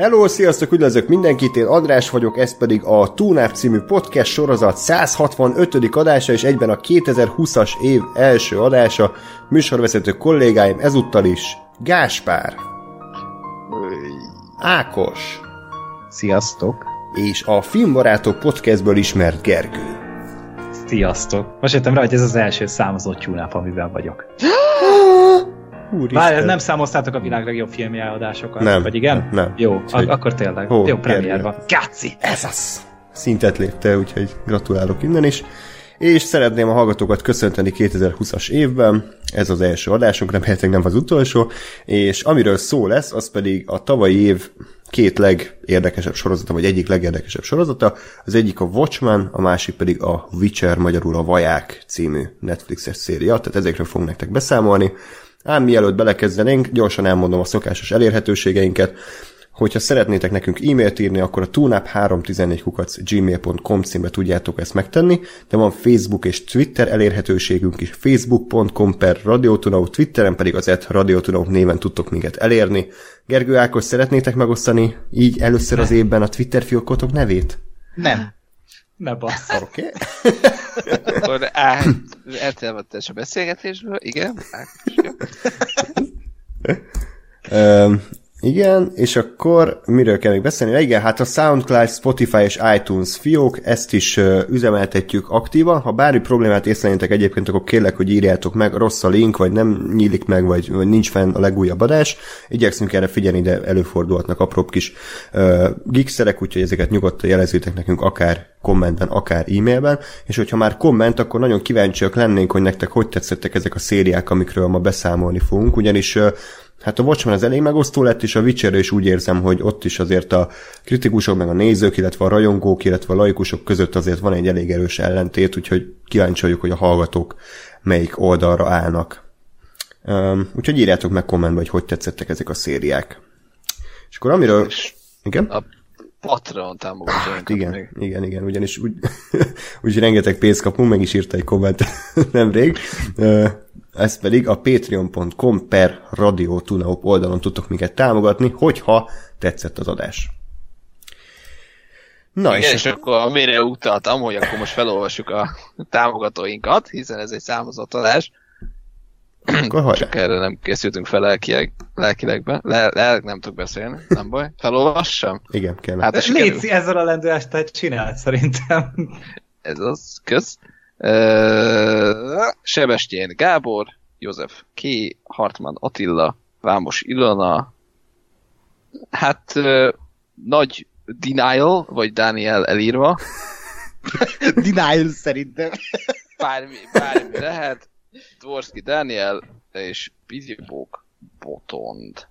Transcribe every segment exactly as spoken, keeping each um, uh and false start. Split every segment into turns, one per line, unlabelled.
Hello, sziasztok, üdvözlök mindenkit, én András vagyok, ez pedig a Tune Up című podcast sorozat száz hatvanötödik adása, és egyben a kétezer-húszas év első adása. Műsorvezető kollégáim ezúttal is Gáspár, Ákos,
sziasztok,
és a Filmbarátok podcastből ismert Gergő.
Sziasztok! Most jöttem rá, hogy ez az első számozott Tune Up, amiben vagyok. Bár nem számoztátok a világ legjobb filmje adásokat?
Nem.
Vagy igen?
Nem. nem.
Jó, ak- akkor tényleg. Ó, jó, premier van. Káci!
Ez az! Szintet lépte, úgyhogy gratulálok innen is. És szeretném a hallgatókat köszönteni kétezer-húszas évben. Ez az első adásunk, remélhetőleg nem az utolsó. És amiről szó lesz, az pedig a tavalyi év két legérdekesebb sorozata, vagy egyik legérdekesebb sorozata. Az egyik a Watchmen, a másik pedig a Witcher, magyarul a Vaják című Netflixes széria. Tehát ezekről fogunk nektek beszámolni. Ám mielőtt belekezdenénk, gyorsan elmondom a szokásos elérhetőségeinket. Hogyha szeretnétek nekünk e-mailt írni, akkor a tuneup három tizennégy kukac gmail pont com címre tudjátok ezt megtenni, de van Facebook és Twitter elérhetőségünk is, facebook pont com per radiotuneup, Twitteren pedig az et radiotuneup néven tudtok minket elérni. Gergő, Ákos, szeretnétek megosztani így először az évben a Twitter fiókotok nevét?
Nem.
Ne bassz.
Oké. Okay.
Akkor eltelvettes a beszélgetésből, igen.
um, igen, és akkor miről kell még beszélni? Igen, hát a SoundCloud, Spotify és iTunes fiók, ezt is uh, üzemeltetjük aktívan. Ha bármi problémát észleljétek egyébként, akkor kérlek, hogy írjátok meg, rossz a link, vagy nem nyílik meg, vagy, vagy nincs fenn a legújabb adás. Igyekszünk erre figyelni, de előfordulhatnak apróbb kis uh, gigszerek, úgyhogy ezeket nyugodtan jelezzétek nekünk akár kommentben, akár e-mailben, és hogyha már komment, akkor nagyon kíváncsiak lennénk, hogy nektek hogy tetszettek ezek a szériák, amikről ma beszámolni fogunk, ugyanis uh, hát a Watchmen az elég megosztó lett, és a Witcherről is úgy érzem, hogy ott is azért a kritikusok, meg a nézők, illetve a rajongók, illetve a laikusok között azért van egy elég erős ellentét, úgyhogy kíváncsi vagyok, hogy a hallgatók melyik oldalra állnak. Um, úgyhogy írjátok meg kommentbe, hogy hogy tetszettek ezek a szériák. És akkor amiről... Igen?
A Patreon támogatóinkat
igen,
még.
igen, igen, ugyanis úgy, úgy rengeteg pénzt kapunk, meg is írta egy komment nemrég. Uh, ez pedig a patreon pont com per radiotuneup oldalon tudtok minket támogatni, hogyha tetszett az adás.
Na, igen, és, és akkor amire utaltam, hogy akkor most felolvassuk a támogatóinkat, hiszen ez egy számozott adás. Csak erre nem készültünk fel lelkileg, lelkilegbe. Le, le, nem tudok beszélni, nem baj. Felolvassam?
Igen, kell.
Hát Léci, ezzel a lendülást te csináld, szerintem.
Ez az, kösz. Uh, Sebestyén Gábor, József K, Hartmann Attila, Vámos Ilona, hát uh, nagy Denial, vagy Daniel elírva.
Denial szerintem.
Bármi, bármi lehet. Dvorski Daniel és Pidibók Botond.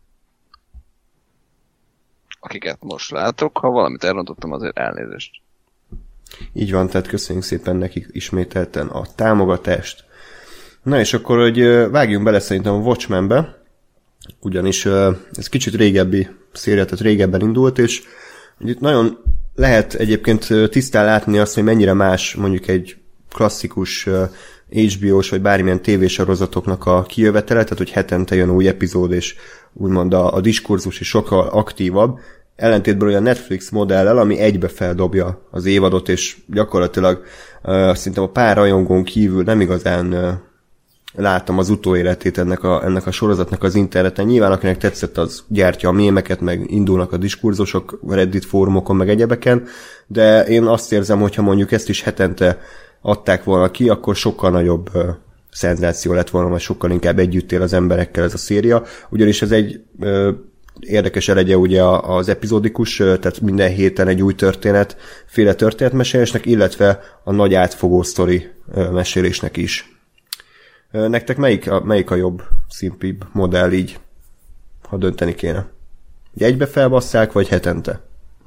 Akiket most látok, ha valamit elrontottam, azért elnézést.
Így van, tehát köszönjük szépen nekik ismételten a támogatást. Na és akkor, hogy vágjunk bele szerintem a Watchmenbe, ugyanis ez kicsit régebbi széria, tehát régebben indult, és itt nagyon lehet egyébként tisztán látni azt, hogy mennyire más mondjuk egy klasszikus há bé ó-s vagy bármilyen tévésorozatoknak a kijövetele, tehát hogy hetente jön új epizód, és úgymond a, a diskurzus is sokkal aktívabb, ellentétben olyan Netflix modellel, ami egybe feldobja az évadot, és gyakorlatilag uh, szerintem a pár rajongón kívül nem igazán uh, láttam az utóéletét ennek a, ennek a sorozatnak az interneten. Nyilván akinek tetszett, az gyártja a mémeket, meg indulnak a diskurzusok Reddit fórumokon, meg egyebeken, de én azt érzem, hogyha mondjuk ezt is hetente adták volna ki, akkor sokkal nagyobb uh, szenzáció lett volna, vagy sokkal inkább együtt él az emberekkel ez a széria, ugyanis ez egy uh, érdekes elegye ugye az epizódikus, tehát minden héten egy új történet, féle történetmesélésnek, illetve a nagy átfogó sztori mesélésnek is. Nektek melyik a, melyik a jobb, szimplibb modell így, ha dönteni kéne? Egybe felbasszák, vagy hetente?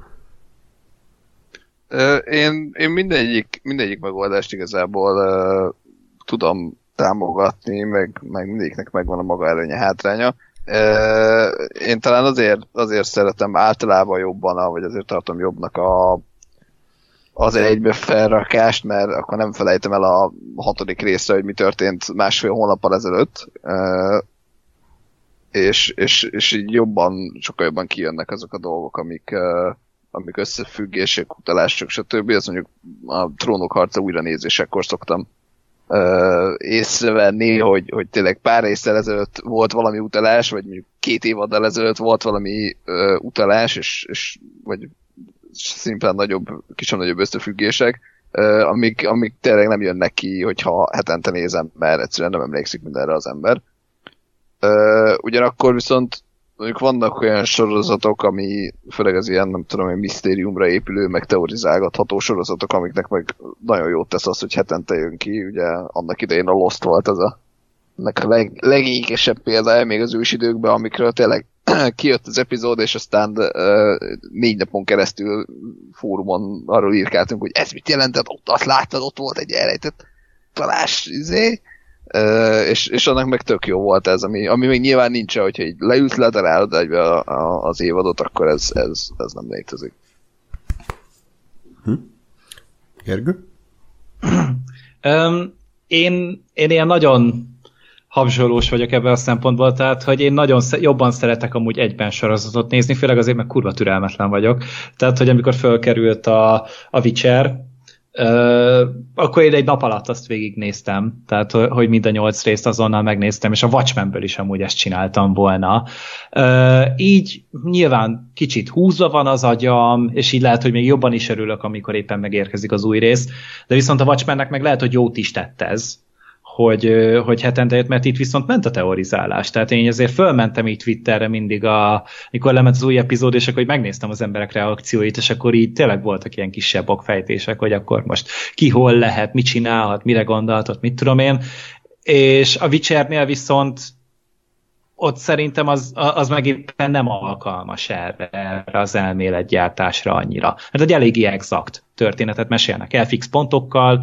Én, én mindegyik, mindegyik megoldást igazából uh, tudom támogatni, meg, meg mindegyiknek megvan a maga előnye, hátránya. Uh, én talán azért, azért szeretem általában jobban, vagy azért tartom jobbnak a, az egybe felrakást, mert akkor nem felejtem el a hatodik részre, hogy mi történt másfél hónappal ezelőtt. Uh, és, és, és így jobban, sokkal jobban kijönnek azok a dolgok, amik, uh, amik összefüggések, utalások, stb. Ez mondjuk a Trónok harca újranézésekor szoktam uh, észrevenni, hogy, hogy tényleg pár évvel ezelőtt volt valami utalás, vagy mondjuk két évaddal ezelőtt volt valami uh, utalás, és, és vagy szimplán nagyobb, kicsit nagyobb összefüggésések, uh, amik, amik tényleg nem jönnek ki, hogyha hetente nézem, mert egyszerűen nem emlékszik mindenre az ember. Uh, ugyanakkor viszont mondjuk vannak olyan sorozatok, ami főleg az ilyen, nem tudom, egy misztériumra épülő, meg teorizálgatható sorozatok, amiknek meg nagyon jót tesz az, hogy hetente jön ki. Ugye annak idején a Lost volt ez a, ennek a leg, legékesebb példája még az ősidőkben, amikről tényleg kijött az epizód, és aztán uh, négy napon keresztül fórumon arról írkáltunk, hogy ez mit jelentett, ott azt láttad, ott volt egy elrejtett talás, izé. Uh, és, és annak meg tök jó volt ez, ami, ami még nyilván nincs, hogyha így leülsz, ledarálod egybe a, a, az évadot, akkor ez, ez, ez nem létezik.
Hm? Gergő?
um, én, én ilyen nagyon habzsolós vagyok ebben a szempontból, tehát, hogy én nagyon sz- jobban szeretek amúgy egyben sorozatot nézni, főleg azért, mert kurva türelmetlen vagyok. Tehát, hogy amikor fölkerült a, a Witcher, Uh, akkor én egy nap alatt azt végignéztem, tehát hogy mind a nyolc részt azonnal megnéztem, és a Watchmenből is amúgy ezt csináltam volna. Uh, így nyilván kicsit húzva van az agyam, és így lehet, hogy még jobban is örülök, amikor éppen megérkezik az új rész, de viszont a Watchmennek meg lehet, hogy jót is tett ez, hogy, hogy hetente jött, mert itt viszont ment a teorizálás. Tehát én azért fölmentem így Twitterre mindig, a, mikor lement az új epizód, és akkor így megnéztem az emberek reakcióit, és akkor így tényleg voltak ilyen kisebb okfejtések, hogy akkor most ki hol lehet, mit csinálhat, mire gondolhat, mit tudom én. És a Witchernél viszont ott szerintem az, az meg éppen nem alkalmas erre, erre az elméletgyártásra annyira. Mert egy eléggé exakt történetet mesélnek el fix pontokkal,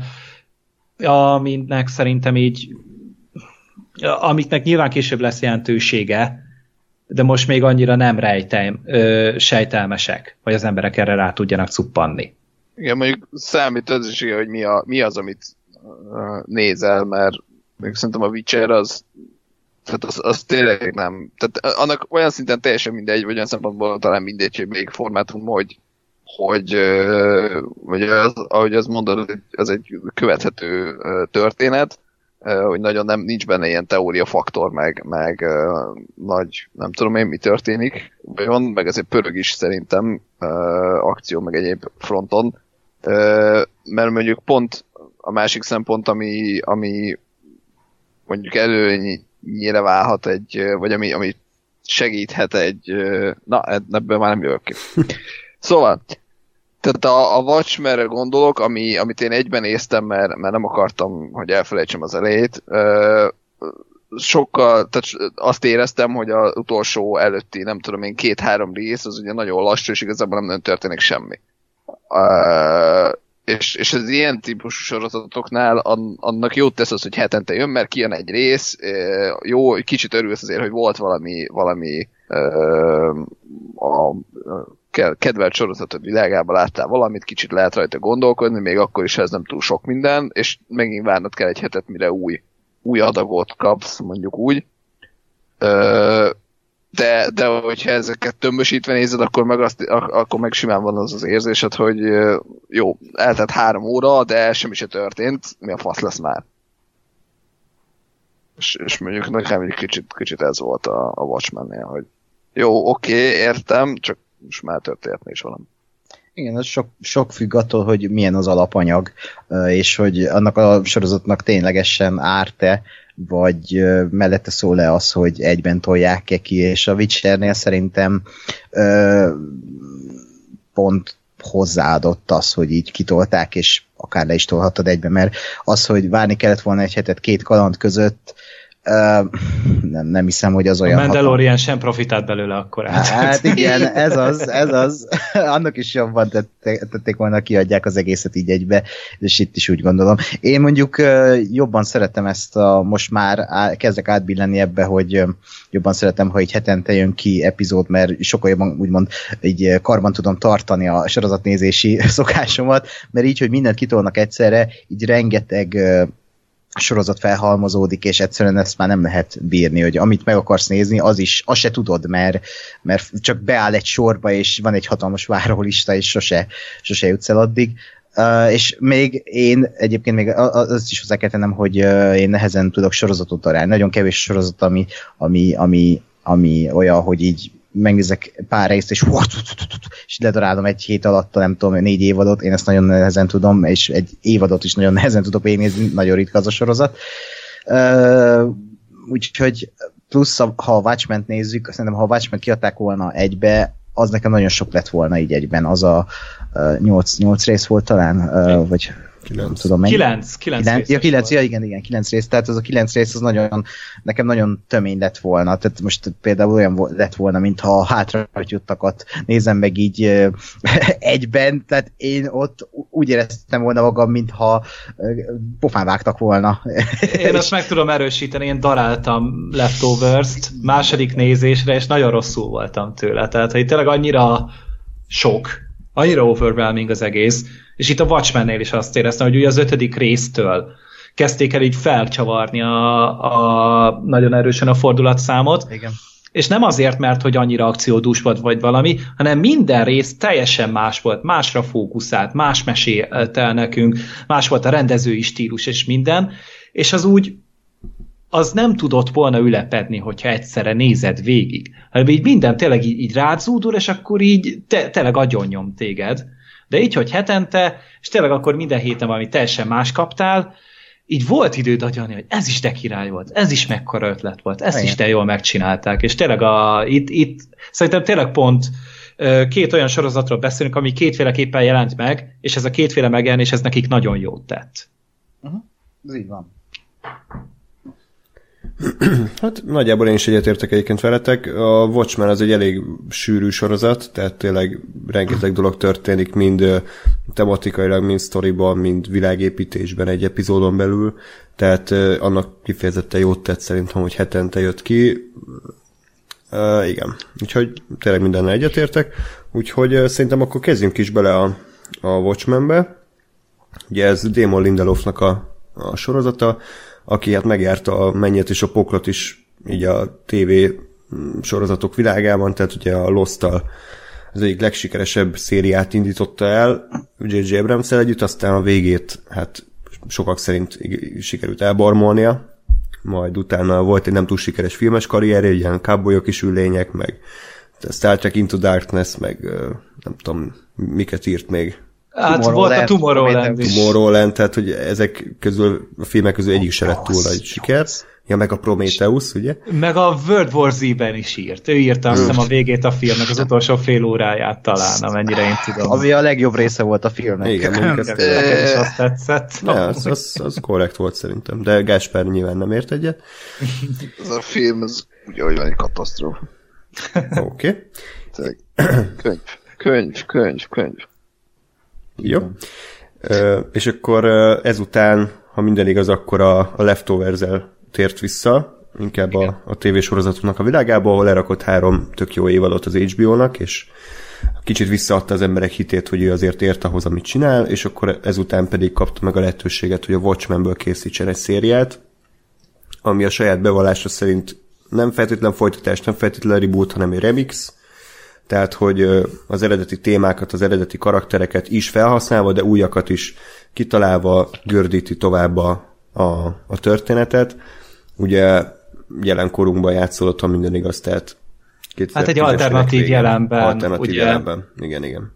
aminek szerintem így, amiknek nyilván később lesz jelentősége, de most még annyira nem rejtelm, ö, sejtelmesek, hogy az emberek erre rá tudjanak cuppanni.
Igen, mondjuk számít az is, hogy mi, a, mi az, amit uh, nézel, mert még szerintem a Witcher az, tehát az, az tényleg nem, tehát annak olyan szinten teljesen mindegy, vagy olyan szempontból talán mindegy, hogy még formátum, hogy hogy, vagy az, ahogy azt mondod, az egy követhető történet, hogy nagyon nem, nincs benne ilyen teóriafaktor, meg, meg nagy, nem tudom én, mi történik, vagy van, meg ezért pörög is szerintem akció, meg egyéb fronton, mert mondjuk pont a másik szempont, ami, ami mondjuk előnyire válhat egy, vagy ami, ami segíthet egy, na, ebből már nem jövök ki. Szóval, tehát a, a Watchmenre gondolok, ami, amit én egyben néztem, mert, mert nem akartam, hogy elfelejtsem az elejét. Sokkal, tehát azt éreztem, hogy az utolsó előtti, nem tudom én, két-három rész, az ugye nagyon lassú, és igazából nem, nem történik semmi. És, és az ilyen típusú sorozatoknál annak jót tesz az, hogy hetente jön, mert kijön egy rész, jó, kicsit örülsz azért, hogy volt valami, valami a kedvelt sorozatod világában láttál valamit, kicsit lehet rajta gondolkodni, még akkor is ez nem túl sok minden, és megint várnod kell egy hetet, mire új, új adagot kapsz, mondjuk úgy. De, de hogyha ezeket tömbösítve nézed, akkor meg, azt, akkor meg simán van az az érzésed, hogy jó, eltett három óra, de semmi se történt, mi a fasz lesz már. És, és mondjuk nekem egy kicsit, kicsit ez volt a, a Watchmennél, hogy jó, oké, okay, értem, csak most már történetni is valami.
Igen, az sok, sok függ attól, hogy milyen az alapanyag, és hogy annak a sorozatnak ténylegesen árt-e, vagy mellette szól-e az, hogy egyben tolják-e ki, és a Witchernél szerintem ö, pont hozzáadott az, hogy így kitolták, és akár le is tolhattad egybe, mert az, hogy várni kellett volna egy hetet két kaland között, Uh, nem, nem hiszem, hogy az olyan...
A Mandalorian hatalmas... sem profitált belőle akkor.
Hát, hát igen, ez az, ez az. Annak is jobban tették, tették volna, kiadják az egészet így egybe, és itt is úgy gondolom. Én mondjuk jobban szeretem ezt a, most már á, kezdek átbillenni ebbe, hogy jobban szeretem, ha így hetente jön ki epizód, mert sokkal jobban úgymond így karban tudom tartani a sorozatnézési szokásomat, mert így, hogy mindent kitolnak egyszerre, így rengeteg sorozat felhalmozódik, és egyszerűen ezt már nem lehet bírni, hogy amit meg akarsz nézni, az is, azt se tudod, mert, mert csak beáll egy sorba, és van egy hatalmas várólista, és sose, sose jutsz el addig. Uh, és még én egyébként még azt is hozzá kell tennem, hogy uh, én nehezen tudok sorozatot darálni. Nagyon kevés sorozat, ami, ami, ami, ami olyan, hogy így megnézek pár részt, és, és ledarálom egy hét alatt, nem tudom, négy évadot, én ezt nagyon nehezen tudom, és egy évadot is nagyon nehezen tudok végignézni, nagyon ritka az a sorozat. Uh, úgyhogy plusz, ha a Watchmen-t nézzük, szerintem, ha a Watchmen kiadták volna egybe, az nekem nagyon sok lett volna így egyben. Az a uh, nyolc, nyolc rész volt talán, uh, vagy
kilenc.
Tudom mennyi.
Kilenc, kilenc,
kilenc ja, kilenc, ja, igen, igen, kilenc rész, tehát az a kilenc rész az nagyon, nekem nagyon tömény lett volna, tehát most például olyan lett volna, mintha a hátrahagyuttakat nézem meg így uh, egyben, tehát én ott úgy éreztem volna magam, mintha uh, pofán vágtak volna.
Én azt meg tudom erősíteni, én daráltam Leftovers-t második nézésre, és nagyon rosszul voltam tőle, tehát hogy tényleg annyira sok, annyira overwhelming az egész, és itt a Watchmennél is azt éreztem, hogy ugye az ötödik résztől kezdték el így felcsavarni a, a, nagyon erősen a fordulatszámot.
Igen.
És nem azért, mert hogy annyira akciódús volt, vagy valami, hanem minden rész teljesen más volt, másra fókuszált, más mesélt el nekünk, más volt a rendezői stílus és minden, és az úgy az nem tudott volna ülepedni, hogyha egyszerre nézed végig. Hanem így minden tényleg így, így rád zúdul, és akkor így te, tényleg agyonnyom téged. De így, hogy hetente, és tényleg akkor minden héten valami teljesen más kaptál, így volt időd agyalni, hogy ez is de király volt, ez is mekkora ötlet volt, ezt is de jól megcsinálták, és tényleg a, itt, itt szerintem tényleg pont két olyan sorozatról beszélünk, ami kétféleképpen jelent meg, és ez a kétféle megjelenés, ez nekik nagyon jót tett.
Uh-huh. Ez így van.
Hát nagyjából én is egyetértek egyébként veletek. A Watchmen az egy elég sűrű sorozat, tehát tényleg rengeteg dolog történik, mind tematikailag, mind sztoriban, mind világépítésben egy epizódon belül, tehát annak kifejezetten jót tett szerintem, hogy hetente jött ki. Uh, igen, úgyhogy tényleg mindennel egyetértek, úgyhogy uh, szerintem akkor kezdjünk is bele a, a Watchmenbe. Ugye ez Damon Lindelofnak a, a sorozata, aki hát megjárta a mennyet és a poklot is így a tévé sorozatok világában, tehát ugye a Lost-tal az egyik legsikeresebb szériát indította el jé jé Abrams-el együtt, aztán a végét hát sokak szerint sikerült elbarmolnia, majd utána volt egy nem túl sikeres filmes karrierje, ilyen cowboyok is ülények, meg Star Trek Into Darkness, meg nem tudom, miket írt még.
Hát volt a Tomorrowland is.
Tomorrowland, tehát hogy ezek közül, a filmek közül egyik se lett túl nagy siker. Ja, meg a Prometheus, ugye?
Meg a World War Z-ben is írt. Ő írta azt hiszem a végét a filmnek, az utolsó fél óráját talán, amennyire én tudom.
Ami a legjobb része volt a filmnek.
Igen,
nekem is azt tetszett.
Ja, az, az, az korrekt volt szerintem, de Gáspár nyilván nem ért egyet.
Ez a film, ez ugye, hogy van egy katasztrófa.
Oké.
Okay. Könyv, könyv, könyv, könyv.
Jó. Uh, és akkor uh, ezután, ha minden igaz, akkor a, a Leftovers-el tért vissza, inkább a, a tévésorozatoknak a világába, ahol lerakott három tök jó évadot az há bé ó-nak, és kicsit visszaadta az emberek hitét, hogy ő azért ért ahhoz, amit csinál, és akkor ezután pedig kapta meg a lehetőséget, hogy a Watchmenből készítsen egy szériát, ami a saját bevallása szerint nem feltétlen folytatás, nem feltétlen reboot, hanem egy remix, tehát, hogy az eredeti témákat, az eredeti karaktereket is felhasználva, de újakat is kitalálva gördíti tovább a, a, a történetet. Ugye jelenkorunkban játszódott, ha minden igaz, tehát
hát egy alternatív jelenben.
Alternatív ugye? jelenben, igen, igen.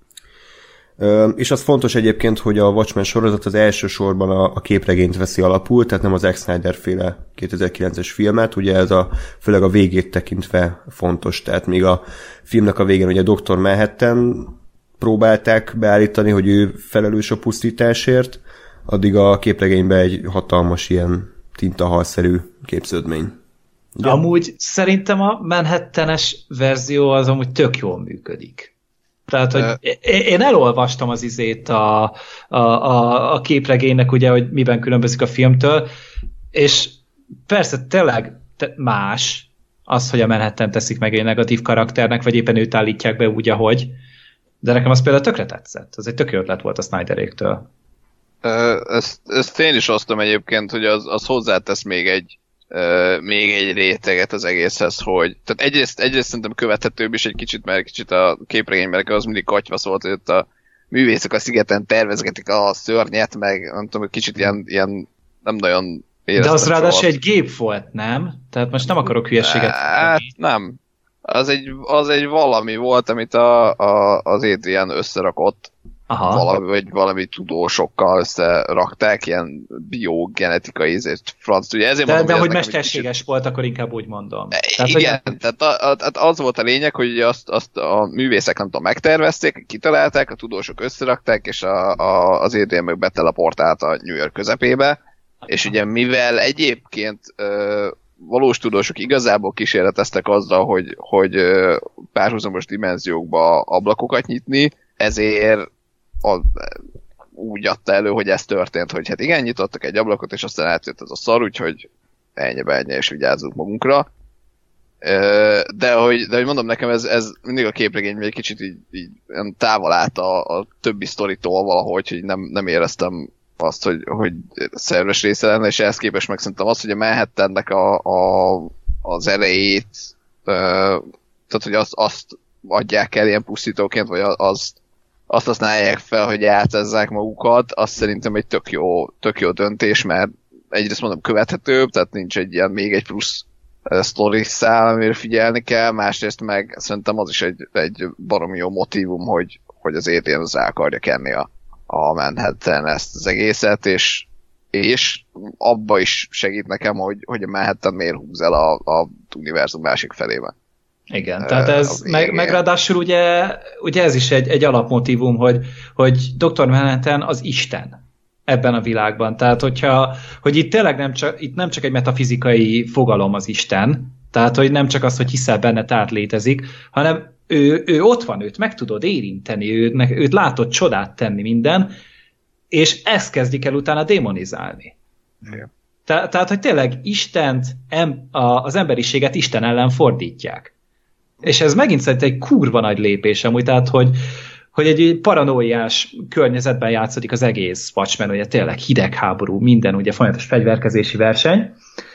Ö, és az fontos egyébként, hogy a Watchmen sorozat az elsősorban a, a képregényt veszi alapul, tehát nem az Zack Snyder féle kétezer-kilences filmet, ugye ez a, főleg a végét tekintve fontos, tehát még a filmnek a végén ugye doktor Manhattan próbálták beállítani, hogy ő felelős a pusztításért, addig a képregényben egy hatalmas ilyen tintahalszerű képződmény.
Ugye? Amúgy szerintem a Manhattanes verzió az amúgy tök jól működik. Tehát, hogy én elolvastam az izét a, a, a, a képregénynek, ugye, hogy miben különbözik a filmtől, és persze tényleg más az, hogy a Manhattan teszik meg egy negatív karakternek, vagy éppen őt állítják be úgy, ahogy, de nekem az például tökre tetszett. Ez egy tök jó ötlet volt a Snyderéktől.
Ezt, ezt én is osztom egyébként, hogy az, az hozzátesz még egy, uh, még egy réteget az egészhez, hogy tehát egyrészt, egyrészt szerintem követhetőbb is egy kicsit, mert kicsit a képregényben az mindig katyvasz volt, hogy ott a művészek a szigeten tervezgetik a szörnyet, meg nem tudom, kicsit ilyen, ilyen nem nagyon
de az ráadásul egy gép volt, nem? Tehát most nem akarok hülyeséget.
Hát nem. Az egy, az egy valami volt, amit a, a, az Adrian összerakott. Aha. Valami, vagy valami tudósokkal összerakták, ilyen biogenetikai ezért franc. Ugye ezért
de
mondom,
de hogy
nekem,
mesterséges kicsit... volt, akkor inkább úgy mondom.
Tehát, igen, hogy... tehát a, a, az volt a lényeg, hogy azt, azt a művészek nem tudom, megtervezték, kitalálták, a tudósok összerakták, és a, a, az Adrian meg beteleportált a New York közepébe. Aha. És ugye mivel egyébként ö, valós tudósok igazából kísérleteztek azzal, hogy, hogy ö, párhuzamos dimenziókba ablakokat nyitni, ezért a, úgy adta elő, hogy ez történt, hogy hát igen, nyitottak egy ablakot, és aztán átjött ez a szar, úgyhogy ennyi ennyi, és vigyázzunk magunkra. De hogy, de hogy mondom nekem, ez, ez mindig a képregényben egy kicsit így, így távol állt a, a többi sztoritól valahogy, hogy nem, nem éreztem azt, hogy, hogy szerves része lenne, és ehhez képest meg szerintem azt, hogy a Manhattannek a, a, az elejét, tehát hogy azt, azt adják el ilyen pusztítóként, vagy azt azt használják fel, hogy játszazzák magukat, azt szerintem egy tök jó, tök jó döntés, mert egyrészt mondom követhetőbb, tehát nincs egy ilyen még egy plusz uh, sztori szál, amire figyelni kell, másrészt meg szerintem az is egy, egy baromi jó motívum, hogy, hogy az Adrian az akarja kenni a, a Manhattan ezt az egészet, és, és abba is segít nekem, hogy, hogy a Manhattan miért húz el a, a univerzum másik felébe.
Igen, tehát ez, meg, meg ráadásul ugye, ugye ez is egy, egy alapmotívum, hogy, hogy doktor Manhattan az Isten ebben a világban. Tehát, hogyha, hogy itt tényleg nem csak, itt nem csak egy metafizikai fogalom az Isten, tehát, hogy nem csak az, hogy hiszel benne, tehát létezik, hanem ő, ő ott van, őt meg tudod érinteni, őt, őt látod csodát tenni minden, és ezt kezdik el utána démonizálni. Igen. Te, tehát, hogy tényleg Istent, em, a, az emberiséget Isten ellen fordítják. És ez megint szerintem egy kurva nagy lépés amúgy, tehát, hogy, hogy egy paranoiás környezetben játszódik az egész Watchmen, ugye tényleg hidegháború, minden ugye folyamatos fegyverkezési verseny,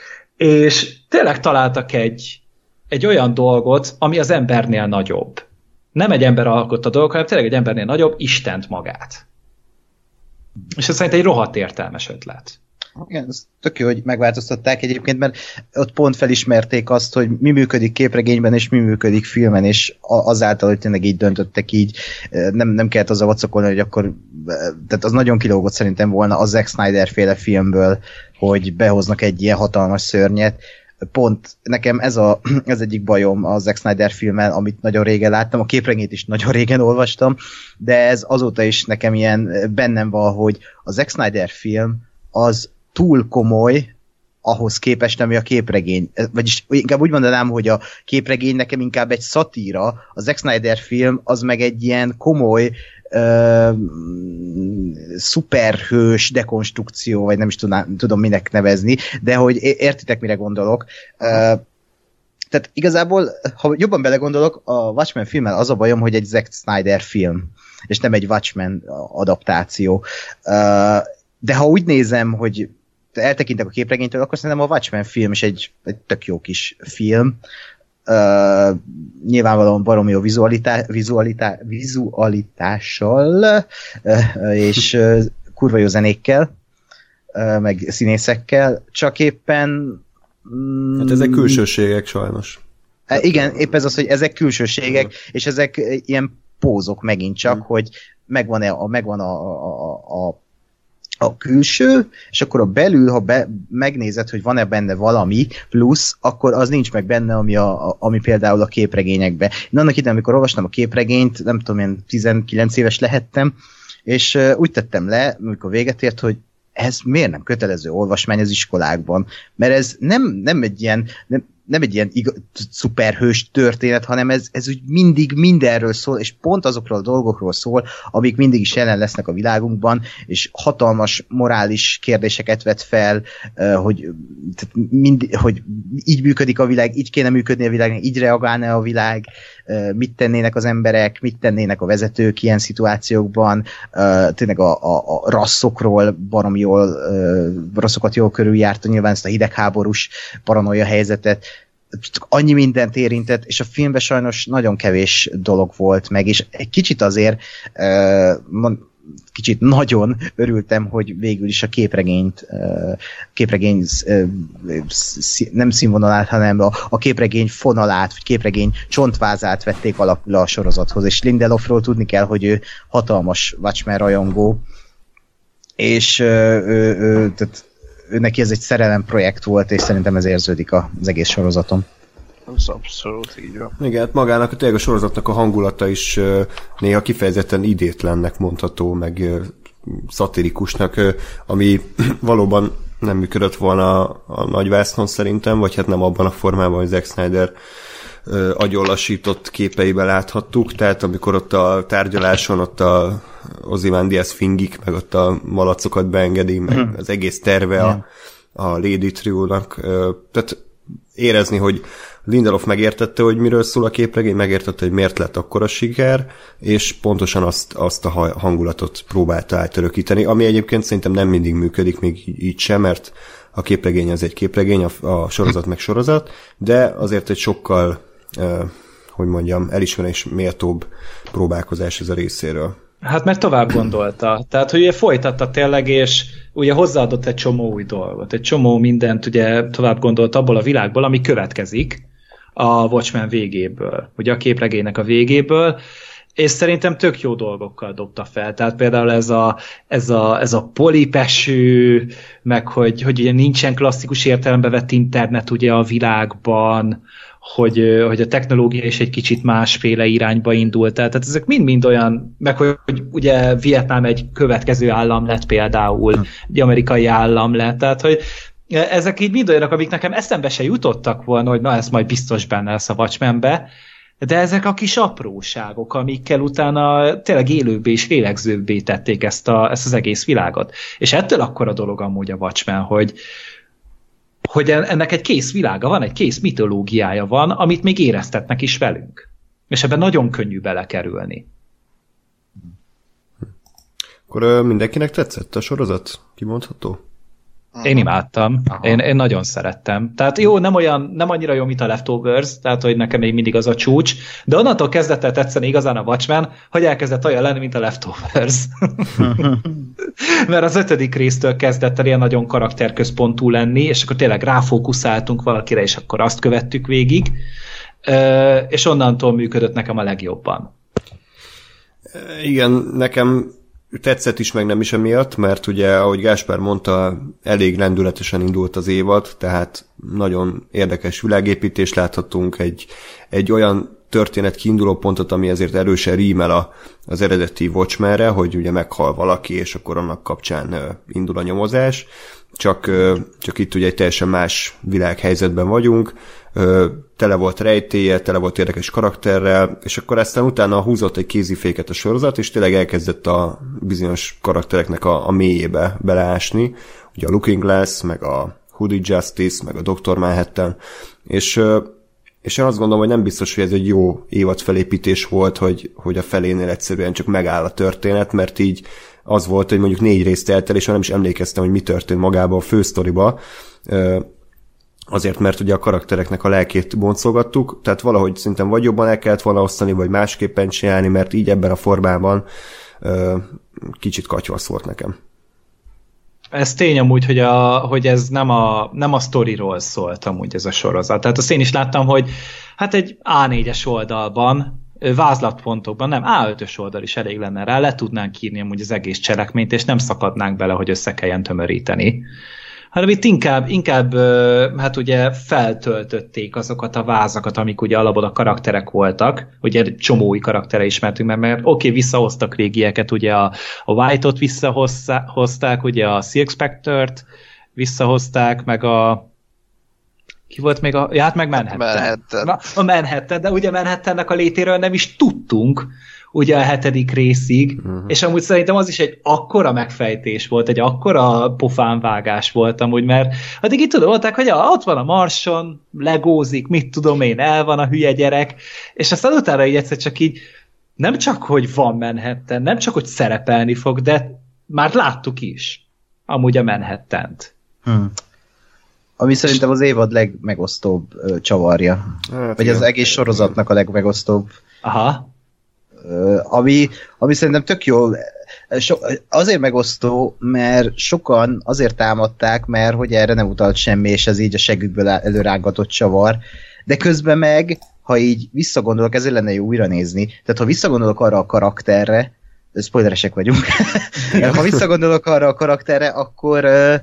és tényleg találtak egy, egy olyan dolgot, ami az embernél nagyobb. Nem egy ember alkotta dolgot, hanem tényleg egy embernél nagyobb, Istent magát. És ez szerintem egy rohadt értelmes ötlet.
Igen, ez tök jó, hogy megváltoztatták egyébként, mert ott pont felismerték azt, hogy mi működik képregényben, és mi működik filmen, és azáltal, hogy tényleg így döntöttek így, nem, nem kellett azzal vacakolni, hogy akkor, tehát az nagyon kilógott szerintem volna a Zack Snyder féle filmből, hogy behoznak egy ilyen hatalmas szörnyet. Pont nekem ez, a, ez egyik bajom a Zack Snyder filmmel, amit nagyon régen láttam, a képregényt is nagyon régen olvastam, de ez azóta is nekem ilyen bennem van, hogy a Zack Snyder film az túl komoly ahhoz képest, ami a képregény. Vagyis inkább úgy mondanám, hogy a képregény nekem inkább egy szatíra, a Zack Snyder film az meg egy ilyen komoly uh, szuperhős dekonstrukció, vagy nem is tudnám, tudom minek nevezni, de hogy értitek, mire gondolok. Uh, tehát igazából, ha jobban belegondolok, a Watchmen filmmel az a bajom, hogy egy Zack Snyder film, és nem egy Watchmen adaptáció. Uh, de ha úgy nézem, hogy eltekintek a képregénytől, akkor szerintem a Watchmen film is egy, egy tök jó kis film. Uh, nyilvánvalóan baromi jó vizualitá- vizualitá- vizualitással, uh, és uh, kurva jó zenékkel, uh, meg színészekkel, csak éppen...
Mm, hát ezek külsőségek sajnos.
Uh, igen, épp ez az, hogy ezek külsőségek, és ezek ilyen pózok megint csak, mm. hogy megvan, a, megvan a, a, a a külső, és akkor a belül, ha be, megnézed, hogy van-e benne valami plusz, akkor az nincs meg benne, ami, a, a, ami például a képregényekben. Én annak idején, amikor olvastam a képregényt, nem tudom, én tizenkilenc éves lehettem, és uh, úgy tettem le, amikor véget ért, hogy ez miért nem kötelező olvasmány az iskolákban? Mert ez nem, nem egy ilyen, nem, nem egy ilyen igaz, szuperhős történet, hanem ez, ez úgy mindig mindenről szól, és pont azokról a dolgokról szól, amik mindig is jelen lesznek a világunkban, és hatalmas morális kérdéseket vet fel, hogy, tehát mind, hogy így működik a világ, így kéne működni a világ, így reagálna a világ, mit tennének az emberek, mit tennének a vezetők ilyen szituációkban, tényleg a, a, a rasszokról barom jól, rasszokat jól körüljárta, nyilván ezt a hidegháborús paranoia helyzetet, annyi mindent érintett, és a filmben sajnos nagyon kevés dolog volt meg, és egy kicsit azért kicsit nagyon örültem, hogy végül is a képregényt, képregény nem színvonalát, hanem a, a képregény fonalát, vagy képregény csontvázát vették alapul a sorozathoz, és Lindelofról tudni kell, hogy ő hatalmas Watchmen rajongó, és ő, ő, ő, tehát ő neki ez egy szerelem projekt volt, és szerintem ez érződik az egész sorozaton.
Ez abszolút így van.
Igen, hát magának tényleg a sorozatnak a hangulata is néha kifejezetten idétlennek mondható, meg szatirikusnak, ami valóban nem működött volna a, a nagyvásznon szerintem, vagy hát nem abban a formában, hogy Zack Snyder agyolasított képeiben láthattuk, tehát amikor ott a tárgyaláson ott a Ozymandias fingik, meg ott a malacokat beengedi, meg hmm. az egész terve a, a Lady Trio-nak, tehát érezni, hogy Lindelof megértette, hogy miről szól a képregény, megértette, hogy miért lett akkora siker, és pontosan azt, azt a hangulatot próbálta átörökíteni, ami egyébként szerintem nem mindig működik, még így sem, mert a képregény az egy képregény, a, a sorozat meg sorozat, de azért egy sokkal, eh, hogy mondjam, elismerés méltóbb próbálkozás ez a részéről.
Hát mert tovább gondolta. Tehát, hogy ugye folytatta tényleg, és ugye hozzáadott egy csomó új dolgot, egy csomó mindent ugye tovább gondolt abból a világból, ami következik a Watchmen végéből, ugye a képregénynek a végéből, és szerintem tök jó dolgokkal dobta fel. Tehát például ez a, ez a, ez a polipesű, meg hogy, hogy ugye nincsen klasszikus értelembe vett internet ugye a világban, hogy, hogy a technológia is egy kicsit másféle irányba indult. Tehát ezek mind-mind olyan, meg hogy, hogy ugye Vietnám egy következő állam lett például, egy amerikai állam lett, tehát hogy ezek így mind olyanok, amik nekem eszembe se jutottak volna, hogy na ez majd biztos benne lesz a Watchmenbe, de ezek a kis apróságok, amikkel utána tényleg élőbbé és lélegzőbbé tették ezt, a, ezt az egész világot. És ettől akkor a dolog amúgy a Watchmen, hogy hogy ennek egy kész világa van, egy kész mitológiája van, amit még éreztetnek is velünk. És ebben nagyon könnyű belekerülni.
Akkor mindenkinek tetszett a sorozat? Kimondható?
Én imádtam. Én, én nagyon szerettem. Tehát jó, nem olyan, nem annyira jó, mint a Leftovers, tehát hogy nekem még mindig az a csúcs, de onnantól kezdett el tetszeni igazán a Watchmen, hogy elkezdett olyan lenni, mint a Leftovers. Mert az ötödik résztől kezdett el ilyen nagyon karakterközpontú lenni, és akkor tényleg ráfókuszáltunk valakire, és akkor azt követtük végig, és onnantól működött nekem a legjobban.
Igen, nekem tetszett is, meg nem is emiatt, mert ugye, ahogy Gáspár mondta, elég lendületesen indult az évad, tehát nagyon érdekes világépítést láthatunk, egy, egy olyan történet kiinduló pontot, ami ezért erősen rímel a, az eredeti Watchmenre, hogy ugye meghal valaki, és akkor annak kapcsán uh, indul a nyomozás, csak, uh, csak itt ugye egy teljesen más világhelyzetben vagyunk, uh, tele volt rejtélye, tele volt érdekes karakterrel, és akkor aztán utána húzott egy kéziféket a sorozat, és tényleg elkezdett a bizonyos karaktereknek a, a mélyébe beleásni, ugye a Looking Glass, meg a Hooded Justice, meg a doktor Manhattan, és uh, és én azt gondolom, hogy nem biztos, hogy ez egy jó évadfelépítés volt, hogy, hogy a felénél egyszerűen csak megáll a történet, mert így az volt, hogy mondjuk négy részt telt el, és nem is emlékeztem, hogy mi történt magába a fősztoriba, azért, mert ugye a karaktereknek a lelkét boncolgattuk, tehát valahogy szerintem vagy jobban el kellett volna osztani, vagy másképpen csinálni, mert így ebben a formában kicsit katyvasz volt nekem.
Ez tény amúgy, hogy, a, hogy ez nem a, nem a sztoriról szólt amúgy ez a sorozat. Tehát azt én is láttam, hogy hát egy á négyes oldalban, vázlatpontokban, nem, á ötös oldal is elég lenne rá, le tudnánk írni amúgy az egész cselekményt, és nem szakadnánk bele, hogy össze kelljen tömöríteni. Hanem itt inkább, inkább hát ugye feltöltötték azokat a vázakat, amik ugye alapból a karakterek voltak, ugye csomó új karaktere ismertünk, mert, mert oké, okay, visszahoztak régieket, ugye a, a White-ot visszahozták, ugye a Silk Spectre-t visszahozták, meg a Ki volt még a... Ja, hát meg Manhattan.
Manhattan.
Na, a Manhattan, de ugye Manhattannek a létéről nem is tudtunk, ugye a hetedik részig, uh-huh. és amúgy szerintem az is egy akkora megfejtés volt, egy akkora pofánvágás volt amúgy, mert addig itt tudották, hogy ja, ott van a Marson, legózik, mit tudom én, el van a hülye gyerek, és aztán utána így egyszer csak így nem csak, hogy van Manhattan, nem csak, hogy szerepelni fog, de már láttuk is amúgy a Manhattant. Hmm.
Ami szerintem az évad legmegosztóbb ö, csavarja. Hát, vagy az egész sorozatnak a legmegosztóbb.
Aha.
Ö, ami, ami szerintem tök jó. So, azért megosztó, mert sokan azért támadták, mert hogy erre nem utalt semmi, és ez így a segükből előrángatott csavar. De közben meg, ha így visszagondolok, ezért lenne jó újra nézni. Tehát ha visszagondolok arra a karakterre, spoileresek vagyunk, ha visszagondolok arra a karakterre, akkor,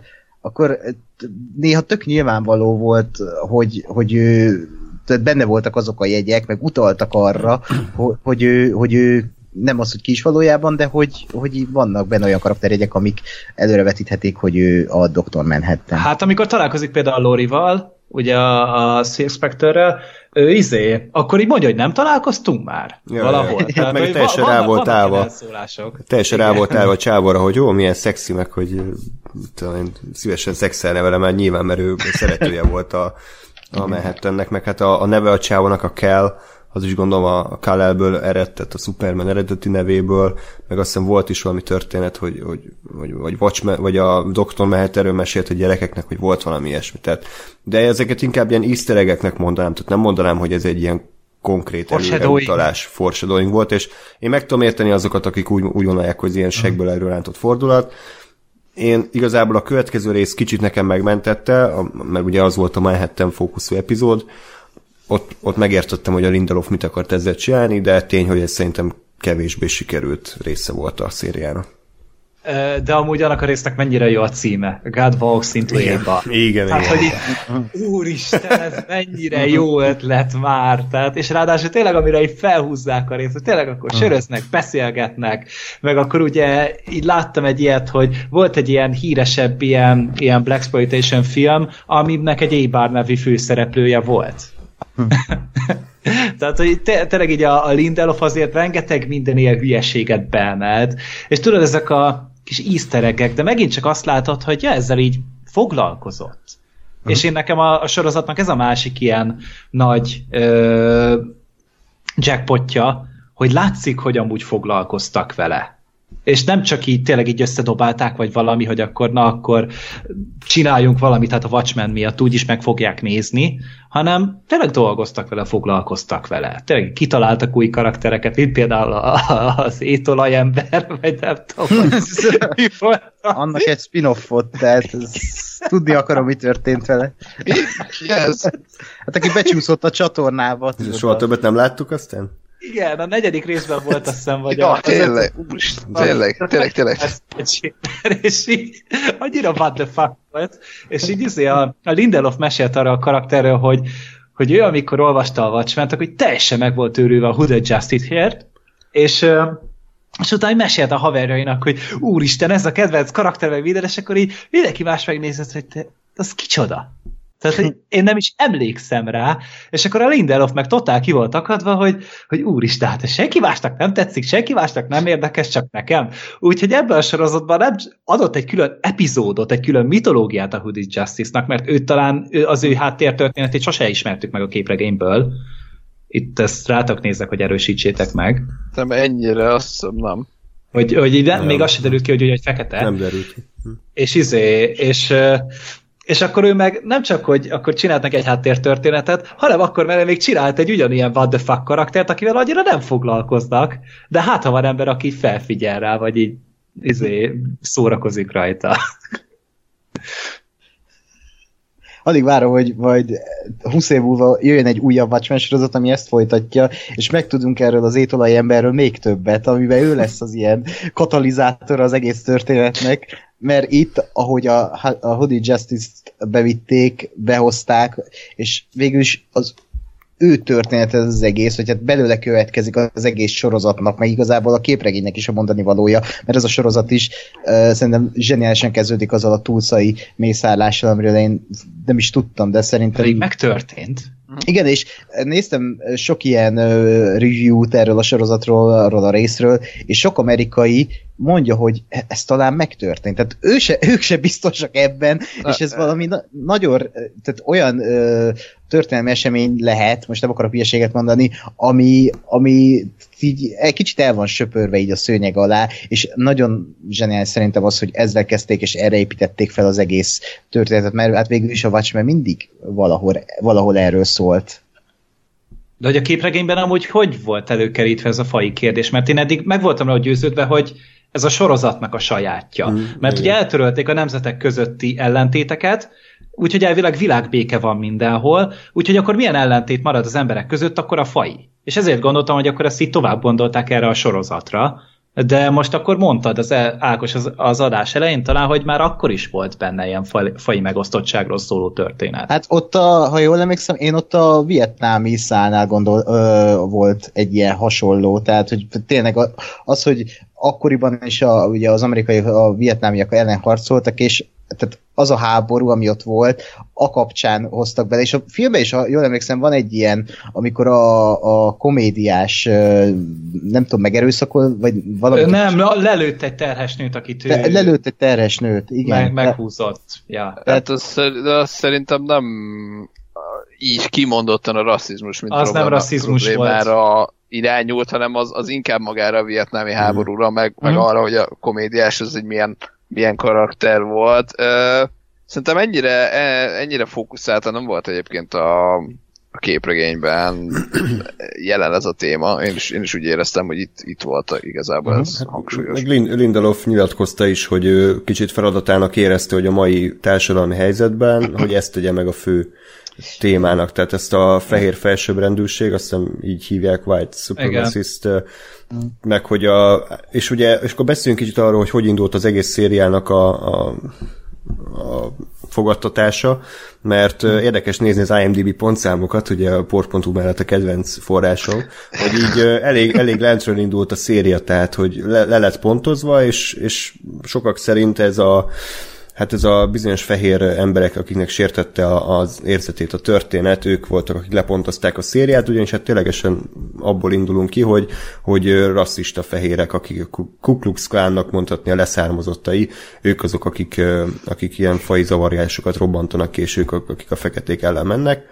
akkor néha tök nyilvánvaló volt, hogy, hogy ő, tehát benne voltak azok a jegyek, meg utaltak arra, hogy, hogy, ő, hogy ő nem az, hogy ki is valójában, de hogy, hogy vannak benne olyan karakterjegyek, amik előrevetíthetik, hogy ő a doktor Manhattan.
Hát amikor találkozik például a Lorival, ugye a, a Silk Spectre-rel, ő izé, akkor így mondja, hogy nem találkoztunk már ja, valahol.
Ja. Tehát, meg teljesen rá volt állva. Teljesen rá volt állva a csávóra, hogy jó, milyen szexi, meg hogy talán szívesen szexelne vele, mert nyilván, mert ő szeretője volt a, a Manhattannek, meg hát a, a neve a csávónak, a Cal, az is gondolom a Kal-elből eredt, tehát a Superman eredeti nevéből, meg azt hiszem volt is valami történet, hogy, hogy vagy, vagy, Watchmen, vagy a doktor Manhattanről mesélt a gyerekeknek, hogy volt valami ilyesmi. Tehát, de ezeket inkább ilyen easter egg-eknek mondanám, tehát nem mondanám, hogy ez egy ilyen konkrét előreutalás, foreshadowing volt, és én meg tudom érteni azokat, akik úgy, úgy gondolják, hogy ez ilyen segből előrántott fordulat. Én igazából a következő rész kicsit nekem megmentette, mert ugye az volt a Manhattan fókuszú epizód, Ott, ott megértettem, hogy a Lindelof mit akart ezzel csinálni, de tény, hogy ez szerintem kevésbé sikerült része volt a szériának.
De amúgy annak a résznek mennyire jó a címe. God Walks into Ava.
Igen,
hát,
igen.
Hogy így, úristen, ez mennyire jó ötlet már. Tehát, és ráadásul tényleg, amire így felhúzzák a részt, hogy tényleg akkor söröznek, beszélgetnek, meg akkor ugye így láttam egy ilyet, hogy volt egy ilyen híresebb ilyen, ilyen blaxploitation film, aminek egy A-Bar nevű főszereplője volt. Hm. Tehát, hogy te, tényleg így a, a Lindelof azért rengeteg minden ilyen hülyeséget beemelt, és tudod, ezek a kis easter egg-ek, de megint csak azt látod, hogy ja, ezzel így foglalkozott. Hm. És én nekem a, a sorozatnak ez a másik ilyen nagy ö, jackpotja, hogy látszik, hogy amúgy foglalkoztak vele. És nem csak így tényleg így összedobálták, vagy valami, hogy akkor na, akkor csináljunk valamit, hát a Watchmen miatt úgyis meg fogják nézni, hanem tényleg dolgoztak vele, foglalkoztak vele. Tényleg kitaláltak új karaktereket, mint például az étolajember, vagy nem tudom. Mi volt.
Annak egy spin-offot, tehát tudni akarom, mi történt vele.
Yes.
Hát aki becsúszott a csatornába.
Soha többet nem láttuk aztán?
Igen, a negyedik részben volt, azt hiszem, vagy
ja,
a...
Tényleg, tényleg, tényleg, tényleg.
És így annyira what the fuck volt, és így izé a, a Lindelof mesélt arra a karakterről, hogy, hogy ő, amikor olvasta a Watchmen-t, akkor így teljesen meg volt őrülve a Who the Justice Here-t, és, és utána mesélt a haverjainak, hogy úristen, ez a kedvenc karakter, meg minden, és akkor így mindenki más megnézett, hogy te, az kicsoda? Tehát, hogy én nem is emlékszem rá, és akkor a Lindelof meg totál ki volt akadva, hogy, hogy úristen, hát senki másnak nem tetszik, senki másnak nem érdekes, csak nekem. Úgyhogy ebben a sorozatban nem adott egy külön epizódot, egy külön mitológiát a Who Did Justice-nak, mert ő talán az ő háttértörténetét sose ismertük meg a képregényből. Itt ezt rátok nézzek, hogy erősítsétek meg.
Nem ennyire, azt hiszem nem.
Hogy, hogy nem, még azt se derült ki, hogy, hogy egy fekete.
Nem derült ki. Hm.
És izé, és... És akkor ő meg nem csak, hogy akkor csinált neki egy háttértörténetet, hanem akkor mert még csinált egy ugyanilyen what the fuck karaktert, akivel annyira nem foglalkoznak, de hát ha van ember, aki felfigyel rá, vagy így izé, szórakozik rajta.
Addig várom, hogy majd húsz év múlva jöjjön egy újabb Watchmen sorozat, ami ezt folytatja, és megtudunk erről az étolaj emberről még többet, amiben ő lesz az ilyen katalizátor az egész történetnek, mert itt, ahogy a, a Who Did Justice-t bevitték, behozták, és végül is az ő történet ez az egész, hogy hát belőle következik az egész sorozatnak, meg igazából a képregénynek is a mondani valója, mert ez a sorozat is uh, szerintem zseniálisan kezdődik azzal a túlszai mészárlással, amiről én nem is tudtam, de szerintem...
Pedig megtörtént.
Igen, és néztem sok ilyen uh, review-t erről a sorozatról, arról a részről, és sok amerikai mondja, hogy ez talán megtörtént. Tehát ő se, ők se biztosak ebben, Na, és ez valami na- nagyon, tehát olyan uh, történelmi esemény lehet, most nem akarok hülyeséget mondani, ami, ami így egy kicsit el van söpörve így a szőnyeg alá, és nagyon zseniális szerintem az, hogy ezzel kezdték, és erre építették fel az egész történetet, mert hát végül is a Watchmen mindig valahol, valahol erről szólt.
De hogy a képregényben amúgy hogy volt előkerítve ez a faji kérdés? Mert én eddig meg voltam rá győződve, hogy ez a sorozatnak a sajátja. Mm, Mert igen. ugye eltörölték a nemzetek közötti ellentéteket, úgyhogy elvileg világbéke van mindenhol, úgyhogy akkor milyen ellentét marad az emberek között, akkor a faji. És ezért gondoltam, hogy akkor ezt így tovább gondolták erre a sorozatra, de most akkor mondtad az Ákos az, az adás elején talán, hogy már akkor is volt benne ilyen faji megosztottságról szóló történet.
Hát ott, a, ha jól emlékszem, én ott a vietnámi szálnál gondol, ö, volt egy ilyen hasonló, tehát hogy tényleg az, hogy akkoriban is a, ugye az amerikai, a vietnámiak ellen harcoltak, és tehát az a háború, ami ott volt, a kapcsán hoztak bele, és a filmben is, ha jól emlékszem, van egy ilyen, amikor a, a komédiás, nem tudom, megerőszakol, vagy valami...
Nem, lelőtt egy terhes nőt, akit
ő... Lelőtt egy terhes nőt, igen.
Meg, meghúzott, ja.
Hát az, az szerintem nem így kimondottan a rasszizmus, mint
az nem rasszizmus volt.
Irányult, hanem az, az inkább magára a vietnámi mm. háborúra, meg, meg mm. arra, hogy a komédiás az egy milyen, milyen karakter volt. Uh, szerintem ennyire, ennyire fókuszáltan nem volt egyébként a, a képregényben jelen ez a téma. Én is, én is úgy éreztem, hogy itt, itt volt igazából ez hát, hangsúlyos.
Lindelof nyilatkozta is, hogy ő kicsit feladatának érezte, hogy a mai társadalmi helyzetben, hogy ezt tegye meg a fő témának, tehát ezt a fehér felsőbbrendűség, azt hiszem így hívják, white supremacist, igen. Meg hogy a, és ugye, és akkor beszéljünk kicsit arról, hogy hogy indult az egész szériának a, a, a fogadtatása, mert hmm. érdekes nézni az IMDb pontszámokat, ugye a port pont hu mellett a kedvenc forrásom, hogy így elég, elég lentről indult a széria, tehát hogy le, le lett pontozva, és, és sokak szerint ez a hát ez a bizonyos fehér emberek, akiknek sértette az érzetét a történet, ők voltak, akik lepontozták a szériát, ugyanis hát ténylegesen abból indulunk ki, hogy, hogy rasszista fehérek, akik a Ku Klux Klánnak mondhatni a leszármazottai, ők azok, akik, akik ilyen faji zavarjásokat robbantanak ki, és ők, akik a feketék ellen mennek.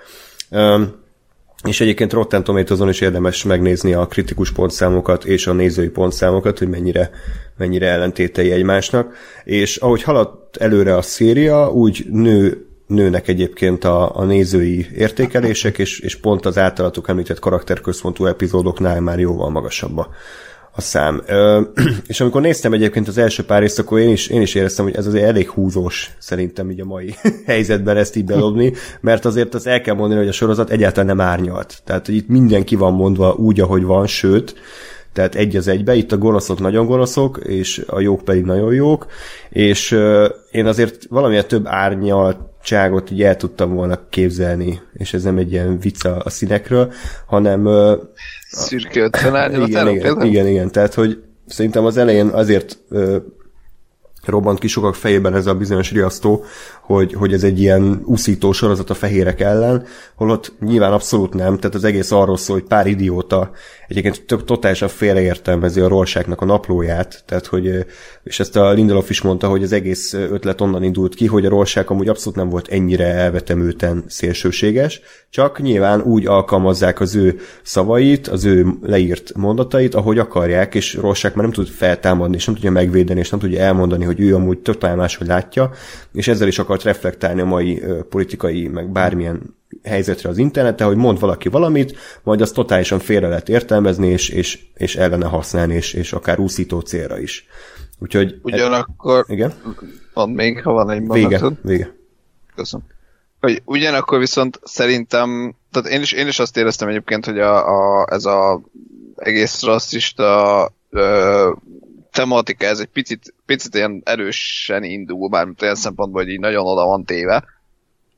És egyébként Rotten Tomatoes-on is érdemes megnézni a kritikus pontszámokat és a nézői pontszámokat, hogy mennyire, mennyire ellentétei egymásnak. És ahogy haladt előre a széria, úgy nő, nőnek egyébként a, a nézői értékelések, és, és pont az általatok említett karakterközpontú epizódoknál már jóval magasabb a, a szám. Ö, és amikor néztem egyébként az első pár részt, akkor én is, én is éreztem, hogy ez azért elég húzós szerintem így a mai helyzetben ezt így bedobni, mert azért azt el kell mondani, hogy a sorozat egyáltalán nem árnyalt. Tehát, hogy itt minden ki van mondva úgy, ahogy van, sőt, tehát egy az egybe, itt a gonoszok nagyon gonoszok, és a jók pedig nagyon jók, és ö, én azért valamilyen több árnyaltságot így el tudtam volna képzelni, és ez nem egy ilyen vicc a, a színekről, hanem ö,
szürke ötven árnyalat.
Igen, igen, igen, igen, tehát hogy szerintem az elején azért ö, robbant ki sokak fejében ez a bizonyos riasztó, hogy, hogy ez egy ilyen úszító sorozat a fehérek ellen, holott nyilván abszolút nem, tehát az egész arról szól, hogy pár idióta egyébként totálisan félreértelmezi a Rorschachnak a naplóját, tehát hogy, és ezt a Lindelof is mondta, hogy az egész ötlet onnan indult ki, hogy a Rorschach amúgy abszolút nem volt ennyire elvetemülten szélsőséges, csak nyilván úgy alkalmazzák az ő szavait, az ő leírt mondatait, ahogy akarják, és Rorschach már nem tud feltámadni, és nem tudja megvédeni, és nem tudja elmondani, hogy ő amúgy totál máshogy látja, és ezzel is akart reflektálni a mai ö, politikai, meg bármilyen helyzetre az interneten, hogy mond valaki valamit, majd azt totálisan félre lehet értelmezni, és, és, és ellene használni, és, és akár úszító célra is. Úgyhogy...
Ugyanakkor...
E... Igen?
Van még, ha van egy
mondatod. Vége, vége.
Köszönöm. Hogy ugyanakkor viszont szerintem, tehát én is, én is azt éreztem egyébként, hogy a, a, ez a egész rasszista ö, tematika, ez egy picit, picit ilyen erősen indul, bármint olyan szempontból, hogy így nagyon oda van téve.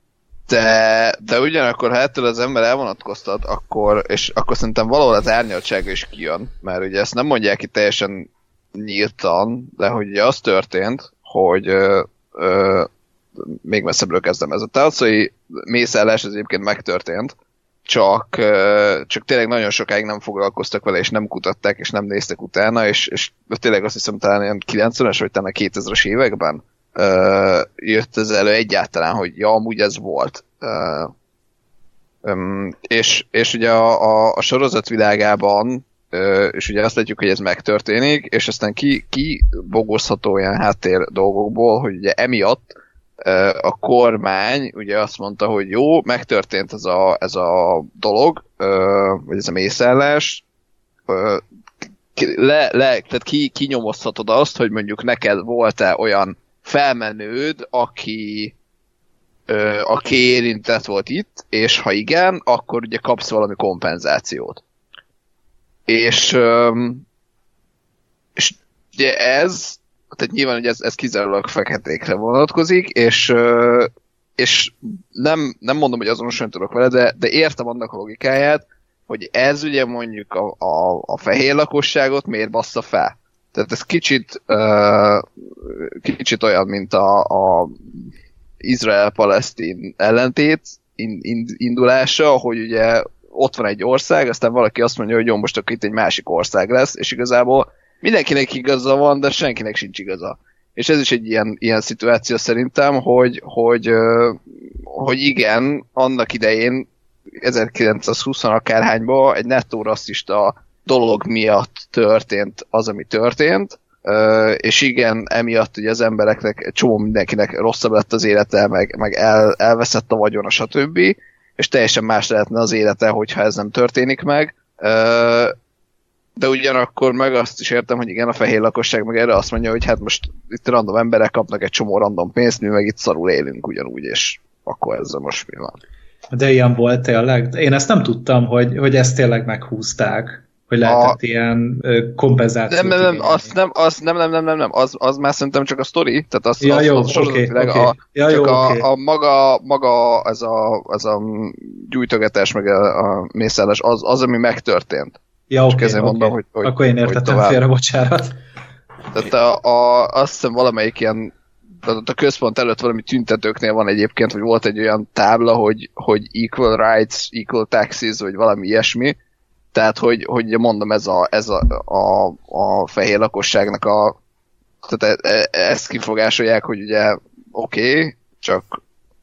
De, de ugyanakkor, ha ettől az ember elvonatkoztat, akkor, és akkor szerintem valahol az árnyaltsága is kijön, mert ugye ezt nem mondják ki teljesen nyíltan, de hogy ugye az történt, hogy ö, ö, még messzebbről kezdem. Ez a tálcai mészállás az egyébként megtörtént, csak, ö, csak tényleg nagyon sokáig nem foglalkoztak vele, és nem kutatták, és nem néztek utána, és, és tényleg azt hiszem talán ilyen kilencvenes, vagy talán kétezres években ö, jött ez elő egyáltalán, hogy ja, amúgy ez volt. Ö, ö, és, és ugye a, a, a sorozat világában és ugye azt látjuk, hogy ez megtörténik, és aztán ki, ki bogozható ilyen háttér dolgokból, hogy ugye emiatt a kormány ugye azt mondta, hogy jó, megtörtént ez a, ez a dolog, vagy ez a mészállás, le, le, tehát ki, kinyomozhatod azt, hogy mondjuk neked volt-e olyan felmenőd, aki aki érintett volt itt, és ha igen, akkor ugye kapsz valami kompenzációt. És, és ugye ez, tehát nyilván ugye ez, ez kizárólag feketékre vonatkozik, és, és nem, nem mondom, hogy azonosan tudok vele, de, de értem annak a logikáját, hogy ez ugye mondjuk a, a, a fehér lakosságot miért bassza fel. Tehát ez kicsit, kicsit olyan, mint a, a Izrael-Palesztin ellentét indulása, hogy ugye ott van egy ország, aztán valaki azt mondja, hogy jó, most akkor itt egy másik ország lesz, és igazából mindenkinek igaza van, de senkinek sincs igaza. És ez is egy ilyen, ilyen szituáció szerintem, hogy, hogy, hogy igen, annak idején ezerkilencszázhúsz akárhányban egy nettó rasszista dolog miatt történt az, ami történt, és igen, emiatt ugye az embereknek, csomó mindenkinek rosszabb lett az élete, meg, meg el, elveszett a vagyona, stb., és teljesen más lehetne az élete, hogyha ez nem történik meg. De ugyanakkor meg azt is értem, hogy igen, a fehér lakosság meg erre azt mondja, hogy hát most itt random emberek kapnak egy csomó random pénzt, mi meg itt szarul élünk ugyanúgy, és akkor ezzel most mi van.
De ilyen volt tényleg? Én ezt nem tudtam, hogy, hogy ezt tényleg meghúzták, hogy lehetett a... ilyen kompenzációt.
Nem, nem, nem, az nem, az, nem, nem, nem, nem, nem, az, az már szerintem csak a sztori, tehát az,
ja,
az,
jó,
az sorozatilag
okay, okay. ja,
csak
jó,
a,
okay.
a maga, maga ez a, ez a gyújtogatás, meg a, a mészállás, az, az, ami megtörtént.
Ja, oké,
okay,
okay.
hogy, hogy,
akkor én értettem félre, bocsánat.
Tehát a, a, azt hiszem valamelyik ilyen, tehát a központ előtt valami tüntetőknél van egyébként, hogy volt egy olyan tábla, hogy, hogy equal rights, equal taxes, vagy valami ilyesmi. Tehát, hogy, hogy mondom, ez a, ez a, a, a fehér lakosságnak a, tehát e, e, ezt kifogásolják, hogy ugye oké, okay, csak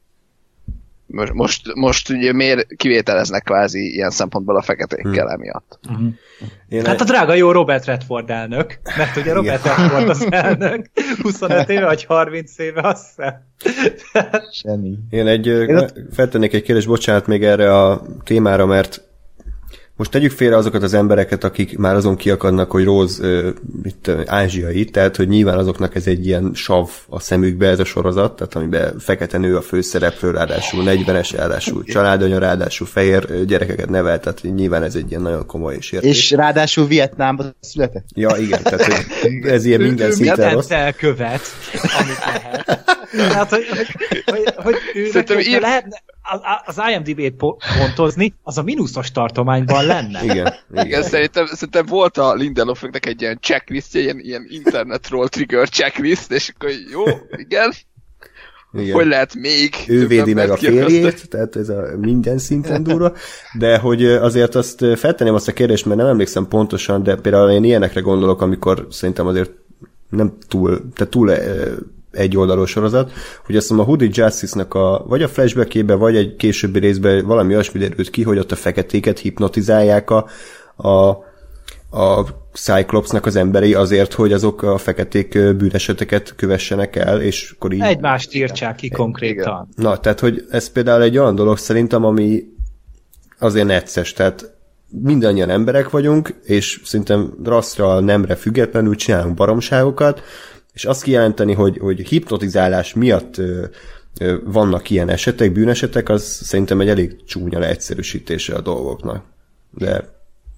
most, most, most ugye miért kivételeznek kvázi ilyen szempontból a feketékkel hmm. emiatt.
Uh-huh. Hát a drága jó Robert Redford elnök, mert ugye Robert Redford az elnök, huszonöt éve vagy harminc éve, azt hiszem.
Semmi.
Én egy, feltennék egy kérdést, bocsánat még erre a témára, mert most tegyük félre azokat az embereket, akik már azon kiakadnak, hogy Rose uh, itt, ázsiai, tehát hogy nyilván azoknak ez egy ilyen sav a szemükbe ez a sorozat, tehát amiben fekete nő a főszereplő, ráadásul negyvenes, ráadásul családanya, ráadásul fehér gyerekeket nevel, tehát nyilván ez egy ilyen nagyon komoly és érték.
És ráadásul Vietnámban született.
Ja, igen, tehát hogy ez ilyen minden szinten rossz.
Elkövet, amit lehet. Tehát, hogy, hogy, hogy őnek ír... lehetne az IMDb-t pontozni, az a mínuszos tartományban lenne.
Igen, igen.
igen szerintem, szerintem volt a Lindeloföknek egy ilyen checklistje, ilyen, ilyen internetról trigger checklist, és akkor jó, igen. igen. Hogy lehet még...
Ő védi meg a férjét, tehát ez a minden szinten durva, de hogy azért azt feltenném azt a kérdést, mert nem emlékszem pontosan, de például én ilyenekre gondolok, amikor szerintem azért nem túl, tehát túl egy oldalos sorozat, hogy azt mondom, a Hooded Justice-nak a, vagy a flashback-ébe, vagy egy későbbi részben valami olyasmi derült ki, hogy ott a feketéket hipnotizálják a, a, a Cyclopsnak az emberei azért, hogy azok a feketék bűneseteket kövessenek el, és akkor így...
Egymást írtsák ki konkrétan.
Na, tehát, hogy ez például egy olyan dolog szerintem, ami azért necces, tehát mindannyian emberek vagyunk, és szerintem rasszra, nemre függetlenül csinálunk baromságokat, és azt kijelenteni, hogy, hogy hipnotizálás miatt ö, ö, vannak ilyen esetek, bűnesetek, az szerintem egy elég csúnya leegyszerűsítése a dolgoknak. De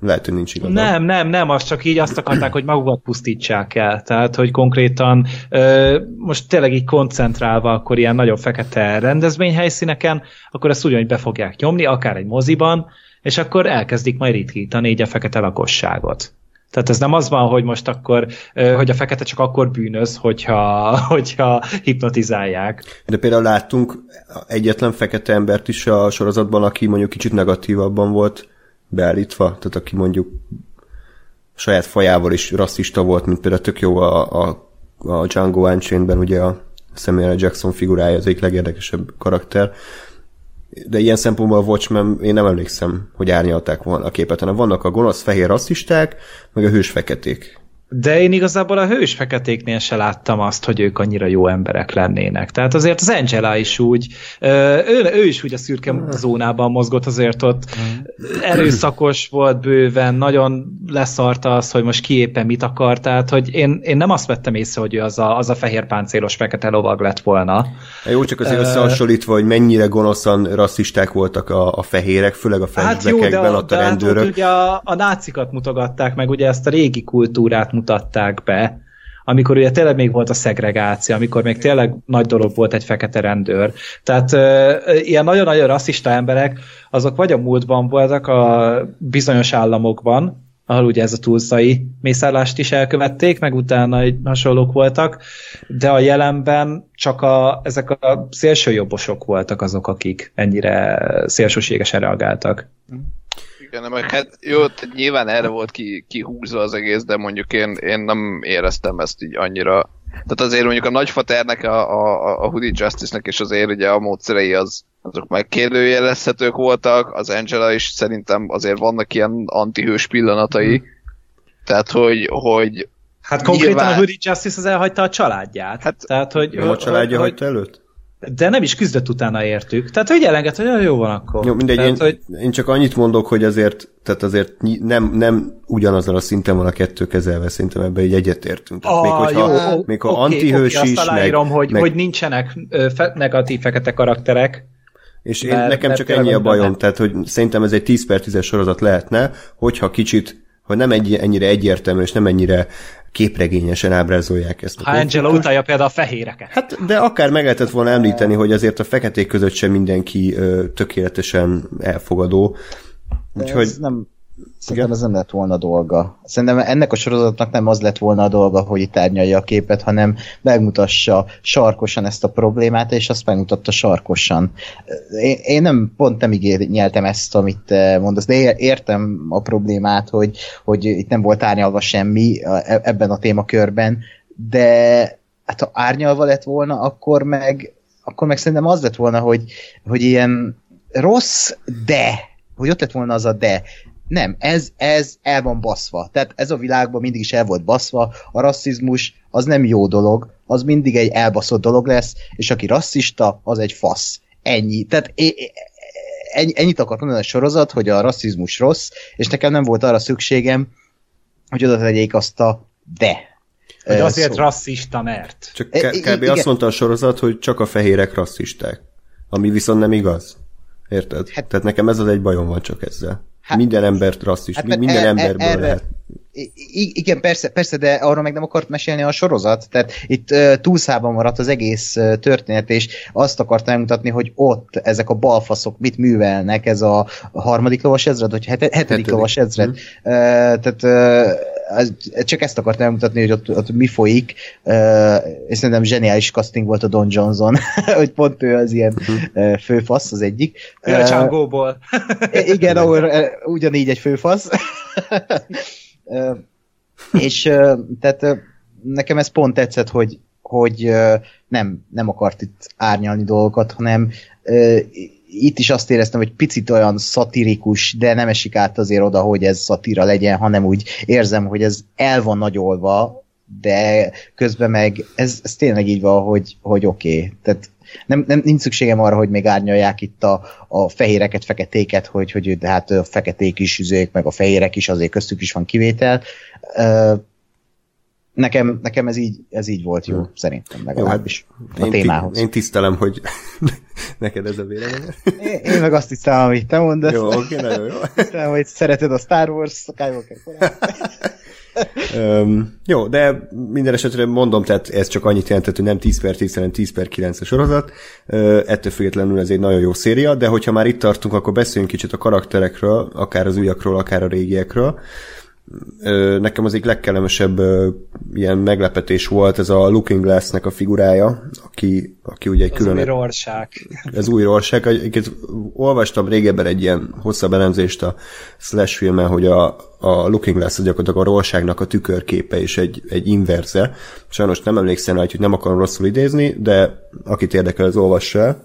Lehet, hogy nincs igazán.
Nem, nem, nem, azt csak így azt akarták, hogy magukat pusztítsák el. Tehát, hogy konkrétan ö, most tényleg így koncentrálva akkor ilyen nagyobb fekete rendezvényhelyszíneken, akkor ezt ugyanúgy be fogják nyomni, akár egy moziban, és akkor elkezdik majd ritkítani így a fekete lakosságot. Tehát ez nem az van, hogy most akkor, hogy a fekete csak akkor bűnöz, hogyha, hogyha hipnotizálják.
De például láttunk egyetlen fekete embert is a sorozatban, aki mondjuk kicsit negatívabban volt beállítva, tehát aki mondjuk saját fajával is rasszista volt, mint például tök jó a, a, a Django Unchained-ben, ugye a Samuel Jackson figurája az egyik legérdekesebb karakter. De ilyen szempontból a Watchmen, én nem emlékszem, hogy árnyalták volna a képet, hanem vannak a gonosz fehér rasszisták, meg a hős feketék.
De én igazából a hős feketéknél se láttam azt, hogy ők annyira jó emberek lennének. Tehát azért az Angela is úgy, ő, ő is úgy a szürke zónában mozgott, azért ott erőszakos volt bőven, nagyon leszarta az, hogy most ki éppen mit akar, tehát hogy én, én nem azt vettem észre, hogy ő az a, az a fehér páncélos fekete lovag lett volna.
Jó, csak azért összehasonlítva, hogy mennyire gonoszan rasszisták voltak a, a fehérek, főleg a flashbackekben, hát ott a rendőrök.
Hát ugye a, a nácikat mutogatták, meg ugye ezt a régi kultúrát mutatták be, amikor ugye tényleg még volt a szegregáció, amikor még tényleg nagy dolog volt egy fekete rendőr. Tehát uh, ilyen nagyon-nagyon rasszista emberek, azok vagy a múltban voltak a bizonyos államokban, ahol ugye ez a tulszai mészárlást is elkövették, meg utána hasonlók voltak, de a jelenben csak a, ezek a szélsőjobbosok voltak azok, akik ennyire szélsőségesen reagáltak.
Igen, meg hát jó, nyilván erre volt ki, kihúzva az egész, de mondjuk én, én nem éreztem ezt így annyira. Tehát azért mondjuk a nagyfaternek, a, a, a Hoodie Justice-nek és azért ugye a módszerei az, azok megkérdőjelezhetők voltak, az Angela is szerintem azért vannak ilyen antihős pillanatai. Hmm. Tehát, hogy, hogy
hát konkrétan nyilván... a Hoodie Justice az elhagyta a családját. Hát, tehát, hogy,
nem a családja
hogy,
hagyta előtt?
De nem is küzdött utána értük. Tehát, hogy elenged, hogy jó van akkor.
Jó, mindegy,
tehát,
én,
hogy...
én csak annyit mondok, hogy azért, tehát azért nem, nem ugyanazon a szinten van a kettő kezelve, szerintem ebben így egyetértünk.
Ah,
még hogyha,
jó,
még ha
okay,
antihős
okay,
is,
azt aláírom,
meg,
hogy,
meg...
hogy nincsenek fe, negatív fekete karakterek.
És én, mert, nekem mert csak ennyi a bajom, nem. Tehát hogy szerintem ez egy tíz per tízes sorozat lehetne, hogyha kicsit, hogy nem egy, ennyire egyértelmű, és nem ennyire képregényesen ábrázolják ezt a
Ha Angela utalja például a fehéreket.
Hát, de akár meg lehetett volna említeni, hogy azért a feketék között sem mindenki ö, tökéletesen elfogadó. Úgyhogy...
Ez nem, szerintem ez nem lett volna dolga. Szerintem ennek a sorozatnak nem az lett volna a dolga, hogy itt árnyalja a képet, hanem megmutassa sarkosan ezt a problémát, és azt megmutatta sarkosan. Én, én nem, pont nem igényeltem ezt, amit te mondasz, de értem a problémát, hogy, hogy itt nem volt árnyalva semmi ebben a témakörben, de hát ha árnyalva lett volna, akkor meg, akkor meg szerintem az lett volna, hogy, hogy ilyen rossz, de, hogy ott lett volna az a de. Nem, ez, ez el van baszva. Tehát ez a világban mindig is el volt baszva. A rasszizmus az nem jó dolog, az mindig egy elbaszott dolog lesz, és aki rasszista, az egy fasz. Ennyi. Tehát ennyi, ennyit akart mondani a sorozat, hogy a rasszizmus rossz, és nekem nem volt arra szükségem, hogy oda tegyék azt a de.
Hogy azért szó. Rasszista, mert.
Csak k- kb. Azt mondta a sorozat, hogy csak a fehérek rasszisták. Ami viszont nem igaz. Érted? Hát, tehát nekem ez az egy bajom van csak ezzel. Hát, minden embert rasszist, hát, minden e, emberből erre, lehet.
Igen, persze, persze, de arra meg nem akart mesélni a sorozat. Tehát itt uh, túlszában maradt az egész uh, történet, és azt akart megmutatni, hogy ott ezek a balfaszok mit művelnek, ez a harmadik lovas ezred, vagy het, hetedik, hetedik lovas ezred. Hmm. Uh, tehát uh, csak ezt akart megmutatni, hogy ott, ott mi folyik, uh, és szerintem zseniális casting volt a Don Johnson, hogy pont ő az ilyen uh, főfasz, az egyik.
Ő a Django-ból.
Uh, igen, ahol uh, ugyanígy egy főfasz. Uh, és uh, tehát uh, nekem ez pont tetszett, hogy, hogy uh, nem, nem akart itt árnyalni dolgokat, hanem uh, itt is azt éreztem, hogy picit olyan szatirikus, de nem esik át azért oda, hogy ez szatira legyen, hanem úgy érzem, hogy ez el van nagyolva, de közben meg ez, ez tényleg így van, hogy, hogy oké. Okay. Tehát nem, nem, nincs szükségem arra, hogy még árnyalják itt a, a fehéreket, feketéket, hogy, hogy hát a feketék is üzők, meg a fehérek is, azért köztük is van kivétel. Uh, Nekem, nekem ez, így, ez így volt jó, szerintem legalábbis
jó, hát
a témához.
Én tisztelem, hogy neked ez a véleményed.
Én, én meg azt tisztelem, amit te mondasz.
Jó, oké, nagyon jó.
Tisztelem, hogy szereted a Star Wars, Skywalker
um, jó, de minden esetre mondom, tehát ez csak annyit jelentett, hogy nem tíz per tíz, hanem tíz per kilenc a sorozat. Uh, ettől függetlenül ez egy nagyon jó széria, de hogyha már itt tartunk, akkor beszéljünk kicsit a karakterekről, akár az újakról, akár a régiekről. Nekem az egyik legkellemesebb ilyen meglepetés volt ez a Looking Glass-nek a figurája, aki, aki ugye egy külön...
Az új Rorschach.
Az új Rorschach. Egyébként olvastam régebben egy ilyen hosszabb elemzést a Slash filmen, hogy a, a Looking Glass gyakorlatilag a Rorschachnak a tükörképe és egy, egy inverze. Sajnos nem emlékszem rá, hogy nem akarom rosszul idézni, de akit érdekel, az olvassa el.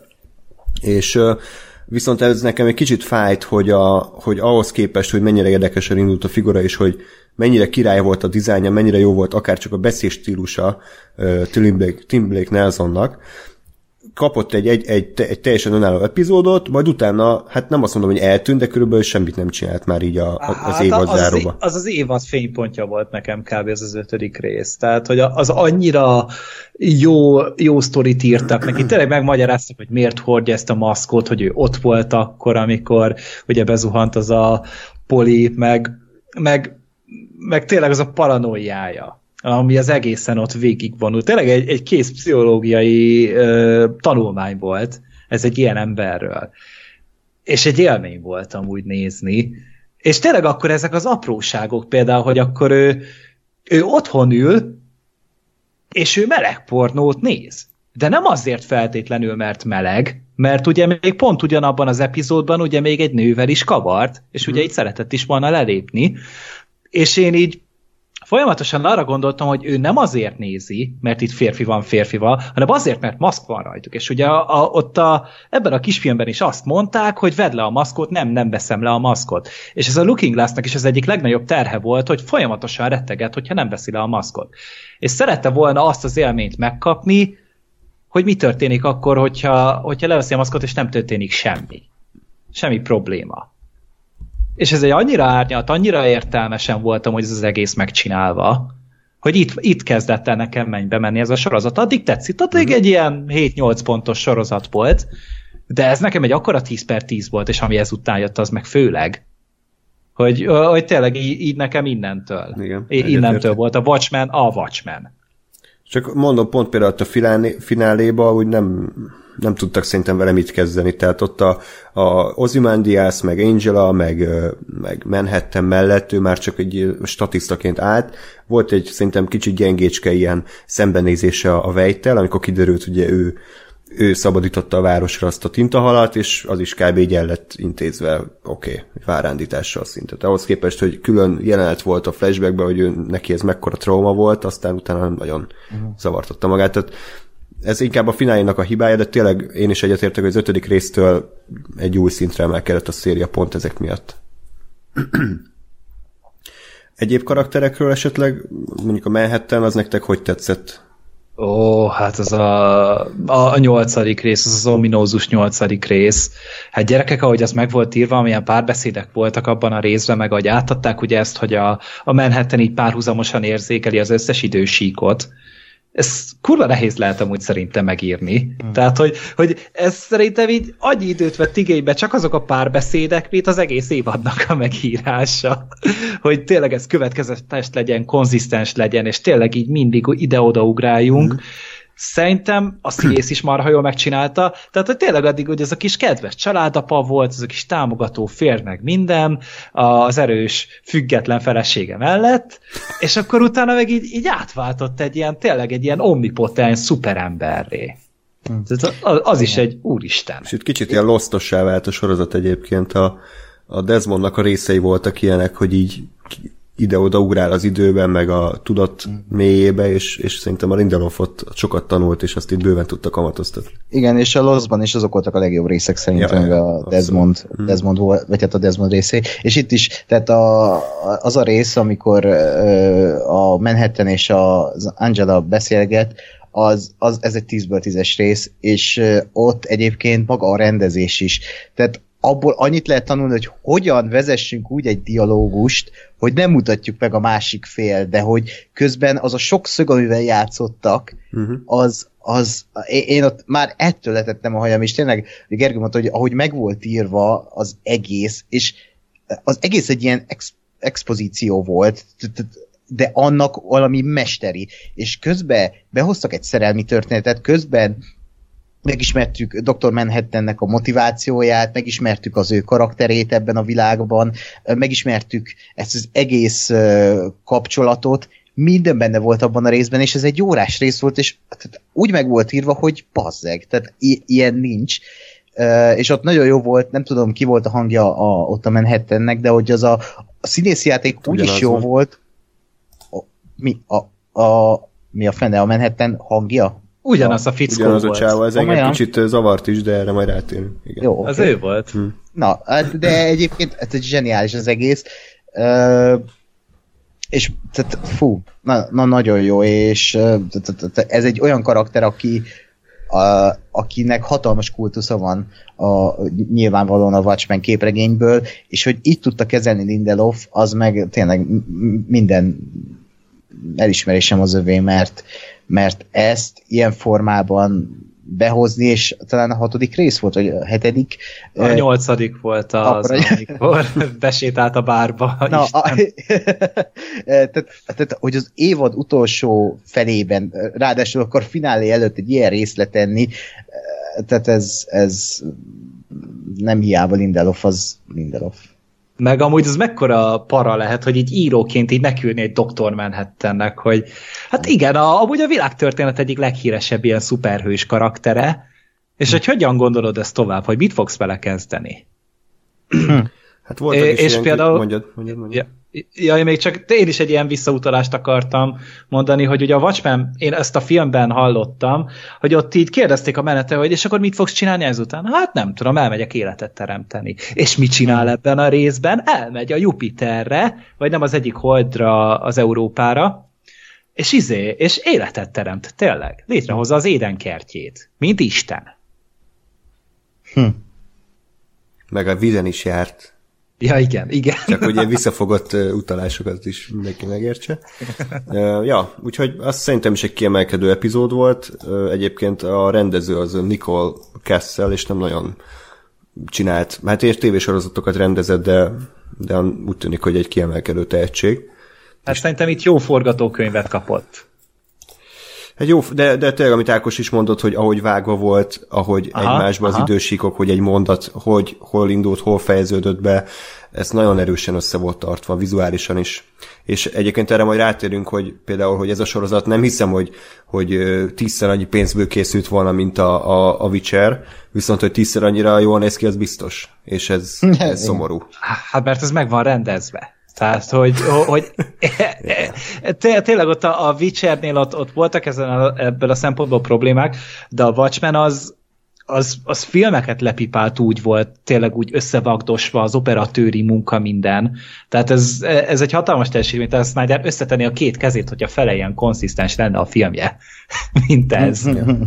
És viszont ez nekem egy kicsit fájt, hogy, a, hogy ahhoz képest, hogy mennyire érdekesen indult a figura, és hogy mennyire király volt a dizájnja, mennyire jó volt akár csak a beszédstílusa uh, Tim Blake, Tim Blake Nelsonnak, kapott egy, egy, egy, egy teljesen önálló epizódot, majd utána, hát nem azt mondom, hogy eltűnt, de körülbelül semmit nem csinált már így a, a, az évad
hát
záróba.
Az, az az évad fénypontja volt nekem kb. Az az ötödik rész. Tehát, hogy az annyira jó, jó sztorit írtak neki. Tényleg megmagyaráztak, hogy miért hordja ezt a maszkot, hogy ő ott volt akkor, amikor ugye bezuhant az a poli, meg, meg, meg tényleg az a paranoiája, ami az egészen ott végigvonult. Tényleg egy, egy kész pszichológiai ö, tanulmány volt ez egy ilyen emberről. És egy élmény volt amúgy nézni. És tényleg akkor ezek az apróságok például, hogy akkor ő, ő otthon ül, és ő meleg pornót néz. De nem azért feltétlenül, mert meleg, mert ugye még pont ugyanabban az epizódban ugye még egy nővel is kavart, és hmm. ugye így szeretett is volna lelépni. És én így folyamatosan arra gondoltam, hogy ő nem azért nézi, mert itt férfi van férfival, hanem azért, mert maszk van rajtuk. És ugye a, a, ott a, ebben a kisfilmben is azt mondták, hogy vedd le a maszkot, nem, nem veszem le a maszkot. És ez a Looking Glass-nak is az egyik legnagyobb terhe volt, hogy folyamatosan retteget, hogyha nem veszi le a maszkot. És szerette volna azt az élményt megkapni, hogy mi történik akkor, hogyha, hogyha leveszi a maszkot, és nem történik semmi. Semmi probléma. És ez egy annyira árnyalt, annyira értelmesen voltam, hogy ez az egész megcsinálva, hogy itt, itt kezdett el nekem mennybe menni ez a sorozat. Addig tetszik, addig egy ilyen hét-nyolc pontos sorozat volt, de ez nekem egy akkora tíz per tíz volt, és ami ezután jött, az meg főleg. Hogy, hogy tényleg így, így nekem innentől.
Igen,
innentől volt a Watchmen, a Watchmen.
Csak mondom, pont például a finálé, fináléba úgy nem, nem tudtak szerintem vele mit kezdeni, tehát ott a, a Ozymandias, meg Angela, meg, meg Manhattan mellett ő már csak egy statisztaként állt. Volt egy szerintem kicsit gyengécske ilyen szembenézése a Vejttel, amikor kiderült, ugye ő, ő szabadította a városra azt a tintahalat, és az is kb. Így el lett intézve, oké, okay, várándítással szinte. Ahhoz képest, hogy külön jelenet volt a flashbackben, hogy ő, neki ez mekkora trauma volt, aztán utána nem nagyon uh-huh. zavartotta magát. Tehát ez inkább a finálénak a hibája, de tényleg én is egyetértek, hogy az ötödik résztől egy új szintre emelkedett a széria pont ezek miatt. Egyéb karakterekről esetleg, mondjuk a Manhattan, az nektek hogy tetszett?
Ó, hát az a, a, a nyolcadik rész, az az ominózus nyolcadik rész. Hát gyerekek, ahogy az meg volt írva, amilyen párbeszédek voltak abban a részben, meg ahogy átadták ugye ezt, hogy a, a Manhattan így párhuzamosan érzékeli az összes idősíkot. Ez kurva nehéz lehet amúgy szerintem megírni. Hmm. Tehát, hogy, hogy ez szerintem így annyi időt vett igénybe csak azok a párbeszédek, mint az egész évadnak a megírása. Hogy tényleg ez következetes legyen, konzisztens legyen, és tényleg így mindig ide-oda ugráljunk. Hmm. Szerintem a színész is marha jól megcsinálta, tehát hogy tényleg addig, hogy ez a kis kedves családapa volt, ez a kis támogató férj meg minden, az erős, független felesége mellett, és akkor utána meg így, így átváltott egy ilyen, tényleg egy ilyen omnipotens szuperemberré. Hmm. Az, az is egy úristen.
És itt kicsit ilyen losztossá vált a sorozat egyébként, a, a Desmondnak a részei voltak ilyenek, hogy így ide-oda ugrál az időben, meg a tudat mélyébe, és, és szerintem a Lindelof ott sokat tanult, és azt itt bőven tudta kamatoztatni.
Igen, és a Lost-ban is azok voltak a legjobb részek szerintem, ja, a Desmond, Desmond volt, vagy hát a Desmond részé. És itt is, tehát a, az a rész, amikor a Manhattan és az Angela beszélget, az, az, ez egy tízből tízes rész, és ott egyébként maga a rendezés is. Tehát abból annyit lehet tanulni, hogy hogyan vezessünk úgy egy dialógust, hogy nem mutatjuk meg a másik fél, de hogy közben az a sok szög, amivel játszottak, uh-huh. az, az, én ott már ettől letettem a hajam, és tényleg Gergő mondta, hogy ahogy meg volt írva az egész, és az egész egy ilyen ex, expozíció volt, de annak valami mesteri, és közben behoztak egy szerelmi történetet, közben megismertük doktor Manhattannek a motivációját, megismertük az ő karakterét ebben a világban, megismertük ezt az egész kapcsolatot, minden benne volt abban a részben, és ez egy órás rész volt, és úgy meg volt írva, hogy pazzeg, tehát i- ilyen nincs. És ott nagyon jó volt, nem tudom ki volt a hangja a, ott a Manhattannek, de hogy az a, a színészjáték úgy is jó van. Volt. A, mi, a, a, mi a fene, a Manhattan hangja?
Ugyanaz a fickó
Ugyanaz
volt.
a csáva, ez engem kicsit zavart is, de erre majd rátérünk. Igen.
Jó,
az
okay.
ő volt. Hm.
Na, de egyébként ez egy zseniális az egész. Uh, és tehát, fú, na, na, nagyon jó, és uh, ez egy olyan karakter, aki a, akinek hatalmas kultusza van a, nyilvánvalóan a Watchmen képregényből, és hogy így tudta kezelni Lindelof, az meg tényleg minden elismerésem az övé, mert, mert ezt ilyen formában behozni, és talán a hatodik rész volt, vagy a hetedik.
A nyolcadik volt az, akkor, amikor besétált a bárba.
Na, a, tehát, tehát, hogy az évad utolsó felében, ráadásul akkor finálé előtt egy ilyen részt letenni, tehát ez, ez nem hiába Lindelof, az Lindelof.
Meg amúgy az mekkora para lehet, hogy így íróként így nekülni egy doktor Manhattannek, hogy hát igen, a, amúgy a világtörténet egyik leghíresebb ilyen szuperhős karaktere, és hogy hogyan gondolod ezt tovább, hogy mit fogsz vele kezdeni?
Hát voltak is
és
ilyen,
például,
mondjad, mondjad, mondjad.
Ja, ja, én még csak én is egy ilyen visszautalást akartam mondani, hogy ugye a Watchmen, én ezt a filmben hallottam, hogy ott így kérdezték a menete, hogy és akkor mit fogsz csinálni ezután? Hát nem tudom, elmegyek életet teremteni. És mit csinál ebben a részben? Elmegy a Jupiterre, vagy nem az egyik holdra, az Európára, és izé, és életet teremt, tényleg. Létrehozza az Éden kertjét, mint Isten.
Hm.
Meg a vízen is járt.
Ja, igen, igen.
Csak hogy ilyen visszafogott uh, utalásokat is mindenki megértse. Uh, ja, úgyhogy azt szerintem is egy kiemelkedő epizód volt. Uh, egyébként a rendező az Nicole Kassel, és nem nagyon csinált, hát és tévésorozatokat rendezett, de, de úgy tűnik, hogy egy kiemelkedő tehetség.
Hát és szerintem itt jó forgatókönyvet kapott.
Hát jó, de, de tényleg, amit Ákos is mondott, hogy ahogy vágva volt, ahogy aha, egymásba aha. az idősíkok, hogy egy mondat, hogy hol indult, hol fejeződött be, ez nagyon erősen össze volt tartva, vizuálisan is. És egyébként erre majd rátérünk, hogy például, hogy ez a sorozat nem hiszem, hogy, hogy tízszer annyi pénzből készült volna, mint a, a, a Witcher, viszont, hogy tízszer annyira jól néz ki, az biztos. És ez, ez szomorú.
Hát mert ez meg van rendezve. Tehát, hogy, hogy tényleg ott a Witchernél ott, ott voltak ezen a, ebből a szempontból problémák, de a Watchmen az, az, az filmeket lepipált, úgy volt, tényleg úgy összevagdosva az operatőri munka minden. Tehát ez, ez egy hatalmas teljesítmény, tehát Snyder összetenni a két kezét, hogy a fele ilyen konszisztens lenne a filmje, mint ez.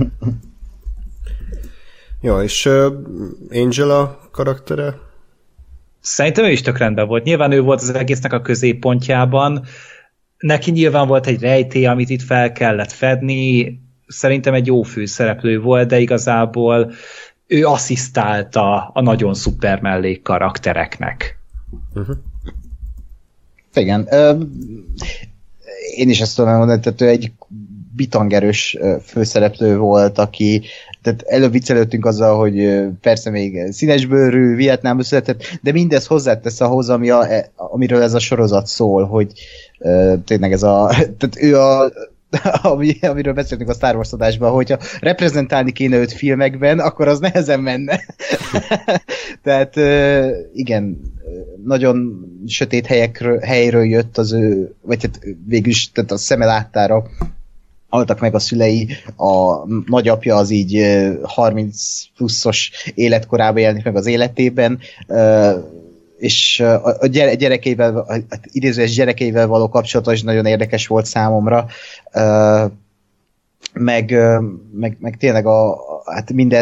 Jó, és uh, Angela karaktere?
Szerintem ő is tök rendben volt. Nyilván ő volt az egésznek a középpontjában. Neki nyilván volt egy rejtély, amit itt fel kellett fedni. Szerintem egy jó főszereplő volt, de igazából ő asszisztálta a nagyon szuper mellék karaktereknek. Uh-huh.
Igen. Ö, én is ezt tudom mondani, tehát ő egy bitangerős főszereplő volt, aki tehát előbb viccelődtünk azzal, hogy persze még színesbőrű, Vietnámban született, de mindez hozzátesz ahhoz, ami a, amiről ez a sorozat szól, hogy uh, tényleg ez a, tehát ő a ami, amiről beszéltünk a Star Wars adásban, hogyha reprezentálni kéne őt filmekben, akkor az nehezen menne. Tehát uh, igen, nagyon sötét helyekről, helyről jött az ő, vagy hát végülis tehát a szeme láttára haltak meg a szülei, a nagyapja az így harminc pluszos életkorában jelenik meg az életében, és a gyerekeivel, idézőes gyerekeivel való kapcsolata is nagyon érdekes volt számomra, meg, meg, meg tényleg a, hát mindez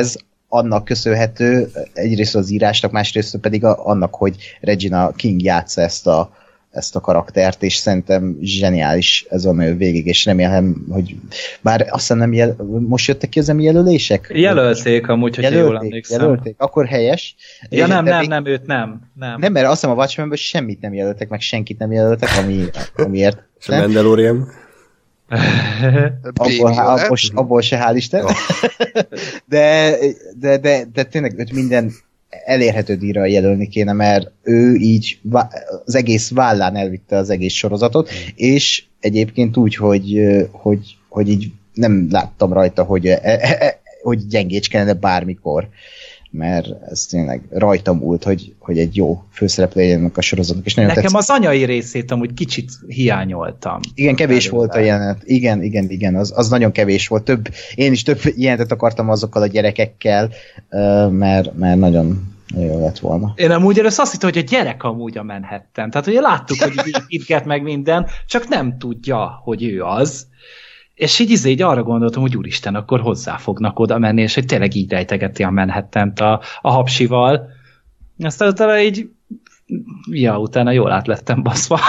annak köszönhető, egyrészt az írásnak, másrészt pedig a, annak, hogy Regina King játsza ezt a, ezt a karaktert, és szerintem zseniális ez a nő végig, és remélem, hogy bár azt hiszem nem jel... most jöttek ki az emi jelölések?
Jelölték amúgy, hogy
jelölték,
jól emlékszem.
Jelölték, akkor helyes.
Ja nem, nem,
még...
nem, őt nem, nem.
Nem, mert azt hiszem a Watchmenből semmit nem jelöltek, meg senkit nem jelöltek, ami, amiért.
És a Mandalorian?
abból, abból, abból se, hál' Isten. Oh. de, de, de, de tényleg őt minden elérhető díjra jelölni kéne, mert ő így az egész vállán elvitte az egész sorozatot, és egyébként úgy, hogy, hogy, hogy így nem láttam rajta, hogy, hogy gyengécskelne bármikor, mert ez tényleg rajtam múlt, hogy, hogy egy jó főszereplő legyenek a sorozatok. És
nekem tetsz... az anyai részét amúgy kicsit hiányoltam.
Igen, kevés előbb volt a jelenet. Igen, igen, igen, az, az nagyon kevés volt. Több, én is több jelenetet akartam azokkal a gyerekekkel, mert, mert nagyon jó lett volna.
Én amúgy először azt hittem, hogy a gyerek amúgy a Manhattan. Tehát ugye láttuk, hogy így építget meg minden, csak nem tudja, hogy ő az. És így, így arra gondoltam, hogy úristen, akkor hozzá fognak oda menni, és hogy tényleg így rejtegeti a Manhattant a, a hapsival. Aztán utána így, ja, utána jól át lettem baszva.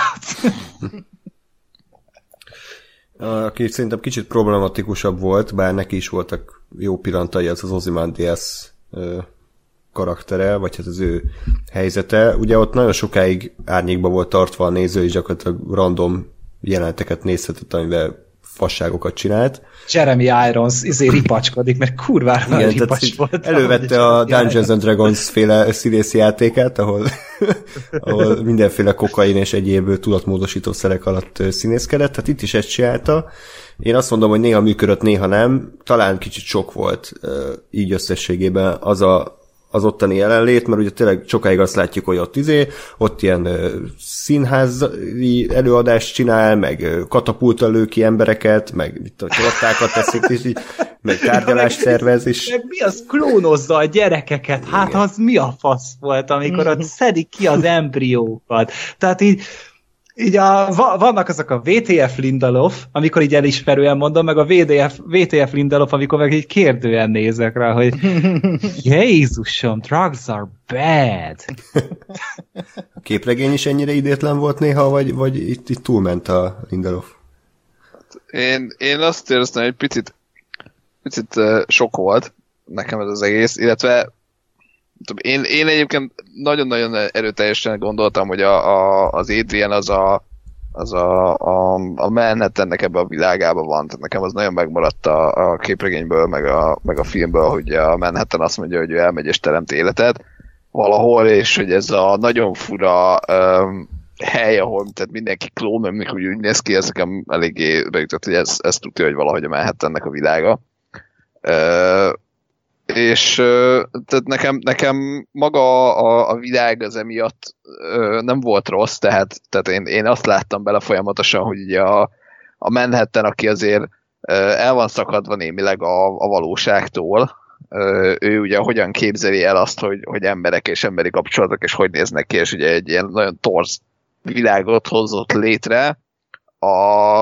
Aki szerintem kicsit problematikusabb volt, bár neki is voltak jó pillanatai, az az Ozymandias karaktere, vagy hát az ő helyzete. Ugye ott nagyon sokáig árnyékba volt tartva a néző, és gyakorlatilag random jeleneteket nézhetett, amivel fasságokat csinált.
Jeremy Irons izé ripacskodik, mert kurvára
igen,
ripacs volt.
Elővette a Dungeons and Dragons féle színészi játékát, ahol, ahol mindenféle kokain és egyéb tudatmódosító szerek alatt színészkedett, tehát itt is ezt csinálta. Én azt mondom, hogy néha működött, néha nem. Talán kicsit sok volt így összességében az a az ottani jelenlét, mert ugye tényleg sokáig azt látjuk, hogy ott izé, ott ilyen uh, színházi előadást csinál, meg uh, katapultal lő ki embereket, meg itt a csattákat teszik, és így, meg tárgyalást szervez, és...
Meg mi az, klónozza a gyerekeket? Hát igen. Az mi a fasz volt, amikor ott szedik ki az embriókat? Tehát így így a, vannak azok a vé té ef Lindelof, amikor így elismerően mondom, meg a vé dé ef, vé té ef Lindelof, amikor meg így kérdően nézek rá, hogy Jézusom, drugs are bad.
A képregény is ennyire idétlen volt néha, vagy, vagy itt, itt túlment a Lindelof?
Én, én azt éreztem, hogy picit, picit uh, sok volt nekem ez az egész, illetve Én, én egyébként nagyon-nagyon erőteljesen gondoltam, hogy a, a, az Adrian az a, az a, a, a Manhattannek ebbe a világába van. Tehát nekem az nagyon megmaradt a, a képregényből, meg a, meg a filmből, hogy a Manhattan azt mondja, hogy ő elmegy és teremt életet valahol, és hogy ez a nagyon fura um, hely, ahol tehát mindenki klón, amikor úgy néz ki, ez nekem eléggé bejutott, hogy ez, ez tudja, hogy valahogy a Manhattannek a világa. Uh, és tehát nekem, nekem maga a, a világ az emiatt ö, nem volt rossz, tehát, tehát én, én azt láttam bele folyamatosan, hogy ugye a, a Manhattan, aki azért ö, el van szakadva némileg a, a valóságtól, ö, ő ugye hogyan képzeli el azt, hogy, hogy emberek és emberi kapcsolatok, és hogy néznek ki, és ugye egy ilyen nagyon torz világot hozott létre, a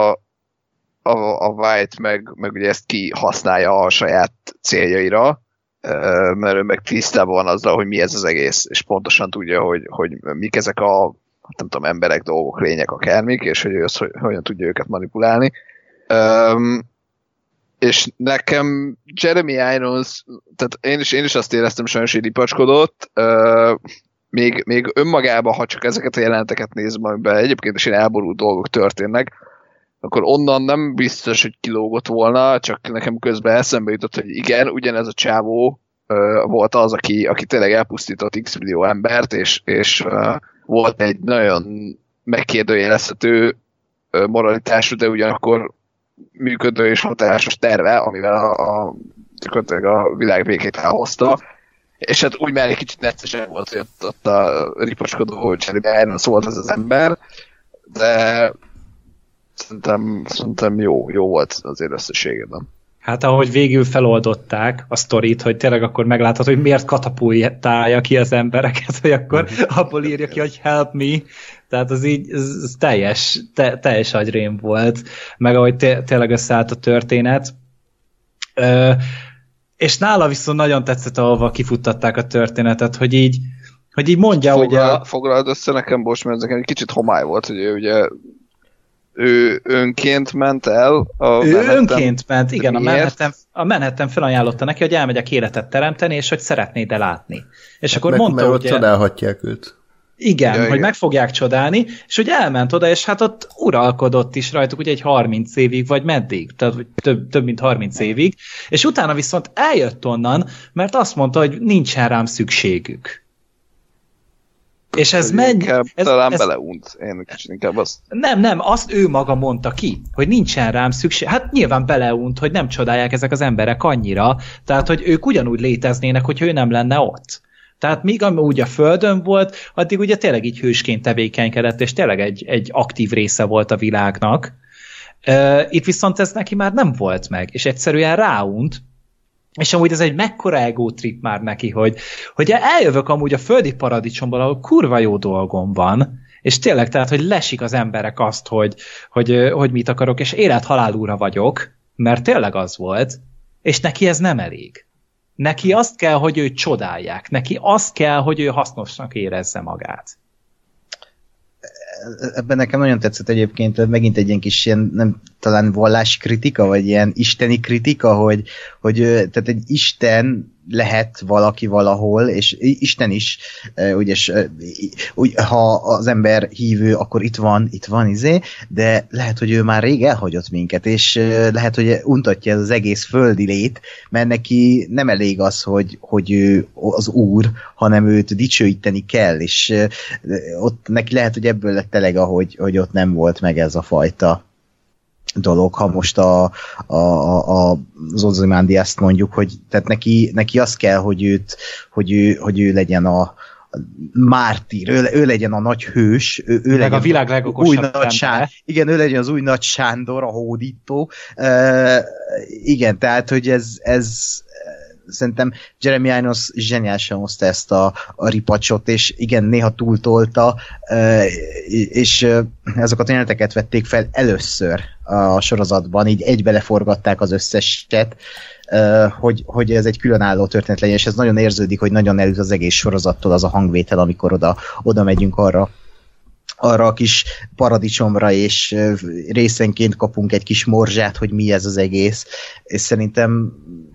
a, a White meg, meg ugye ezt kihasználja a saját céljaira, mert ő meg tisztában van azzal, hogy mi ez az egész, és pontosan tudja, hogy, hogy mik ezek a nem tudom, emberek, dolgok, lények, akármik, és hogy ő azt, hogy hogyan tudja őket manipulálni. Um, és nekem Jeremy Irons, tehát én is, én is azt éreztem sajnos, hogy ripacskodott, uh, még, még önmagában, ha csak ezeket a jeleneteket nézem, amiben egyébként is ilyen elborult dolgok történnek, akkor onnan nem biztos, hogy kilógott volna, csak nekem közben eszembe jutott, hogy igen, ugyanez a csávó uh, volt az, aki, aki tényleg elpusztított x millió embert, és, és uh, volt egy nagyon megkérdőjelezhető uh, moralitású, de ugyanakkor működő és hatásos terve, amivel a, a, a világ végét elhozta. És hát úgy már egy kicsit neccesen volt, hogy ott, ott a riposkodó, hogy Jeremy Irons volt ez az ember, de Szerintem, szerintem jó, jó volt azért összességében.
Hát ahogy végül feloldották a sztorit, hogy tényleg akkor megláthat, hogy miért katapultálja ki az embereket, hogy akkor uh-huh. abból írja ki, hogy help me. Tehát az így ez, ez teljes, te, teljes agyrém volt, meg ahogy té- tényleg összeállt a történet. Ö, és nála viszont nagyon tetszett, ahova kifuttatták a történetet, hogy így, hogy így mondja,
Foglal,
hogy a...
Foglald össze nekem, Bocs, mert ez nekem egy kicsit homály volt, hogy ő ugye ő önként ment el. A
ő
Manhattan.
önként ment, igen, a
Miért?
Manhattan, a Manhattan felajánlotta neki, hogy elmegyek életet teremteni, és hogy szeretnéd-e látni. És akkor
meg,
mondta,
mert
hogy...
ott csodálhatják őt.
Igen,
ja,
hogy
igen.
meg fogják csodálni, és hogy elment oda, és hát ott uralkodott is rajtuk ugye egy harminc évig, vagy meddig, tehát több, több mint harminc évig, és utána viszont eljött onnan, mert azt mondta, hogy nincsen rám szükségük. És ez megy... Ez,
talán
ez,
beleunt, én kicsit inkább azt.
nem, nem, azt ő maga mondta ki, hogy nincsen rám szükség. Hát nyilván beleunt, hogy nem csodálják ezek az emberek annyira, tehát hogy ők ugyanúgy léteznének, hogyha ő nem lenne ott. Tehát míg úgy a Földön volt, addig ugye tényleg így hősként tevékenykedett, és tényleg egy, egy aktív része volt a világnak. Itt viszont ez neki már nem volt meg, és egyszerűen ráunt, és amúgy ez egy mekkora ego trip már neki, hogy, hogy eljövök amúgy a földi paradicsomból, ahol kurva jó dolgom van, és tényleg, tehát, hogy lesik az emberek azt, hogy, hogy, hogy mit akarok, és élet-halálúra vagyok, mert tényleg az volt, és neki ez nem elég. Neki azt kell, hogy őt csodálják. Neki azt kell, hogy ő hasznosnak érezze magát.
Ebben nekem nagyon tetszett egyébként, megint egy ilyen kis ilyen, nem talán vallási kritika, vagy ilyen isteni kritika, hogy, hogy tehát egy Isten lehet valaki valahol, és Isten is, ugye, úgy, ha az ember hívő, akkor itt van, itt van, izé, de lehet, hogy ő már rég elhagyott minket, és lehet, hogy untatja ez az egész földi lét, mert neki nem elég az, hogy, hogy ő az úr, hanem őt dicsőíteni kell, és ott neki lehet, hogy ebből lett eleg, ahogy, hogy ott nem volt meg ez a fajta dolog, ha most a, a, a, az Ozymandiast mondjuk, hogy tehát neki, neki az kell, hogy őt, hogy ő, hogy ő legyen a, a mártír, ő, ő legyen a nagy hős, ő, ő legyen
a világ legokosabb
nagy Sándor, igen, ő legyen az új nagy Sándor, a hódító. Uh, igen, tehát, hogy ez, ez szerintem Jeremy Irons zseniálisan hozta ezt a, a ripacsot, és igen, néha túltolta, és azokat a jeleneteket vették fel először a sorozatban, így egybe leforgatták az összeset, hogy, hogy ez egy különálló történet legyen, és ez nagyon érződik, hogy nagyon elüt az egész sorozattól az a hangvétel, amikor oda, oda megyünk arra arra a kis paradicsomra, és részenként kapunk egy kis morzsát, hogy mi ez az egész, és szerintem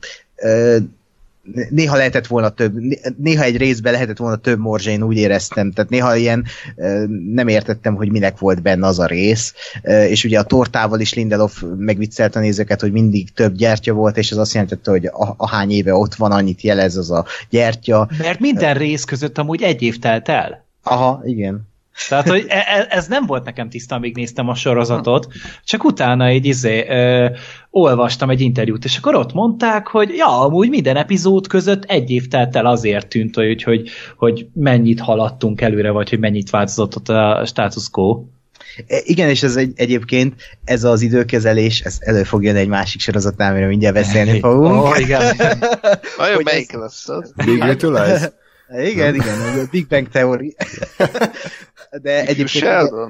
néha lehetett volna több, néha egy részben lehetett volna több morzsa, én úgy éreztem, tehát néha ilyen nem értettem, hogy minek volt benne az a rész, és ugye a tortával is Lindelof megviccelt a nézőket, hogy mindig több gyertya volt, és ez azt jelentette, hogy ahány éve ott van, annyit jelez az a gyertya.
Mert minden rész között amúgy egy év telt el.
Aha, igen.
Tehát, hogy ez nem volt nekem tiszta, amíg néztem a sorozatot, csak utána egy izé, ö, olvastam egy interjút, és akkor ott mondták, hogy ja, amúgy minden epizód között egy év telt el, azért tűnt, hogy, hogy, hogy mennyit haladtunk előre, vagy hogy mennyit változott ott a status quo.
Igen, és ez egy, egyébként ez az időkezelés, ez elő fog jönni egy másik sorozatnál, amiről mindjárt beszélni fogunk.
Oh, igen.
Vajon melyik lesz az?
Big Little Lies?
Igen, igen, a Big Bang Theory. De egyébként...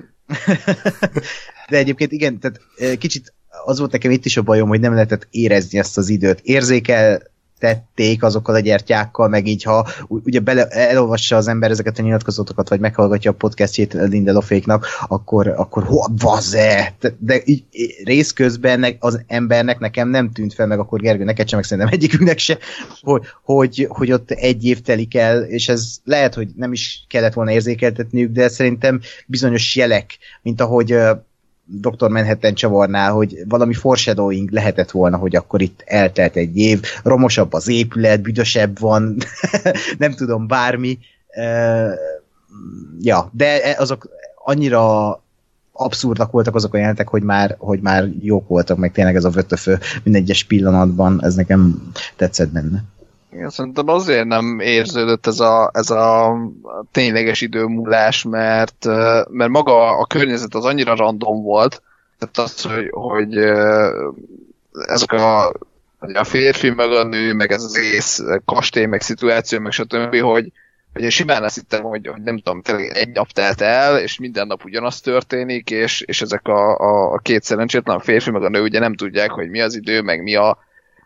De egyébként igen, tehát kicsit az volt nekem itt is a bajom, hogy nem lehetett érezni ezt az időt. Érzékeltették azokkal a gyertyákkal, meg így, ha ugye bele, elolvassa az ember ezeket a nyilatkozatokat, vagy meghallgatja a podcastjét Lindeloféknak, akkor, akkor ho, vaze! De így rész közben az embernek nekem nem tűnt fel, meg akkor Gergő, neked sem, meg szerintem egyikünknek se, hogy, hogy, hogy ott egy év telik el, és ez lehet, hogy nem is kellett volna érzékeltetniük, de szerintem bizonyos jelek, mint ahogy doktor Manhattan csavarnál, hogy valami foreshadowing lehetett volna, hogy akkor itt eltelt egy év, romosabb az épület, büdösebb van, nem tudom, bármi. Uh, ja, de azok annyira abszurdak voltak azok a jelentek, hogy már, hogy már jók voltak, meg tényleg ez a vötöfő minden egyes pillanatban, ez nekem tetszett benne.
Igen, szerintem azért nem érződött ez a, ez a tényleges időmúlás, mert, mert maga a környezet az annyira random volt, tehát az, hogy, hogy ezek a, a férfi, meg a nő, meg ez az egész kastély, meg szituáció, meg stb., hogy, hogy én simán azt hittem, hogy, hogy nem tudom, tényleg egy nap telt el, és minden nap ugyanaz történik, és, és ezek a, a, a két szerencsétlen, a férfi, meg a nő ugye nem tudják, hogy mi az idő, meg mi a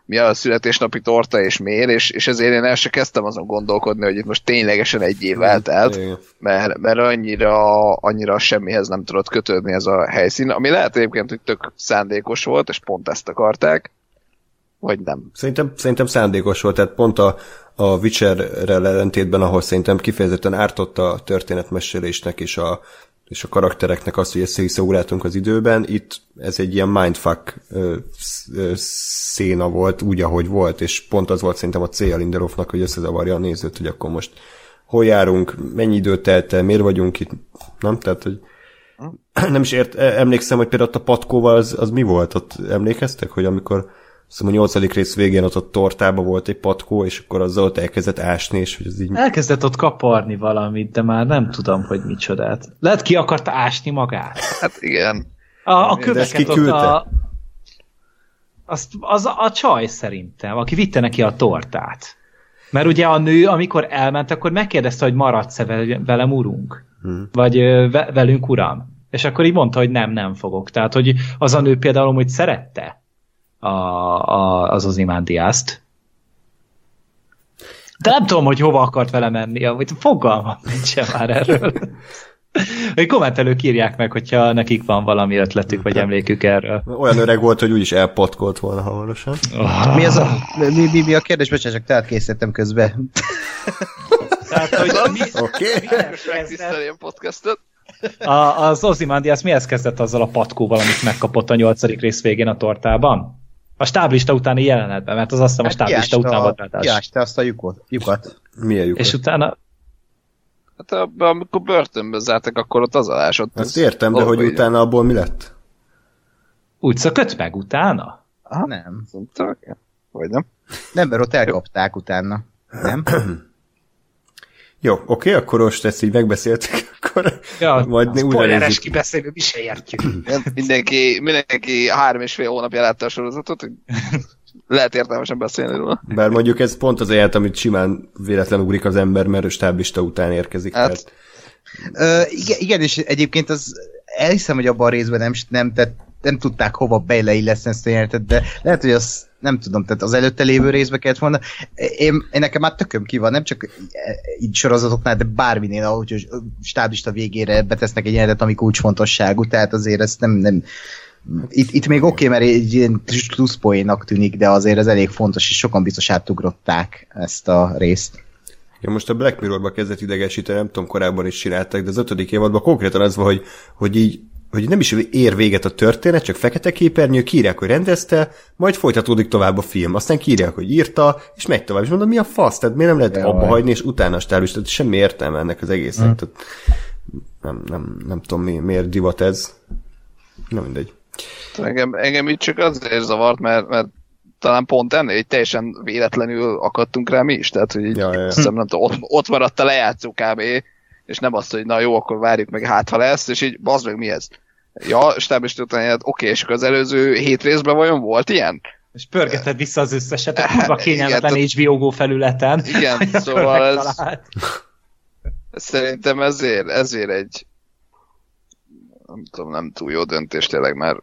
mi a születésnapi torta és miért, és, és ezért én el se kezdtem azon gondolkodni, hogy itt most ténylegesen egy év eltelt, mert, mert annyira, annyira semmihez nem tudott kötődni ez a helyszín, ami lehet egyébként, hogy tök szándékos volt, és pont ezt akarták, vagy nem.
Szerintem, szerintem szándékos volt, tehát pont a, a Witcherrel ellentétben, ahol szerintem kifejezetten ártott a történetmesélésnek és a, és a karaktereknek azt, hogy össze-vissza ugráltunk az időben, itt ez egy ilyen mindfuck ö, ö, széna volt, úgy, ahogy volt, és pont az volt szerintem a célja Lindelofnak, hogy összezavarja a nézőt, hogy akkor most hol járunk, mennyi időt telt el, miért vagyunk itt, nem? Tehát, hogy nem is ért, emlékszem, hogy például ott a patkóval az, az mi volt, ott emlékeztek, hogy amikor szóval a nyolcadik rész végén ott a tortába volt egy patkó, és akkor azzal ott elkezdett ásni, és hogy az így...
Elkezdett ott kaparni valamit, de már nem tudom, hogy micsodát. Lehet ki akarta ásni magát?
Hát igen.
A, a köveket ott a... Azt, az a, a csaj szerintem, aki vitte neki a tortát. Mert ugye a nő, amikor elment, akkor megkérdezte, hogy maradsz-e velem, urunk? Hmm. Vagy ve, velünk, uram? És akkor így mondta, hogy nem, nem fogok. Tehát, hogy az a nő például, hogy szerette A, a, az Ozymandiast. De nem tudom, hogy hova akart vele menni, hogy fogalmam nincsen már erről. Hogy kommentelők írják meg, hogyha nekik van valami ötletük, vagy emlékük erről.
Olyan öreg volt, hogy úgyis elpatkolt volna hamarosan.
Oh. Mi, az a, mi, mi, mi a kérdés? Bocsánat, csak tehát készítettem közben.
Tehát, hogy mi...
Oké.
A, az Ozymandias mihez kezdett azzal a patkóval, amit megkapott a nyolcadik rész végén a tortában? A stáblista utáni jelenetben, mert az azt hiszem a stáblista után volt rátás.
Kiásta azt a lyukot. lyukat.
Milyen lyukat?
És utána...
Hát amikor börtönbe zártak, akkor ott az alásott.
Ezt értem, de hogy utána abból mi lett?
Úgy szökött meg utána?
Aha. Nem.
Vagy nem?
Nem, mert ott elkapták utána. Nem?
Jó, oké, akkor most ezt így megbeszéltük, akkor
ja,
majd
spoileres kibeszélő, mi se értjük.
mindenki, mindenki három és fél hónapja látta a sorozatot, hogy lehet értelmesen beszélni róla.
Bár mondjuk ez pont az elját, amit simán véletlen ugrik az ember, mert a stáblista után érkezik. Hát. Tehát...
Ö, igen, igen, és egyébként az elhiszem, hogy abban a részben nem, nem, tehát nem tudták hova beleilleszteni ezt a jelenetet, de lehet, hogy az nem tudom, tehát az előtte lévő részbe kellett volna. Én, én nekem már tököm ki van, nem csak így sorozatoknál, de bárminél, ahogy stáblista végére betesznek egy jelenetet, ami kulcsfontosságú, tehát azért ezt nem, nem itt, itt még oké, okay, mert egy ilyen pluszpoénnak tűnik, de azért ez elég fontos, és sokan biztos átugrották ezt a részt.
Ja, most a Black Mirrorba kezdett idegesíteni, nem tudom, korábban is csináltak, de az ötödik évadban konkrétan az van, hogy, hogy így hogy nem is ér véget a történet, csak fekete képernyő, kiírják, hogy rendezte, majd folytatódik tovább a film. Aztán kiírják, hogy írta, és megy tovább. És mondom, mi a fasz? Tehát miért nem lehet abba hagyni, és utána a stáblista, tehát semmi értelme ennek az egésznek. Mm. Tehát nem, nem, nem tudom, mi, miért divat ez. Na mindegy.
Engem, engem itt csak azért zavart, mert, mert talán pont ennél, hogy teljesen véletlenül akadtunk rá mi is. Tehát, hogy így, ja, ja, ja. Hiszem, nem tudom, ott, ott maradt a lejátszó kb. És nem azt, hogy na jó, akkor várjuk meg, hát ha lesz, és így, bazd meg, mi ez? Ja, stáblista után, oké, okay, és az előző hét részben vajon volt ilyen?
És pörgeted vissza az összeset, a kurva kényelmetlen há bé o Go felületen.
Igen, szóval ez, szerintem ezért, ezért egy nem tudom, nem túl jó döntés tényleg, mert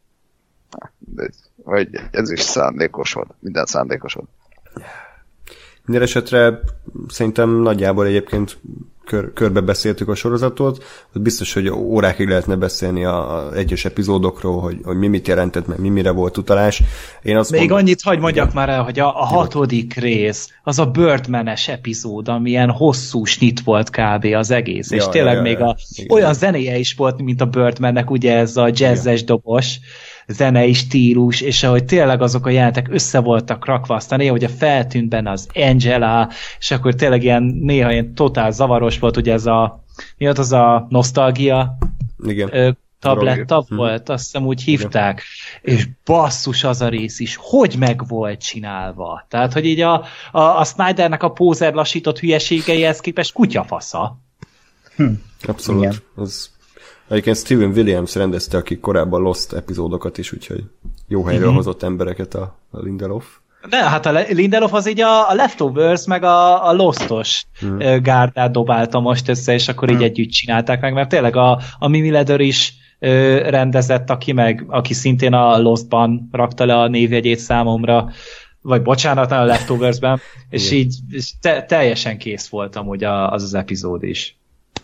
de, vagy ez is szándékos volt, minden szándékos volt.
Minden esetre szerintem nagyjából egyébként kör, körbe beszéltük a sorozatot, az biztos, hogy órákig lehetne beszélni az egyes epizódokról, hogy, hogy mi mit jelentett, meg mi mire volt utalás. Én azt
Még
mondom,
annyit hagy mondjak már el, hogy a, a hatodik rész, az a Birdman-es epizód, amilyen hosszú snit volt kb. Az egész, és ja, tényleg ja, még ja, a, olyan zenéje is volt, mint a Birdmannek, ugye ez a jazzes ja. dobos zenei stílus, és ahogy tényleg azok a jelentek össze voltak rakva, aztán néha ugye feltűnt benne az Angela, és akkor tényleg ilyen néha ilyen totál zavaros volt, ugye ez a mi volt az a nosztalgia
Igen.
tabletta Drogi. volt, azt hiszem úgy hívták, Igen. és basszus az a rész is, hogy meg volt csinálva. Tehát, hogy így a, a, a Snydernek a pózer lassított hülyeségeihez képest kutyafasza.
Hm. Abszolút. Igen. Az egyébként Steven Williams rendezte, aki korábban Lost epizódokat is, úgyhogy jó helyről mm-hmm. hozott embereket a, a Lindelof.
De hát a Lindelof az így a, a Leftovers, meg a, a Lost-os mm. gárdát dobálta most össze, és akkor így mm. együtt csinálták meg, mert tényleg a, a Mimi Leder is ö, rendezett, aki meg, aki szintén a Lostban rakta le a névjegyét számomra, vagy bocsánat, a Leftovers-ben, és igen. így és te, teljesen kész voltam, hogy az az epizód is.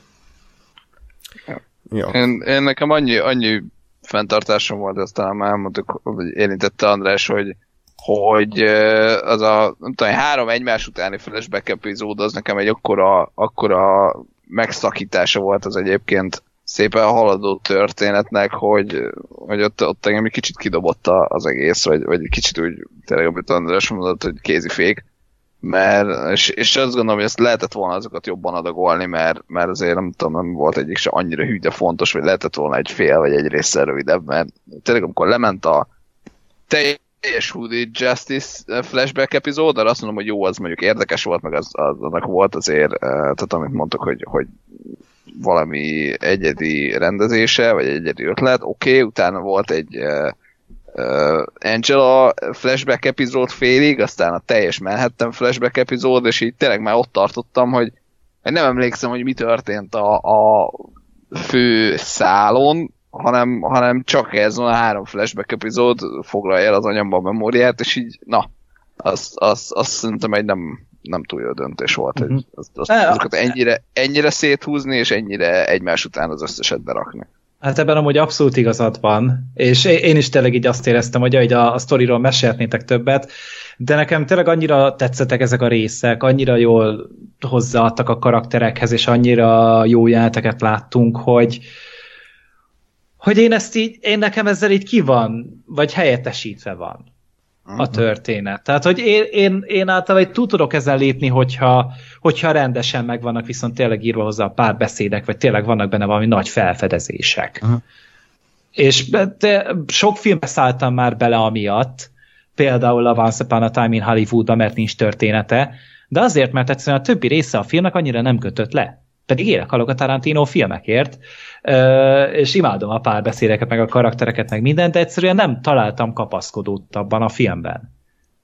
Ja. Én, én nekem annyi, annyi fenntartásom volt, aztán már elmondtuk, hogy érintette András, hogy, hogy az a nem tudom, három egymás utáni flashback epizód, az nekem egy akkora, akkora megszakítása volt az egyébként szépen haladó történetnek, hogy, hogy ott, ott engem egy kicsit kidobott az egész, vagy, vagy egy kicsit úgy tényleg, amit András mondott, hogy kézifék. Mert, és, és azt gondolom, hogy ezt lehetett volna azokat jobban adagolni, mert, mert azért nem tudom, nem volt egyik se annyira hű, de fontos, hogy lehetett volna egy fél, vagy egy résszel rövidebb, mert tényleg amikor lement a teljes Hooded Justice flashback epizód, arra azt mondom, hogy jó, az mondjuk érdekes volt, meg az, az annak volt azért, tehát amit mondtok, hogy, hogy valami egyedi rendezése, vagy egyedi ötlet, oké, okay, utána volt egy Uh, Angela flashback epizód félig, aztán a teljes Manhattan flashback epizód, és így tényleg már ott tartottam, hogy nem emlékszem, hogy mi történt a, a fő szálon, hanem, hanem csak ez a három flashback epizód foglalja el az anyamba a memóriát, és így, na, azt az, az szerintem egy nem, nem túl jó döntés volt, uh-huh. hogy azt, azt, azokat ennyire, ennyire széthúzni, és ennyire egymás után az összeset berakni.
Hát ebben amúgy abszolút igazad van, és én is tényleg így azt éreztem, hogy a, a sztoriról mesélhetnétek többet, de nekem tényleg annyira tetszettek ezek a részek, annyira jól hozzáadtak a karakterekhez, és annyira jó jeleneteket láttunk, hogy, hogy én ezt így, én nekem ezzel így ki van, vagy helyettesítve van a történet. Tehát, hogy én, én, én általában túl tudok ezzel lépni, hogyha, hogyha rendesen megvannak viszont tényleg írva hozzá a párbeszédek, vagy tényleg vannak benne valami nagy felfedezések. Uh-huh. És de sok filmbe szálltam már bele amiatt, például a Once Upon a Time in Hollywoodba, mert nincs története, de azért, mert egyszerűen a többi része a filmnek annyira nem kötött le. Pedig élek halok a Tarantino filmekért, és imádom a párbeszédeket, meg a karaktereket, meg mindent, de egyszerűen nem találtam kapaszkodóttabban a filmben.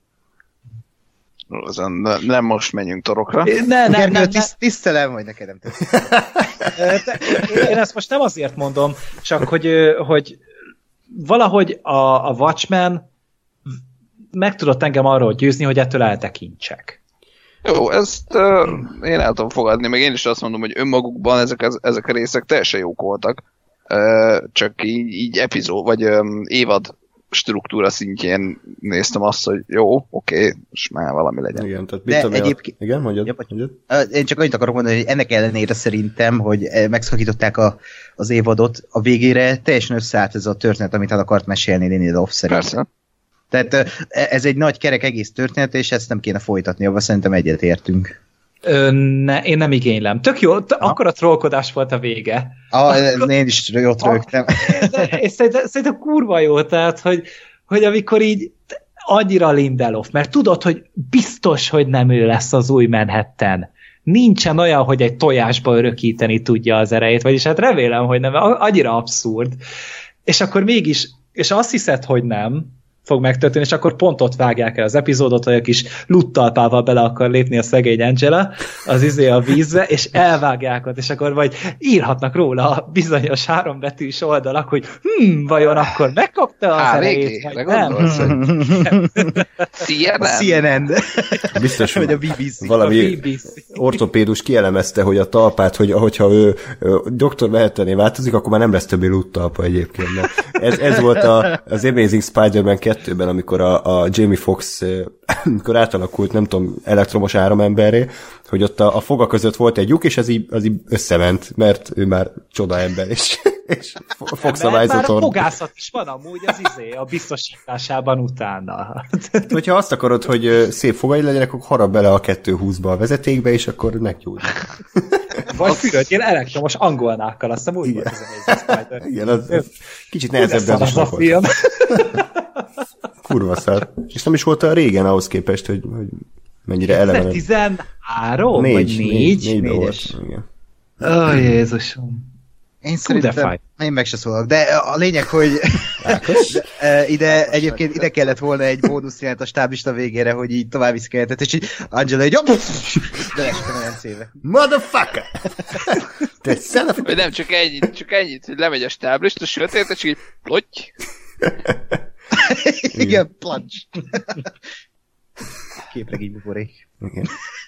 Ne, nem most menjünk torokra.
Ne, ne, ne, tiszt, tisztelem, hogy neked nem tetszik.
Én ezt most nem azért mondom, csak hogy, hogy valahogy a, a Watchmen meg tudott engem arról győzni, hogy ettől eltekintsek.
Jó, ezt uh, én el tudom fogadni, meg én is azt mondom, hogy önmagukban ezek, ezek a részek teljesen jók voltak, uh, csak így, így epizód, vagy um, évad struktúra szintjén néztem azt, hogy jó, oké, okay, és már valami legyen.
Igen, tehát
de egyébként...
A... Igen, mondjad, mondjad.
Én csak annyit akarok mondani, hogy ennek ellenére szerintem, hogy megszakították a, az évadot, a végére teljesen összeállt ez a történet, amit el akart mesélni Lindelof szerint.
Persze.
Tehát ez egy nagy kerek egész történet, és ezt nem kéne folytatni, abban szerintem egyet értünk.
Ö, ne, én nem igénylem. Tök jó, t- akkor a trollkodás volt a vége.
Ah, akkor... Én is jót rögtem.
És szerintem, szerintem kurva jó, tehát, hogy, hogy amikor így annyira Lindelof, mert tudod, hogy biztos, hogy nem ő lesz az új Manhattan. Nincsen olyan, hogy egy tojásba örökíteni tudja az erejét, vagyis hát remélem, hogy nem, annyira abszurd. És akkor mégis, és azt hiszed, hogy nem, fog megtörténni, és akkor pont ott vágják el az epizódot, hogy a kis luttalpával bele akar lépni a szegény Angela az izé a vízbe, és elvágják ott, és akkor vagy írhatnak róla a bizonyos hárombetűs oldalak, hogy hm, vajon akkor megkapta az erejét, vagy nem?
C
N N.
Biztos,
hogy a B B C.
Valami B B C. Ortopédus kielemezte, hogy a talpát, hogy hogyha ő doktor Manhattan-é változik, akkor már nem lesz többé luttalpa egyébként. Ez, ez volt a, az Amazing Spider-Man kettőben, amikor a, a Jamie Foxx amikor átalakult, nem tudom, elektromos áramemberré, hogy ott a, a foga között volt egy lyuk, és az így, az így összement, mert ő már csodaember, és, és fogszabályzaton.
Már a fogászat is van amúgy az izé, a biztosításában utána.
Hogyha azt akarod, hogy szép fogai legyenek, akkor harap bele a kettő húszba a vezetékbe, és akkor meggyújt.
Vagy fürödjél elektromos angolnákkal, azt hiszem úgy
igen.
volt az Amazing Spider.
Igen, az, az kicsit nehezebb, de az is
a film.
Kurva szár. És nem is volt a régen ahhoz képest, hogy, hogy mennyire eleve.
tizenhárom?
Négy,
vagy négy?
négy, négy volt. Igen.
Ó, Jézusom.
Én szerintem, én meg se szólok, de a lényeg, hogy de, ide egyébként ide kellett volna egy bónusz jelent a stáblista végére, hogy így tovább viszik el, és így Angela egy jobb, de lestem a rendszébe.
Motherfucker! Te szelef...
Nem, csak ennyit, csak ennyit, hogy lemegy a stáblista, sötét, és így plotty.
Igen, plunge. Képregény buborék.
Igen.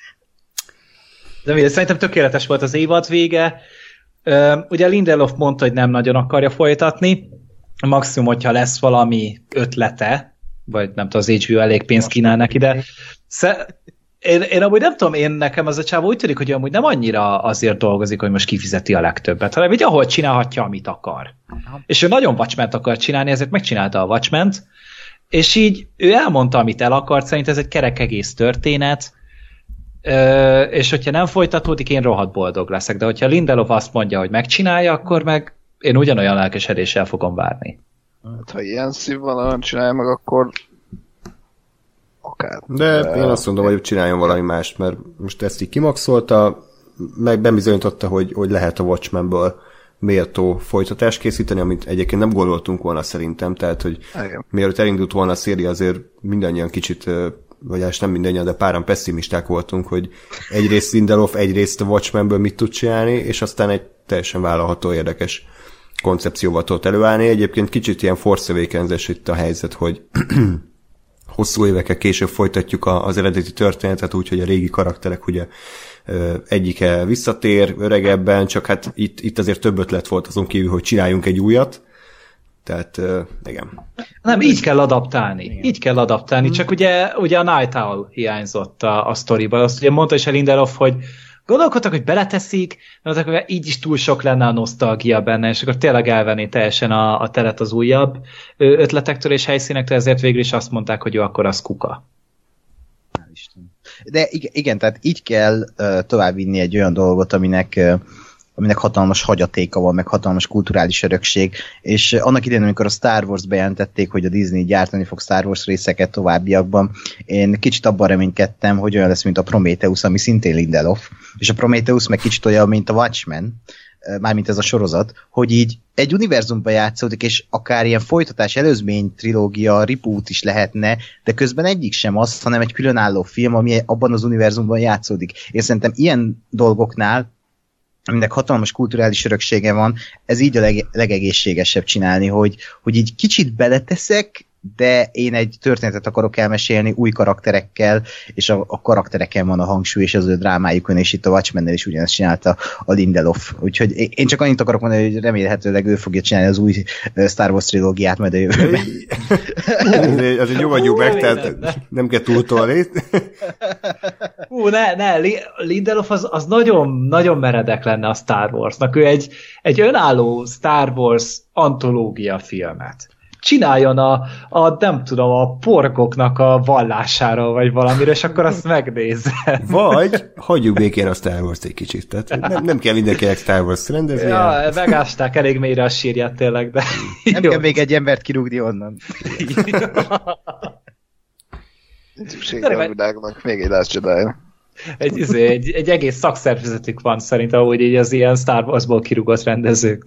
De mindegy, szerintem tökéletes volt az évad vége. Ugye Lindelof mondta, hogy nem nagyon akarja folytatni. Maximum, hogyha lesz valami ötlete, vagy nem tudom, az há bé o elég pénzt kínál neki, de én, én amúgy nem tudom, én nekem az a csávó úgy tűnik, hogy amúgy nem annyira azért dolgozik, hogy most kifizeti a legtöbbet, hanem így ahol csinálhatja, amit akar. Aha. És ő nagyon Watchmen-t akar csinálni, ezért megcsinálta a Watchmen-t, és így ő elmondta, amit el akart, szerint ez egy kerek egész történet, és hogyha nem folytatódik, én rohadt boldog leszek, de hogyha Lindelof azt mondja, hogy megcsinálja, akkor meg én ugyanolyan lelkesedéssel fogom várni.
Hát, ha ilyen színvonalon csinálja meg, akkor akár.
De én azt mondom, hogy csináljon valami mást, mert most ezt így kimaxolta, meg bebizonyította, hogy, hogy lehet a Watchmenből méltó folytatást készíteni, amit egyébként nem gondoltunk volna szerintem, tehát, hogy igen. Mielőtt elindult volna a széria, azért mindannyian kicsit, vagy hát nem mindannyian, de páran pessimisták voltunk, hogy egyrészt Lindelof, egyrészt a Watchmenből mit tud csinálni, és aztán egy teljesen vállalható, érdekes koncepcióval tudott előállni. Egyébként kicsit ilyen Force Awakens itt a helyzet, hogy hosszú évekkel később folytatjuk az eredeti történetet, úgyhogy a régi karakterek ugye egyike visszatér öregebben, csak hát itt, itt azért több ötlet volt azon kívül, hogy csináljunk egy újat. Tehát, igen.
Nem, így kell adaptálni. Igen. Így kell adaptálni, mm. csak ugye, ugye a Night Owl hiányzott a, a sztoriban. Azt ugye mondta is a Lindelof, hogy gondolkodtak, hogy beleteszik, de akkor így is túl sok lenne a nosztalgia benne, és akkor tényleg elvenné teljesen a, a teret az újabb ötletektől és helyszínektől, ezért végül is azt mondták, hogy jó, akkor az kuka.
De igen, igen, tehát így kell uh, továbbvinni egy olyan dolgot, aminek, uh, aminek hatalmas hagyatéka van, meg hatalmas kulturális örökség, és uh, annak idején, amikor a Star Wars bejelentették, hogy a Disney gyártani fog Star Wars részeket továbbiakban, én kicsit abban reménykedtem, hogy olyan lesz, mint a Prometheus, ami szintén Lindelof, és a Prometheus meg kicsit olyan, mint a Watchmen, mármint ez a sorozat, hogy így egy univerzumban játszódik, és akár ilyen folytatás, előzmény, trilógia, reboot is lehetne, de közben egyik sem az, hanem egy különálló film, ami abban az univerzumban játszódik. Én szerintem ilyen dolgoknál, aminek hatalmas kulturális öröksége van, ez így a leg- legegészségesebb csinálni, hogy, hogy így kicsit beleteszek, de én egy történetet akarok elmesélni új karakterekkel, és a, a karaktereken van a hangsúly, és az ő drámájukon, és itt a Watchmen-nel is ugyanezt csinálta a Lindelof. Úgyhogy én csak annyit akarok mondani, hogy remélhetőleg ő fogja csinálni az új Star Wars trilógiát majd a jövőben.
Azért nyugodjunk meg, tehát nem kell túltolni.
Hú, ne, ne, Lindelof az, az nagyon, nagyon meredek lenne a Star Warsnak. Ő egy, egy önálló Star Wars antológia filmet csináljon a, a, nem tudom, a porgoknak a vallására, vagy valamire, és akkor azt megnézze.
Vagy hagyjuk békén a Star Wars egy kicsit. Tehát nem, nem kell mindenkinek Star Wars rendezni.
Ja, megásták elég mélyre a sírját tényleg, de...
Nem kell még egy embert kirúgni onnan.
Szükség a világnak még egy Last Jedi.
Egy, egy, egy egész szakszervezetük van szerintem, hogy így az ilyen Star Warsból kirúgott rendezők.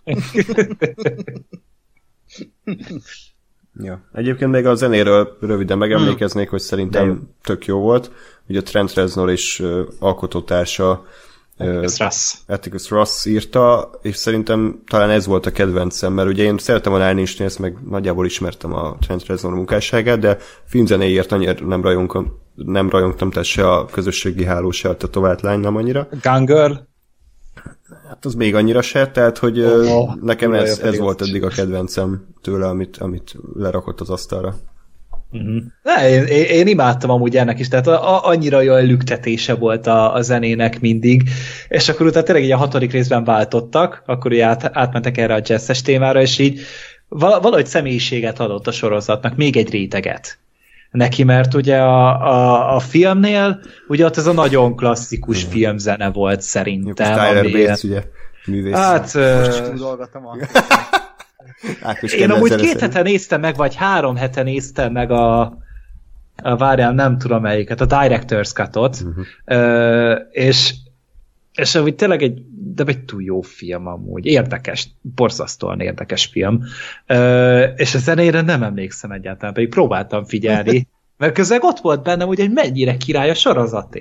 Ja. Egyébként még a zenéről röviden megemlékeznék, hogy szerintem De. tök jó volt. Ugye Trent Reznor is uh, alkotótársa
Atticus uh, Ross.
Atticus Ross írta, és szerintem talán ez volt a kedvencem, mert ugye én szeretem a Nine Inch Nails, meg nagyjából ismertem a Trent Reznor munkásságát, de filmzenéért annyira nem rajongtam, nem rajongtam, tehát se a közösségi háló, se a tetovált lány nem annyira.
Gun Girl?
Hát az még annyira se, tehát hogy oh, nekem ez, ez volt eddig a kedvencem tőle, amit, amit lerakott az asztalra.
Uh-huh. Ne, én, én, én imádtam amúgy ennek is, tehát a, a, annyira jó lüktetése volt a, a zenének mindig, és akkor utána tényleg így a hatodik részben váltottak, akkor így át, átmentek erre a jazzes témára, és így valahogy személyiséget adott a sorozatnak, még egy réteget neki, mert ugye a, a, a filmnél ugye ott ez a nagyon klasszikus mm. filmzene volt szerintem.
Tyler ami Bates, ugye, művész.
Hát,
most tudolgatom a...
Én amúgy két szerint. hete néztem meg, vagy három hete néztem meg a, a várjál, nem tudom melyiket, a Director's Cut-ot, uh-huh. uh, és és amúgy tényleg egy, de egy túl jó film amúgy, érdekes, borzasztóan érdekes film, uh, és a zenére nem emlékszem egyáltalán, pedig próbáltam figyelni, mert közben ott volt bennem, hogy mennyire király a sorozaté.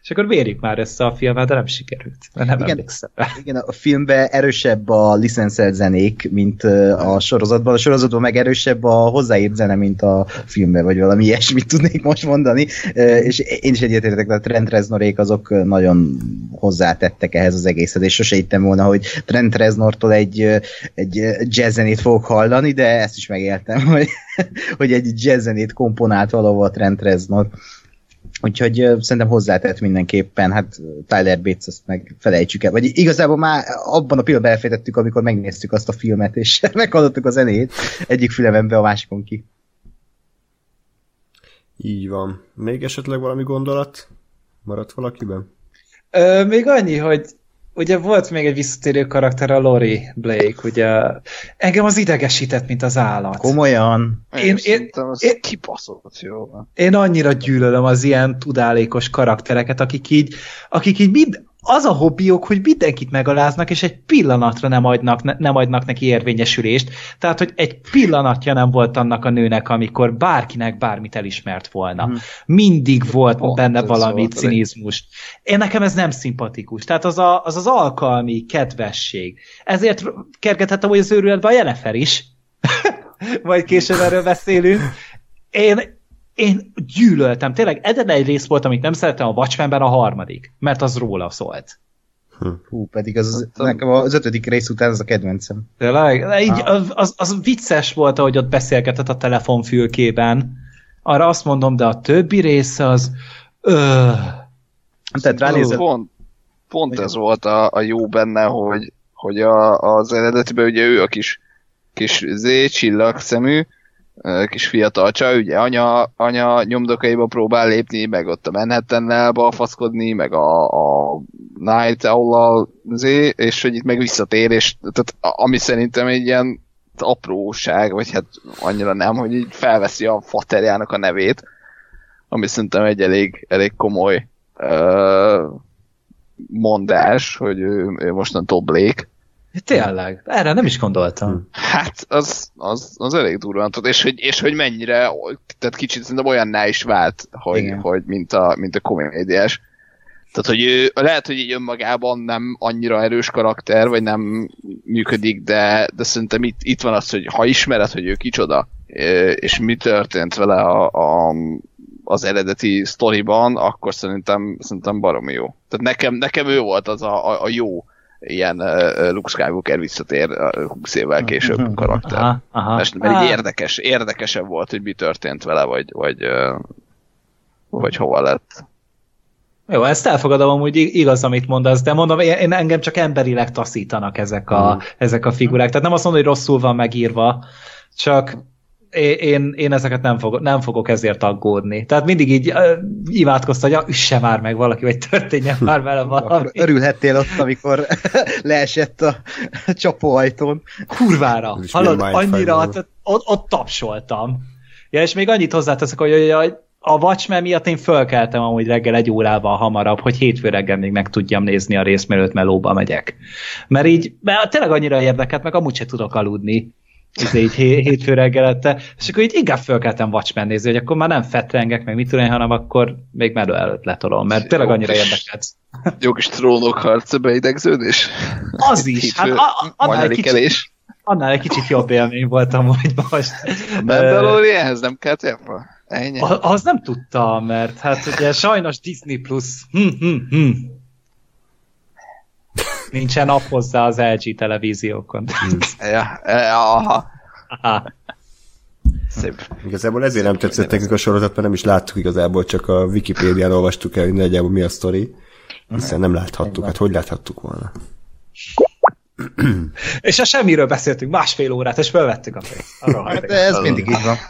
és akkor vérjük már össze a filmet, de nem sikerült. Nem
igen,
emlékszem rá.
Igen, a filmben erősebb a licenszelt zenék, mint a sorozatban. A sorozatban meg erősebb a hozzáírt zene, mint a filmben, vagy valami ilyesmit tudnék most mondani. És én is egyetértek, a Trent Reznorék azok nagyon hozzátettek ehhez az egészet, és sose hittem volna, hogy Trent Reznortól egy, egy jazzzenét fogok hallani, de ezt is megéltem, hogy, hogy egy jazzzenét komponált valahol a Trent Reznor. Úgyhogy uh, szerintem hozzátett mindenképpen, hát Tyler Bates, azt meg felejtsük el. Vagy igazából már abban a pillanatban elfejtettük, amikor megnéztük azt a filmet, és meghallottuk a zenét egyik fülemembe, a másikon ki.
Így van. Még esetleg valami gondolat maradt valakiben?
Ö, még annyi, hogy ugye volt még egy visszatérő karakter, a Laurie Blake, ugye engem az idegesített, mint az állat.
Komolyan?
Én, én,
én, kibaszott, jó.
Én annyira gyűlölöm az ilyen tudálékos karaktereket, akik így, akik így mind, az a hobbiuk, hogy mindenkit megaláznak, és egy pillanatra nem adnak, ne, nem adnak neki érvényesülést. Tehát, hogy egy pillanatja nem volt annak a nőnek, amikor bárkinek bármit elismert volna. Hmm. Mindig volt oh, benne valami cinizmus. Én nekem ez nem szimpatikus. Tehát az a, az, az alkalmi kedvesség. Ezért kergethettem, hogy az őrületben a Jennifer is. Majd később erről beszélünk. Én Én gyűlöltem. Tényleg egyetlen egy rész volt, amit nem szerettem, a Watchmenben a harmadik, mert az róla szólt.
Hú, pedig az, nekem az ötödik rész után az a kedvencem.
Tényleg? Így, az, az, az vicces volt, ahogy ott beszélgetett a telefonfülkében. Arra azt mondom, de a többi része az... Öh.
Tehát ránézett...
Pont, pont ez volt a, a jó benne, hogy, hogy a, az eredetiben ugye ő a kis, kis zé, csillagszemű, kis fiatal csaj, ugye anya, anya nyomdokaiba próbál lépni, meg ott a Manhattannel balfaszkodni, meg a, a Night Owl-al, és hogy itt meg visszatér, és tehát, ami szerintem egy ilyen apróság, vagy hát annyira nem, hogy így felveszi a faterjának a nevét, ami szerintem egy elég, elég komoly uh, mondás, hogy ő, ő mostantól Blake.
Tényleg, erre nem is gondoltam.
Hát, az, az, az elég durván tud, és hogy, és hogy mennyire, tehát kicsit szerintem olyanná is vált, hogy, hogy mint, a, mint a komédiás. Tehát, hogy ő, lehet, hogy így önmagában nem annyira erős karakter, vagy nem működik, de, de szerintem itt, itt van az, hogy ha ismered, hogy ő kicsoda, és mi történt vele a, a, az eredeti sztoriban, akkor szerintem, szerintem baromi jó. Tehát nekem, nekem ő volt az a, a, a jó ilyen uh, Luke Skywalker visszatér uh, húsz évvel később karakter. Aha, aha. Mert, mert így érdekes, érdekesebb volt, hogy mi történt vele, vagy, vagy, uh, vagy hova lett.
Jó, ezt elfogadom, amúgy igaz, amit mondasz, de mondom, én engem csak emberileg taszítanak ezek a, hmm. ezek a figurák. Tehát nem azt mondom, hogy rosszul van megírva, csak én, én ezeket nem fogok, nem fogok ezért aggódni. Tehát mindig így uh, imádkozta, hogy ja, üsse már meg valaki, vagy történjen már vele valami.
Örülhettél ott, amikor leesett a csapóajtón.
Kurvára. Hallod, annyira ott, ott, ott tapsoltam. Ja, és még annyit hozzáteszek, hogy a Watchmen miatt én fölkeltem amúgy reggel egy órával hamarabb, hogy hétfő reggel még meg tudjam nézni a részt, mielőtt melóba megyek. Mert így, mert tényleg annyira érdekelt, meg amúgy se tudok aludni. Ez így hétfő reggelette, és akkor így inkább fölkeltem Watchmen nézni, hogy akkor már nem fetrengek, meg mit tudom, hanem akkor még melő előtt letolom, mert tényleg annyira érdekelt.
Jó kis trónok harca beidegződés?
Az is, hát a, annál, egy kicsit, annál egy kicsit jobb élmény voltam, hogy most.
A Mandalorianhez nem kellett érve? Ennyi?
Az nem tudtam, mert hát ugye sajnos Disney Plus. Hm, hm, hm. Nincsen app hozzá az el gé televíziókon.
ja, aha.
Aha.
Szép. Igazából ezért nem tetszett nekünk a sorozat, mert nem is láttuk igazából, csak a Wikipédián olvastuk el, hogy nagyjából mi a sztori, hiszen nem láthattuk. Hát hogy láthattuk volna?
És a semmiről beszéltünk másfél órát, és felvettük a pénzt.
De ez mindig így van.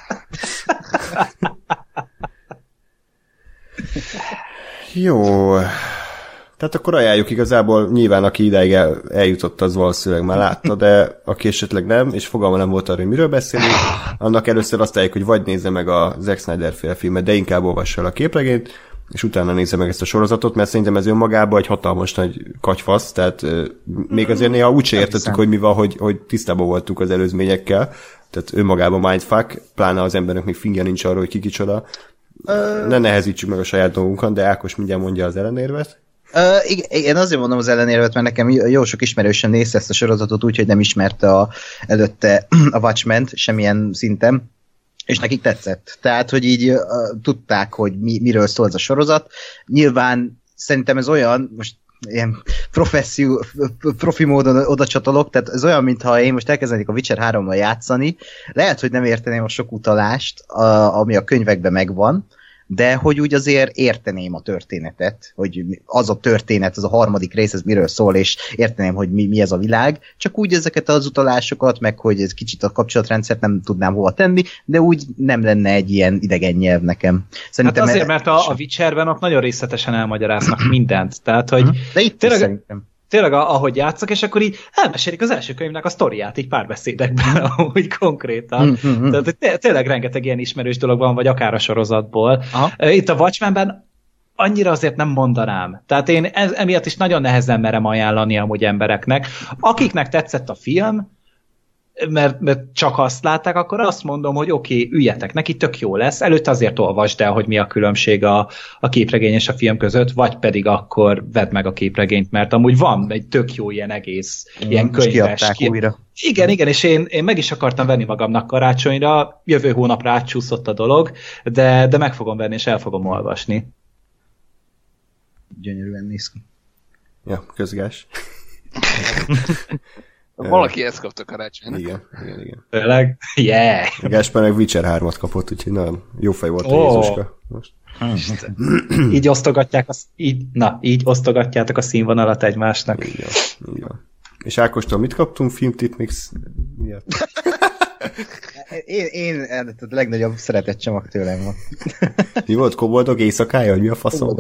Jó. Tehát akkor ajánljuk igazából, nyilván aki ideig el, eljutott, az valószínűleg már látta, de aki esetleg nem, és fogalma nem volt arra, hogy miről beszélünk, annak először azt ajánljuk, hogy vagy nézze meg a Zack Snyder féle filmet, de inkább olvassa el a képregényt, és utána nézze meg ezt a sorozatot, mert szerintem ez önmagában egy hatalmas nagy katyfasz, tehát euh, még azért néha úgy se értettük, hogy mi van, hogy, hogy tisztában voltunk az előzményekkel, tehát önmagában mindfuck, pláne az embernek még fingja nincs arról, hogy ki kicsoda, uh, ne nehezítsük meg a saját dolgunkat, de Ákos mindjárt mondja az ellenérvet.
Uh, igen, én azért mondom az ellenérvet, mert nekem jó sok ismerősen nézte ezt a sorozatot úgy, hogy nem ismerte a, előtte a Watchmen-t semmilyen szinten, és nekik tetszett. Tehát, hogy így uh, tudták, hogy mi, miről szól ez a sorozat. Nyilván szerintem ez olyan, most ilyen professzió, profi módon oda csatolok, tehát ez olyan, mintha én most elkezdenék a Witcher hárommal játszani, lehet, hogy nem érteném a sok utalást, a, ami a könyvekben megvan, de hogy úgy azért érteném a történetet, hogy az a történet, az a harmadik rész, ez miről szól, és érteném, hogy mi, mi ez a világ, csak úgy ezeket az utalásokat, meg hogy ez kicsit a kapcsolatrendszert nem tudnám hova tenni, de úgy nem lenne egy ilyen idegen nyelv nekem.
Szerintem hát azért, mert a, a Witcherben ott nagyon részletesen elmagyaráznak mindent, tehát, hogy
de itt tényleg, szerintem.
Tényleg, ahogy játszok, és akkor így elmesélik az első könyvnek a sztoriát, így párbeszédekben, ahogy konkrétan. Mm-hmm. Tehát té- tényleg rengeteg ilyen ismerős dolog van, vagy akár a sorozatból. Aha. Itt a Watchmenben annyira azért nem mondanám. Tehát én ez, emiatt is nagyon nehezen merem ajánlani amúgy embereknek. Akiknek tetszett a film, mert, mert csak azt látták, akkor azt mondom, hogy oké, okay, üljetek neki, tök jó lesz. Előtt azért olvasd el, hogy mi a különbség a, a képregény és a film között, vagy pedig akkor vedd meg a képregényt, mert amúgy van egy tök jó ilyen egész, mm, ilyen könyves.
Ki... újra.
Igen, igen, és én, én meg is akartam venni magamnak karácsonyra, jövő hónapra átcsúszott a dolog, de, de meg fogom venni, és el fogom olvasni.
Gyönyörűen néz ki.
Ja, közgás.
Valaki ezt kapta karácsonyra.
Igen, igen, igen.
Tényleg? Yeah!
Gáspár meg Witcher hármat kapott, úgyhogy nagyon jó fej volt oh. a Jézuska most.
így osztogatják, a, így, na, így osztogatjátok a színvonalat egymásnak.
Igen, igen. És Ákostól mit kaptunk? Filmtipmix miatt?
én, én a legnagyobb szeretett csomag tőlem van.
Mi volt, Koboldog éjszakája, hogy mi a faszom?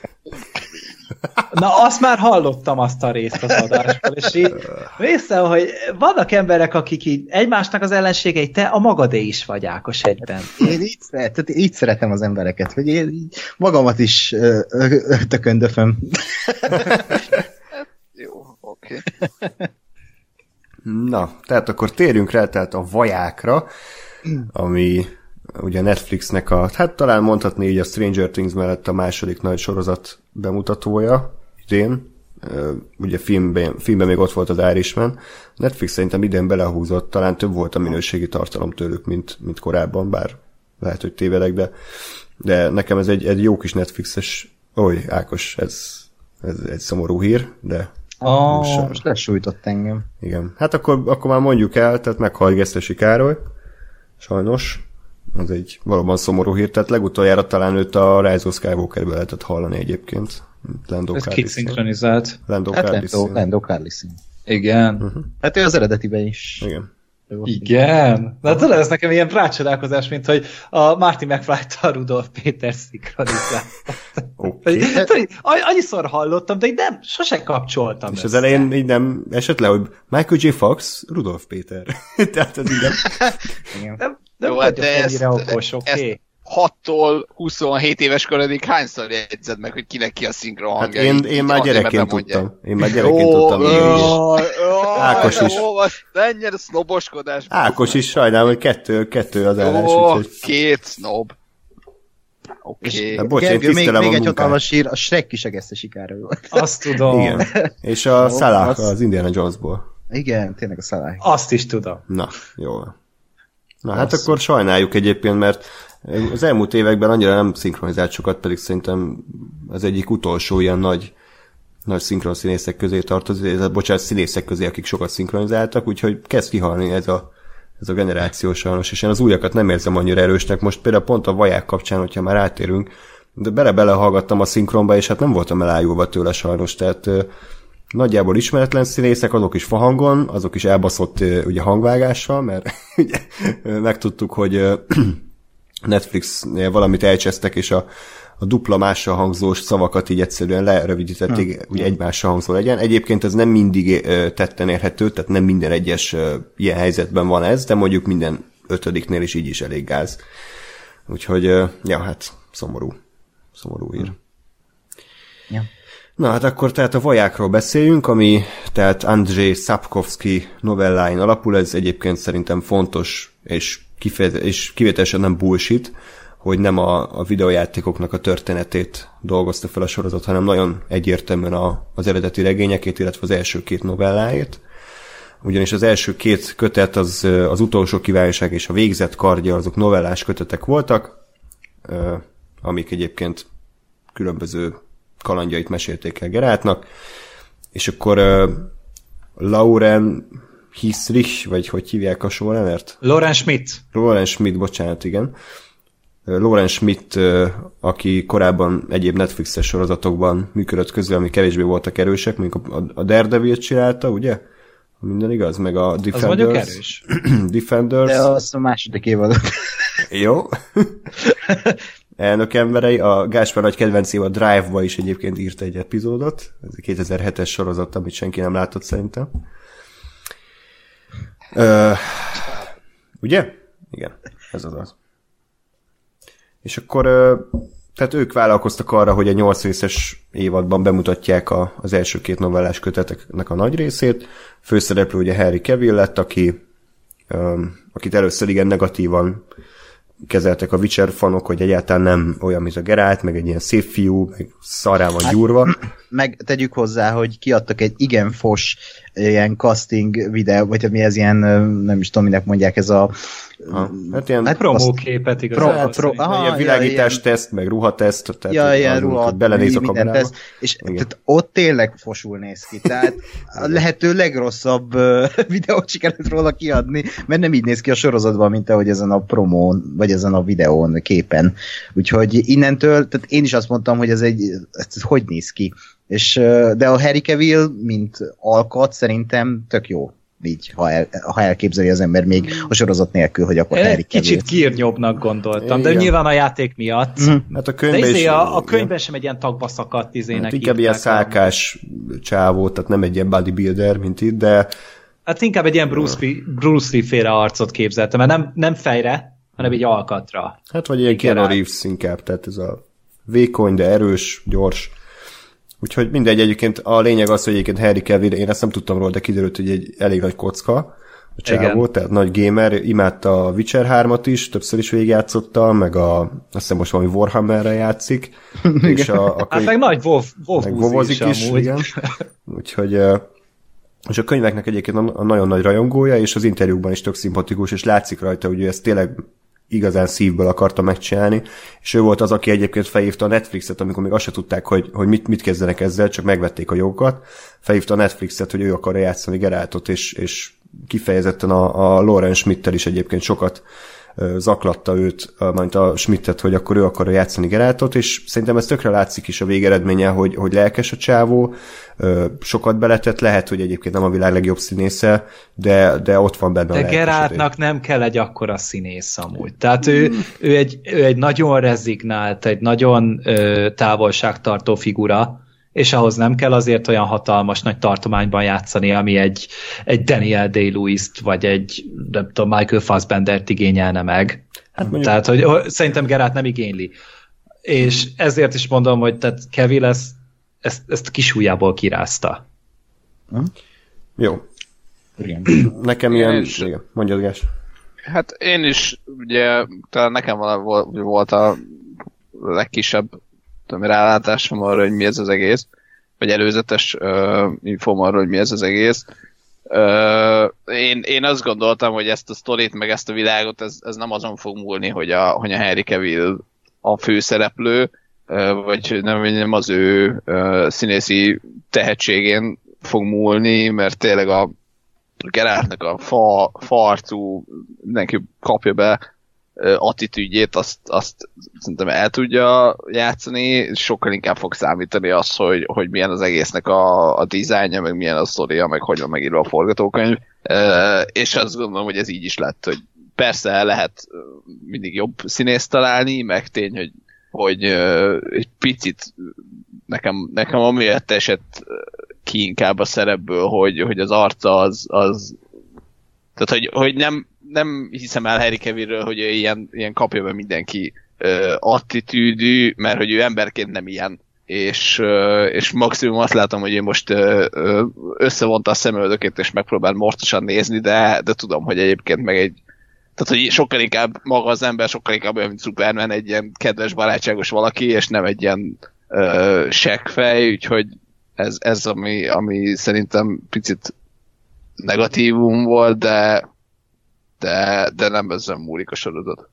Na, azt már hallottam azt a részt az adásból, és így vissza, hogy vannak emberek, akik így egymásnak az ellenségei, te a magadé is vagy, Ákos, egyben.
Én így, szeret, így szeretem az embereket, hogy én így magamat is ö, ö, tököndöföm.
Jó, oké.
Okay. Na, tehát akkor térjünk rá tehát a vajákra, ami ugye Netflixnek a, hát talán mondhatni így a Stranger Things mellett a második nagy sorozat bemutatója idén. Ugye filmben, filmben még ott volt az Irishman. Netflix szerintem idén belehúzott, talán több volt a minőségi tartalom tőlük, mint, mint korábban, bár lehet, hogy tévedek, de, de nekem ez egy, egy jó kis Netflixes, oly, Ákos, ez, ez egy szomorú hír, de
oh, most, most lesújtott engem.
Igen, hát akkor, akkor már mondjuk el, tehát meghalt Gesztesi Károly, sajnos. Az egy valóban szomorú hír, tehát legutoljára talán őt a Rise of Skywalker-ből lehetett hallani egyébként. Lando
Ez kik szinkronizált?
Lando
hát
Calrissian.
Lando Calrissian.
Igen.
Uh-huh.
Hát ő az eredetiben is.
Igen.
Igen. De tudod, ez nekem ilyen rácsodálkozás, mint hogy a Marty McFly-t a Rudolf Péter szinkronizált.
Okay.
Annyiszor hallottam, de így nem, sosem kapcsoltam.
És az elején így nem esett le, hogy Michael J. Fox, Rudolf Péter. Tehát ez így
nem...
nem Nem
jó, hát de ezt,
okos, okay.
ezt hattól huszonhét éves korodig hányszor jegyzed meg, hogy kinek ki a szinkron hangja?
Hát én, én már gyerekként tudtam. Én már gyerekként tudtam. Ákos is.
Ennyire sznoboskodás.
Ákos is, sajnálom, hogy kettő, kettő az állás.
Ó, két sznob. Oké.
Okay. Gergő, még, még egy hatalmas hír, a Shrek is a Gesztesi Károly volt.
Azt tudom.
Igen. És a Salah az Indiana Jonesból.
Igen, tényleg a Salah.
Azt is tudom.
Na, jó. Na hát Azt. Akkor sajnáljuk egyébként, mert az elmúlt években annyira nem szinkronizált sokat, pedig szerintem az egyik utolsó ilyen nagy, nagy szinkron színészek közé tartozik, ez a, bocsánat, színészek közé, akik sokat szinkronizáltak, úgyhogy kezd kihalni ez a, ez a generáció sajnos, és én az újakat nem érzem annyira erősnek. Most például pont a vaják kapcsán, hogyha már átérünk, de bele-bele hallgattam a szinkronba, és hát nem voltam elájulva tőle sajnos, tehát nagyjából ismeretlen színészek, azok is fahangon, azok is elbaszott ugye hangvágással, mert ugye megtudtuk, hogy Netflixnél valamit elcsesztek, és a, a dupla mással hangzós szavakat így egyszerűen lerövidítették, hogy egymással hangzó legyen. Egyébként ez nem mindig tetten érhető, tehát nem minden egyes ilyen helyzetben van ez, de mondjuk minden ötödiknél is így is elég gáz. Úgyhogy, ja, hát szomorú. Szomorú hír.
Ja.
Na hát akkor tehát a vajákról beszéljünk, ami tehát Andrzej Sapkowski novelláin alapul, ez egyébként szerintem fontos és, kifeje- és kivételesen nem bullshit, hogy nem a, a videójátékoknak a történetét dolgozta fel a sorozat, hanem nagyon egyértelműen a, az eredeti regényekét, illetve az első két novelláét. Ugyanis az első két kötet, az, az utolsó kívánság és a végzett kardja, azok novellás kötetek voltak, amik egyébként különböző kalandjait mesélték el Geráltnak, és akkor Lauren Hissrich, vagy hogy hívják a showrunnert?
Lauren Schmidt.
Lauren Schmidt, bocsánat, igen. Lauren Schmidt, aki korábban egyéb Netflixes sorozatokban működött közül, ami kevésbé voltak erősek, mondjuk a Daredevil-t csinálta, ugye? Minden igaz? Meg a Defenders. Az
mondjuk erős.
Defenders.
De azt a második évadot.
Jó. Elnök emberei, a Gáspár nagy kedvencém a Drive-ba is egyébként írt egy epizódot. Ez a kétezer-hetes sorozat, amit senki nem látott szerintem. Uh, ugye? Igen, ez az az. És akkor uh, tehát ők vállalkoztak arra, hogy a nyolc részes évadban bemutatják a, az első két novellás köteteknek a nagy részét. Főszereplő ugye Henry Cavill lett, aki, um, akit először igen negatívan kezeltek a Witcher fanok, hogy egyáltalán nem olyan, mint a Geralt, meg egy ilyen szép fiú, meg szarrá van gyúrva.
Meg tegyük hozzá, hogy kiadtak egy igen fos ilyen casting videó, vagy mi ez ilyen, nem is tudom, minek mondják, ez a
ha, hát ilyen
hát promóképet igazából.
Pro, pro, aha, ilyen világítás-teszt, meg ruhateszt, tehát
ja, ilyen ruha,
belenéz a kamerába. Teszt,
és tehát ott tényleg fosul néz ki. Tehát a lehető legrosszabb uh, videót sikerült róla kiadni, mert nem így néz ki a sorozatban, mint ahogy ezen a promón, vagy ezen a videón, képen. Úgyhogy innentől, tehát én is azt mondtam, hogy ez egy, ez hogy néz ki. És, de a Henry Cavill, mint alkat, szerintem tök jó. Így, ha, el, ha elképzeli az ember még a sorozat nélkül, hogy akkor Henry Cavill.
Kicsit gírnyobbnak gondoltam, de nyilván a játék miatt. Mm.
Hát a könyvben
de izé
is,
a, a könyvben sem egy ilyen tagba szakadt izének.
Hát inkább ilyen szálkás csávó, tehát nem egy ilyen bodybuilder, mint itt, de...
Hát inkább egy ilyen Bruce, Bruce Lee féle arcot képzeltem, mert nem, nem fejre, hanem egy alkatra.
Hát vagy ilyen Keanu Reeves inkább, tehát ez a vékony, de erős, gyors. Úgyhogy mindegy, egyébként a lényeg az, hogy egyébként Henry Cavill, én ezt nem tudtam róla, de kiderült, hogy egy elég nagy kocka a csávó, tehát nagy gamer, imádta a Witcher hármat is, többször is végigjátszotta, meg a, azt hiszem most valami Warhammerre játszik. És a, a
könyv... Hát meg nagy Wolf, Wolf
is, is igen. Úgyhogy és a könyveknek egyébként a nagyon nagy rajongója, és az interjúkban is tök szimpatikus, és látszik rajta, hogy ő ezt tényleg igazán szívből akarta megcsinálni, és ő volt az, aki egyébként felhívta a Netflixet, amikor még azt se tudták, hogy, hogy mit, mit kezdenek ezzel, csak megvették a jogokat, felhívta a Netflixet, hogy ő akarja játszani Geraltot, és, és kifejezetten a, a Lauren Schmidt-tel is egyébként sokat zaklatta őt, majd a Schmidtet, hogy akkor ő akarja játszani Geraltot, és szerintem ez tökre látszik is a végeredménye, hogy, hogy lelkes a csávó, sokat beletett, lehet, hogy egyébként nem a világ legjobb színésze, de, de ott van benne
de a lelkesedés. De Geraltnak nem kell egy akkora színész amúgy. Tehát ő, ő, egy, ő egy nagyon rezignált, egy nagyon ö, távolságtartó figura, és ahhoz nem kell azért olyan hatalmas nagy tartományban játszani, ami egy, egy Daniel Day-Lewis-t, vagy egy nem tudom, Michael Fassbendert igényelne meg. Hát mondjuk... Tehát, hogy szerintem Geralt nem igényli. És ezért is mondom, hogy tehát Cavill ezt, ezt, ezt kisújjából kirázta.
Hm? Jó. Igen. Nekem ilyen... Is... Igen. Mondjad, Gás.
Hát én is, ugye, talán nekem volt a legkisebb tudom, rálátásom arra, hogy mi ez az egész, vagy előzetes uh, infóm arra, hogy mi ez az egész. Uh, én, én azt gondoltam, hogy ezt a sztorit, meg ezt a világot, ez, ez nem azon fog múlni, hogy a, hogy a Henry Cavill a főszereplő, uh, vagy nem, nem az ő uh, színészi tehetségén fog múlni, mert tényleg a Geraltnak a fa, fa arcú, mindenki kapja be attitűdjét, azt, azt szerintem el tudja játszani, sokkal inkább fog számítani az, hogy, hogy milyen az egésznek a, a dizájnja, meg milyen a sztoria, meg hogy van megírva a forgatókönyv, és azt gondolom, hogy ez így is lett, hogy persze lehet mindig jobb színészt találni, meg tény, hogy, hogy egy picit nekem, nekem amiatt esett ki inkább a szerepből, hogy, hogy az arca az, az tehát, hogy, hogy nem nem hiszem el Henry Cavillről, hogy ő ilyen, ilyen kapja be mindenki uh, attitűdű, mert hogy ő emberként nem ilyen. És, uh, és maximum azt látom, hogy ő most uh, összevonta a szemöldökét, és megpróbál morcosan nézni, de, de tudom, hogy egyébként meg egy Tehát, hogy sokkal inkább maga az ember, sokkal inkább olyan, mint Superman, egy ilyen kedves, barátságos valaki, és nem egy ilyen uh, seggfej, úgyhogy ez, ez ami, ami szerintem picit negatívum volt, de, de, de nem ezen múlik a sorozat.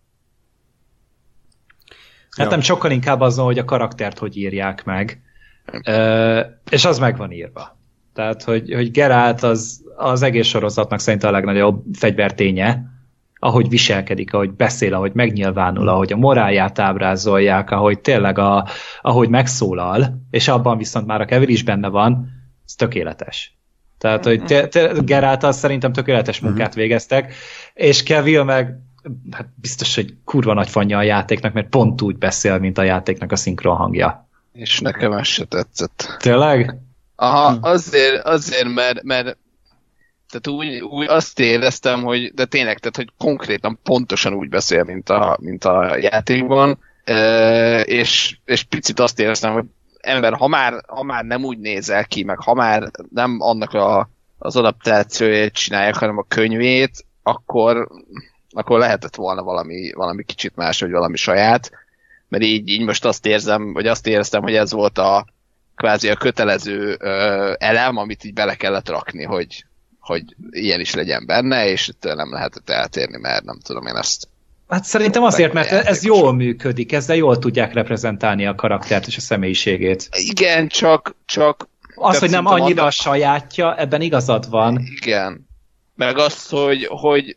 Hát nem, sokkal inkább azon, hogy a karaktert hogy írják meg. Uh, és az meg van írva. Tehát, hogy, hogy Geralt az, az egész sorozatnak szerintem a legnagyobb fegyverténye, ahogy viselkedik, ahogy beszél, ahogy megnyilvánul, ahogy a morálját ábrázolják, ahogy tényleg a, ahogy megszólal, és abban viszont már a Cavill is benne van, ez tökéletes. Tehát, hogy te, te, Geralt az szerintem tökéletes munkát végeztek, és Cavill meg hát biztos, hogy kurva nagy fanja a játéknak, mert pont úgy beszél, mint a játéknak a szinkron hangja.
És nekem ez se tetszett.
Tényleg?
Aha, azért, azért mert, mert tehát úgy, úgy azt éreztem, hogy, de tényleg, tehát, hogy konkrétan pontosan úgy beszél, mint a, mint a játékban, e, és, és picit azt éreztem, hogy ember, ha már, ha már nem úgy nézel ki, meg ha már nem annak a, az adaptációját csinálják, hanem a könyvét, akkor, akkor lehetett volna valami, valami kicsit más, vagy valami saját, mert így, így most azt érzem, vagy azt éreztem, hogy ez volt a kvázi a kötelező ö, elem, amit így bele kellett rakni, hogy, hogy ilyen is legyen benne, és ettől nem lehetett eltérni, mert nem tudom én ezt.
Hát szerintem azért, mert ez jól működik, ezzel jól tudják reprezentálni a karaktert és a személyiségét.
Igen, csak... csak
az, hogy nem annyira annak... a sajátja, ebben igazad van.
Igen. Meg az, hogy, hogy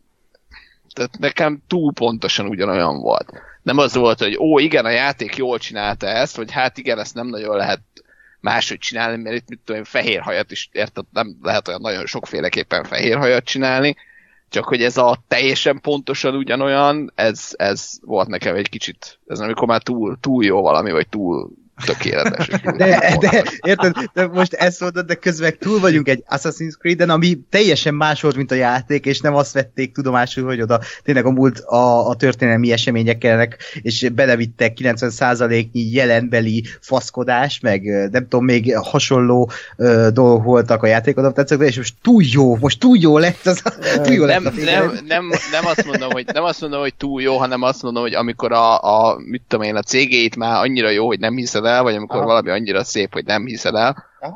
tehát nekem túl pontosan ugyanolyan volt. Nem az volt, hogy ó, igen, a játék jól csinálta ezt, vagy hát igen, ezt nem nagyon lehet máshogy csinálni, mert itt mit tudom én, fehér hajat is, érted, nem lehet olyan nagyon sokféleképpen fehér hajat csinálni, csak hogy ez a teljesen pontosan ugyanolyan, ez, ez volt nekem egy kicsit, ez amikor már túl, túl jó valami, vagy túl tökéletes.
De, de, érted, de most ezt mondod, de közben túl vagyunk egy Assassin's Creed-en, ami teljesen más volt, mint a játék, és nem azt vették tudomásul, hogy oda tényleg a múlt a, a történelmi eseményeknek, és belevittek kilencven százaléknyi jelenbeli faszkodás, meg nem tudom, még hasonló uh, dolgok voltak a játékadaptációkban, és most túl jó, most túl jó lett az túl jó
nem,
lett a
nem, nem, nem, azt mondom, hogy, nem azt mondom, hogy túl jó, hanem azt mondom, hogy amikor a, a mit tudom én, a cégét már annyira jó, hogy nem hiszed el, vagy amikor Aha. valami annyira szép, hogy nem hiszed el. Aha.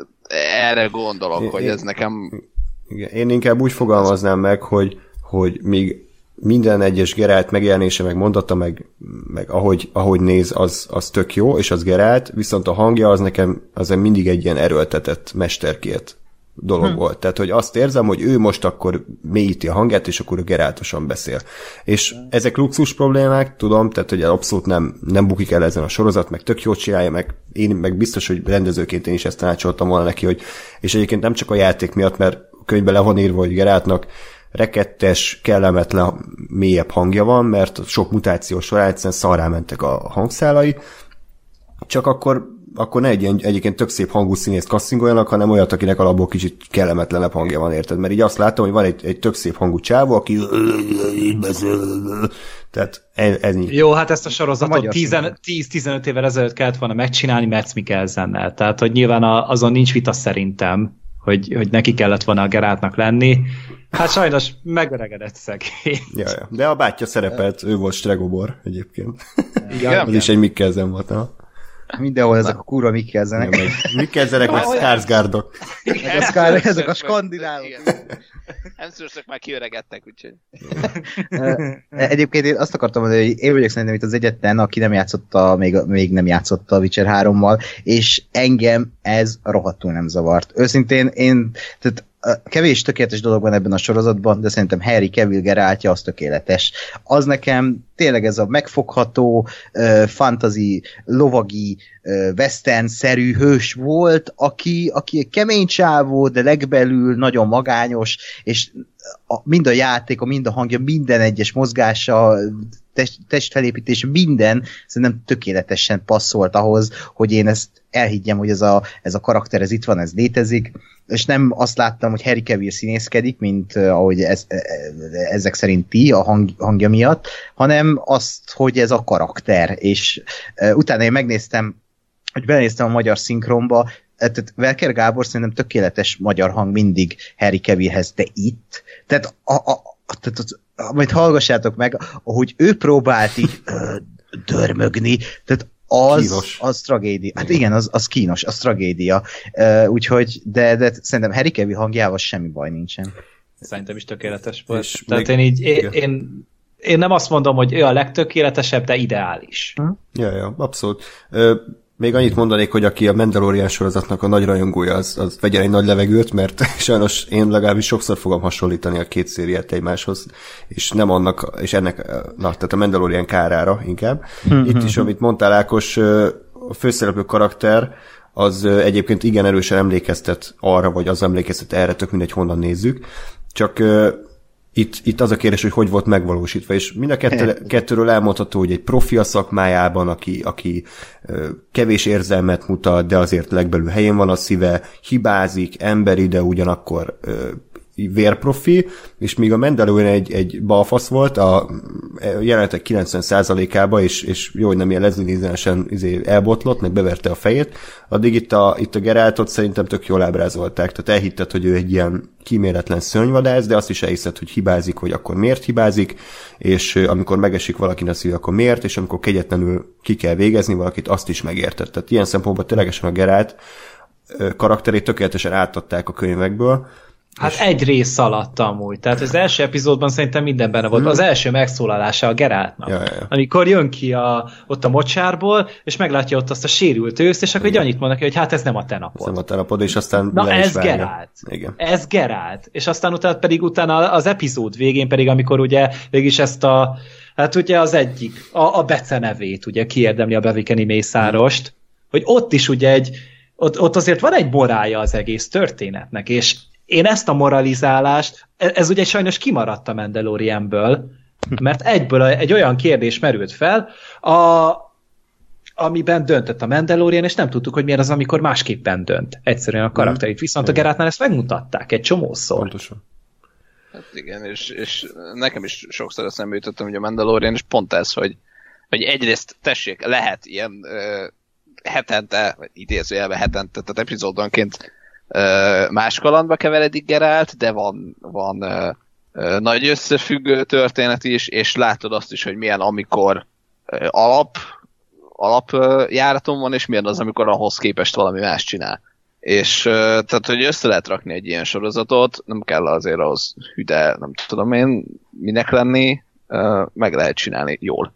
Erre gondolok, én, hogy ez nekem...
Igen, én inkább úgy fogalmaznám meg, hogy, hogy még minden egyes Geralt megjelenése, meg mondata, meg, meg ahogy, ahogy néz, az, az tök jó, és az Geralt, viszont a hangja az nekem az mindig egy ilyen erőltetett mesterkért dolog hm. volt. Tehát, hogy azt érzem, hogy ő most akkor mélyíti a hangját, és akkor Geraltosan beszél. És ezek luxus problémák, tudom, tehát, hogy abszolút nem, nem bukik el ezen a sorozat, meg tök jót csinálja, meg én meg biztos, hogy rendezőként én is ezt tanácsoltam volna neki, hogy, és egyébként nem csak a játék miatt, mert a könyvben le van írva, hogy Geraltnak rekettes, kellemetlen, mélyebb hangja van, mert sok mutáció során egyszerűen szarrá mentek a hangszálai, csak akkor akkor ne egy ilyen egyébként tök szép hangú színészt kasszingoljanak, hanem olyat, akinek alapból kicsit kellemetlenebb hangja van, érted? Mert így azt látom, hogy van egy, egy tök szép hangú csávó, aki így beszél, tehát ez így.
Jó, hát ezt a sorozatot tíz-tizenöt évvel ezelőtt kellett volna megcsinálni Mads Mikkelsennel. Tehát, hogy nyilván azon nincs vita szerintem, hogy, hogy neki kellett volna a Geraltnak lenni. Hát sajnos megöregedett szegény.
Ja, ja. De a bátyja szerepelt, ő volt Stregobor egyébként. Igen, az is egy Mikkelsen volt, ha?
Mindenhol ezek a kurva Mikkelsenek.
Ja, Mikkelsenek, meg Skarsgårdok.
Ezek a skandinávok.
Hemsworthök már kiöregedtek, úgyhogy.
Egyébként én azt akartam mondani, hogy én vagyok szerintem itt az egyetlen, aki nem játszotta, még, még nem játszotta a Witcher hárommal, és engem ez rohadtul nem zavart. Őszintén én, tehát kevés tökéletes dolog van ebben a sorozatban, de szerintem Henry Cavill Geraltja az tökéletes. Az nekem tényleg ez a megfogható, uh, fantasy, lovagi, uh, western-szerű hős volt, aki, aki kemény csávó, de legbelül nagyon magányos, és a, mind a játéka, mind a hangja, minden egyes mozgása, test, testfelépítés, minden szerintem tökéletesen passzolt ahhoz, hogy én ezt elhiggyem, hogy ez a, ez a karakter, ez itt van, ez létezik, és nem azt láttam, hogy Henry Cavill színészkedik, mint uh, ahogy ez, ezek szerint ti a hang, hangja miatt, hanem azt, hogy ez a karakter, és uh, utána én megnéztem, hogy belenéztem a magyar szinkronba, tehát Welker Gábor szerintem tökéletes magyar hang mindig Henry Cavillhez, de itt, tehát a, a, tehát az, majd hallgassátok meg, ahogy ő próbált így ö, dörmögni, tehát az, kínos. Az tragédia. Hát igen, az, az kínos, az tragédia. Uh, úgyhogy, de, de szerintem Harry Cavill hangjával semmi baj nincsen.
Szerintem is tökéletes volt. És Tehát még, én így, én, én, én nem azt mondom, hogy ő a legtökéletesebb, de ideális. Hm?
Ja, ja, abszolút. Ö, még annyit mondanék, hogy aki a Mandalorian sorozatnak a nagy rajongója, az, az vegyen egy nagy levegőt, mert sajnos én legalábbis sokszor fogom hasonlítani a két szériát egymáshoz, és nem annak, és ennek, na, tehát a Mandalorian kárára inkább. Itt is, amit mondtál, Ákos, a főszereplő karakter, az egyébként igen erősen emlékeztet arra, vagy az emlékeztet erre, tök mindegy, honnan nézzük. Csak Itt, itt az a kérdés, hogy hogy volt megvalósítva, és mind a kettő, kettőről elmondható, hogy egy profi a szakmájában, aki, aki kevés érzelmet mutat, de azért legbelül helyén van a szíve, hibázik, emberi, de ugyanakkor vérprofi, és míg a Mandalorian egy, egy balfasz volt, a jelenetek kilencven százalékában, és, és jó, hogy nem ilyen lezilízenesen izé elbotlott, meg beverte a fejét, addig itt a, itt a Geraltot szerintem tök jól ábrázolták, tehát elhitted, hogy ő egy ilyen kíméletlen szörnyvadász, de azt is elhiszed, hogy hibázik, hogy akkor miért hibázik, és amikor megesik valakinek a szíve, akkor miért, és amikor kegyetlenül ki kell végezni valakit, azt is megértett. Tehát ilyen szempontból ténylegesen a Geralt karakterét tökéletesen átadták a könyvekből.
Hát és... egy rész alatt amúgy. Tehát az első epizódban szerintem minden benne volt. Hmm. Az első megszólalása a Geraltnak. Ja, ja, ja. Amikor jön ki a, ott a mocsárból, és meglátja ott azt a sérült őszt, és akkor egy annyit mond neki, hogy hát ez nem a te napod.
Ez nem a te napod, és aztán
na ez Geralt.
Igen.
Ez Geralt. És aztán utána pedig utána az epizód végén pedig, amikor ugye végig ezt a, hát ugye az egyik, a, a Bece nevét ugye kiérdemli a bevikeni mészárost, hmm. hogy ott is ugye egy, ott, ott azért van egy morálja az egész történetnek, és én ezt a moralizálást, ez ugye sajnos kimaradt a Mandalorianből, mert egyből egy olyan kérdés merült fel, a, amiben döntött a Mandalorian, és nem tudtuk, hogy milyen az, amikor másképpen dönt. Egyszerűen a karakterét. Viszont a Geraltnál ezt megmutatták egy csomószor.
Pontosan.
Hát igen, és, és nekem is sokszor eszembe jutottam, hogy a Mandalorian, és pont ez, hogy, hogy egyrészt tessék, lehet ilyen uh, hetente, vagy idézőjelben hetente, tehát epizódonként Uh, más kalandba keveredik Geralt, de van, van uh, uh, nagy összefüggő történet is, és látod azt is, hogy milyen amikor uh, alap, alap uh, járaton van, és milyen az, amikor ahhoz képest valami más csinál. És uh, tehát, hogy össze lehet rakni egy ilyen sorozatot, nem kell azért ahhoz hüde, nem tudom én, minek lenni, uh, meg lehet csinálni jól.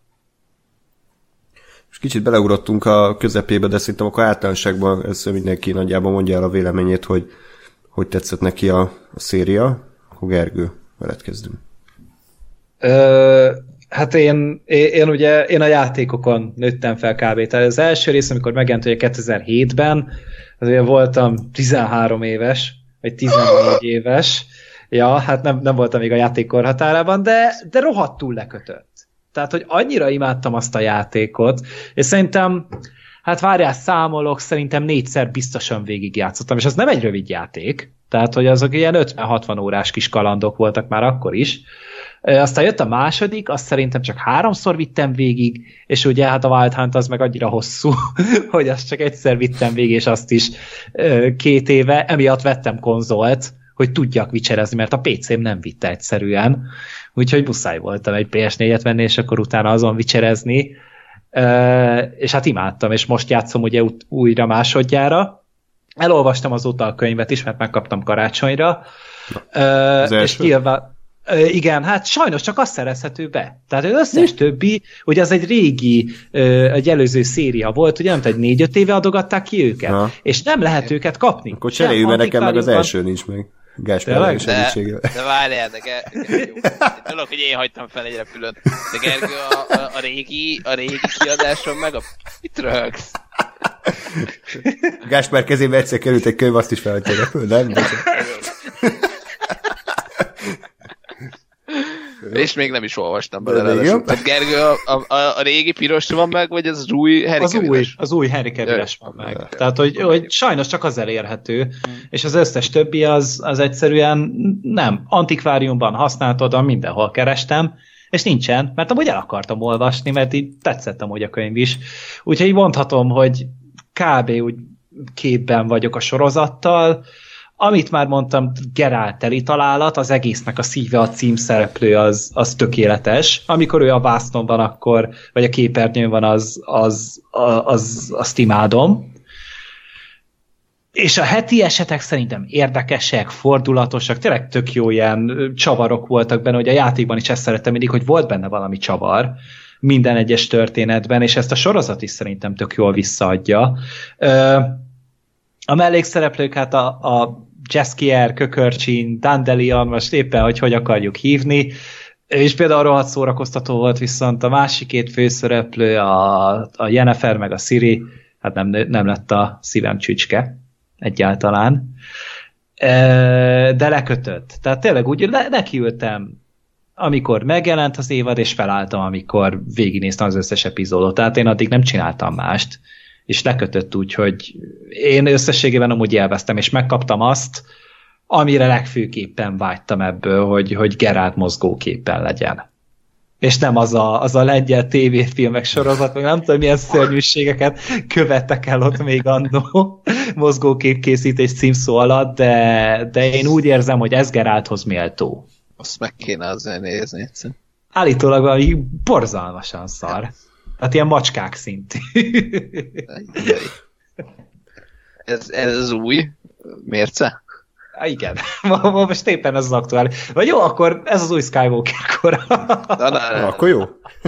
És kicsit beleugrottunk a közepébe, de szerintem akkor általánosságban ez mindenki nagyjából mondja el a véleményét, hogy hogy tetszett neki a, a széria. Akkor Gergő, veled kezdünk.
Ö, hát én, én, én ugye én a játékokon nőttem fel kb. Tehát az első rész, amikor megjelent ugye kétezer-hétben, azért voltam tizenhárom éves, vagy tizennégy éves. Ja, hát nem, nem voltam még a játék korhatárában, de, de rohadtul lekötött. Tehát, hogy annyira imádtam azt a játékot, és szerintem, hát várjál, számolok, szerintem négyszer biztosan végigjátszottam, és az nem egy rövid játék, tehát, hogy azok ilyen ötven-hatvan órás kis kalandok voltak már akkor is. Aztán jött a második, azt szerintem csak háromszor vittem végig, és ugye hát a Wild Hunt az meg annyira hosszú, hogy azt csak egyszer vittem végig, és azt is két éve, emiatt vettem konzolt, hogy tudjak vicserezni, mert a pé cém nem vitte egyszerűen. Úgyhogy muszáj voltam egy pé es négyet venni, és akkor utána azon vicserezni. Uh, és hát imádtam, és most játszom ugye újra másodjára. Elolvastam azóta a könyvet is, mert megkaptam karácsonyra. Uh, és nyilván, uh, igen, hát sajnos csak az szerezhető be. Tehát az összes Mi? többi, ugye az egy régi, uh, egy előző széria volt, ugye nem tudom, hogy négy-öt éve adogatták ki őket, ha. és nem lehet őket kapni.
Akkor cseréljük, mert nekem meg az első nincs meg. Gáspár segítségével.
De, de várjál, de Gergő, tudok, hogy én hagytam fel egy repülőt, de Gergő, a, a, a régi, a régi kiadáson meg a... Mit röhögsz?
Gáspár kezébe egyszer került egy könyv, azt is felhagyta a repülőt, nem?
És még nem is olvastam belőle. Tehát Gergő, a, a, a régi piros van meg, vagy ez az új Harry
Az új, az új Harry Cavill-es van meg. Ja. Tehát, hogy, hogy sajnos csak az elérhető, hmm. és az összes többi az, az egyszerűen nem. Antikváriumban használtad, mindenhol kerestem, és nincsen, mert amúgy el akartam olvasni, mert így tetszett amúgy a könyv is. Úgyhogy így mondhatom, hogy kb. Úgy képben vagyok a sorozattal. Amit már mondtam, Geralt teli találat, az egésznek a szíve, a címszereplő az, az tökéletes. Amikor ő a vásznon van, akkor, vagy a képernyőn van, az, az, az, az azt imádom. És a heti esetek szerintem érdekesek, fordulatosak, tényleg tök jó ilyen csavarok voltak benne, hogy a játékban is ezt szerettem mindig, hogy volt benne valami csavar minden egyes történetben, és ezt a sorozat is szerintem tök jól visszaadja. A mellékszereplők, hát a, a Jaskier, Kökörcsin, Dandelion, most éppen, hogy hogy akarjuk hívni, és például rohadt szórakoztató volt, viszont a másik két főszereplő, a, a Yennefer meg a Ciri, hát nem, nem lett a szívem csücske egyáltalán, de lekötött. Tehát tényleg úgy le, nekiültem, amikor megjelent az évad, és felálltam, amikor végignéztem az összes epizódot. Tehát én addig nem csináltam mást, és lekötött úgy, hogy én összességében amúgy élveztem, és megkaptam azt, amire legfőképpen vágytam ebből, hogy, hogy Geralt mozgóképpen legyen. És nem az a, az a lengyel tévéfilmek sorozat, meg nem tudom, milyen szörnyűségeket követtek el ott még annó mozgóképkészítés címszó alatt, de, de én úgy érzem, hogy ez Geralthoz méltó.
Azt meg kéne azért nézni egyszer.
Állítólag valami borzalmasan szar. Tehát ilyen macskák szintű.
ez, ez új mérce?
Há, igen. Most éppen ez az aktuális. Vagy jó, akkor ez az új Skywalker kora.
Na, na, na. Akkor jó.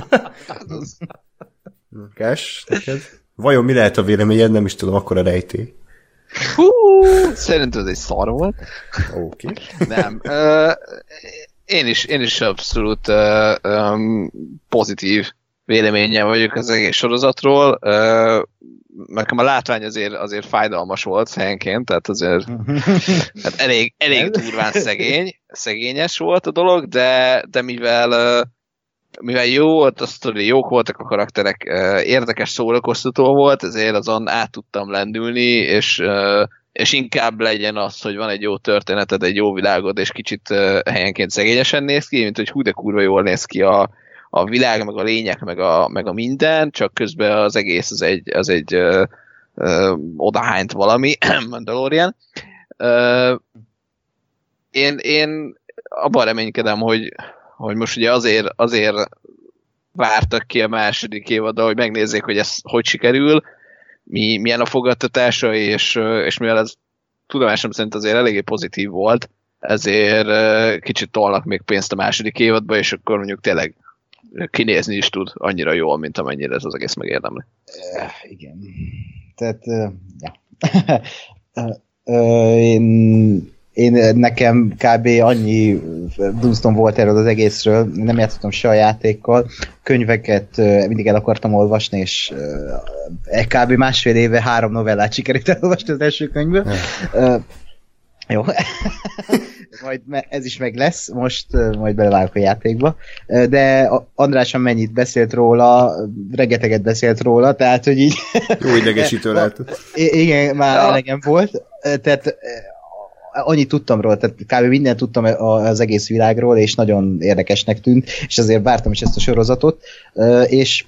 Kás, neked? Vajon mi lehet a véleményed? Nem is tudom, akkor a rejtély.
Hú, szerintem ez egy szar volt.
Oké. Okay.
Nem. Uh, én, is, én is abszolút uh, um, pozitív véleményem vagyok az egész sorozatról. Uh, nekem a látvány azért, azért fájdalmas volt helyenként, tehát azért hát elég, elég durván szegény, szegényes volt a dolog, de, de mivel, mivel jó volt a sztori, jók voltak a karakterek, érdekes szórakoztató volt, ezért azon át tudtam lendülni, és, és inkább legyen az, hogy van egy jó történeted, egy jó világod, és kicsit helyenként szegényesen néz ki, mint hogy hú de kurva jól néz ki a a világ, meg a lények, meg a, meg a minden, csak közben az egész az egy, az egy ö, ö, odahányt valami, Mandalorian. Ö, én, én abban reménykedem, hogy, hogy most ugye azért, azért vártak ki a második évadra, hogy megnézzék, hogy ez hogy sikerül, mi, milyen a fogadtatása, és, és mivel ez tudomásom szerint azért eléggé pozitív volt, ezért kicsit tolnak még pénzt a második évadba, és akkor mondjuk tényleg kinézni is tud annyira jól, mint amennyire ez az egész megérdemli.
Uh, igen. Tehát, uh, ja. uh, én, én nekem kb. Annyi dunsztom volt erről az egészről, nem játszottam se a játékkal, könyveket uh, mindig el akartam olvasni, és uh, kb. Másfél éve három novellát sikerült elolvasni az első könyvből. Uh, jó. Majd ez is meg lesz, most majd belevágok a játékba. De András mennyit beszélt róla, rengeteget beszélt róla, tehát, hogy így...
Jó idegesítő lehet.
Igen, már ja. Elegem volt. Tehát annyit tudtam róla, tehát kb. Mindent tudtam az egész világról, és nagyon érdekesnek tűnt, és azért vártam is ezt a sorozatot, és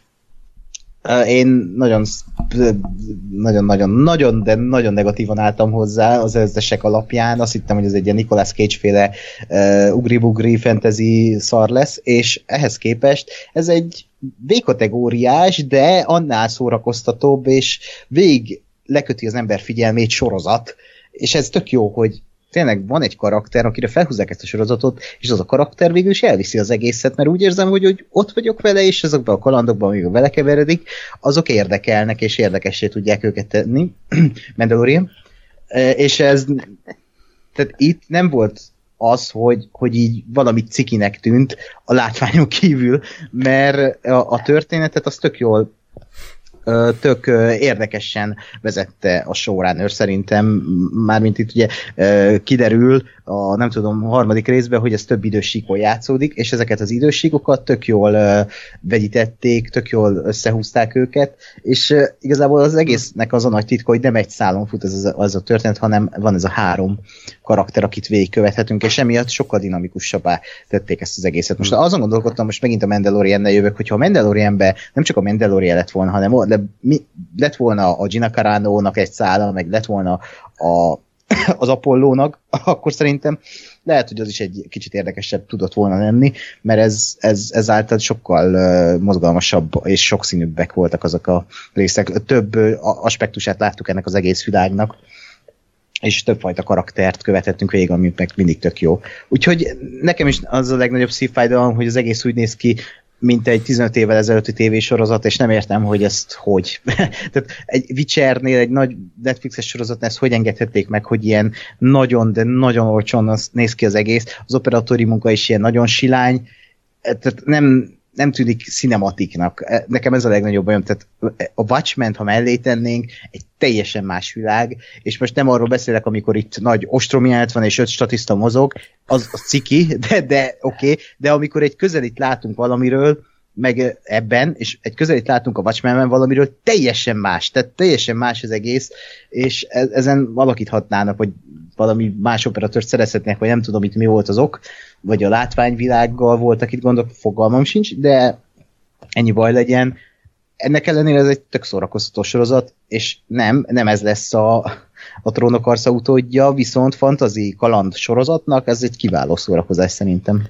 én nagyon nagyon, nagyon, nagyon, de nagyon negatívan álltam hozzá az ezdesek alapján. Azt hittem, hogy ez egy ilyen Nicolas Cage-féle uh, ugri-bugri fantasy szar lesz, és ehhez képest ez egy V-kategóriás, de annál szórakoztatóbb, és végig leköti az ember figyelmét sorozat, és ez tök jó, hogy tényleg van egy karakter, akire felhúzzák ezt a sorozatot, és az a karakter végül is elviszi az egészet, mert úgy érzem, hogy, hogy ott vagyok vele, és azokban a kalandokban, amíg vele keveredik, azok érdekelnek, és érdekessé tudják őket tenni. Mandalorian. És ez, tehát itt nem volt az, hogy, hogy így valami cikinek tűnt a látványon kívül, mert a, a történetet az tök jól tök érdekesen vezette a showrunner szerintem, mármint itt ugye kiderül a nem tudom, harmadik részben, hogy ez több idősíkon játszódik, és ezeket az idősíkokat tök jól vegyítették, tök jól összehúzták őket, és igazából az egésznek az a nagy titka, hogy nem egy szálon fut ez az, az a történet, hanem van ez a három karakter, akit végigkövethetünk, és emiatt sokkal dinamikusabbá tették ezt az egészet. Most azon gondolkodtam, most megint a Mandalorian-nel jövök, hogyha a Mandalorianben nem csak a Mandalorian lett volna, hanem de mi, lett volna a Gina Carano-nak egy szála, meg lett volna a az Apollónak, akkor szerintem lehet, hogy az is egy kicsit érdekesebb tudott volna lenni, mert ez, ez, ezáltal sokkal uh, mozgalmasabb és sokszínűbbek voltak azok a részek. Több uh, aspektusát láttuk ennek az egész világnak, és többfajta karaktert követettünk végig, ami meg mindig tök jó. Úgyhogy nekem is az a legnagyobb szívfájdalom, hogy az egész úgy néz ki, mint egy tizenöt évvel ezelőtti tévésorozat, és nem értem, hogy ezt hogy. Tehát egy Witchernél, egy nagy Netflixes sorozatnál ezt hogy engedhették meg, hogy ilyen nagyon, de nagyon olcsón néz ki az egész. Az operatóri munka is ilyen nagyon silány. Tehát nem, nem tűnik cinematiknak. Nekem ez a legnagyobb bajom. Tehát a Watchmen, ha mellé tennénk, egy teljesen más világ, és most nem arról beszélek, amikor itt nagy ostromiált van, és öt statiszta mozog, az, az ciki, de, de oké, okay. De amikor egy közelít látunk valamiről, meg ebben, és egy közelít látunk a Watchmenben valamiről, teljesen más, tehát teljesen más az egész, és ezen alakíthatnának, vagy valami más operatőrt szerezhetnek, vagy nem tudom itt mi volt az ok, vagy a látványvilággal voltak itt gondok, fogalmam sincs, de ennyi baj legyen. Ennek ellenére ez egy tök szórakoztató sorozat, és nem, nem ez lesz a, a Trónok harca utódja, viszont fantasy kaland sorozatnak ez egy kiváló szórakozás szerintem.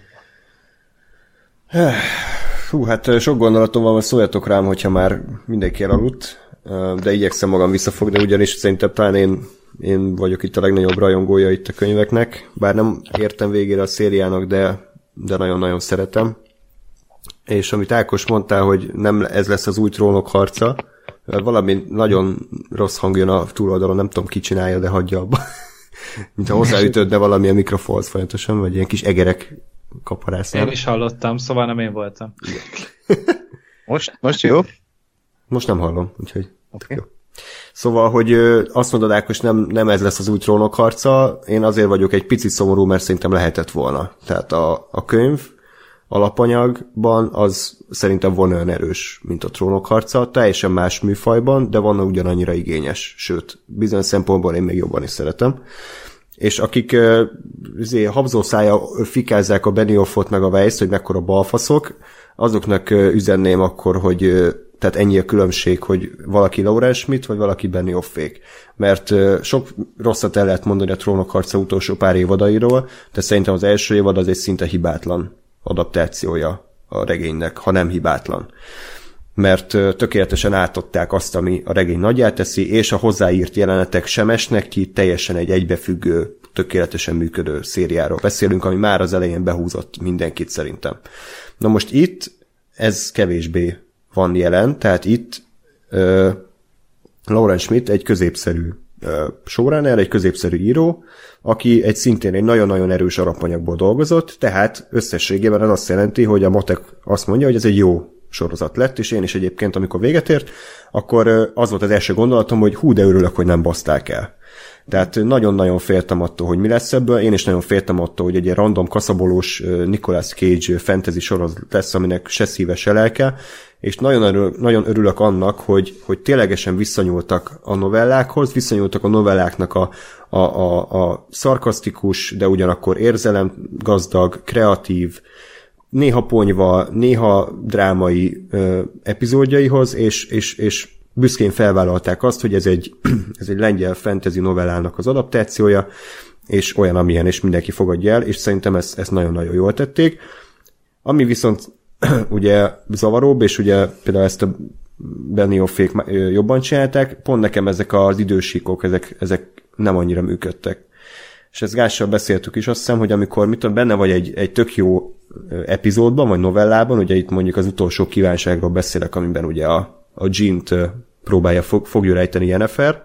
Hú, hát sok gondolatom van, hogy szóljatok rám, hogyha már mindenki elaludt, de igyekszem magam visszafogni, ugyanis szerintem talán én, én vagyok itt a legnagyobb rajongója itt a könyveknek, bár nem értem végére a szériának, de, de nagyon-nagyon szeretem. És amit Ákos mondtál, hogy nem ez lesz az új Trónok harca, valami nagyon rossz hang jön a túloldalon, nem tudom ki csinálja, de hagyja abba. Mintha hozzáütöd, de valami a mikrofonhoz folyamatosan, vagy ilyen kis egerek kaparásznak.
Én is hallottam, szóval nem én voltam.
Most, most jó?
Most nem hallom, úgyhogy
okay.
Jó. Szóval, hogy azt mondod, Ákos, nem, nem ez lesz az új Trónok harca, én azért vagyok egy picit szomorú, mert szerintem lehetett volna. Tehát a, a könyv alapanyagban az szerintem van olyan erős, mint a Trónok harca, teljesen más műfajban, de van ugyanannyira igényes, sőt, bizonyos szempontból én még jobban is szeretem. És akik uh, habzószája fikázzák a Benioffot meg a Weiss-t, hogy mekkora balfaszok, azoknak uh, üzenném akkor, hogy uh, tehát ennyi a különbség, hogy valaki Lawrence Schmidt, vagy valaki Benioffék. Mert uh, sok rosszat el lehet mondani a Trónok harca utolsó pár évadairól, de szerintem az első évad az egy szinte hibátlan adaptációja a regénynek, ha nem hibátlan. Mert uh, tökéletesen átadták azt, ami a regény nagyját teszi, és a hozzáírt jelenetek sem esnek ki, teljesen egy egybefüggő, tökéletesen működő szériáról beszélünk, ami már az elején behúzott mindenkit szerintem. Na most itt ez kevésbé van jelen, tehát itt uh, Lawrence Schmidt egy középszerű uh, showrunner, egy középszerű író, aki egy szintén egy nagyon-nagyon erős alapanyagból dolgozott, tehát összességében ez azt jelenti, hogy a Matek azt mondja, hogy ez egy jó sorozat lett, és én is egyébként, amikor véget ért, akkor az volt az első gondolatom, hogy hú, de örülök, hogy nem baszták el. Tehát nagyon-nagyon féltem attól, hogy mi lesz ebből, én is nagyon féltem attól, hogy egy ilyen random kaszabolós Nicolas Cage fantasy sorozat lesz, aminek se szíve, se lelke, és nagyon, örül, nagyon örülök annak, hogy, hogy ténylegesen visszanyúltak a novellákhoz, visszanyúltak a novelláknak a, a, a, a szarkasztikus, de ugyanakkor érzelemgazdag, kreatív, néha ponyva, néha drámai ö, epizódjaihoz, és, és, és büszkén felvállalták azt, hogy ez egy, ez egy lengyel fantasy novellának az adaptációja, és olyan, amilyen, és mindenki fogadja el, és szerintem ezt, ezt nagyon-nagyon jól tették. Ami viszont ugye zavaróbb, és ugye például ezt a Benioffék jobban csinálták, pont nekem ezek az idősíkok, ezek, ezek nem annyira működtek. És ezt Gással beszéltük is, azt hiszem, hogy amikor mit tudom, benne vagy egy, egy tök jó epizódban, vagy novellában, ugye itt mondjuk az utolsó kívánságról beszélek, amiben ugye a, a Jean-t próbálja fog, fogja rejteni Yennefer.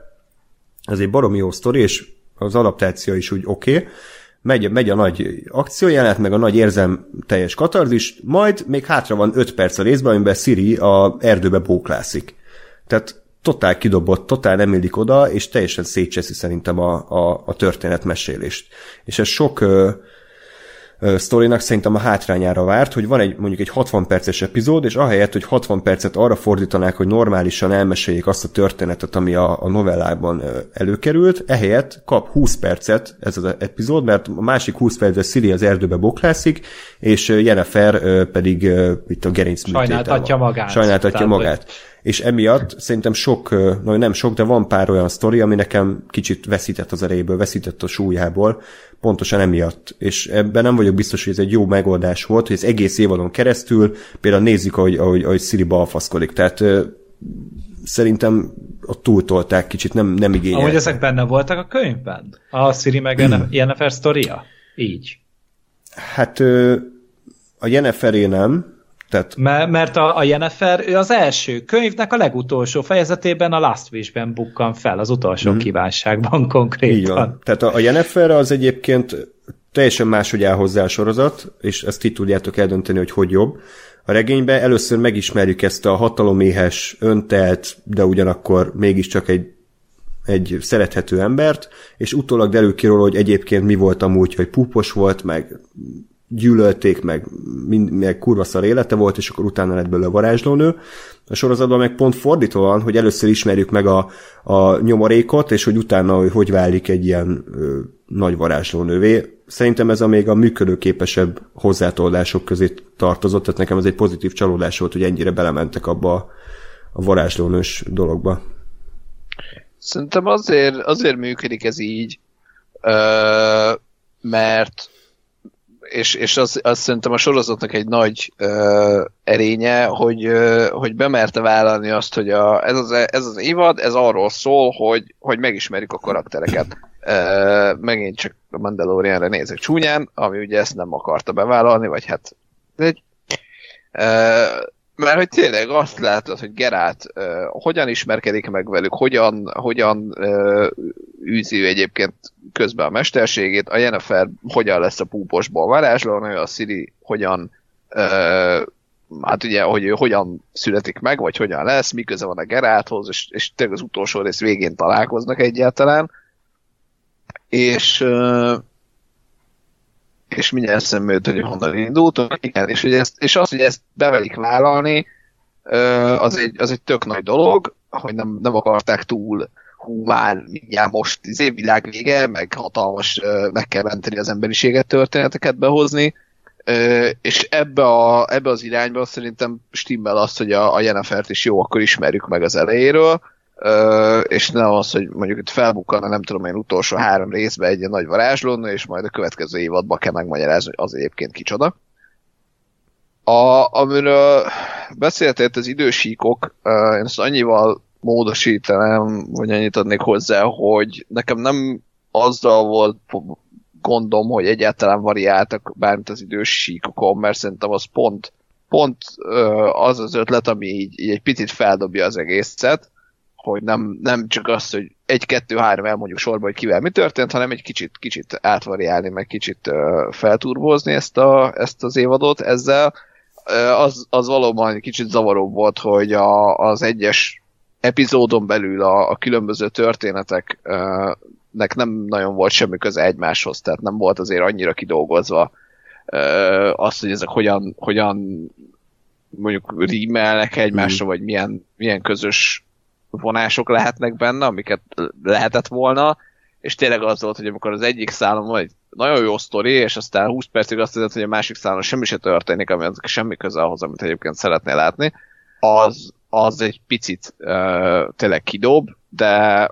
Ez egy baromi jó sztori, és az adaptáció is úgy oké. Okay. Megy, megy a nagy akciójelenet, meg a nagy érzelmteljes katarzis, majd még hátra van öt perc a részben, amiben Ciri a erdőbe bóklászik. Tehát totál kidobott, totál nem illik oda, és teljesen szétcseszi szerintem a, a, a történetmesélést. És ez sok ö, ö, sztorinak szerintem a hátrányára várt, hogy van egy mondjuk egy hatvan perces epizód, és ahelyett, hogy hatvan percet arra fordítanák, hogy normálisan elmeséljék azt a történetet, ami a, a novellában ö, előkerült, ehelyett kap húsz percet ez az epizód, mert a másik húsz percben Ciri az erdőbe boklászik, és Yennefer ö, pedig ö, itt a gerincműtétel
Sajnáltatja magát.
Sajnáltatja magát. Hogy... és emiatt szerintem sok, no, nem sok, de van pár olyan sztori, ami nekem kicsit veszített az erejéből, veszített a súlyából, pontosan emiatt. És ebben nem vagyok biztos, hogy ez egy jó megoldás volt, hogy az egész évadon keresztül például nézzük, ahogy, ahogy, ahogy Ciri balfaszkodik. Tehát ö, szerintem ott túltolták kicsit, nem, nem igényeltek.
Amúgy ezek benne voltak a könyvben? A Ciri meg Yennefer sztoria? Így.
Hát ö, a Yenneferé nem, tehát...
Mert, mert a, a Yennefer, ő az első könyvnek a legutolsó fejezetében, a Last Wish-ben bukkan fel, az utolsó mm-hmm. kívánságban konkrétan.
Így van. Tehát a, a Yennefer az egyébként teljesen máshogy áll hozzá a sorozat, és ezt itt tudjátok eldönteni, hogy hogy jobb. A regényben először megismerjük ezt a hataloméhes, öntelt, de ugyanakkor mégiscsak egy, egy szerethető embert, és utólag derül ki róla, hogy egyébként mi volt amúgy, hogy púpos volt, meg gyűlölték, meg, mind, meg kurva szar élete volt, és akkor utána lett belőle varázslónő. A sorozatban meg pont fordítva van, hogy először ismerjük meg a, a nyomorékot, és hogy utána hogy, hogy válik egy ilyen ö, nagy varázslónővé. Szerintem ez a még a működőképesebb hozzátoldások közé tartozott, tehát nekem ez egy pozitív csalódás volt, hogy ennyire belementek abba a, a varázslónős dologba.
Szerintem azért, azért működik ez így, ö, mert és, és az, az szerintem a sorozatnak egy nagy ö, erénye, hogy, ö, hogy bemerte vállalni azt, hogy a, ez, az, ez az évad, ez arról szól, hogy, hogy megismerjük a karaktereket. Ö, megint csak a Mandalorianre nézek csúnyán, ami ugye ezt nem akarta bevállalni, vagy hát egy, ö, mert hogy tényleg azt látod, hogy Geralt uh, hogyan ismerkedik meg velük, hogyan, hogyan uh, űzi ő egyébként közben a mesterségét, a Yennefer hogyan lesz a púposból varázslónő, a Ciri hogyan uh, hát ugye, hogy ő hogyan születik meg, vagy hogyan lesz, mi köze van a Geralthoz, és, és tényleg az utolsó rész végén találkoznak egyáltalán. És uh, és mindjárt eszembe jött, hogy honnan indultunk, igen, és, hogy ezt, és az, hogy ezt bevelik vállalni, az egy, az egy tök nagy dolog, hogy nem, nem akarták túl hú, már mindjárt most az évvilág vége, meg hatalmas, meg kell menteni az emberiséget történeteket behozni, és ebbe, a, ebbe az irányba szerintem stimmel az, hogy a, a Yennefert is jó, akkor ismerjük meg az elejéről, Uh, és nem az, hogy mondjuk itt felbukkanna, nem tudom én, utolsó három részben egy ilyen nagy varázslónő, és majd a következő évadban kell megmagyarázni, hogy az egyébként kicsoda. A, amiről beszéltél az idősíkok, uh, én ezt annyival módosítanám, vagy annyit adnék hozzá, hogy nekem nem azzal volt gondom, hogy egyáltalán variáltak bármit az idősíkokon, mert szerintem az pont, pont uh, az az ötlet, ami így, így egy picit feldobja az egészet, hogy nem, nem csak az, hogy egy-kettő-három elmondjuk sorba, hogy kivel mi történt, hanem egy kicsit, kicsit átvariálni, meg kicsit uh, felturbozni ezt, a, ezt az évadot ezzel. Uh, az, az valóban kicsit zavaróbb volt, hogy a, az egyes epizódon belül a, a különböző történeteknek uh, nem nagyon volt semmi köze egymáshoz, tehát nem volt azért annyira kidolgozva uh, azt, hogy ezek hogyan, hogyan mondjuk rímelnek egymásra, mm. vagy milyen, milyen közös vonások lehetnek benne, amiket lehetett volna, és tényleg az volt, hogy amikor az egyik szálon van egy nagyon jó sztori, és aztán húsz percig azt hiszed, hogy a másik szálon semmi se történik, ami az semmi köze ahhoz, amit egyébként szeretnél látni, az, az egy picit uh, tényleg kidob, de,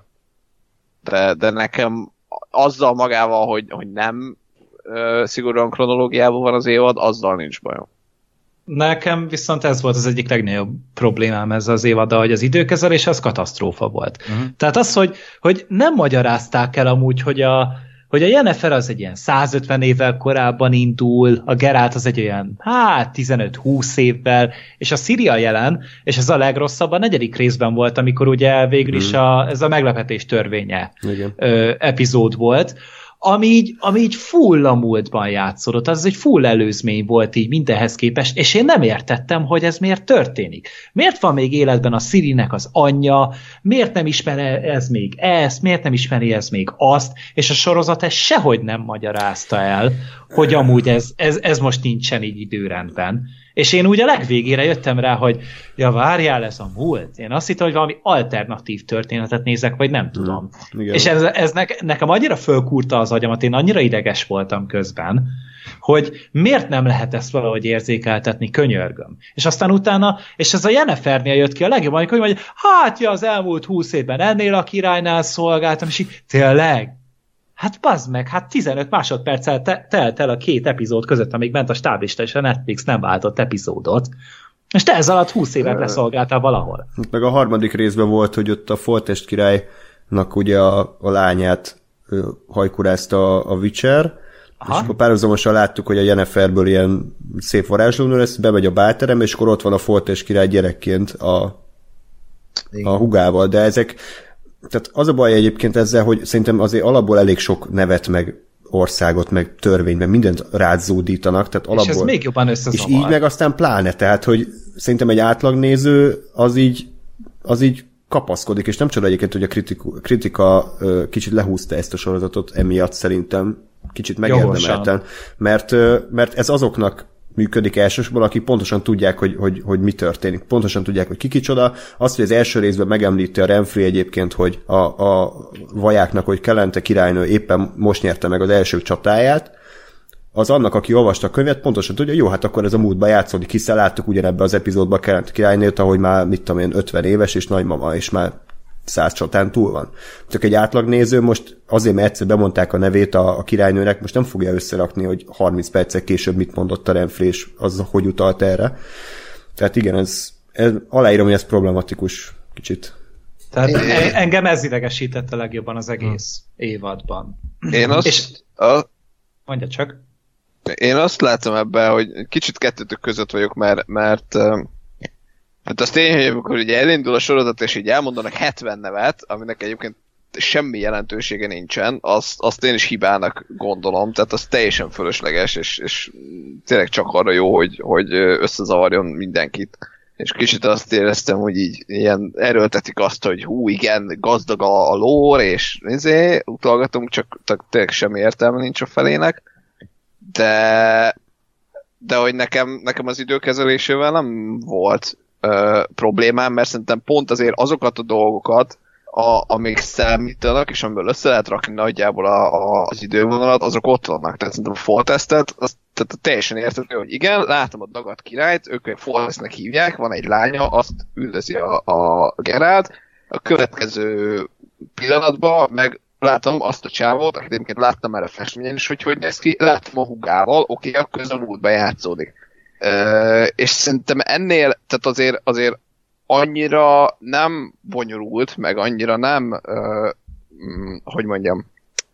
de, de nekem azzal magával, hogy, hogy nem uh, szigorúan kronológiában van az évad, azzal nincs bajom.
Nekem viszont ez volt az egyik legnagyobb problémám ezzel az évaddal, hogy az időkezelés az katasztrófa volt. Uh-huh. Tehát az, hogy, hogy nem magyarázták el amúgy, hogy a, hogy a Yennefer az egy ilyen százötven évvel korábban indul, a Geralt az egy olyan, hát tizenöt-húsz évvel, és a Ciri a jelen, és ez a legrosszabb a negyedik részben volt, amikor ugye végül is a, ez a meglepetés törvénye ö, epizód volt, ami így, ami így full a múltban játszódott, az egy full előzmény volt így mindenhez képest, és én nem értettem, hogy ez miért történik. Miért van még életben a Cirinek az anyja, miért nem ismeri ez még ezt, miért nem ismeri ez még azt, és a sorozat ezt sehogy nem magyarázta el, hogy amúgy ez, ez, ez most nincsen így időrendben. És én úgy a legvégére jöttem rá, hogy ja, várjál, ez a múlt. Én azt hittem, hogy valami alternatív történetet nézek, vagy nem tudom. Mm, és ez, ez ne, nekem annyira fölkúrta az agyamat, én annyira ideges voltam közben, hogy miért nem lehet ezt valahogy érzékeltetni, könyörgöm. És aztán utána, és ez a Jennifernél jött ki a legjobb, amikor hogy hát ja, az elmúlt húsz évben ennél a királynál szolgáltam, és így tényleg? Hát bazd meg, hát tizenöt másodperccel te- telt el a két epizód között, amíg ment a stáblista, és a Netflix nem váltott epizódot. És te ez alatt húsz évet leszolgáltál valahol.
Meg a harmadik részben volt, hogy ott a Foltest királynak ugye a, a lányát hajkurázta a, a Witcher, aha. És akkor párhuzamosan láttuk, hogy a Jenniferből ilyen szép varázslónő lesz, bemegy a bálterembe, és akkor ott van a Foltest király gyerekként a, a hugával. De ezek, tehát az a baj egyébként ezzel, hogy szerintem azért alapból elég sok nevet meg országot, meg törvényben mindent rázódítanak, tehát alapból...
És ez még jobban összezavar.
És így meg aztán pláne, tehát, hogy szerintem egy átlagnéző az így, az így kapaszkodik, és nem csoda egyébként, hogy a kritika, kritika kicsit lehúzta ezt a sorozatot emiatt szerintem kicsit megérdemelten, mert, mert ez azoknak működik elsősorban, akik pontosan tudják, hogy, hogy, hogy mi történik. Pontosan tudják, hogy ki kicsoda. Azt, hogy az első részben megemlíti a Renfrey egyébként, hogy a, a vajáknak, hogy Kelente királynő éppen most nyerte meg az első csatáját, az annak, aki olvasta a könyvet, pontosan tudja, jó, hát akkor ez a múltban játszódik, hiszen láttuk ugyanebben az epizódban Kelente királynőt, ahogy már, mit tudom én, ötven éves, és nagymama, és már száz csatán túl van. Csak egy átlagnéző most azért, mert egyszer bemondták a nevét a, a királynőnek, most nem fogja összerakni, hogy harminc perccel később mit mondott a Renfrey, és az hogy utalt erre. Tehát igen, ez, ez aláírom, hogy ez problematikus kicsit.
Tehát engem ez idegesítette legjobban az egész hmm. évadban.
Én azt...
És...
A...
Mondja csak.
Én azt látom ebben, hogy kicsit kettőtök között vagyok, mert, mert hát az tény, hogy amikor ugye elindul a sorozat, és így elmondanak hetven nevet, aminek egyébként semmi jelentősége nincsen, azt, azt én is hibának gondolom, tehát az teljesen fölösleges, és, és tényleg csak arra jó, hogy, hogy összezavarjon mindenkit. És kicsit azt éreztem, hogy így ilyen erőltetik azt, hogy hú, igen, gazdag a, a lore, és nézé, utalgatunk, csak, csak tényleg semmi értelme nincs a felének. De, de hogy nekem, nekem az időkezelésével nem volt ö, problémám, mert szerintem pont azért azokat a dolgokat, a, amik számítanak, és amiből össze lehet rakni nagyjából a, a, az idővonalat, azok ott vannak. Tehát szerintem a Foltestet, az tehát teljesen értető, hogy igen, látom a Dagat királyt, ők Foltestnek hívják, van egy lánya, azt üldözi a, a Geralt, a következő pillanatban meg látom azt a csávót, akit egyébként láttam már a festményen is, hogy hogy néz ki, látom a hugával, oké, okay, akkor ez a múltban játszódik. Uh, és szerintem ennél, tehát azért, azért annyira nem bonyolult, meg annyira nem, uh, hogy mondjam,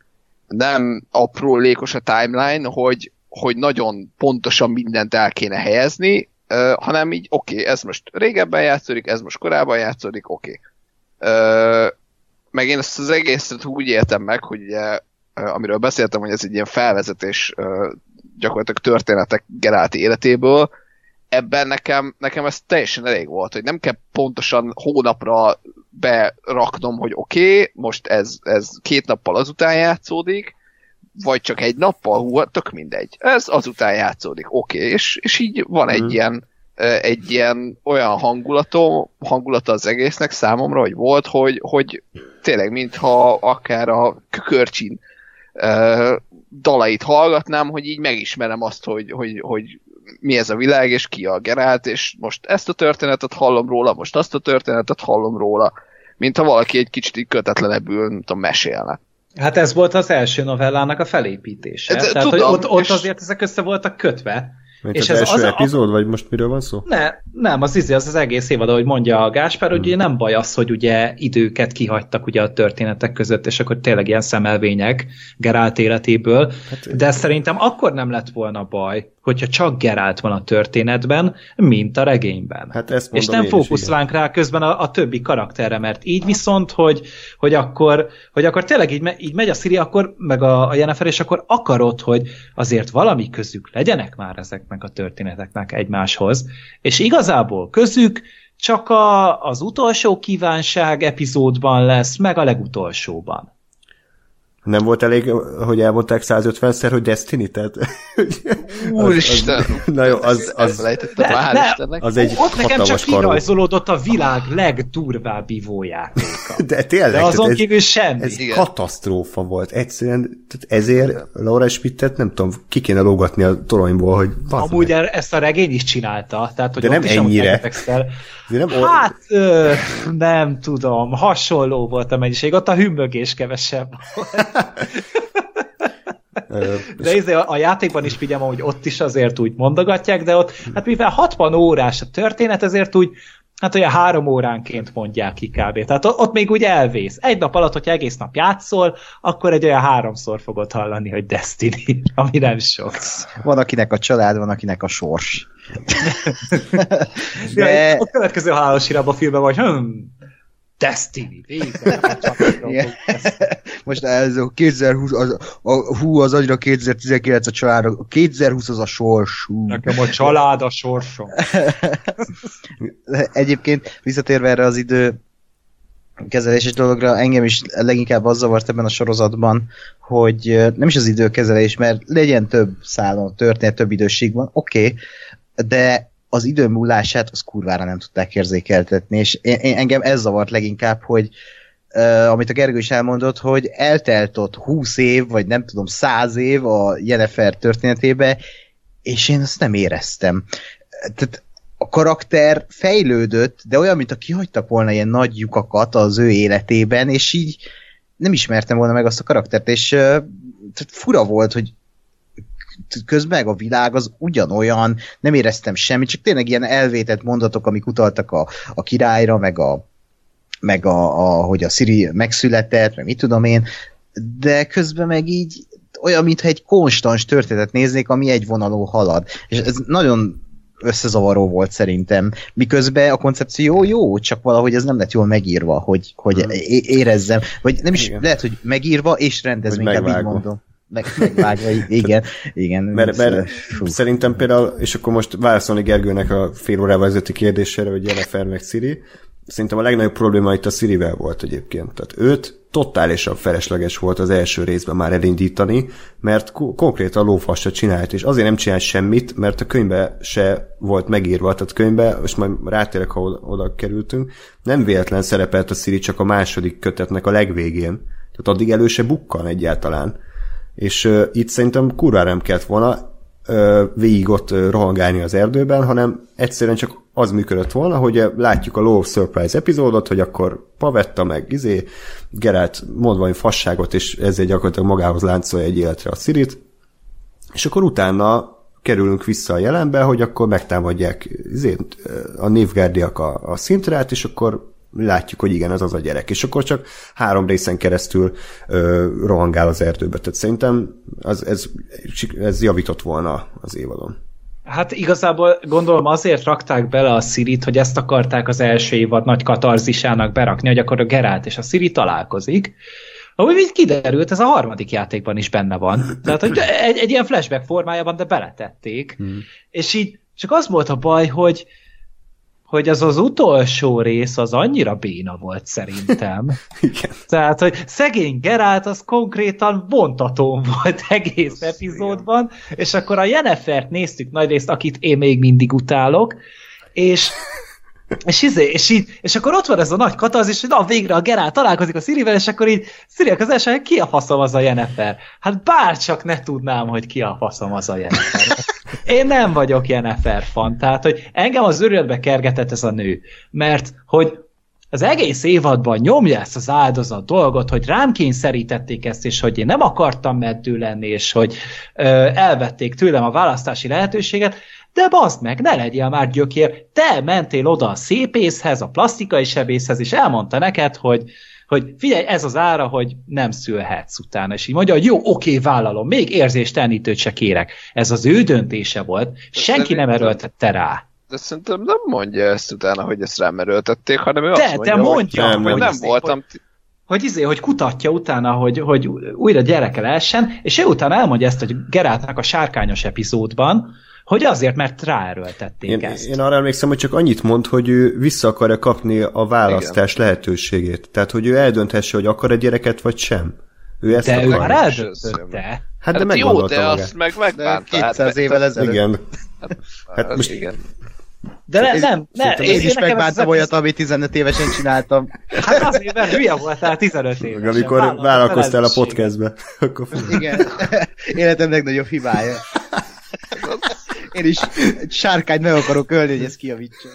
nem aprólékos a timeline, hogy, hogy nagyon pontosan mindent el kéne helyezni, uh, hanem így oké, okay, ez most régebben játszódik, ez most korábban játszódik, oké. Okay. Uh, meg én ezt az egészet úgy éltem meg, hogy ugye, amiről beszéltem, hogy ez egy ilyen felvezetés gyakorlatilag történetek Geralti életéből, ebben nekem, nekem ez teljesen elég volt, hogy nem kell pontosan hónapra beraknom, hogy oké, okay, most ez, ez két nappal azután játszódik, vagy csak egy nappal, hú, tök mindegy. Ez azután játszódik, oké, okay. és, és így van egy mm. ilyen egy ilyen olyan hangulatom, hangulata az egésznek számomra, hogy volt, hogy, hogy tényleg mintha akár a Kükörcsin uh, dalait hallgatnám, hogy így megismerem azt, hogy, hogy, hogy mi ez a világ, és ki a Geralt, és most ezt a történetet hallom róla, most azt a történetet hallom róla, mintha valaki egy kicsit így kötetlenebbül, nem tudom, mesélne.
Hát ez volt az első novellának a felépítése. De, Tehát, tudom, hogy ott, ott azért ezek össze voltak kötve.
Mint és az ez első az epizód, a... vagy most miről van szó?
Ne, nem, az izé, az az egész évad, ahogy mondja a Gáspár, hmm. hogy ugye nem baj az, hogy ugye időket kihagytak ugye a történetek között, és akkor tényleg ilyen szemelvények Geralt életéből, hát, de szerintem akkor nem lett volna baj, hogyha csak Geralt van a történetben, mint a regényben.
Hát ezt
és nem fókuszálunk rá közben a, a többi karakterre, mert így viszont, hogy, hogy, akkor, hogy akkor tényleg így, me, így megy a Ciri, akkor, meg a, a Yennefer, és akkor akarod, hogy azért valami közük legyenek már ezeknek a történeteknek egymáshoz, és igazából közük csak a, az utolsó kívánság epizódban lesz, meg a legutolsóban.
Nem volt elég, hogy elmondták százötvenszer, hogy Destiny, tehát...
Úristen!
Na jó, az... az
de, de,
az egy
ott nekem csak
karó.
kirajzolódott a világ legdurvább ivójátéka.
De tényleg,
de azon
ez,
kívül semmi.
Ez igen. Katasztrófa volt. Egyszerűen, tehát ezért Laura Schmittet nem tudom, ki kéne lógatni a toronyból, hogy...
Amúgy meg. Ezt a regény is csinálta. Tehát, hogy
de nem ennyire.
De nem hát, ö, nem tudom, hasonló volt a mennyiség. Ott a hümmögés kevesebb volt. De izé, a, a játékban is figyelem, hogy ott is azért úgy mondogatják, de ott, hát mivel hatvan órás a történet, ezért úgy, hát olyan három óránként mondják ki kb. Tehát ott még úgy elvész. Egy nap alatt, hogyha egész nap játszol, akkor egy olyan háromszor fogod hallani, hogy Destiny, ami nem sok.
Van akinek a család, van akinek a sors.
De... Ja, a következő halálos irába filmben vagy, hm, Destiny, végre.
Most ez a kétezer-húsz, az, a hú az agyra kétezer-tizenkilenc a család, a kétezer-húsz az a sors. Hú.
Nekem a család a sorsom.
Egyébként visszatérve erre az idő kezeléses dologra, engem is leginkább az zavart ebben a sorozatban, hogy nem is az időkezelés, mert legyen több szálon történet, több időség van, oké, okay, de az idő múlását az kurvára nem tudták érzékeltetni, és én, én, engem ez zavart leginkább, hogy uh, amit a Gergő is elmondott, hogy eltelt ott húsz év, vagy nem tudom, száz év a Yennefer történetébe, és én azt nem éreztem. Tehát a karakter fejlődött, de olyan, mint a kihagytak volna ilyen nagy lyukakat az ő életében, és így nem ismertem volna meg azt a karaktert, és uh, fura volt, hogy közben a világ az ugyanolyan, nem éreztem semmit, csak tényleg ilyen elvétett mondatok, amik utaltak a, a királyra, meg, a, meg a, a, hogy a Ciri megszületett, meg mit tudom én, de közben meg így olyan, mintha egy konstans történetet néznék, ami egy vonalon halad. És ez nagyon összezavaró volt szerintem. Miközben a koncepció jó, csak valahogy ez nem lett jól megírva, hogy, hogy érezzem. Vagy nem is igen. Lehet, hogy megírva és rendezve, inkább így mondom. Meg, megvágva, igen. igen
mert, mert szerintem például, és akkor most válaszolni Gergőnek a fél órával ezelőtti kérdésére, hogy Yennefer meg Ciri, szerintem a legnagyobb probléma itt a Cirivel volt egyébként. Tehát őt totálisan felesleges volt az első részben már elindítani, mert konkrétan lófasra csinált, és azért nem csinált semmit, mert a könyvbe se volt megírva, tehát könyvbe, most majd rátérek, ha oda, oda kerültünk, nem véletlen szerepelt a Ciri csak a második kötetnek a legvégén, tehát addig elő se bukkan egyáltalán. És uh, itt szerintem kurvára nem kellett volna uh, végig ott uh, rohangálni az erdőben, hanem egyszerűen csak az működött volna, hogy uh, látjuk a Law of Surprise epizódot, hogy akkor Pavetta meg izé, Geralt mond valami fasságot, és ezzel gyakorlatilag magához láncolja egy életre a Cirit, és akkor utána kerülünk vissza a jelenbe, hogy akkor megtámadják izé, a Nilfgaardiak a, a Sintrát, és akkor látjuk, hogy igen, ez az a gyerek. És akkor csak három részen keresztül ö, rohangál az erdőbe. Tehát szerintem az, ez, ez javított volna az évadon.
Hát igazából gondolom azért rakták bele a Cirit, hogy ezt akarták az első évad nagy katarzisának berakni, hogy akkor a Geralt és a Ciri találkozik. Ahogy így kiderült, ez a harmadik játékban is benne van. Tehát hogy egy, egy ilyen flashback formájában, de beletették. Hmm. És így csak az volt a baj, hogy hogy az az utolsó rész az annyira béna volt szerintem.
Igen.
Tehát, hogy szegény Geralt az konkrétan vontatón volt egész epizódban, és akkor a Yennefert néztük nagyrészt, akit én még mindig utálok, és és, izé, és, így, és akkor ott van ez a nagy katarzis, hogy na végre a Geralt találkozik a Cirivel, és akkor így Ciri az első, hogy ki a faszom az a Yennefer? Hát bárcsak ne tudnám, hogy ki a faszom az a Yennefer. Én nem vagyok Yennefer fan, tehát hogy engem az őrületbe kergetett ez a nő, mert hogy az egész évadban nyomja ezt az áldozat dolgot, hogy rám kényszerítették ezt, és hogy én nem akartam meddő lenni, és hogy ö, elvették tőlem a választási lehetőséget, de bazd meg, ne legyél már gyökér, te mentél oda a szépészhez, a plastikai sebészhez, és elmondta neked, hogy, hogy figyelj, ez az ára, hogy nem szülhetsz utána, és így mondja, hogy jó, oké, vállalom, még érzéstelenítőt se kérek. Ez az ő döntése volt, de senki nem erőltette rá.
De szerintem nem mondja ezt utána, hogy ezt rám erőltették, hanem ő
de,
azt mondja,
de mondja,
hogy
nem,
hogy nem
izé,
voltam...
Hogy, hogy, izé, hogy kutatja utána, hogy, hogy újra gyereke lehessen, és ő utána elmondja ezt, hogy Geráltnak a sárkányos epizódban, hogy azért, mert ráerőltették
én,
ezt.
Én arra emlékszem, hogy csak annyit mond, hogy ő vissza akarja kapni a választás igen. lehetőségét. Tehát, hogy ő eldönthesse, hogy akar egy gyereket, vagy sem. Ő ezt
de ő
akarja.
már eldöntötte.
Hát,
Hát
de
jó,
meggondolta
de
magát.
azt meg megbánta.
kétszáz évvel ezelőtt.
Igen.
Hát,
Hát most-
igen.
De ne, nem, ne,
Én, én is
nekem ez
megbántam
az
olyat, amit tizenöt évesen csináltam.
Hát azért, mert hülye voltál tizenöt évesen.
Meg amikor
Vállalod a
vállalkoztál a
felelősséget.
podcastbe, akkor
Igen. Életem legnagyobb hibája. Én is egy sárkányt meg akarok ölni, hogy ezt kijavítsa.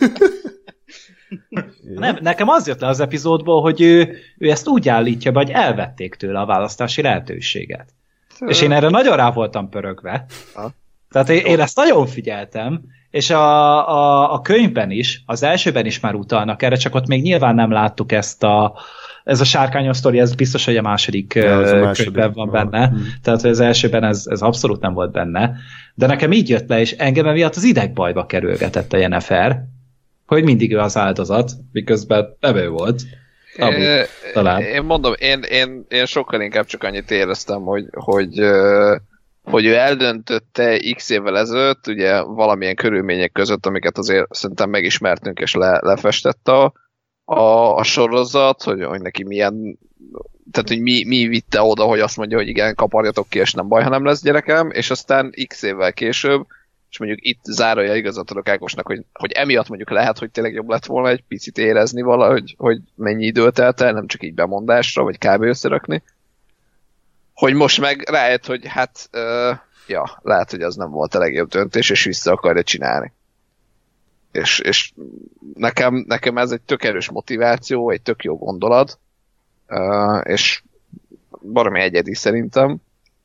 Nem, nekem az jött le az epizódból, hogy ő, ő ezt úgy állítja be, hogy elvették tőle a választási lehetőséget. És én erre nagyon rá voltam pörögve.
Ha.
Tehát én, én ezt nagyon figyeltem, és a, a, a könyvben is, az elsőben is már utalnak erre, csak ott még nyilván nem láttuk ezt a ez a sárkányos sztori, ez biztos, hogy a második,
Ja, az a második.
könyvben van benne.
Hmm.
Tehát, hogy az elsőben ez, ez abszolút nem volt benne. De nekem így jött le, és engem emiatt az idegbajba kerülgetett a Jennifer, hogy mindig ő az áldozat, miközben nem ő volt. Amúgy,
É,
talán.
Én mondom, én, én, én sokkal inkább csak annyit éreztem, hogy, hogy, ö, hogy ő eldöntötte x évvel ezelőtt, ugye valamilyen körülmények között, amiket azért szerintem megismertünk és le, lefestett a, a, a sorozat, hogy, hogy neki milyen, tehát hogy mi, mi vitte oda, hogy azt mondja, hogy igen, kaparjatok ki, és nem baj, ha nem lesz gyerekem, és aztán x évvel később, és mondjuk itt zárója igazat adok Ákosnak, hogy, hogy emiatt mondjuk lehet, hogy tényleg jobb lett volna egy picit érezni valahogy, hogy mennyi idő telt el, nem csak így bemondásra, vagy kb. Összerakni. Hogy most meg rájött, hogy hát, uh, ja, lehet, hogy az nem volt a legjobb döntés, és vissza akarja csinálni. És, és nekem, nekem ez egy tök erős motiváció, egy tök jó gondolat, uh, és baromi egyedi szerintem.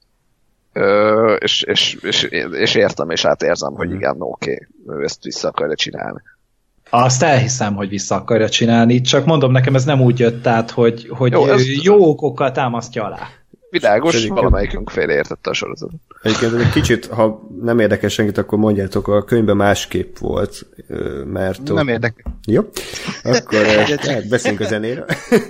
Ö, és, és, és, és értem, és átérzem, hogy igen, oké, ő ezt vissza akarja csinálni.
Azt elhiszem, hogy vissza akarja csinálni, csak mondom, nekem ez nem úgy jött át, hogy, hogy
Jó,
jó,
ez-
jó okokkal támasztja alá.
Világos,
Egyébként-
valamelyikünk fél értette a sorozatot.
Egyébként ez egy kicsit, ha nem érdekes senkit, akkor mondjátok, a könyvben másképp volt, ö, mert...
Nem érdekel.
Jó, akkor eh, hát beszéljünk a zenéről.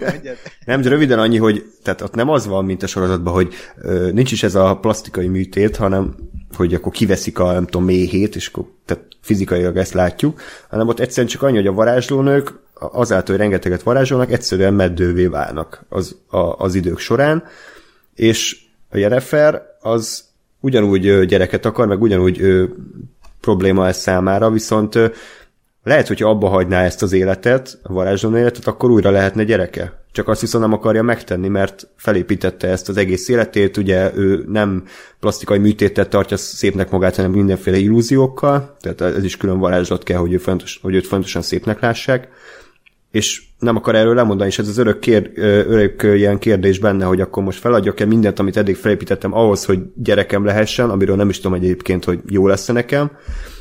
Nem, de röviden annyi, hogy tehát ott nem az van, mint a sorozatban, hogy ö, nincs is ez a plastikai műtét, hanem hogy akkor kiveszik a, nem tudom, méhét, és akkor tehát fizikailag ezt látjuk, hanem ott egyszerűen csak annyi, hogy a varázslónők azáltal, hogy rengeteget varázsolnak, egyszerűen meddővé válnak az, a, az idők során, és a Jennifer az ugyanúgy ö, gyereket akar, meg ugyanúgy ö, probléma ez számára, viszont ö, lehet, hogyha abba hagyná ezt az életet, a varázsló életet, akkor újra lehetne gyereke. Csak azt viszont nem akarja megtenni, mert felépítette ezt az egész életét, ugye ő nem plastikai műtéttel tartja szépnek magát, hanem mindenféle illúziókkal, tehát ez is külön varázslat kell, hogy, ő fontos, hogy őt fontosan szépnek lássák, és nem akar erről lemondani, és ez az örök, kér, örök ilyen kérdés benne, hogy akkor most feladjak-e mindent, amit eddig felépítettem ahhoz, hogy gyerekem lehessen, amiről nem is tudom egyébként, hogy jó lesz nekem,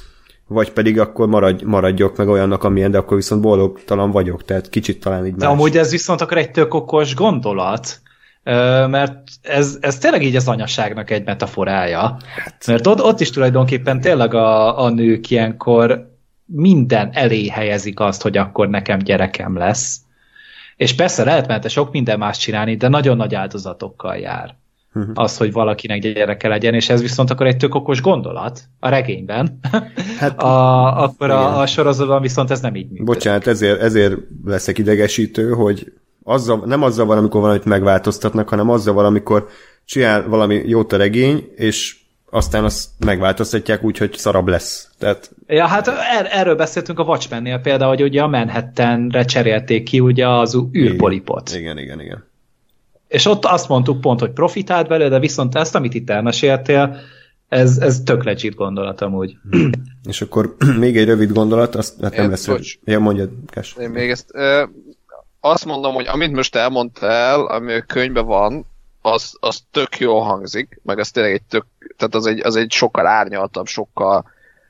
vagy pedig akkor maradj, maradjak meg olyannak, amilyen, de akkor viszont boldogtalan vagyok, tehát kicsit talán így
De
más.
amúgy ez viszont akkor egy tök okos gondolat, ö, mert ez, ez tényleg így az anyaságnak egy metaforája. Hát. Mert ott, ott is tulajdonképpen tényleg a, a nők ilyenkor minden elé helyezik azt, hogy akkor nekem gyerekem lesz. És persze lehet mellette sok minden más csinálni, de nagyon nagy áldozatokkal jár. Uh-huh. Az, hogy valakinek gyereke legyen, és ez viszont akkor egy tök okos gondolat a regényben. Hát, a, akkor a, a sorozatban viszont ez nem így működik.
Bocsánat, ezért, ezért leszek idegesítő, hogy azzal, nem azzal van, amikor valamit megváltoztatnak, hanem azzal van, amikor csinál valami jót a regény, és aztán azt megváltoztatják úgy, hogy szarabb lesz. Tehát...
Ja, hát er, erről beszéltünk a Watchmennél például, hogy ugye a Manhattanre cserélték ki ugye az űrpolipot.
Igen, igen, igen. igen.
És ott azt mondtuk pont, hogy profitált belőle, de viszont ezt, amit itt elmeséltél, ez, ez tök legit gondolat amúgy.
És akkor még egy rövid gondolat, azt hát nem
Én,
lesz...
bocs.
Ja, mondjad, Kás.
Én még ezt... Ö, azt mondom, hogy amit most elmondtál, ami a könyvben van, az, az tök jól hangzik, meg az tényleg egy tök... Tehát az egy, az egy sokkal árnyaltabb, sokkal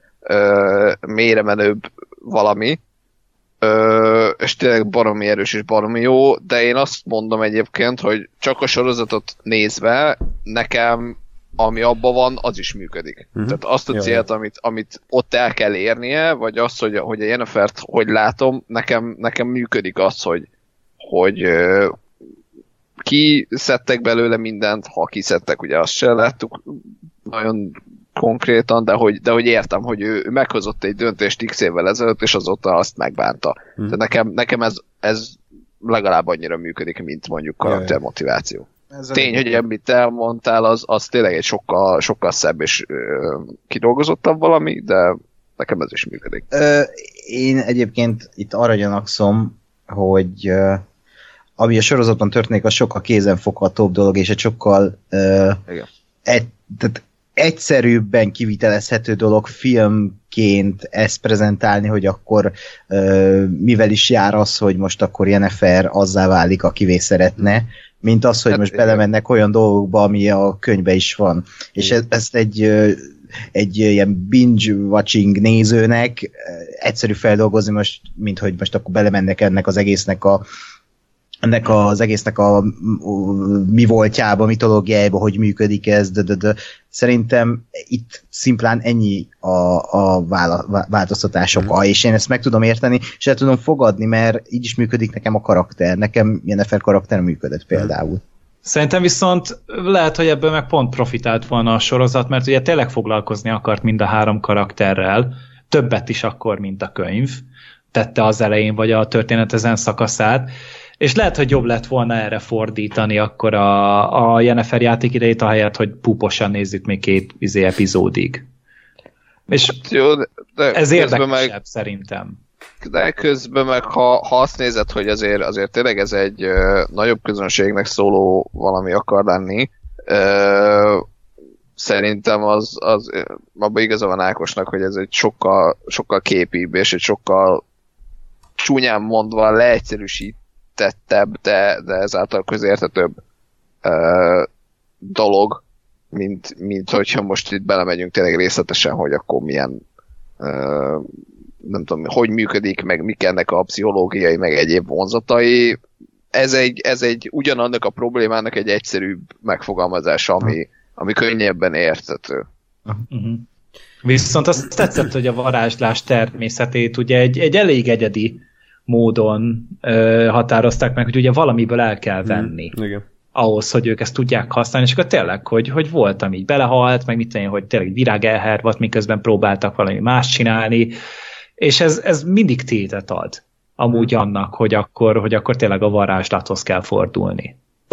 ö, mélyre menőbb valami. Ö, és tényleg baromi erős és baromi jó, de én azt mondom egyébként, hogy csak a sorozatot nézve nekem, ami abban van, az is működik. Uh-huh. Tehát azt a
Jaj.
célt, amit, amit ott el kell érnie, vagy azt, hogy, hogy a Jennifert hogy látom, nekem, nekem működik az, hogy, hogy ö, kiszedtek belőle mindent, ha kiszedtek, ugye azt se láttuk nagyon konkrétan, de hogy, de hogy értem, hogy ő, ő meghozott egy döntést x évvel ezelőtt, és azóta azt megbánta. Hmm. De nekem, nekem ez, ez legalább annyira működik, mint mondjuk karaktermotiváció. Ez tény, hogy amit elmondtál, az, az tényleg egy sokkal, sokkal szebb és ö, kidolgozottabb valami, de nekem ez is működik.
Ö, én egyébként itt arra gyanakszom, hogy ö, ami a sorozatban történik, az sokkal kézenfoghatóbb dolog, és egy sokkal ö, egy, tehát egyszerűbben kivitelezhető dolog filmként ezt prezentálni, hogy akkor ö, mivel is jár az, hogy most akkor Yennefer azzá válik, akivé szeretne, mint az, hogy hát, most belemennek olyan dolgokba, ami a könyvben is van. És ez, ezt egy, egy ilyen binge-watching nézőnek egyszerű feldolgozni most, mint hogy most akkor belemennek ennek az egésznek a ennek az egésznek a, a mi voltjába, mitológiájába, hogy működik ez, de, de, de. Szerintem itt szimplán ennyi a, a változtatás oka, és én ezt meg tudom érteni, és el tudom fogadni, mert így is működik nekem a karakter. Nekem Yennefer karakter működött például.
Szerintem viszont lehet, hogy ebből meg pont profitált volna a sorozat, mert ugye tényleg foglalkozni akart mind a három karakterrel, többet is akkor, mint a könyv tette az elején, vagy a történet ezen szakaszát, és lehet, hogy jobb lett volna erre fordítani akkor a, a Yennefer játék idejét, ahelyett, hogy púposan nézzük még két izé, epizódig. És
jó, de, de
ez érdekesebb
meg,
szerintem.
De közben meg, ha, ha azt nézed, hogy azért, azért tényleg ez egy ö, nagyobb közönségnek szóló valami akar lenni, ö, szerintem az, az abban igaza van Ákosnak, hogy ez egy sokkal, sokkal képibb, és egy sokkal csúnyán mondva leegyszerűsít tettebb, de, de ezáltal közérthetőbb uh, dolog, mint, mint hogyha most itt belemegyünk tényleg részletesen, hogy akkor milyen uh, nem tudom, hogy működik, meg mik ennek a pszichológiai, meg egyéb vonzatai. Ez egy, ez egy ugyanannak a problémának egy egyszerűbb megfogalmazása, ami, ami könnyebben érthető.
Uh-huh. Viszont azt tetszett, hogy a varázslás természetét ugye egy, egy elég egyedi módon ö, határozták meg, hogy ugye valamiből el kell venni. Mm, igen. Ahhoz, hogy ők ezt tudják használni, és akkor tényleg, hogy, hogy voltam így belehalt, meg mit tenni, hogy tényleg virág elhervadt, miközben próbáltak valami más csinálni, és ez, ez mindig tétet ad amúgy annak, hogy akkor, hogy akkor tényleg a varázslathoz kell fordulni.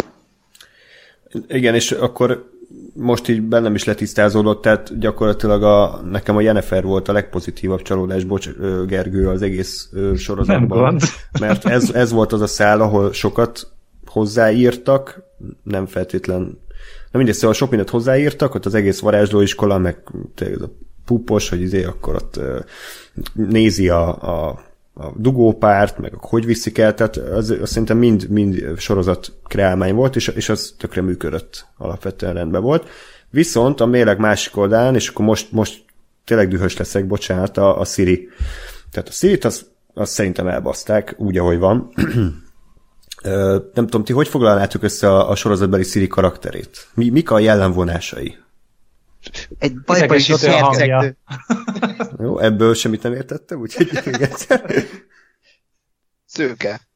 Igen, és akkor most így bennem is letisztázódott, tehát gyakorlatilag a, nekem a Yennefer volt a legpozitívabb csalódás, bocs, Gergő, az egész sorozatban. Mert ez, ez volt az a szál, ahol sokat hozzáírtak, nem feltétlen, nem mindegy, szóval sok mindent hozzáírtak, ott az egész varázslóiskola, meg ez a pupos, hogy izé akkor ott nézi a, a a dugópárt, meg hogy viszik el, tehát az, az szerintem mind, mind sorozat kreálmány volt, és, és az tökre működött, alapvetően rendben volt. Viszont a mérleg másik oldalán, és akkor most, most tényleg dühös leszek, bocsánat, a, a Ciri. Tehát a Cirit az, az szerintem elbaszták, úgy, ahogy van. Nem tudom, ti hogy foglalnátok össze a, a sorozatbeli Ciri karakterét? Mi, mik a jellemvonásai?
Egy bajbajszott hercegnő.
Jó, ebből semmit nem értettem, úgyhogy még egyszer.
Szőke.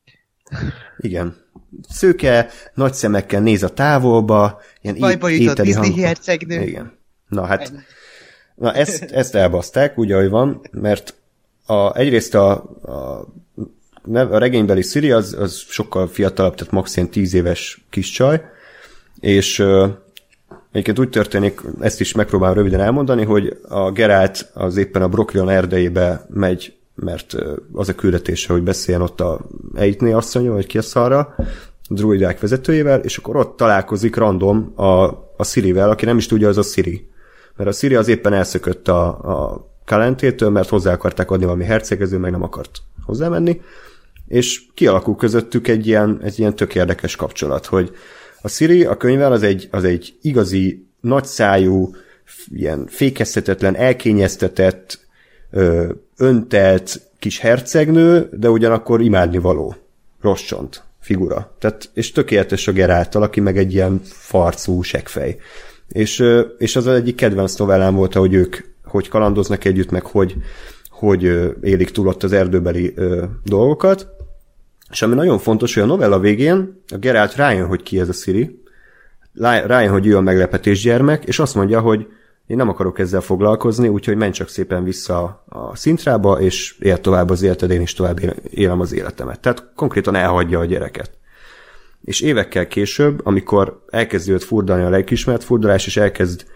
Igen. Szőke, nagy szemekkel néz a távolba, ilyen
bajbajszott Disney hercegnő.
Igen. Na hát, na ezt, ezt elbaszták, úgy, ahogy van, mert a, egyrészt a, a, a regénybeli Ciri az, az sokkal fiatalabb, tehát max. Ilyen tíz éves kis csaj, és egyébként úgy történik, ezt is megpróbálom röviden elmondani, hogy a Geralt az éppen a Brokilon erdejébe megy, mert az a küldetése, hogy beszéljen ott a Eitné asszonya, vagy ki a szarra, a druidák vezetőjével, és akkor ott találkozik random a, a Cirivel, aki nem is tudja, az a Ciri. Mert a Ciri az éppen elszökött a, a Kalentétől, mert hozzá akarták adni valami hercegező, meg nem akart hozzámenni, és kialakul közöttük egy ilyen, egy ilyen tök érdekes kapcsolat, hogy a Ciri a könyvvel az egy, az egy igazi, nagyszájú, ilyen fékezhetetlen, elkényeztetett, ö, öntelt kis hercegnő, de ugyanakkor imádnivaló, rossz csont figura. Tehát, és tökéletes a Gerálttal, aki meg egy ilyen farcú seggfej. És, ö, és az egyik kedvenc novellám volt, hogy ők hogy kalandoznak együtt, meg hogy, hogy ö, élik túl ott az erdőbeli ö, dolgokat. És ami nagyon fontos, hogy a novella végén a Geralt rájön, hogy ki ez a Ciri, rájön, hogy ő a meglepetés gyermek, és azt mondja, hogy én nem akarok ezzel foglalkozni, úgyhogy menj csak szépen vissza a Szintrába, és él tovább az életed, én is tovább élem az életemet. Tehát konkrétan elhagyja a gyereket. És évekkel később, amikor elkezdődött furdalni a lelkiismeret furdalás, és elkezd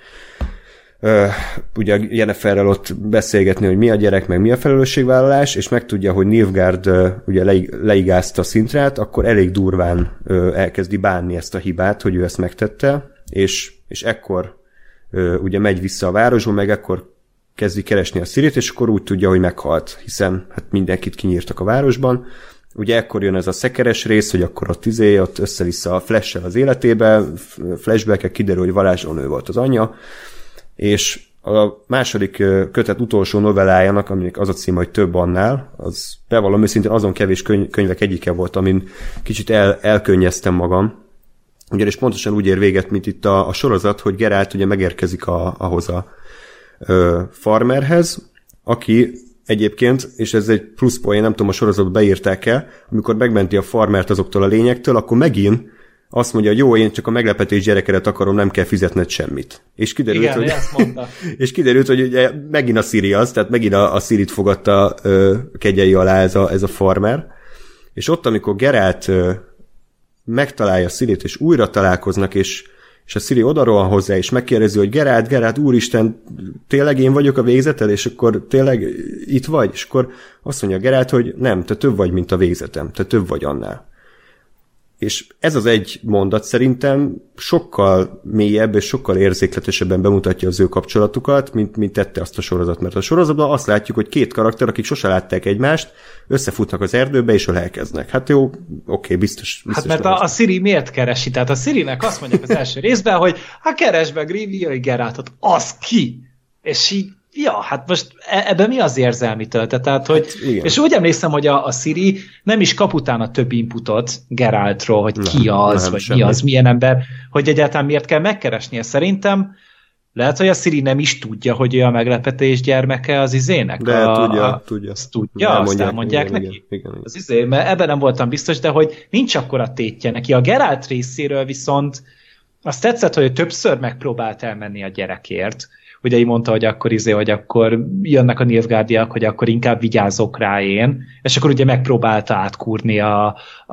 uh, ugye Yenneferrel ott beszélgetni, hogy mi a gyerek, meg mi a felelősségvállalás, és megtudja, hogy Nilfgaard uh, ugye leig- leigázta Szintrát, akkor elég durván uh, elkezdi bánni ezt a hibát, hogy ő ezt megtette, és, és ekkor uh, ugye megy vissza a városba, meg ekkor kezdi keresni a Cirit, és akkor úgy tudja, hogy meghalt, hiszen hát mindenkit kinyírtak a városban. Ugye ekkor jön ez a szekeres rész, hogy akkor ott izé, ott össze-vissza a Flash-sel az életébe, flashback-ek kiderül, hogy varázslónő volt az anyja, és a második kötet utolsó novellájának, aminek az a címe, hogy Több annál, az bevallom őszintén azon kevés könyv, könyvek egyike volt, amin kicsit el, elkönnyeztem magam, ugyanis pontosan úgy ér véget, mint itt a, a sorozat, hogy Geralt ugye megérkezik a, ahhoz a ö, farmerhez, aki egyébként, és ez egy plusz poén, nem tudom, a sorozatban beírták-e, amikor megmenti a farmert azoktól a lényektől, akkor megint azt mondja, hogy jó, én csak a meglepetés gyerekedet akarom, nem kell fizetned semmit. És kiderült,
igen,
hogy,
ezt mondta.
és kiderült, hogy ugye megint a Ciri az, tehát megint a, a Cirit fogadta ö, kegyei alá ez a, ez a farmer. És ott, amikor Geralt ö, megtalálja Cirit, és újra találkoznak, és és a Ciri odarohan hozzá, és megkérdezi, hogy Geralt, Geralt, úristen, tényleg én vagyok a végzeted, és akkor tényleg itt vagy? És akkor azt mondja Geralt, hogy nem, te több vagy, mint a végzetem, te több vagy annál. És ez az egy mondat szerintem sokkal mélyebb és sokkal érzékletesebben bemutatja az ő kapcsolatukat, mint, mint tette azt a sorozat. Mert a sorozatban azt látjuk, hogy két karakter, akik sose látták egymást, összefutnak az erdőbe, és elkeznek. Hát jó, oké, biztos, biztos.
Hát mert a, a Ciri miért keresi? Tehát a Cirinek azt mondják az első részben, hogy hát keresd meg Riviai Geraltot, az ki? És így, ja, hát most ebben mi az érzelmi töltet? Tehát, hogy, hát, és úgy emlékszem, hogy a, a Ciri nem is kap utána több inputot Geraltról, hogy nem, ki az, nem, vagy semmi. Mi az, milyen ember, hogy egyáltalán miért kell megkeresnie. Szerintem lehet, hogy a Ciri nem is tudja, hogy ő a meglepetés gyermeke az izének.
De
a,
tudja,
a,
tudja.
Azt tudja, azt
elmondják,
elmondják
igen,
neki.
Igen, igen, igen.
Az izé, mert ebben nem voltam biztos, de hogy nincs akkora tétje neki. A Geralt részéről viszont azt tetszett, hogy többször megpróbált elmenni a gyerekért. Ugye így mondta, hogy akkor izé, hogy akkor jönnek a Nilfgaardiak, hogy akkor inkább vigyázok rá én, és akkor ugye megpróbálta átkúrni a, a,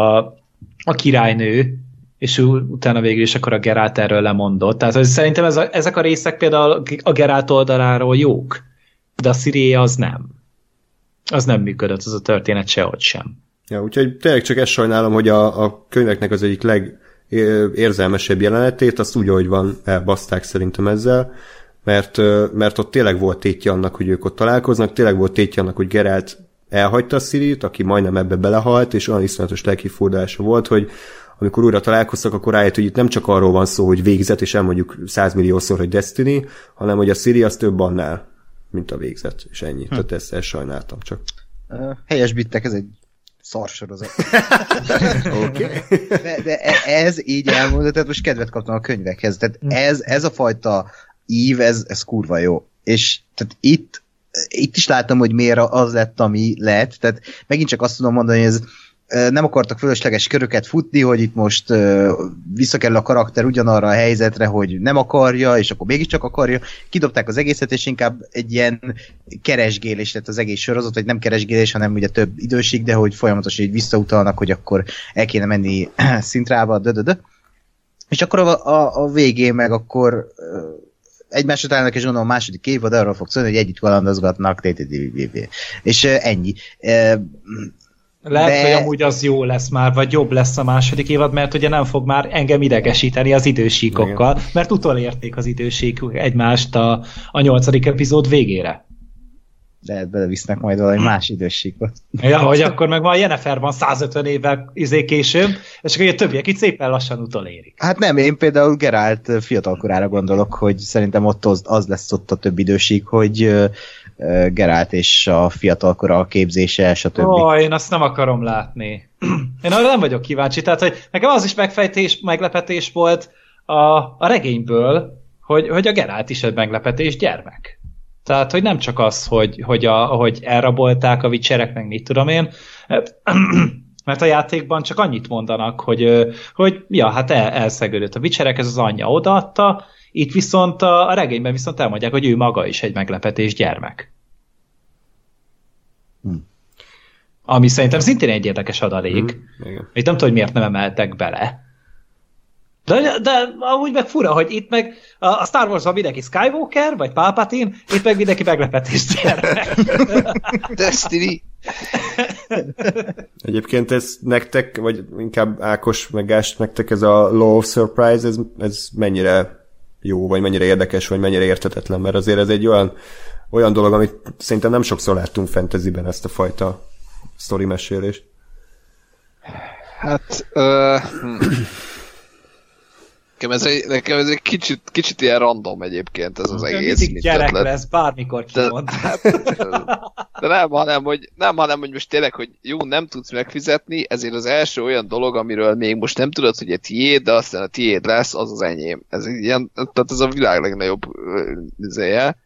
a királynő, és utána végül is akkor a Geralt erről lemondott. Tehát hogy szerintem ez a, ezek a részek például a Geralt oldaláról jók, de a Ciri az nem. Az nem működött, az a történet sehogy sem.
Ja, úgyhogy tényleg csak ezt sajnálom, hogy a, a könyveknek az egyik legérzelmesebb jelenetét, azt úgy, ahogy van, elbaszták szerintem ezzel, mert, mert ott tényleg volt tétje annak, hogy ők ott találkoznak, tényleg volt tétje annak, hogy Geralt elhagyta a Cirit, aki majdnem ebbe belehalt, és olyan iszonyatos lelkifordulása volt, hogy amikor újra találkoztak, akkor rájött, hogy itt nem csak arról van szó, hogy végzet, és elmondjuk százmilliószor, hogy Destiny, hanem hogy a Ciri az több annál, mint a végzet, és ennyi. Hm. Tehát ezt, ezt sajnáltam csak.
Uh, helyes bittek, ez egy szarsorozat.
Oké. Okay.
De, de ez így elmondott, tehát most kedvet kaptam a könyvekhez. Tehát ez, ez a fajta ív, ez, ez kurva jó. És tehát itt, itt is láttam, hogy miért az lett, ami lett. Tehát megint csak azt tudom mondani, hogy ez nem akartak fölösleges köröket futni, hogy itt most uh, visszakerül a karakter ugyanarra a helyzetre, hogy nem akarja, és akkor mégiscsak akarja. Kidobták az egészet, és inkább egy ilyen keresgélés lett az egész sorozat, vagy nem keresgélés, hanem ugye több időség, de hogy folyamatosan így visszautalnak, hogy akkor el kéne menni Szintrába, dödödö. És akkor a, a, a végén meg akkor uh, egymásra találnak, és gondolom a második évad arról fog szólni, hogy együtt kalandozgatnak, és uh, ennyi. Uh,
Lehet,
de...
hogy amúgy az jó lesz már, vagy jobb lesz a második évad, mert ugye nem fog már engem idegesíteni az idősíkokkal, igen. Mert utolérték az idősíkok egymást a, a nyolcadik epizód végére.
Lehet belevisznek majd valami más idősíkot.
Ja, hogy akkor meg már Yennefer van százötven évvel izé később, és akkor a többiek itt szépen lassan utolérik.
Hát nem, én például Geralt fiatalkorára gondolok, hogy szerintem ott az, az lesz ott a több idősík, hogy uh, Geralt és a fiatalkora a képzése, stb.
Ó, én azt nem akarom látni. Én arra nem vagyok kíváncsi, tehát hogy nekem az is megfejtés, meglepetés volt a, a regényből, hogy, hogy a Geralt is egy meglepetés gyermek. Tehát, hogy nem csak az, hogy, hogy, a, hogy elrabolták a Witcherek, meg mit tudom én, mert a játékban csak annyit mondanak, hogy, hogy ja, hát el, elszegődött a Witcherek, ez az anyja odaadta, itt viszont a, a regényben viszont elmondják, hogy ő maga is egy meglepetés gyermek.
Hm.
ami szerintem szintén egy érdekes adalék.
Mm, igen.
Még nem tudom, hogy miért nem emeltek bele. De, de amúgy meg fura, hogy itt meg a Star Wars-ban mindenki Skywalker, vagy Palpatine, itt meg mindenki meglepetést gyermek.
Destiny!
Egyébként ez nektek, vagy inkább Ákos meg Gást, nektek ez a Law of Surprise, ez, ez mennyire jó, vagy mennyire érdekes, vagy mennyire érthetetlen, mert azért ez egy olyan, olyan dolog, amit szerintem nem sokszor láttunk fantasyben, ezt a fajta sztori mesélést.
Hát... Uh, hm. Nekem ez egy, nekem ez egy kicsit, kicsit ilyen random egyébként ez az
de
egész.
mindig gyerek ötlet. Lesz, bármikor kimond.
De, de nem, hanem hogy, nem, hanem, hogy most tényleg, hogy jó, nem tudsz megfizetni, ezért az első olyan dolog, amiről még most nem tudod, hogy a tiéd, de aztán a tiéd lesz, az az enyém. Ez ilyen, tehát ez a világ legnagyobb izéje,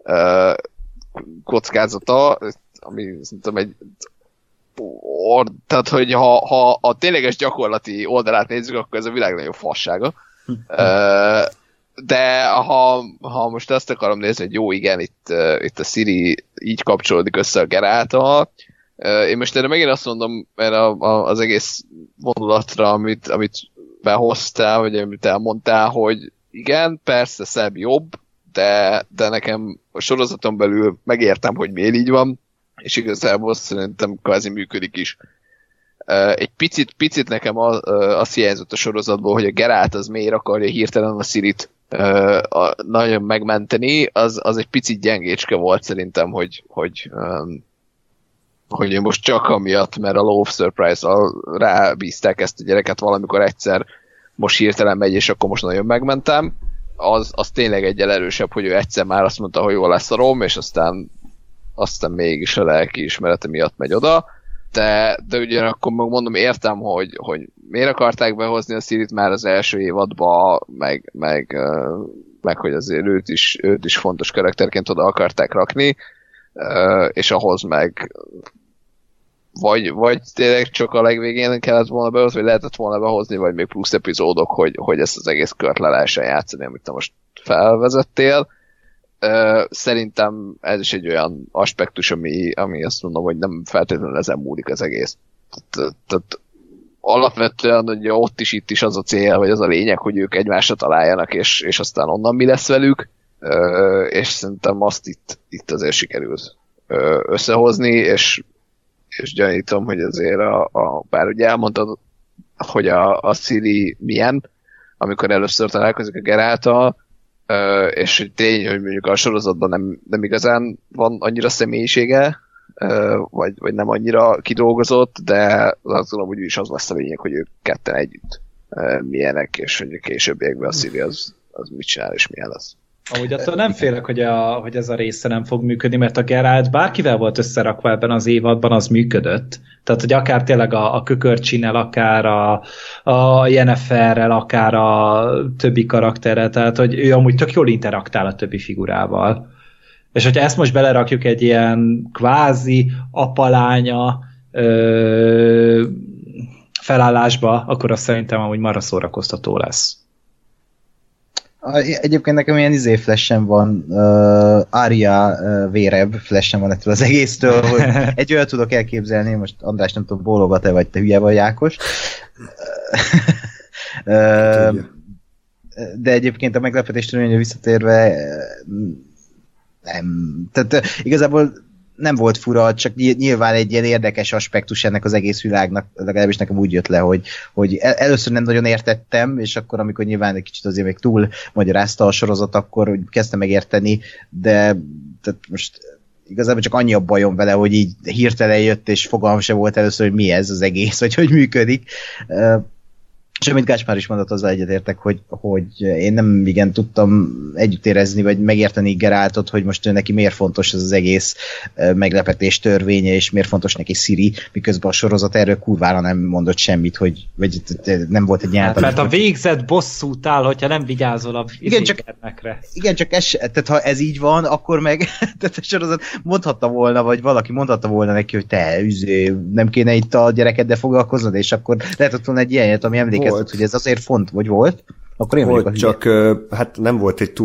kockázata, ami szerintem egy or, tehát, hogy ha, ha a tényleges gyakorlati oldalát nézzük, akkor ez a világ nagyobb fassága. De ha, ha most azt akarom nézni, hogy jó, igen, itt, itt a Ciri így kapcsolódik össze a Geráltal, én most erre megint azt mondom, mert a, a, az egész vonulatra, amit, amit behoztál, vagy amit elmondtál, hogy igen, persze szebb jobb, de, de nekem a sorozaton belül megértem, hogy miért így van, és igazából szerintem kvázi működik is. Egy picit, picit nekem azt hiányzott a sorozatból, hogy a Geralt az miért akarja hirtelen a Cirit nagyon megmenteni, az, az egy picit gyengécske volt szerintem, hogy, hogy, hogy most csak amiatt, mert a Law of Surprise-al rábízták ezt a gyereket valamikor egyszer, most hirtelen megy, és akkor most nagyon megmentem. Az, az tényleg egyel erősebb, hogy ő egyszer már azt mondta, hogy jól lesz a rom, és aztán aztán mégis a lelki ismerete miatt megy oda, de, de ugyanakkor meg mondom, értem, hogy, hogy miért akarták behozni a Cirit már az első évadba, meg, meg, meg hogy azért őt is, őt is fontos karakterként oda akarták rakni, és ahhoz meg vagy, vagy tényleg csak a legvégén kellett volna behozni, vagy lehetett volna behozni, vagy még plusz epizódok, hogy, hogy ezt az egész kört le lehessen játszani, amit te most felvezettél. Uh, szerintem ez is egy olyan aspektus, ami, ami azt mondom, hogy nem feltétlenül ezen múlik az egész. Tehát, tehát alapvetően ugye ott is, itt is az a cél, vagy az a lényeg, hogy ők egymásra találjanak, és, és aztán onnan mi lesz velük, uh, és szerintem azt itt, itt azért sikerült uh, összehozni, és, és gyanítom, hogy azért a, a bár ugye elmondtad, hogy a, a Ciri milyen, amikor először találkozik a Gerálttal, Uh, és hogy tény, hogy mondjuk a sorozatban nem, nem igazán van annyira személyisége, uh, vagy, vagy nem annyira kidolgozott, de azt gondolom, hogy is az lesz a lényeg, hogy ők ketten együtt uh, milyenek, és hogy a későbbiekben a Ciri az, az mit csinál, és milyen lesz.
Amúgy attól nem félek, hogy, a, hogy ez a része nem fog működni, mert a Geralt bárkivel volt összerakva ebben az évadban, az működött. Tehát, hogy akár tényleg a, a Kökörcsinnel, akár a, a Yenneferrel, akár a többi karakterrel, tehát, hogy ő amúgy tök jól interaktál a többi figurával. És hogyha ezt most belerakjuk egy ilyen kvázi apalánya ö, felállásba, akkor azt szerintem amúgy marra szórakoztató lesz.
Egyébként nekem ilyen izé flashem van, uh, Arya uh, vérebb flashem van ettől az egésztől, hogy egy olyat tudok elképzelni, most András nem tudom, bólogat-e, vagy te hülye vagy, Ákos. uh, de egyébként a meglepetés törvényre visszatérve nem, tehát igazából nem volt fura, csak nyilván egy ilyen érdekes aspektus ennek az egész világnak, legalábbis nekem úgy jött le, hogy, hogy először nem nagyon értettem, és akkor, amikor nyilván egy kicsit azért még túl magyarázta a sorozat, akkor kezdtem megérteni, de tehát most igazából csak annyi a bajom vele, hogy így hirtelen jött, és fogalmam sem volt először, hogy mi ez az egész, vagy hogy működik. És amit Gáspár is mondott, azzal egyetértek, hogy, hogy én nem igen tudtam együtt érezni, vagy megérteni Geraltot, hogy most neki miért fontos ez az egész meglepetés törvénye, és miért fontos neki Ciri, miközben a sorozat erről kurvára nem mondott semmit, hogy vagy nem volt egy nyelv.
Hát, mert a végzett bosszút áll, hogyha nem vigyázol a
igen, csak, igen, csak ez, tehát ha ez így van, akkor meg tehát a sorozat mondhatta volna, vagy valaki mondhatta volna neki, hogy te üzé, nem kéne itt a gyerekeddel foglalkoznod, és akkor lehetett volna egy ilyenet, ami emlékeztet, hogy ez azért font, vagy volt, akkor én
volt, csak uh, hát nem volt egy túl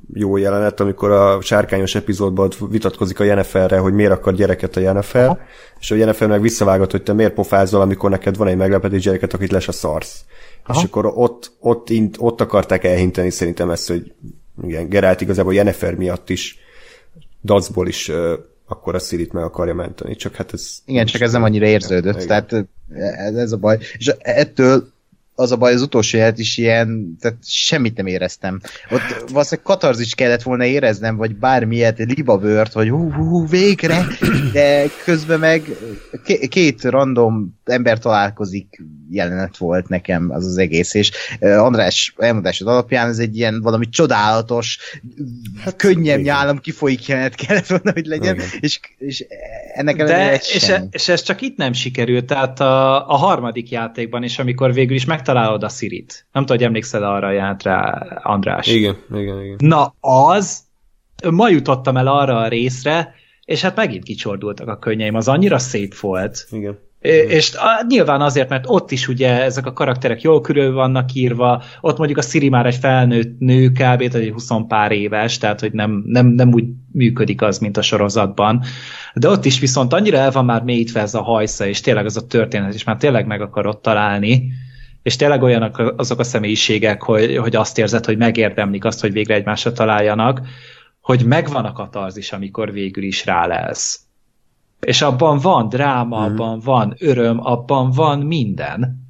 jó jelenet, amikor a sárkányos epizódban vitatkozik a Yenneferre, hogy miért akar gyereket a Yennefer, aha. és a Yennefer meg visszavágott, hogy te miért pofázol, amikor neked van egy meglepetés gyereket, akit le se szarsz. Aha. És akkor ott, ott, ott, ott akarták elhinteni szerintem ezt, hogy igen, Geralt igazából Yennefer miatt is, Dacból is uh, akkor a Cirit meg akarja menteni, csak hát ez...
Igen, csak ez nem annyira érződött, igen. Tehát ez, ez a baj. És ettől az a baj, az utolsó jelet is ilyen, tehát semmit nem éreztem. Ott valószínűleg katarzis kellett volna éreznem, vagy bármilyet, libabört, hogy hú, hú, hú, végre, de közben meg két random ember találkozik jelenet volt nekem az az egész, és András elmondásod alapján ez egy ilyen valami csodálatos, hát, könnyen nyálam kifolyik jelenet kellett volna, hogy legyen, és, és ennek
de, és, e, és ez csak itt nem sikerült, tehát a, a harmadik játékban is, amikor végül is megtalálod a Cirit. Nem tudom, hogy emlékszel arra a jelentre, András.
Igen, igen, igen.
Na az, ma jutottam el arra a részre, és hát megint kicsordultak a könnyeim, az annyira szép volt.
Igen.
És nyilván azért, mert ott is ugye ezek a karakterek jól körül vannak írva, ott mondjuk a Ciri már egy felnőtt nő kb. Tehát egy húsz pár éves, tehát hogy nem, nem, nem úgy működik az, mint a sorozatban. De ott is viszont annyira el van már mélyítve ez a hajsza, és tényleg az a történet, és már tényleg meg akarod találni, és tényleg olyanok azok a személyiségek, hogy, hogy azt érzed, hogy megérdemlik azt, hogy végre egymásra találjanak, hogy megvan a katarzis, amikor végül is rálelsz. És abban van dráma, mm. abban van öröm, abban van minden.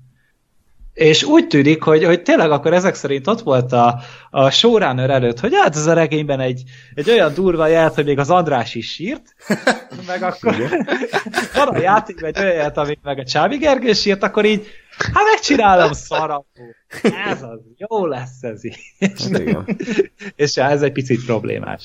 És úgy tűnik, hogy, hogy tényleg akkor ezek szerint ott volt a, a showrunner előtt, hogy hát ez a regényben egy, egy olyan durva jelt, hogy még az András is sírt, meg akkor van a játékban egy olyan jelt, amit meg a Csábi Gergő sírt, akkor így, hát megcsinálom szarabó. Ez az, jó lesz ez így. És, és ez egy picit problémás.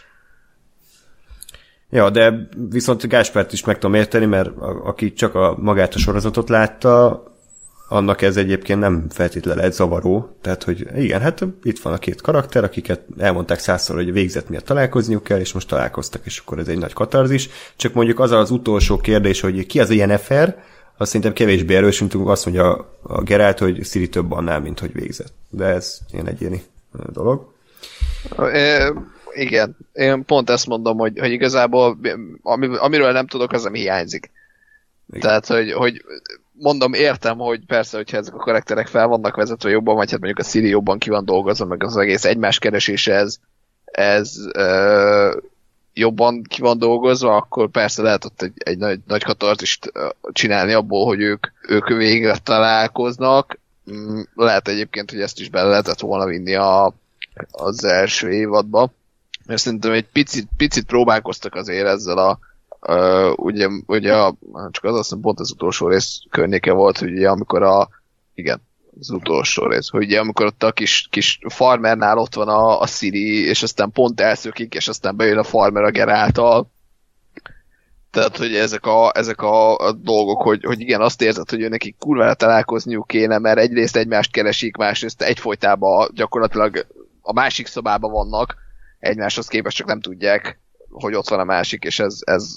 Ja, de viszont Gáspárt is meg tudom érteni, mert a, aki csak a, magát a sorozatot látta, annak ez egyébként nem feltétlenül egy zavaró. Tehát, hogy igen, hát itt van a két karakter, akiket elmondták százszor, hogy végzet miatt találkozniuk kell, és most találkoztak, és akkor ez egy nagy katarzis. Csak mondjuk az az utolsó kérdés, hogy ki az a Yennefer, azt szerintem kevésbé erős, mint azt mondja a Geralt, hogy Ciri több annál, mint hogy végzett. De ez ilyen egyéni dolog.
É, igen, én pont ezt mondom, hogy, hogy igazából ami, amiről nem tudok, az, ami hiányzik. Igen. Tehát, hogy, hogy mondom, értem, hogy persze, hogyha ezek a karakterek fel vannak vezetve jobban, vagy hát mondjuk a Ciri jobban ki van dolgozva, meg az egész egymás keresése ez, ez ö, jobban ki van dolgozva, akkor persze lehet ott egy, egy nagy, nagy katarzist csinálni abból, hogy ők, ők végre találkoznak. Lehet egyébként, hogy ezt is bele lehetett volna vinni a, az első évadba, mert szerintem egy picit, picit próbálkoztak azért ezzel a Uh, ugye, ugye a, csak az azt hiszem pont az utolsó rész környéke volt, hogy ugye amikor a igen, az utolsó rész, hogy ugye amikor ott a kis, kis farmernál ott van a, a Ciri, és aztán pont elszökik, és aztán bejön a farmer a Geráltal. Tehát, hogy ezek a, ezek a, a dolgok, hogy, hogy igen, azt érzed, hogy ő nekik kurvára találkozniuk kéne, mert egyrészt egymást keresik, másrészt egyfolytában gyakorlatilag a másik szobában vannak, egymáshoz képest csak nem tudják, hogy ott van a másik, és ez, ez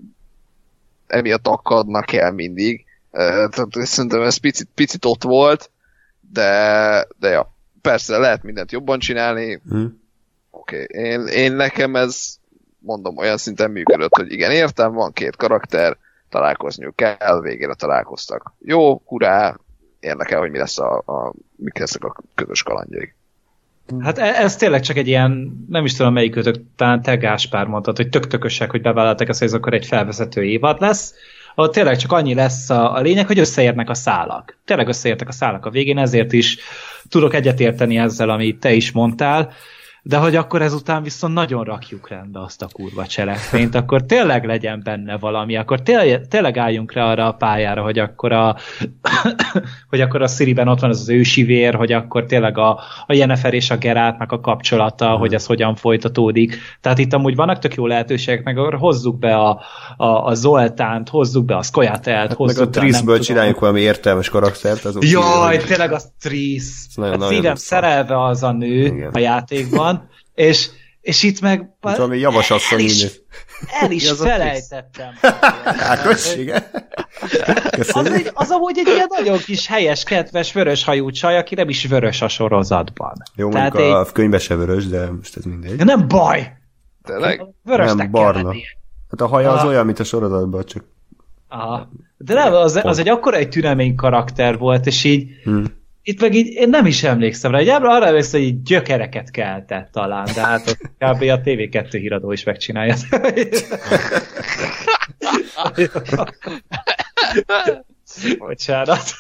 emiatt akadnak el mindig. Tehát szerintem ez picit, picit ott volt, de, de ja, persze lehet mindent jobban csinálni. Hmm. Oké, okay. én, én nekem ez, mondom, olyan szinten működött, hogy igen, értem, van két karakter, találkozniuk kell, végére találkoztak. Jó, hurrá, érdekel, hogy mi lesz a, a, mik lesznek a közös kalandjaik.
Hát ez tényleg csak egy ilyen, nem is tudom melyikötök, talán te Gáspár mondtad, hogy tök-tökösek, hogy bevállaltak ezt, hogy ez akkor egy felvezető évad lesz, ahol tényleg csak annyi lesz a, a lényeg, hogy összeérnek a szálak. Tényleg összeértek a szálak a végén, ezért is tudok egyetérteni ezzel, amit te is mondtál, de hogy akkor ezután viszont nagyon rakjuk rendbe azt a kurva cselekményt, akkor tényleg legyen benne valami, akkor tényleg, tényleg álljunk rá arra a pályára, hogy akkor a hogy akkor a Ciriben ott van az az ősi vér, hogy akkor tényleg a, a Yennefer és a Geráltnak a kapcsolata, mm. hogy ez hogyan folytatódik. Tehát itt amúgy vannak tök jó lehetőségek, meg akkor hozzuk be a, a, a Zoltánt, hozzuk be a Skoyatelt, hát hozzuk
meg a Trissből csináljuk tudom. valami értelmes karaktert. Az
Jaj, kívül, tényleg az Triss. Hát szívem szerelve az a nő igen. a játékban, és, És itt meg...
Valami javasasszony
el is,
úgy
el is felejtettem.
Ákos, igen.
Az, egy, az amúgy egy ilyen nagyon kis helyes, kedves, vörös hajú csaj, aki nem is vörös a sorozatban.
Jó,
Tehát
mondjuk a
egy...
könyvbe se vörös, de most ez mindegy.
De nem baj!
Tényleg?
Vörösnek
Nem, barna. Hát a haja az
Ah.
olyan, mint a sorozatban, csak...
Aha. De nem, az, az egy akkora egy tünemény karakter volt, és így
Hmm.
itt meg így én nem is emlékszem rá. Egy arra emlékszem, hogy így gyökereket keltett talán, de hát ott kb. A té vé kettő híradó is megcsinálja. Bocsánat.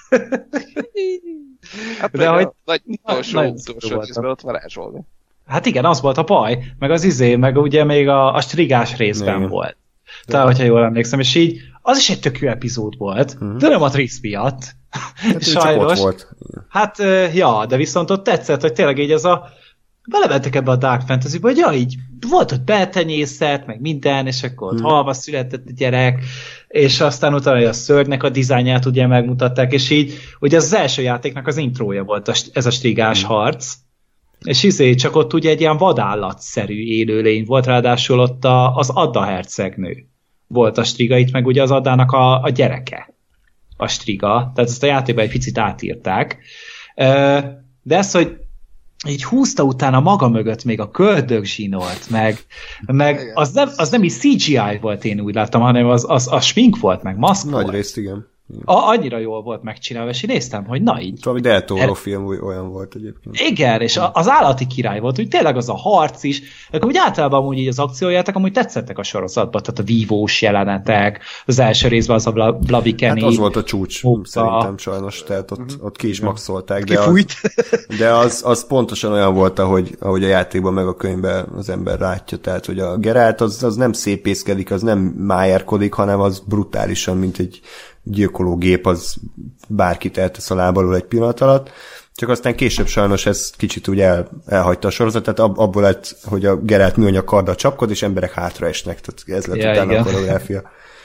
Hát
De
de
hogy-
hogy... Nagy utolsó,
nagyon
utolsó
szomorú
részben ott varázsolni.
Hát igen, az volt a baj, meg az izé, meg ugye még a, a strigás részben
Igen.
volt. Tehát, hogyha jól emlékszem, és így az is egy tök jó epizód volt,
Mhm.
de nem a Trix miatt.
Hát ő csak ott volt.
Hát, ö, ja, de viszont ott tetszett, hogy tényleg így ez a belementek ebbe a Dark Fantasy-ba, hogy ja, így volt ott beltenyészet, meg minden, és akkor ott
Hmm.
halva született a gyerek, és aztán utána a szörnynek a dizájnját ugye megmutatták, és így, ugye az első játéknak az intrója volt a, ez a strigás
Hmm.
harc, és izé, csak ott ugye egy ilyen vadállatszerű élőlény volt, ráadásul ott a, az Adda hercegnő volt a striga, itt meg ugye az Addának a, a gyereke a striga, tehát ezt a játékban egy picit átírták. Ö, De ez, hogy így húzta utána maga mögött még a köldögzsinort, meg, meg az, nem, az nem is cé gé í volt, én úgy láttam, hanem az, az, az smink volt, meg maszk
Nagy
volt.
részt, igen.
A, annyira jól volt megcsinálva, és én néztem, hogy na így.
Valami Del Toro
Er-
film olyan volt egyébként.
Igen, és a- az állati király volt, úgy tényleg az a harc is, akkor úgy általában amúgy így az akciójátok amúgy tetszettek a sorozatban, tehát a vívós jelenetek, az első részben az a bla- blavikeni.
Hát az volt a csúcs,
Munka.
szerintem sajnos, tehát ott, ott ki is maxolták, de, az,
Kifújt.
de az, az pontosan olyan volt, ahogy, ahogy a játékban meg a könyvben az ember látja, tehát hogy a Geralt az, az nem szépészkedik, az nem májerkodik, hanem az brutálisan, mint egy gyilkológép, az bárkit eltesz a lábalól egy pillanat alatt, csak aztán később sajnos ez kicsit úgy el, elhagyta a sorozat, tehát ab, abból lett, hogy a Geralt műanyag karddal csapkod, és emberek hátraesnek, tehát ez lett
Ja,
utána
igen.
a koreográfia.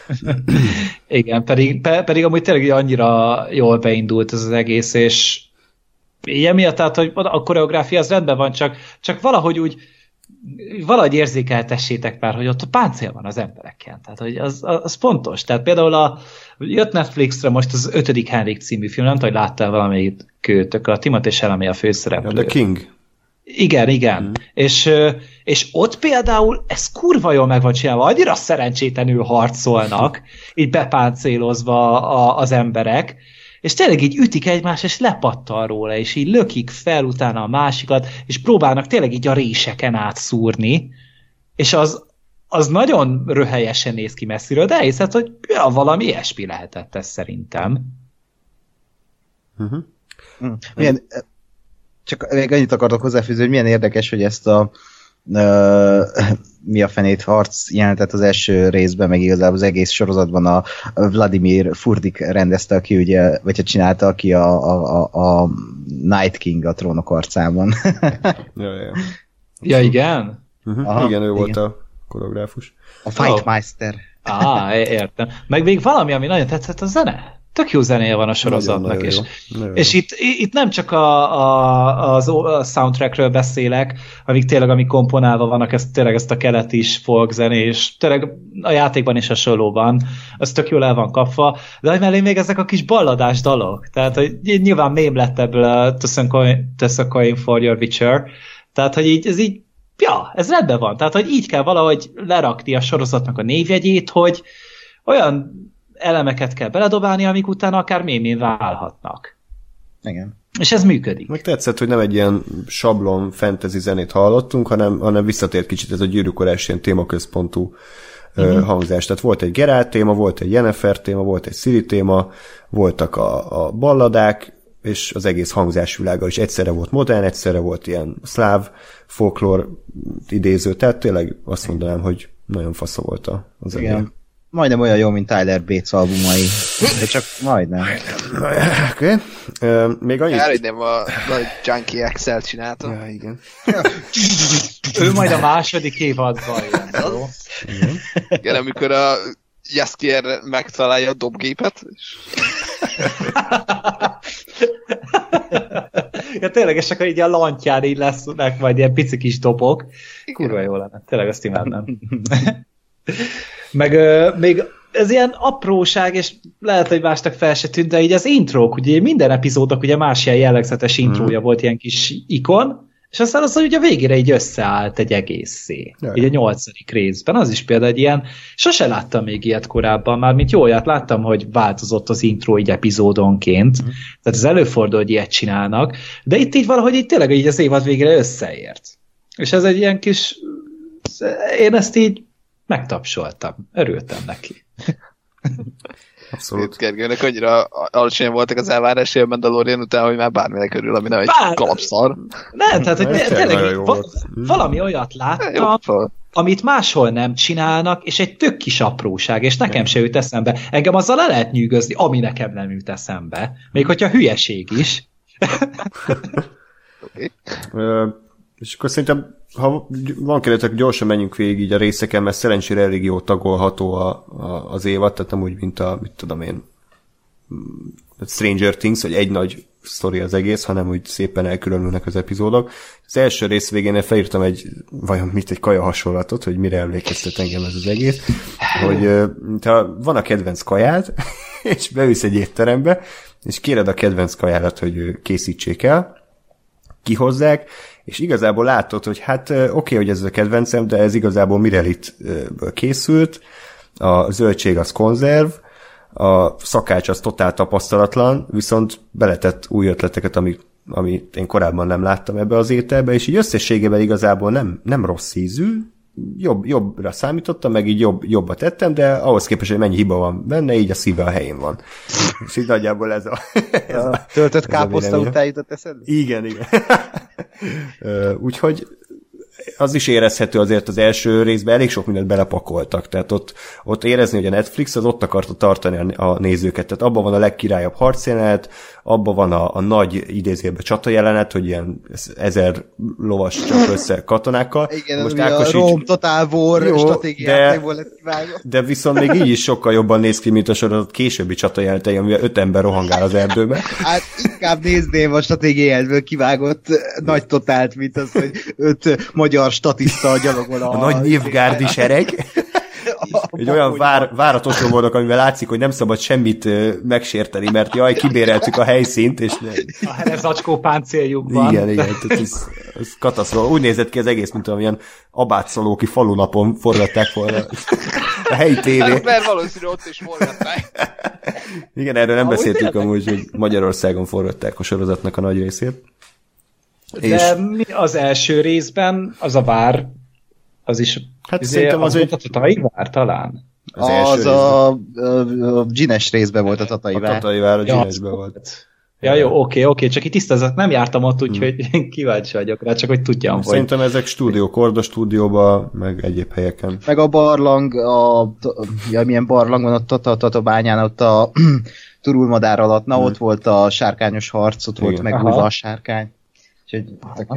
Igen, pedig, pe, pedig amúgy tényleg annyira jól beindult ez az egész, és ilyen miatt, tehát, hogy a koreográfia az rendben van, csak, csak valahogy úgy valahogy érzékeltessétek már, hogy ott a páncél van az embereken. Tehát, hogy az, az pontos. Tehát például a, jött Netflixre most az ötödik Henrik című film, nem tudom, hogy láttál valamelyik kőtök, a Timothée Chalamet a főszereplő.
The King.
Igen, igen. Mm. És, és ott például ez kurva jól meg van csinálva, annyira szerencsétlenül harcolnak, így bepáncélozva a, az emberek, és tényleg így ütik egymást, és lepattal róla, és így lökik fel utána a másikat, és próbálnak tényleg így a réseken átszúrni, és az, az nagyon röhelyesen néz ki messziről, de elhiszed, hogy ja, valami ilyesmi lehetett ez szerintem.
Uh-huh.
Milyen, csak még annyit akartok hozzáfűzni, hogy milyen érdekes, hogy ezt a uh, mi a fenét harc jelentet az első részben, meg igazából az egész sorozatban a Vladimir Furdik rendezte, aki ugye, vagy csinálta, aki a, a, a, a Night King a Trónok arcában.
Ja, ja.
Ja, igen?
Uh-huh.
Aha,
igen, ő
igen.
volt a koreográfus.
A Fightmeister.
Á, értem. Meg még valami, ami nagyon tetszett, a zene. Tök jó zenéje van a sorozatnak.
Nagyon,
és
nagyon jó. Nagyon
és
jó.
itt, itt nem csak a, a, az, a soundtrackről beszélek, amik tényleg, amik komponálva vannak, ez tényleg ezt a keletis folk zenés, tényleg a játékban is hasonlóban, az tök jól el van kapva, de hogy mellé még ezek a kis balladás dalok. Tehát, hogy nyilván mém lett ebből a Toss a Coin for Your Witcher. Tehát, hogy így, ez így, ja, ez rendben van. Tehát, hogy így kell valahogy lerakni a sorozatnak a névjegyét, hogy olyan elemeket kell beledobálni, amik utána akár mémén válhatnak.
Igen.
És ez működik.
Meg tetszett, hogy nem egy ilyen sablon fantasy zenét hallottunk, hanem, hanem visszatért kicsit ez a gyűrűkorás ilyen témaközpontú uh-huh. hangzás. Tehát volt egy Geralt téma, volt egy Yennefer téma, volt egy Ciri téma, voltak a, a balladák, és az egész hangzásvilága is egyszerre volt modern, egyszerre volt ilyen szláv folklór idéző, tehát tényleg azt mondanám, hogy nagyon fasza volt az
Igen.
egész.
Majdnem olyan jó, mint Tyler Bates albumai. De csak majdnem.
Oké. Okay. Uh, még annyit...
Kár, hogy nem a nagy Junkie X L csinálta.
Ja, igen.
Ő majd a második évadban jön. Jó?
Igen, amikor a Jaskier megtalálja a dobgépet.
Ja, tényleg, és akkor így a lantján így lesznek majd ilyen pici kis dobok. Kurva jó lenne. Tényleg azt imádnám. Meg euh, még ez ilyen apróság, és lehet, hogy másnak fel se tűnt, de így az intrók, ugye minden epizódnak ugye más ilyen jellegzetes intrója mm. volt, ilyen kis ikon, és aztán az, hogy a végére így összeállt egy egészé. Jaj. Így a nyolcadik részben. Az is például egy ilyen, sose láttam még ilyet korábban, már mint jó olyat láttam, hogy változott az intro így epizódonként. Mm. Tehát ez előfordul, hogy ilyet csinálnak, de itt így valahogy így tényleg így az évad végére összeért. És ez egy ilyen kis, én ezt így megtapsoltam. Örültem neki.
Abszolút. Gergőnek annyira alacsonyan voltak az elvárásai a Mandalorian után, hogy már bárminek örül, ami nem egy Bár... kalapszar.
Nem, tehát hogy tényleg va- valami olyat láttam, amit máshol nem csinálnak, és egy tök kis apróság, és nekem se jut eszembe. Engem azzal le lehet nyűgözni, ami nekem nem jut eszembe. Még hogyha hülyeség is.
Okay. uh, és akkor szerintem, ha van kérdetek, gyorsan menjünk végig így a részeken, mert szerencsére elég jó tagolható a, a, az évad, tehát nem úgy, mint a, mit tudom én, Stranger Things, hogy egy nagy sztori az egész, hanem úgy szépen elkülönülnek az epizódok. Az első rész végén felírtam egy, vajon mit, egy kaja hasonlatot, hogy mire emlékeztet engem ez az egész, hogy ha van a kedvenc kajád, és beülsz egy étterembe, és kéred a kedvenc kajádat, hogy készítsék el, kihozzák, és igazából látod, hogy hát oké, okay, hogy ez a kedvencem, de ez igazából Mirelit-ből készült, a zöldség az konzerv, a szakács az totál tapasztalatlan, viszont beletett új ötleteket, amit, amit én korábban nem láttam ebbe az ételbe, és így összességében igazából nem, nem rossz ízű, jobb, jobbra számítottam, meg így jobb, jobbat tettem, de ahhoz képest, hogy mennyi hiba van benne, így a szíve a helyén van. És így nagyjából ez a... Ez
a, a töltött káposzta után jutott eszedbe?
Igen, igen. Úgyhogy az is érezhető azért az első részben, elég sok mindent belepakoltak, tehát ott, ott érezni, hogy a Netflix az ott akarta tartani a, a nézőket, tehát abban van a legkirályabb harcjelenet, abban van a, a nagy idézőjelben csatajelenet, hogy ilyen ezer lovas csak össze katonákkal.
Igen, most a Rome Total War stratégiájából lett kivágva.
De viszont még így is sokkal jobban néz ki, mint a sorozat későbbi csatajelenetei, amivel öt ember rohangál az erdőbe.
Hát inkább nézném a stratégiájából kivágott nagy totált, mint az, hogy öt magyar statiszta gyalogol a...
A nagy nilfgaardi sereg. Egy olyan vár, váratos voltak, amivel látszik, hogy nem szabad semmit uh, megsérteni, mert jaj, kibéreltük a helyszínt, és...
A herezacskó páncéljuk van.
Igen, igen, tehát ez, ez katasztrófa. Úgy nézett ki az egész, mint amilyen abátszolóki falunapon forgatták volna a helyi tévé.
Mert valószínű ott is forgatták.
Igen, erről nem beszéltünk amúgy, hogy Magyarországon forgatták a sorozatnak a nagy részét.
De és... mi az első részben, az a vár, az is...
Hát izé, szerintem az, az egy...
a tatai vár talán?
Az, az a, a, a Gines részben volt a tatai vár.
A tatai vár a Ginesben ja, volt.
Ja, jó, oké, oké, csak itt tisztázat, nem jártam ott, úgyhogy hmm. kíváncsi vagyok rá, csak hogy tudjam, hogy...
Szerintem ezek stúdió, Korda stúdióban, meg egyéb helyeken.
Meg a barlang, a, ja, milyen barlang van ott, ott a Tatabányán, ott a turulmadár alatt, na hmm. ott volt a sárkányos harc, ott igen. Volt megújva a sárkány. Úgyhogy,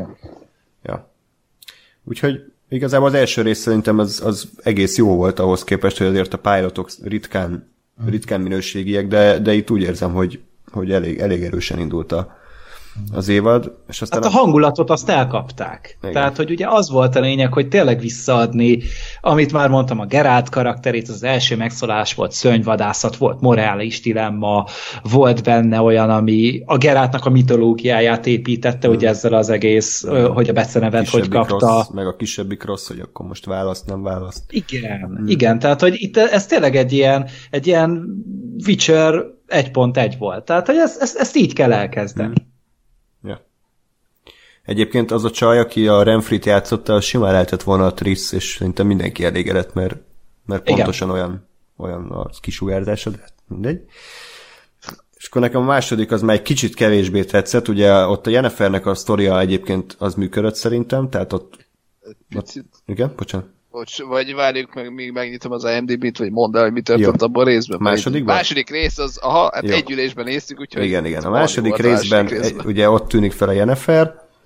ja. Úgyhogy igazából az első rész szerintem az, az egész jó volt ahhoz képest, hogy azért a pilotok ritkán, ritkán minőségiek, de, de itt úgy érzem, hogy, hogy elég, elég erősen indult a, az évad. És aztán
hát a hangulatot azt elkapták. Igen. Tehát, hogy ugye az volt a lényeg, hogy tényleg visszaadni, amit már mondtam, a Geralt karakterét, az első megszólás volt szörnyvadászat, volt morális dilemma, volt benne olyan, ami a Geraltnak a mitológiáját építette, hmm. ugye ezzel az egész, hmm. hogy a becenevet hogy kapta.
Rossz, meg a kisebbik rossz, hogy akkor most választ, nem választ.
Igen, hmm. igen, tehát, hogy itt ez tényleg egy ilyen, egy ilyen Witcher egy pont egy volt. Tehát, hogy ezt, ezt, ezt így kell elkezdeni. Hmm.
Ja. Egyébként az a csaj, aki a Renfrit játszotta, simán lehetett volna a Triss, és szerintem mindenki elégedett, mert, mert pontosan olyan, olyan a kisugárzása, de mindegy. És akkor nekem a második az már egy kicsit kevésbé tetszett, ugye ott a Yennefernek a sztoria egyébként az működött szerintem, tehát ott... ott igen, bocsánat.
Bocs, vagy várjuk meg, míg megnyitom az I M D B-t, vagy mondd el, hogy mi történt abban a részben.
Másodikban?
Második rész az, aha, hát jó. Egy ülésben néztük, úgyhogy...
Igen, igen. A második részben, részben egy, ugye ott tűnik fel a Yennefer,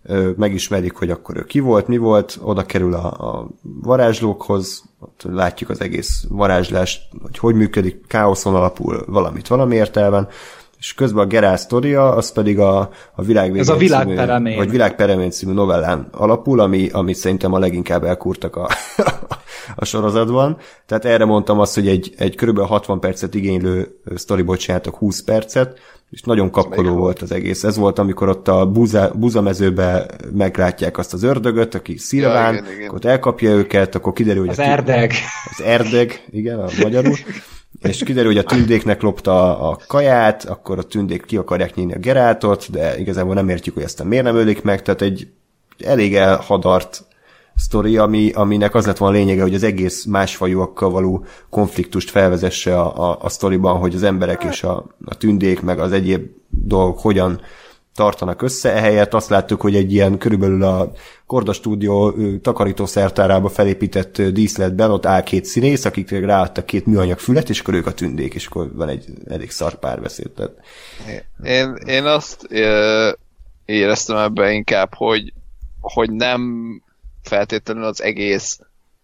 megismerik, hogy akkor ő ki volt, mi volt, oda kerül a, a varázslókhoz, ott látjuk az egész varázslást, hogy hogy működik, káoszon alapul valamit valamiért elven, és közben a Geralt sztoria, az pedig a, a világvégén
Ez a világperemény.
című, vagy világperemény című novellán alapul, ami, ami szerintem a leginkább elkúrtak a, a sorozatban. Tehát erre mondtam azt, hogy egy, egy körülbelül hatvan percet igénylő sztoriból csináltak húsz percet, és nagyon kapkodó volt az egész. Ez volt, amikor ott a buza, buzamezőbe meglátják azt az ördögöt, aki Szilván, ja, igen, igen. Ott elkapja őket, akkor kiderül, hogy
az
a
erdeg.
Az erdeg, igen, a magyarul. És kiderül, hogy a tündéknek lopta a kaját, akkor a tündék ki akarják nyílni a Geraltot, de igazából nem értjük, hogy ezt miért nem ölik meg, tehát egy elég elhadart sztori, ami, aminek az lett volna a lényege, hogy az egész másfajúakkal való konfliktust felvezesse a, a, a sztoriban, hogy az emberek és a, a tündék, meg az egyéb dolgok hogyan tartanak össze. Ehelyett azt láttuk, hogy egy ilyen körülbelül a Korda Stúdió takarítószertárába felépített díszletben ott áll két színész, akik ráadtak két műanyag fület, és akkor ők a tündék, és akkor van egy elég szar párbeszéd. Tehát...
Én, én azt éreztem ebben inkább, hogy, hogy nem feltétlenül az egész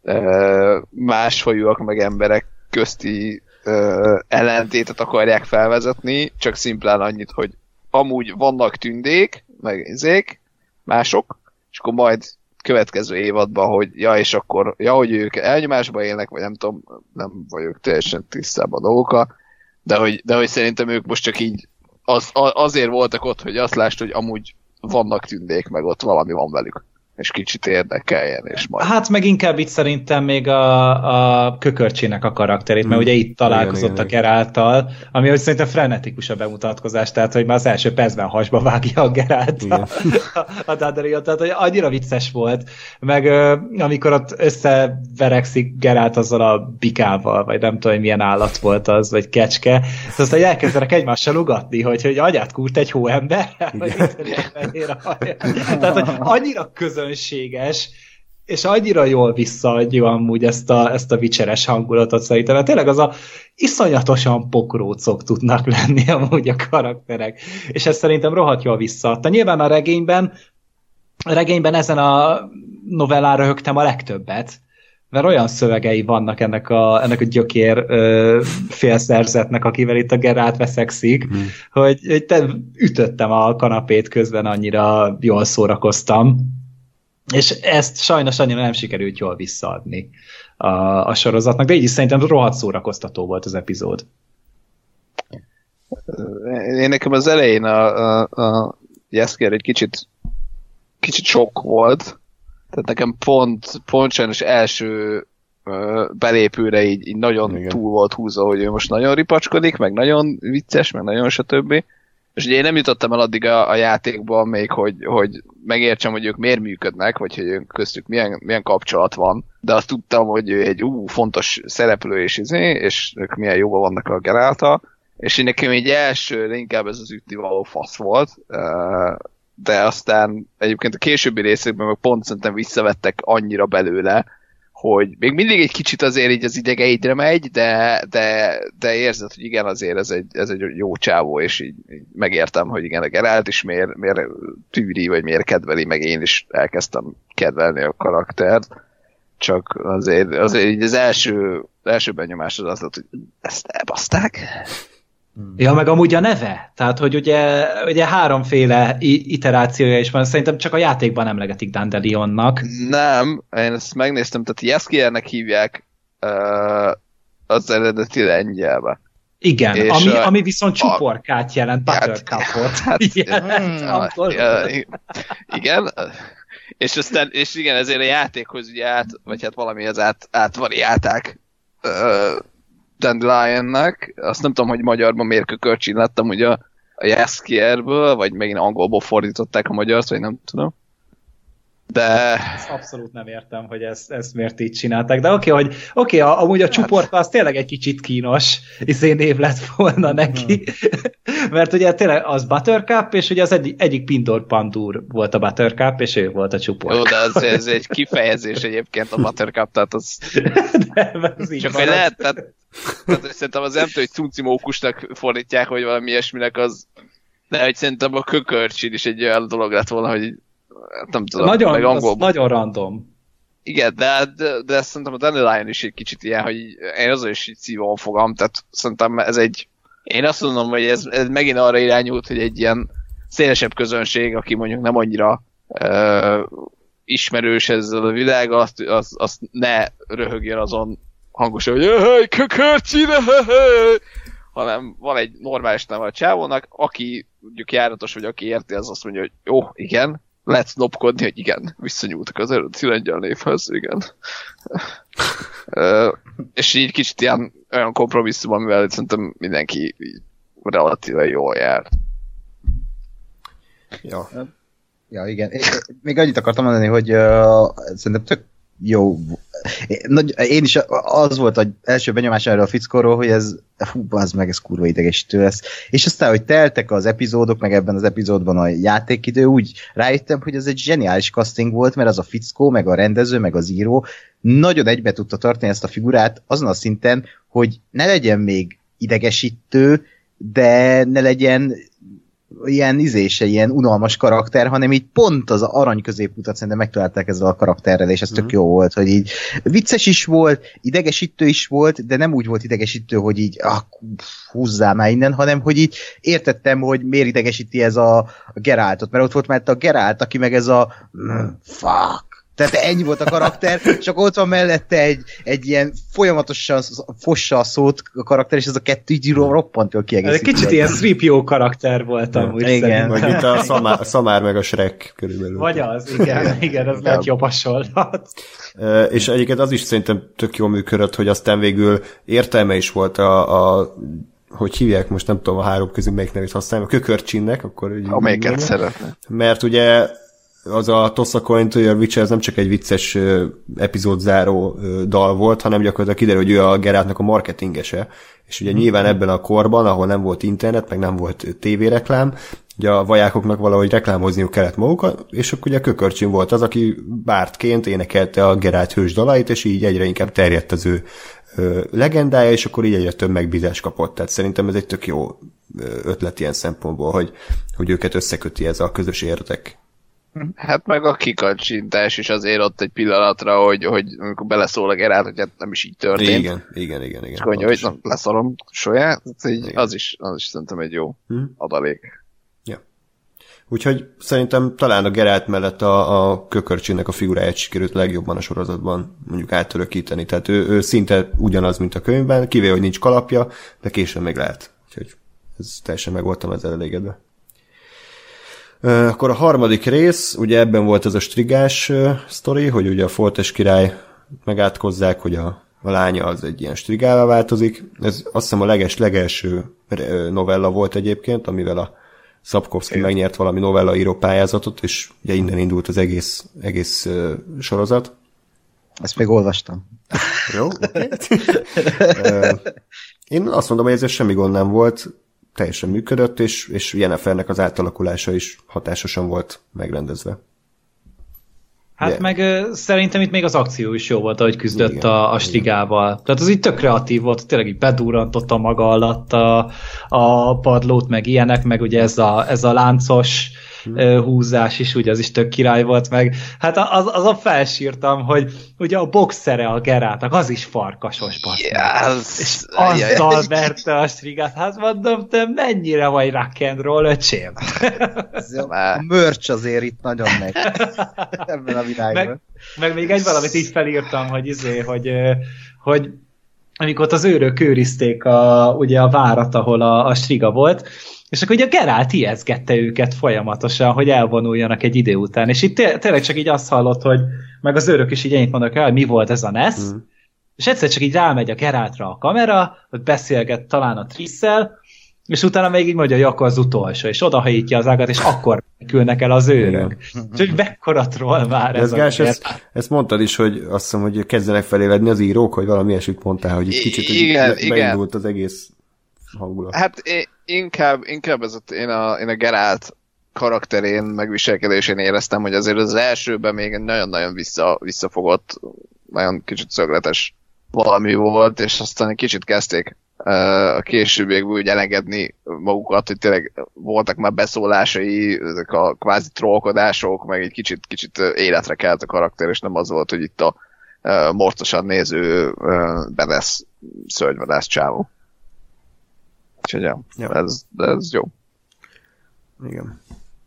másfajúak meg emberek közti ellentétet akarják felvezetni, csak szimplán annyit, hogy amúgy vannak tündék, meg izék, mások, és akkor majd következő évadban, hogy ja, és akkor, ja, hogy ők elnyomásban élnek, vagy nem tudom, nem vagyok teljesen tisztában a dolgokkal, de hogy, de hogy szerintem ők most csak így az, azért voltak ott, hogy azt lásd, hogy amúgy vannak tündék, meg ott valami van velük, és kicsit érdekeljen, és majd... Hát
meg inkább itt szerintem még a, a kökörcsének a karakterét, mert hmm. ugye itt találkozott igen, a Geralttal, ami hogy szerintem frenetikus a bemutatkozás, tehát hogy már az első percben hasba vágja a Geralt a, a Dandelion, tehát hogy annyira vicces volt, meg amikor ott összeverekszik Geralt azzal a bikával, vagy nem tudom, hogy milyen állat volt az, vagy kecske, aztán elkezdenek egymással ugatni, hogy, hogy agyát kúrt egy hóember, tehát hogy annyira közön és annyira jól visszaadja amúgy ezt a, ezt a vicseres hangulatot szerintem, mert tényleg az a iszonyatosan pokrócok tudnak lenni amúgy a karakterek, és ezt szerintem rohadt jól visszaadta. Nyilván a regényben, a regényben ezen a novellára röhögtem a legtöbbet, mert olyan szövegei vannak ennek a, ennek a gyökér ö, félszerzetnek, akivel itt a Geralt veszekszik, hmm. hogy, hogy te ütöttem a kanapét közben, annyira jól szórakoztam. És ezt sajnos annyira nem sikerült jól visszaadni a, a sorozatnak, de így is szerintem rohadt szórakoztató volt az epizód.
Én nekem az elején a, a, a Jaskier egy kicsit kicsit sok volt, tehát nekem pont, pont sajnos első ö, belépőre így, így nagyon igen. túl volt húzva, hogy ő most nagyon ripacskodik, meg nagyon vicces, meg nagyon stb. És ugye én nem jutottam el addig a, a játékban még, hogy, hogy megértsem, hogy ők miért működnek, vagy hogy ők köztük milyen, milyen kapcsolat van, de azt tudtam, hogy ő egy ú, fontos szereplő és izé, és ők milyen jóban vannak a Geralttal, és én nekem egy első, inkább ez az ütnivaló fasz volt, de aztán egyébként a későbbi részekben meg pont szerintem visszavettek annyira belőle, hogy még mindig egy kicsit azért így az idegeidre megy, de, de, de érzed, hogy igen, azért ez egy, ez egy jó csávó, és így, így megértem, hogy igen, a Geralt is miért, miért tűri, vagy miért kedveli, meg én is elkezdtem kedvelni a karaktert, csak azért, azért így az első, első benyomás az az lett, hogy ezt elbaszták.
Ja, meg amúgy a neve, tehát, hogy ugye, ugye háromféle iterációja is van, szerintem csak a játékban emlegetik Dandelionnak.
Nem, én ezt megnéztem, tehát Jaskiernek hívják uh, az eredeti lengyelbe.
Igen, ami, a, ami viszont csuporkát jelent, Buttercupot. Hát, jelent,
hát, ja, igen, és aztán, és igen, ezért a játékhoz ugye át, vagy hát valami az át, átvariálták uh, Dandelionnak, azt nem tudom, hogy magyarban miért kökörcsin lettem ugye a, a Jaskierből, vagy megint angolból fordították a magyart, vagy nem tudom. De...
Ezt abszolút nem értem, hogy ezt, ezt miért így csinálták, de oké, okay, hogy oké, okay, amúgy a hát... csuporka az tényleg egy kicsit kínos izé név lett volna neki, mert ugye tényleg az Buttercup, és ugye az egyik, egyik Pintor Pandur volt a Buttercup, és ő volt a csuport.
Jó, de az, ez egy kifejezés egyébként a Buttercup, tehát az...
De, az
csak hogy lehet, tehát, tehát szerintem az nem tudom, hogy cuncimókusnak fordítják, vagy valami ilyesminek az, de hogy szerintem a kökörcsin is egy olyan dolog lett volna, hogy nem tudom,
nagyon,
meg angol...
nagyon random.
Igen, de, de, de szerintem a Dandelion is egy kicsit ilyen, hogy én azon is így szívom fogam, tehát szerintem ez egy, én azt mondom, hogy ez, ez megint arra irányult, hogy egy ilyen szélesebb közönség, aki mondjuk nem annyira uh, ismerős ezzel a világgal, azt, azt, azt ne röhögjön azon hangosan, hogy hely, kökörcsine, hanem van egy normális neve a csávónak, aki mondjuk járatos, vagy aki érti, az azt mondja, hogy jó, igen, lehet sznopkodni, hogy igen, visszanyúltak az eredeti lengyel névhez, igen. uh, és így kicsit ilyen olyan kompromisszum, amivel szerintem mindenki relatíve jól jár.
Ja.
Ja, igen. Én, még annyit akartam mondani, hogy uh, szerintem tök jó. Én is az volt az első benyomás erről a fickóról, hogy ez, hú, az meg, ez kurva idegesítő lesz. És aztán, hogy teltek az epizódok, meg ebben az epizódban a játékidő, úgy rájöttem, hogy ez egy zseniális casting volt, mert az a fickó, meg a rendező, meg az író nagyon egybe tudta tartani ezt a figurát azon a szinten, hogy ne legyen még idegesítő, de ne legyen ilyen izése, ilyen unalmas karakter, hanem így pont az arany középutat szerintem megtalálták ezzel a karakterrel, és ez tök jó volt, hogy így vicces is volt, idegesítő is volt, de nem úgy volt idegesítő, hogy így ah, húzzál már innen, hanem hogy így értettem, hogy miért idegesíti ez a, a Geraltot, mert ott volt már a Geralt, aki meg ez a mm, fuck. Tehát ennyi volt a karakter, csak ott van mellette egy, egy ilyen folyamatosan fossa a szót a karakter, és ez a kettő így roppant jól kiegészítő.
Kicsit ilyen three P O karakter voltam.
Ja, igen.
Vagy mint a Szamár, a Szamár meg a Shrek körülbelül.
Vagy az, igen, igen, az lehet jobb hasonlat.
E, és egyébként az is szerintem tök jól működött, hogy aztán végül értelme is volt a, a hogy hívják most, nem tudom, a három közül melyik nevét használom, a kökörcsinnek, akkor...
Amelyiket szeretne.
Mert ugye az a Toss a Coin to Your Witcher, ez nem csak egy vicces uh, epizódzáró uh, dal volt, hanem gyakorlatilag kiderül, hogy ő a Geraltnak a marketingese, és ugye nyilván ebben a korban, ahol nem volt internet, meg nem volt tévéreklám, ugye a vajákoknak valahogy reklámozniuk kellett magukat, és akkor ugye a Kökörcsin volt az, aki bártként énekelte a Geralt hős dalait, és így egyre inkább terjedt az ő uh, legendája, és akkor így egyre több megbízást kapott. Tehát szerintem ez egy tök jó ötlet ilyen szempontból, hogy, hogy őket összeköti ez a közös érdek.
Hát meg a kikacsintás is azért ott egy pillanatra, hogy, hogy amikor beleszól a Geralt, hogy hát nem is így történt.
Igen, igen, igen. igen
és mondja, hogy na, leszarom saját, az is, az is szerintem egy jó hmm. adalék.
Ja. Úgyhogy szerintem talán a Geralt mellett a, a Kökörcsinnek a figuráját sikerült legjobban a sorozatban mondjuk átörökíteni. Tehát ő, ő szinte ugyanaz, mint a könyvben, kivéve, hogy nincs kalapja, de később még lehet. Úgyhogy ez teljesen meg voltam ezzel elégedve. Akkor a harmadik rész, ugye ebben volt ez a strigás uh, sztori, hogy ugye a Foltest király megátkozzák, hogy a, a lánya az egy ilyen strigává változik. Ez azt hiszem a leges-legelső novella volt egyébként, amivel a Sapkowski Igen. megnyert valami novellaíró pályázatot, és ugye innen indult az egész, egész uh, sorozat.
Ezt még olvastam.
Jó, oké. Okay. Én azt mondom, hogy ezzel semmi gond nem volt, teljesen működött, és, és Yennefernek az átalakulása is hatásosan volt megrendezve.
Hát yeah. meg uh, szerintem itt még az akció is jó volt, ahogy küzdött igen, a, a strigával. Igen. Tehát az így tök kreatív volt, tényleg így bedurrantotta maga alatt a, a padlót, meg ilyenek, meg ugye ez a, ez a láncos hmm. uh, húzás is, ugye az is tök király volt, meg hát az, azon felsírtam, hogy ugye a boxere a Geráltnak, az is farkasos basz.
Yes.
És azzal verte a strigát, hát mondom, te mennyire vagy rock and roll, öcsém?
A merch azért itt nagyon megy. Ebben a világban.
Meg, meg még egy valamit így felírtam, hogy izé, hogy, hogy amikor ott az őrök őrizték a, ugye a várat, ahol a, a striga volt, és akkor ugye a Geralt ijeszgette őket folyamatosan, hogy elvonuljanak egy idő után, és itt té- tényleg csak így azt hallott, hogy meg az őrök is így ennyit mondanak el, hogy mi volt ez a Ness, mm. és egyszer csak így rámegy a Geraltra a kamera, ott beszélget talán a Trisszel, és utána még így mondja, hogy akkor az utolsó, és odahajítja az ágat, és akkor külnek el az őrök. És hogy mekkora troll már ez, ez a
Gás, ezt, ezt mondtad is, hogy azt hiszem, hogy kezdenek feléledni az írók, hogy valami ilyesmit mondtál, hogy egy kicsit
igen,
hogy beindult az egész hangulat.
Hát én, inkább, inkább ez a, én, a, én a Geralt karakterén, megviselkedésén éreztem, hogy azért az elsőben még nagyon-nagyon vissza, visszafogott, nagyon kicsit szögletes valami volt, és aztán egy kicsit kezdték a későbbiekben úgy elengedni magukat, hogy tényleg voltak már beszólásai, ezek a kvázi trollkodások, meg egy kicsit, kicsit életre kelt a karakter, és nem az volt, hogy itt a morcosan néző bedesz szörnyvadász csávó. Úgyhogy ja, ja. Ez, ez jó.
Igen.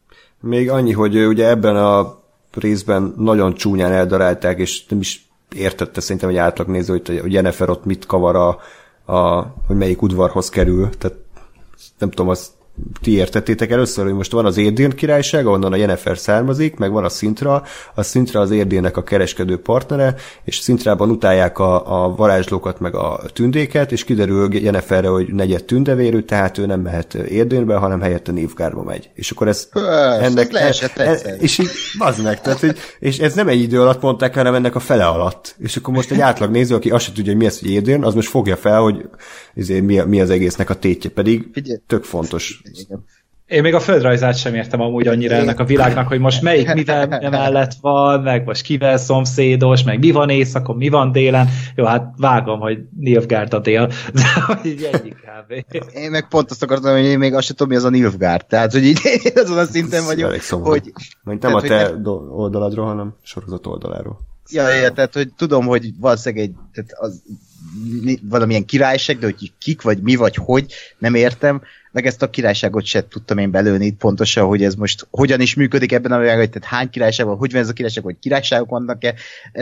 Még annyi, hogy ugye ebben a részben nagyon csúnyán eldarálták, és nem is értette szerintem egy átlagnéző, hogy a Yennefer ott mit kavar a, a, hogy melyik udvarhoz kerül. Tehát nem tudom, azt ti értettétek először, hogy most van az Édirn királyság, ahonnan a Yennefer származik, meg van a Sintra, a Sintra az Érdénnek a kereskedő partnere, és Sintrában utálják a, a varázslókat, meg a tündéket, és kiderül Yenneferre, hogy negyed tündevérű, tehát ő nem mehet Érdénbe, hanem helyette Nilfgaardba megy. És akkor ez
Persze,
ennek...
leesett egyszer.
És így, bazd meg, tehát, hogy, és ez nem egy idő alatt mondták, hanem ennek a fele alatt. És akkor most egy átlag néző, aki azt se tudja, hogy mi az, hogy Édirn, az most fogja fel, hogy mi, mi az egésznek a tétje, pedig Figyelj. tök fontos.
Igen.
Én még a földrajzát sem értem amúgy annyira ennek a világnak, hogy most melyik mivel mellett van, meg most kivel szomszédos, meg mi van éjszakon, mi van délen. Jó, hát vágom, hogy Nilfgaard a dél, de hogy így egyik kb.
Én meg pont azt akartam, hogy én még azt sem tudom, mi az a Nilfgaard. Tehát, hogy így azon a szinten vagyok, hogy...
Mert nem tehát, a te nem... oldaladról, hanem sorozat oldaláról.
Ja, ja, tehát, hogy tudom, hogy valószínűleg egy, tehát az, valamilyen királyság, de hogy kik, vagy mi, vagy hogy, nem értem, meg ezt a királyságot se tudtam én belőni pontosan, hogy ez most hogyan is működik ebben a világban, tehát hány királyság van, hogy van ez a királyság, hogy királyságok vannak-e.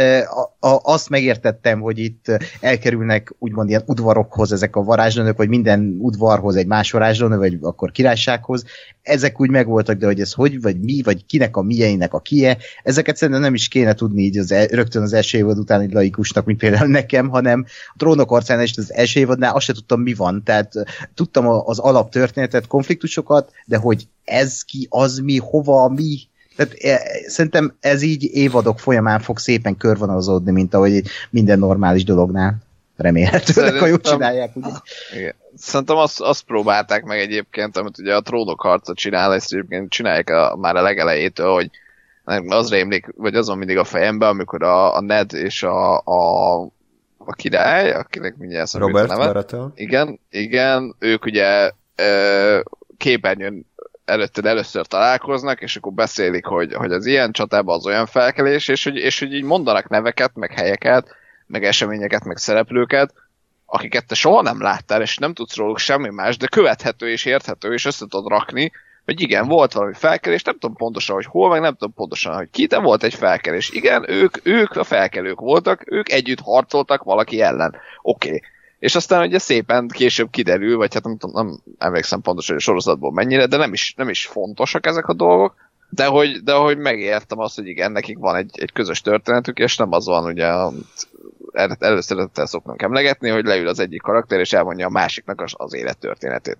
A, a, azt megértettem, hogy itt elkerülnek úgymond ilyen udvarokhoz ezek a varázslónők, vagy minden udvarhoz egy más varázslónő, vagy akkor királysághoz. Ezek úgy megvoltak, de hogy ez hogy, vagy mi, vagy kinek a mieinek a kie, ezeket szerintem nem is kéne tudni így az el, rögtön az első évad után egy laikusnak, mint például nekem, hanem a Trónok harcánál is az első évadnál azt se tudtam, mi van. Tehát tudtam az alap történetet, konfliktusokat, de hogy ez ki, az mi, hova, mi. Tehát e, szerintem ez így évadok folyamán fog szépen körvonalazódni, mint ahogy minden normális dolognál. Remélhetőleg, ha jól csinálják. Ugye?
Igen. Szerintem azt, azt próbálták meg egyébként, amit ugye a Trónok harca csinál, ezt egyébként csinálják a, már a legelejétől, hogy az rémlik, vagy azon mindig a fejemben, amikor a, a Ned és a, a a király, akinek mindjárt szó
Robert Baratheon.
Igen, igen, ők ugye ö, képernyőn előtted először találkoznak, és akkor beszélik, hogy, hogy az ilyen csatában az olyan felkelés, és hogy, és hogy így mondanak neveket, meg helyeket, meg eseményeket, meg szereplőket, akiket te soha nem láttál, és nem tudsz róluk semmi más, de követhető és érthető, és össze tudod rakni, hogy igen, volt valami felkelés, nem tudom pontosan, hogy hol, meg nem tudom pontosan, hogy ki, de volt egy felkelés. Igen, ők, ők a felkelők voltak, ők együtt harcoltak valaki ellen. Oké. Okay. És aztán ugye szépen később kiderül, vagy hát nem tudom, nem emlékszem pontosan, hogy a sorozatból mennyire, de nem is, nem is fontosak ezek a dolgok, de hogy, de hogy megértem azt, hogy igen, nekik van egy, egy közös történetük, és nem az van, ugye előszeretettel szoknak emlegetni, hogy leül az egyik karakter, és elmondja a másiknak az, az élettörténetét.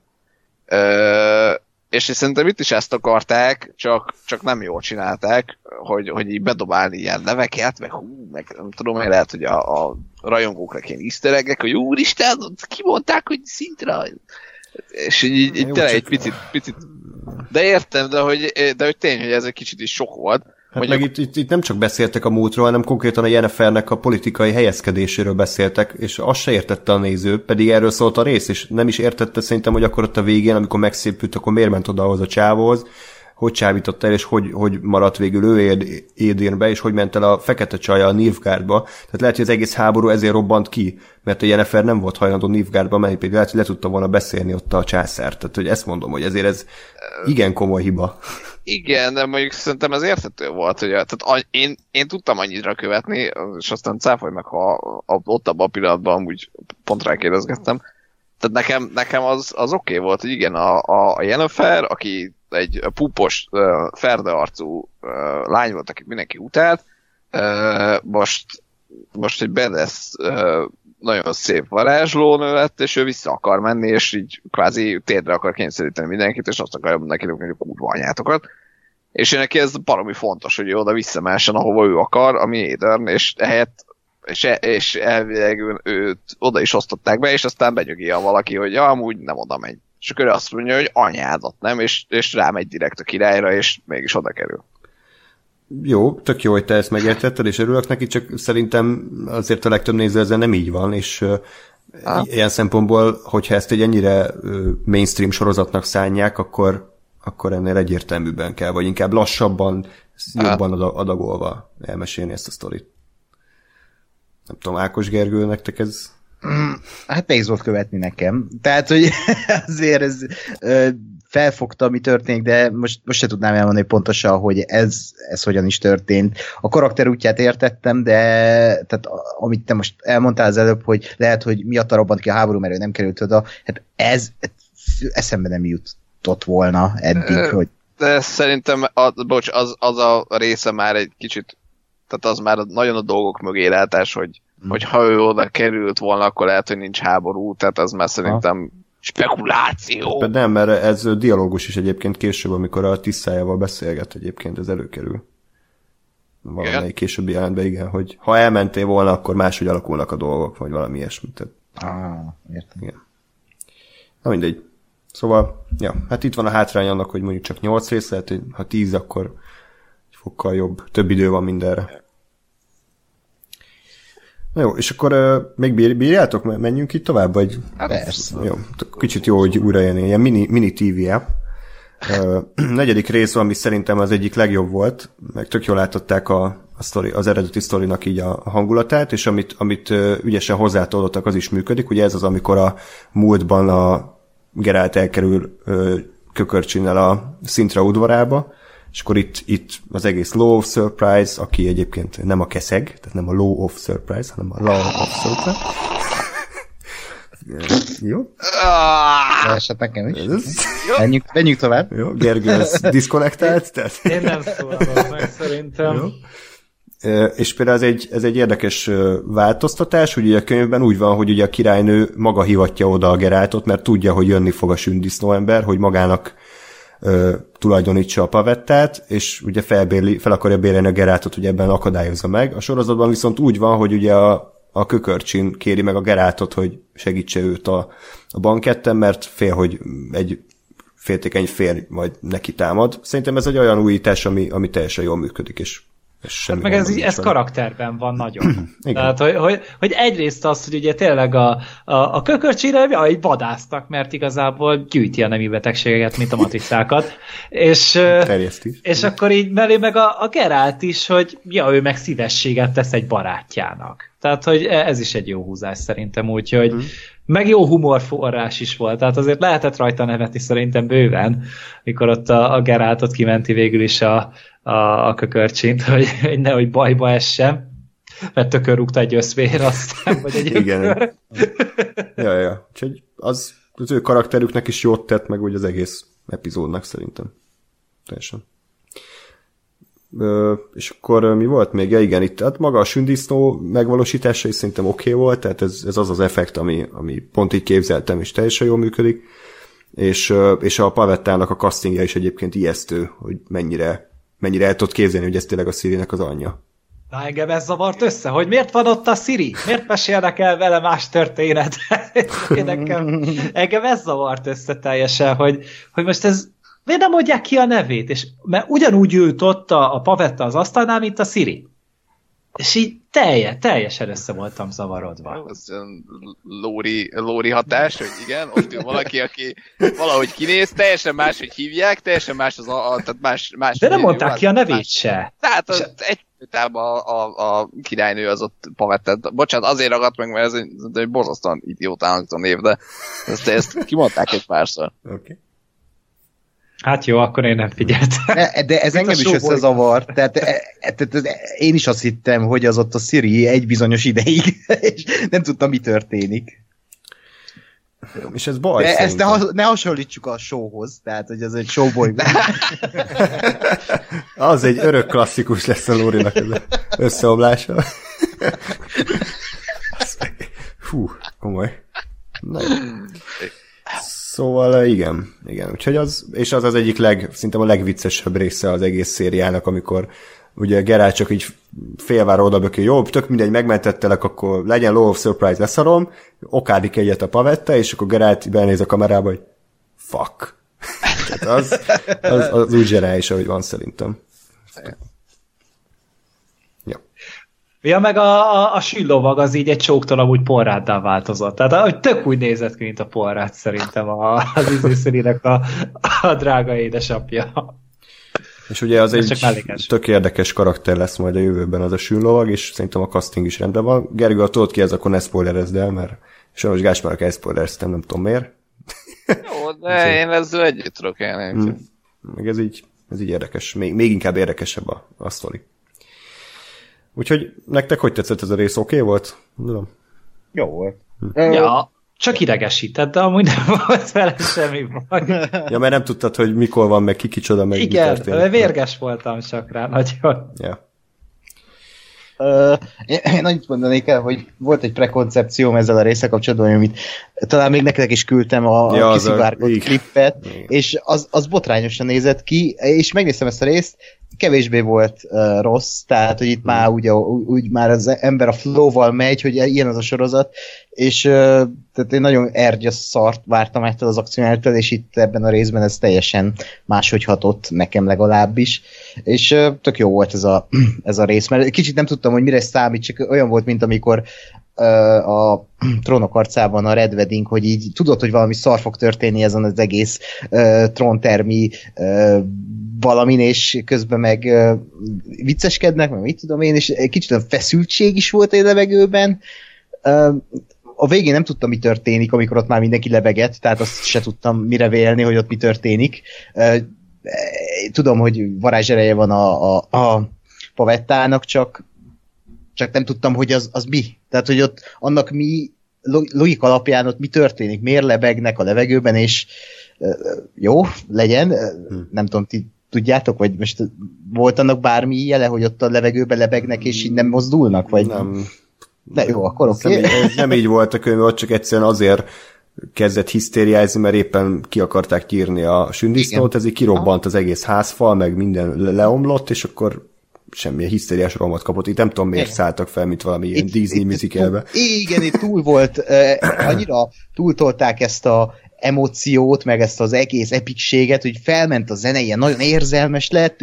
Ö, és szerintem itt is ezt akarták, csak, csak nem jól csinálták, hogy, hogy így bedobálni ilyen neveket, meg hú, meg nem tudom, én lehet, hogy a, a rajongókra kéne easter egg-ek, hogy úristen, kimondták, hogy szintre, és így, így, így tényleg egy picit, picit, de értem, de hogy, de hogy tény, hogy ez egy kicsit is sok volt.
Hát mondjuk... meg itt, itt, itt nem csak beszéltek a múltról, hanem konkrétan a Yennefernek a politikai helyezkedéséről beszéltek, és azt se értette a néző, pedig erről szólt a rész, és nem is értette szerintem, hogy akkor ott a végén, amikor megszépült, akkor miért ment oda ahhoz a csávóhoz, hogy csábított el, és hogy, hogy maradt végül ő Édirnbe, és hogy ment el a fekete csaja a Nilfgaardba. Tehát lehet, hogy az egész háború ezért robbant ki, mert a Yennefer nem volt hajlandó Nilfgaardba menni, pedig lehet, hogy le tudta volna beszélni ott a császárt. Tehát, hogy ezt mondom, hogy ezért ez igen komoly hiba.
Igen, de mondjuk szerintem ez érthető volt, hogy tehát én, én tudtam annyira követni, és aztán cáfolj meg, ha a, ott abban a pillanatban amúgy pont rákérdezgettem. Tehát nekem, nekem az, az oké okay volt, hogy igen, a, a, a Yennefer, aki egy púpos, uh, ferdearcú uh, lány volt, akit mindenki utált, uh, most, most egy bedesz uh, nagyon szép varázslónő lett, és ő vissza akar menni, és így kvázi térdre akar kényszeríteni mindenkit, és azt akarja neki, hogy kurva anyátokat. És neki ez baromi fontos, hogy ő oda visszamessen, ahova ő akar, ami Édirn, és ehelyett és, és elvileg őt oda is osztották be, és aztán benyögi a valaki, hogy ja, amúgy nem oda megy. És akkor azt mondja, hogy anyádat nem, és, és rámegy direkt a királyra, és mégis oda kerül.
Jó, tök jó, hogy te ezt megértetted, és örülök neki, csak szerintem azért a legtöbb néző ezzel nem így van, és ah. ilyen szempontból, hogyha ezt egy ennyire mainstream sorozatnak szánják, akkor, akkor ennél egyértelműbben kell, vagy inkább lassabban, jobban ah. adagolva elmesélni ezt a sztorit. Nem tudom, Ákos Gergő, nektek ez...
Hát nehéz volt követni nekem. Tehát, hogy azért ez ö, felfogta, mi történik, de most, most se tudnám elmondani pontosan, hogy ez, ez hogyan is történt. A karakter útját értettem, de tehát, amit te most elmondtál az előbb, hogy lehet, hogy miatta robbant ki a háború, mert ő nem került oda, hát ez, ez eszembe nem jutott volna eddig,
de,
hogy...
De szerintem, a, bocs, az, az a része már egy kicsit, tehát az már nagyon a dolgok mögé látás, hogy hogy ha ő oda került volna, akkor lehet, hogy nincs háború, tehát az már szerintem ha. spekuláció.
De nem, mert ez dialógus is egyébként később, amikor a Tisszájával beszélget egyébként, ez előkerül. Valamelyik későbbi jelentben, igen, hogy ha elmentél volna, akkor máshogy alakulnak a dolgok, vagy valami ilyesmit. Tehát...
Ah, értem.
Igen. Na mindegy. Szóval, ja, hát itt van a hátrány annak, hogy mondjuk csak nyolc rész, lehet, hogy ha tíz, akkor fokkal jobb. Több idő van mindenre. Na jó, és akkor uh, még bír, bírjátok? Menjünk itt tovább? Vagy...
Persze.
Jó, kicsit jó, hogy újra jönni. Ilyen mini, mini té vé uh, negyedik rész, ami szerintem az egyik legjobb volt, meg tök jól látották a, a sztori, az eredeti sztorinak így a hangulatát, és amit, amit uh, ügyesen hozzátolottak, az is működik. Ugye ez az, amikor a múltban a Geralt elkerül uh, Kökörcsinnel a Sintra udvarába, és akkor itt, itt az egész Law of Surprise, aki egyébként nem a keszeg, tehát nem a Law of Surprise, hanem a Law of Surprise. Jó?
Esett nekem is. Menjünk, menjünk tovább.
Jó, Gergő, ez diszkonnektált. Tehát...
Én nem szólalom meg, szerintem.
Jó. És például ez egy, ez egy érdekes változtatás, ugye a könyvben úgy van, hogy ugye a királynő maga hivatja oda a Geraltot, mert tudja, hogy jönni fog a sündisznó ember, hogy magának Ö, tulajdonítsa a pavettát, és ugye felbérli, fel akarja bérelni a Geraltot, hogy ebben akadályozza meg. A sorozatban viszont úgy van, hogy ugye a, a Kökörcsin kéri meg a Geraltot, hogy segítse őt a, a banketten, mert fél, hogy egy féltékeny férj majd neki támad. Szerintem ez egy olyan újítás, ami, ami teljesen jól működik, és
Hát meg ez, ez karakterben van nagyon. Tehát, hogy, hogy, hogy egyrészt az, hogy ugye tényleg a, a, a Kökörcsire jaj, vadásztak, mert igazából gyűjti a nemi betegségeket, mint a matricákat. És, és akkor így mellé meg a, a Geralt is, hogy ja, ő meg szívességet tesz egy barátjának. Tehát, hogy ez is egy jó húzás szerintem, úgyhogy mm. meg jó humorforrás is volt, tehát azért lehetett rajta nevetni szerintem bőven, mikor ott a, a Geraltot kimenti végül is a, a, a Kökörcsint, hogy, hogy nehogy bajba essem, mert tökör rúgta egy összvér, aztán, vagy egy
igen. ja, ja. Úgyhogy az, az ő karakterüknek is jót tett, meg úgy az egész epizódnak szerintem. Teljesen. Ö, és akkor mi volt még? Ja igen, itt hát maga a sündisznó megvalósítása is szerintem oké okay volt, tehát ez, ez az az effekt, ami, ami pont így képzeltem, és teljesen jól működik. És, és a pavettának a castingja is egyébként ijesztő, hogy mennyire, mennyire el tudod képzelni, hogy ez tényleg a Cirinek az anyja.
Na engem ez zavart össze, hogy miért van ott a Ciri? Miért mesélnek el vele más történet? engem, engem ez zavart össze teljesen, hogy, hogy most ez miért nem mondják ki a nevét? És, mert ugyanúgy ült ott a, a pavetta az asztalnál, mint a Ciri. És így telje, teljesen össze voltam zavarodva.
Ez Lóri, Lóri hatás, hogy igen, ott ül valaki, aki valahogy kinéz, teljesen más, hogy hívják, teljesen más az a, a tehát más, más.
De nem mondták ki a nevét más. Se.
Tehát az, egy a, a, a királynő az ott pavettet. Bocsánat, azért ragadt meg, mert ez egy, egy borzasztóan idiótának a név, de ezt, ezt kimondták egy párszor.
Oké. Okay.
Hát jó, akkor én nem figyeltem.
De, de ez engem is összezavart. Tehát, tehát, tehát én is azt hittem, hogy az ott a Ciri egy bizonyos ideig, és nem tudtam, mi történik.
És ez baj.
De ezt ne, ne hasonlítsuk a showhoz, tehát, hogy ez egy showboy.
Az egy örök klasszikus lesz a Lórinak ez összeomlása. Fú, komoly. Na, szóval igen, igen, úgyhogy az, és az az egyik leg, szinte a legviccesebb része az egész szériának, amikor ugye Geralt csak így félvára odaböki, jó, tök mindegy, megmentettelek, akkor legyen Law of Surprise, leszarom, okádik egyet a pavetta, és akkor Geralt benéz a kamerába, hogy fuck. Tehát az, az, az úgy zserális, ahogy van szerintem. Ja.
Ja, meg a, a, a süllovag az így egy csóktól amúgy porráddá változott. Tehát ahogy tök úgy nézett ki, mint a porrát szerintem a, az izészerinek a, a drága édesapja.
És ugye az egy tök érdekes karakter lesz majd a jövőben az a süllovag, és szerintem a casting is rendben van. Gergő, ha tudod ki ez, akkor ne spoilerezd el, mert sajnos Gáspárnak elspoilereztem, nem tudom miért.
Jó, de én ezzel együtt tudok élni.
Hmm. Meg ez így, ez így érdekes, még, még inkább érdekesebb a, a sztori. Úgyhogy nektek hogy tetszett ez a rész? Oké okay volt? Tudom.
Jó volt.
Hm. Ja, csak idegesített, de amúgy nem volt vele semmi baj.
Ja, mert nem tudtad, hogy mikor van, meg ki kicsoda, meg
igen,
mi történik.
vérges voltam csak rá, nagyon.
Ja.
Uh, én, én annyit mondanék el, hogy volt egy prekoncepcióm ezzel a résszel kapcsolatban, amit talán még nektek is küldtem a, ja, a kiszivárgott klippet, igen. És az, az botrányosan nézett ki, és megnéztem ezt a részt, kevésbé volt uh, rossz, tehát, hogy itt már úgy, úgy már az ember a flow-val megy, hogy ilyen az a sorozat, és uh, tehát én nagyon ergyes szart vártam ettől az akciójától, és itt ebben a részben ez teljesen máshogy hatott, nekem legalábbis, és uh, tök jó volt ez a, ez a rész, mert kicsit nem tudtam, hogy mire számít, csak olyan volt, mint amikor uh, a Trónok arcában a Red Wedding, hogy így tudod, hogy valami szar fog történni ezen az egész uh, tróntermi uh, valamin, és közben meg uh, vicceskednek, meg mit tudom én, és egy kicsit a feszültség is volt egy levegőben. Uh, a végén nem tudtam, mi történik, amikor ott már mindenki lebegett, tehát azt se tudtam mire vélni, hogy ott mi történik. Uh, tudom, hogy varázsereje van a, a, a Pavettának, csak, csak nem tudtam, hogy az, az mi. Tehát, hogy ott annak mi logika alapján ott mi történik, miért lebegnek a levegőben, és uh, jó, legyen, hmm. nem tudom, ti tudjátok, vagy most volt annak bármi jele, hogy ott a levegőben lebegnek, és így nem mozdulnak, vagy
nem.
De jó, akkor oké.
Okay. Ez nem így volt a könyv, ott csak egyszerűen azért kezdett hisztériázni, mert éppen ki akarták nyírni a sündisznót, ez így kirobbant az egész házfal, meg minden leomlott, és akkor semmilyen hisztériás rohamot kapott. Itt nem tudom, miért igen. szálltak fel, mint valami ilyen itt, Disney musicalbe.
Igen, itt túl volt, uh, annyira túltolták ezt a emóciót, meg ezt az egész epicséget, hogy felment a zene, ilyen nagyon érzelmes lett,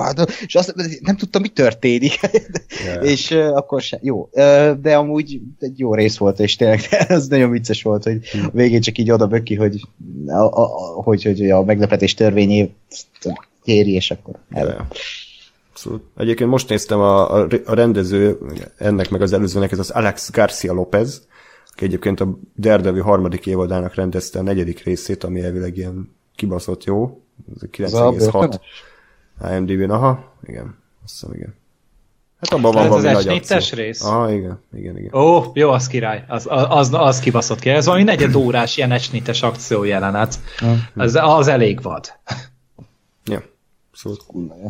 és azt nem tudtam, mi történik. Yeah. És uh, akkor se. Jó. Uh, de amúgy egy jó rész volt, és tényleg az nagyon vicces volt, hogy hmm. végén csak így oda böki, hogy a, a, a, hogy, hogy a meglepetés törvényét kéri, és akkor el. Yeah.
Abszolút. Egyébként most néztem a, a, a rendező, ennek meg az előzőnek, ez az Alex Garcia López, aki egyébként a Daredevil harmadik évadának rendezte a negyedik részét, ami elvileg ilyen kibaszott jó. kilenc egész hat I M D B-n, aha, igen. Azt hiszem, igen. Hát abban van valami nagy akció.
Rész?
Aha, igen, igen, igen.
Ó, jó, az király. Az, az, az kibaszott ki. Ez valami negyed órás ilyen esnites akció jelenet. Az, az elég vad.
Ja, szóval.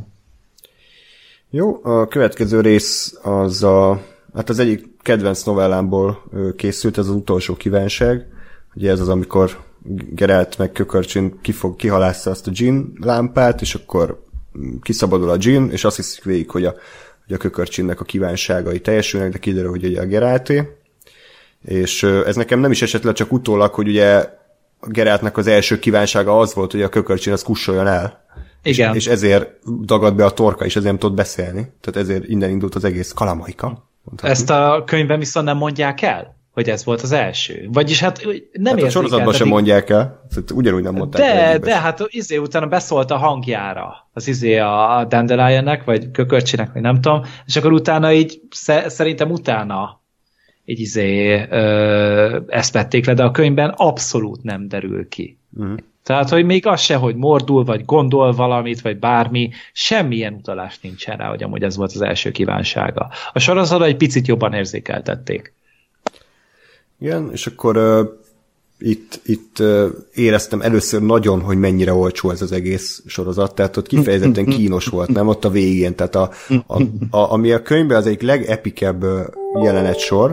Jó, a következő rész az a, hát az egyik kedvenc novellámból készült, ez az utolsó kívánság. Ugye ez az, amikor Geralt meg Kökörcsin kifog, kihalásza azt a Djinn lámpát, és akkor kiszabadul a Djinn, és azt hiszik végig, hogy a, hogy a Kökörcsinnek a kívánságai teljesülnek, de kiderül, hogy ugye a Geralté. És ez nekem nem is esett le csak utólag, hogy ugye a Geraltnak az első kívánsága az volt, hogy a Kökörcsin az kussoljon el.
Igen.
És, és ezért dagad be a torka, és ezért nem tudott beszélni. Tehát ezért innen indult az egész Kalamajka.
Ezt a könyvben viszont nem mondják el, hogy ez volt az első. Vagyis hát nem
hát a sorozatban sem mondják el. Ugyanúgy nem mondták
de, el. De hát izé utána beszólt a hangjára. Az izé a Dandelionnek, vagy Kökörcsinek, vagy nem tudom. És akkor utána így, szerintem utána így izé ö, ezt vették le, de a könyvben abszolút nem derül ki. Uh-huh. Tehát, hogy még az se, hogy mordul, vagy gondol valamit, vagy bármi, semmilyen utalás nincsen rá, hogy amúgy ez volt az első kívánsága. A sorozatban egy picit jobban érzékeltették.
Igen, és akkor uh, itt, itt uh, éreztem először nagyon, hogy mennyire olcsó ez az egész sorozat, tehát ott kifejezetten kínos volt, nem? Ott a végén, tehát a, a, a, ami a könyvben az egyik legepikebb jelenet sor,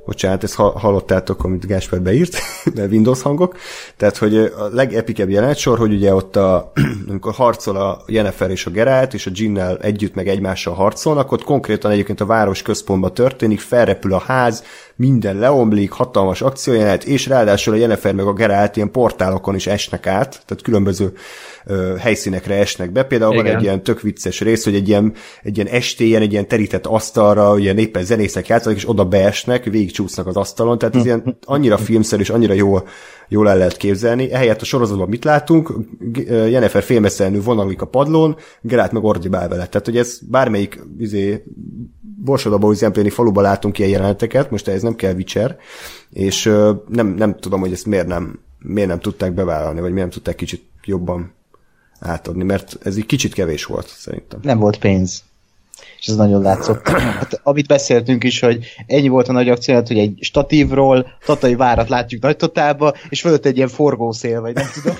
Bocsánat, ezt hallottátok, amit Gásper beírt, mert Windows hangok. Tehát, hogy a legepikebb jelenetsor, hogy ugye ott a, amikor harcol a Yennefer és a Geralt, és a Jinnel együtt meg egymással harcolnak, ott konkrétan egyébként a város központban történik, felrepül a ház, minden leomlik, hatalmas akciójelenet, és ráadásul a Yennefer meg a Geralt ilyen portálokon is esnek át, tehát különböző ö, helyszínekre esnek be. Például igen. Van egy ilyen tök vicces rész, hogy egy ilyen, egy ilyen estélyen, egy ilyen terített asztalra, ugye éppen zenészek játszanak, és oda beesnek, végigcsúsznak az asztalon, tehát ez ilyen annyira filmszerű, és annyira jól, jól el lehet képzelni. Ehelyett a sorozatban mit látunk? Yennefer félmeszelnő vonalik a padlón, Geralt meg ordibál vele. Tehát, hogy ez bármelyik izé, Borsodaba Uzempléni faluban látunk ilyen jeleneteket, most ez nem kell Witcher, és uh, nem, nem tudom, hogy ezt miért nem, miért nem tudták bevállalni, vagy miért nem tudták kicsit jobban átadni, mert ez így kicsit kevés volt, szerintem.
Nem volt pénz. És ez nagyon látszott. Hát, amit beszéltünk is, hogy ennyi volt a nagy akció, hogy egy statívról Tatai várat látjuk nagy totálba, és fölött egy ilyen forgószél, vagy nem tudom.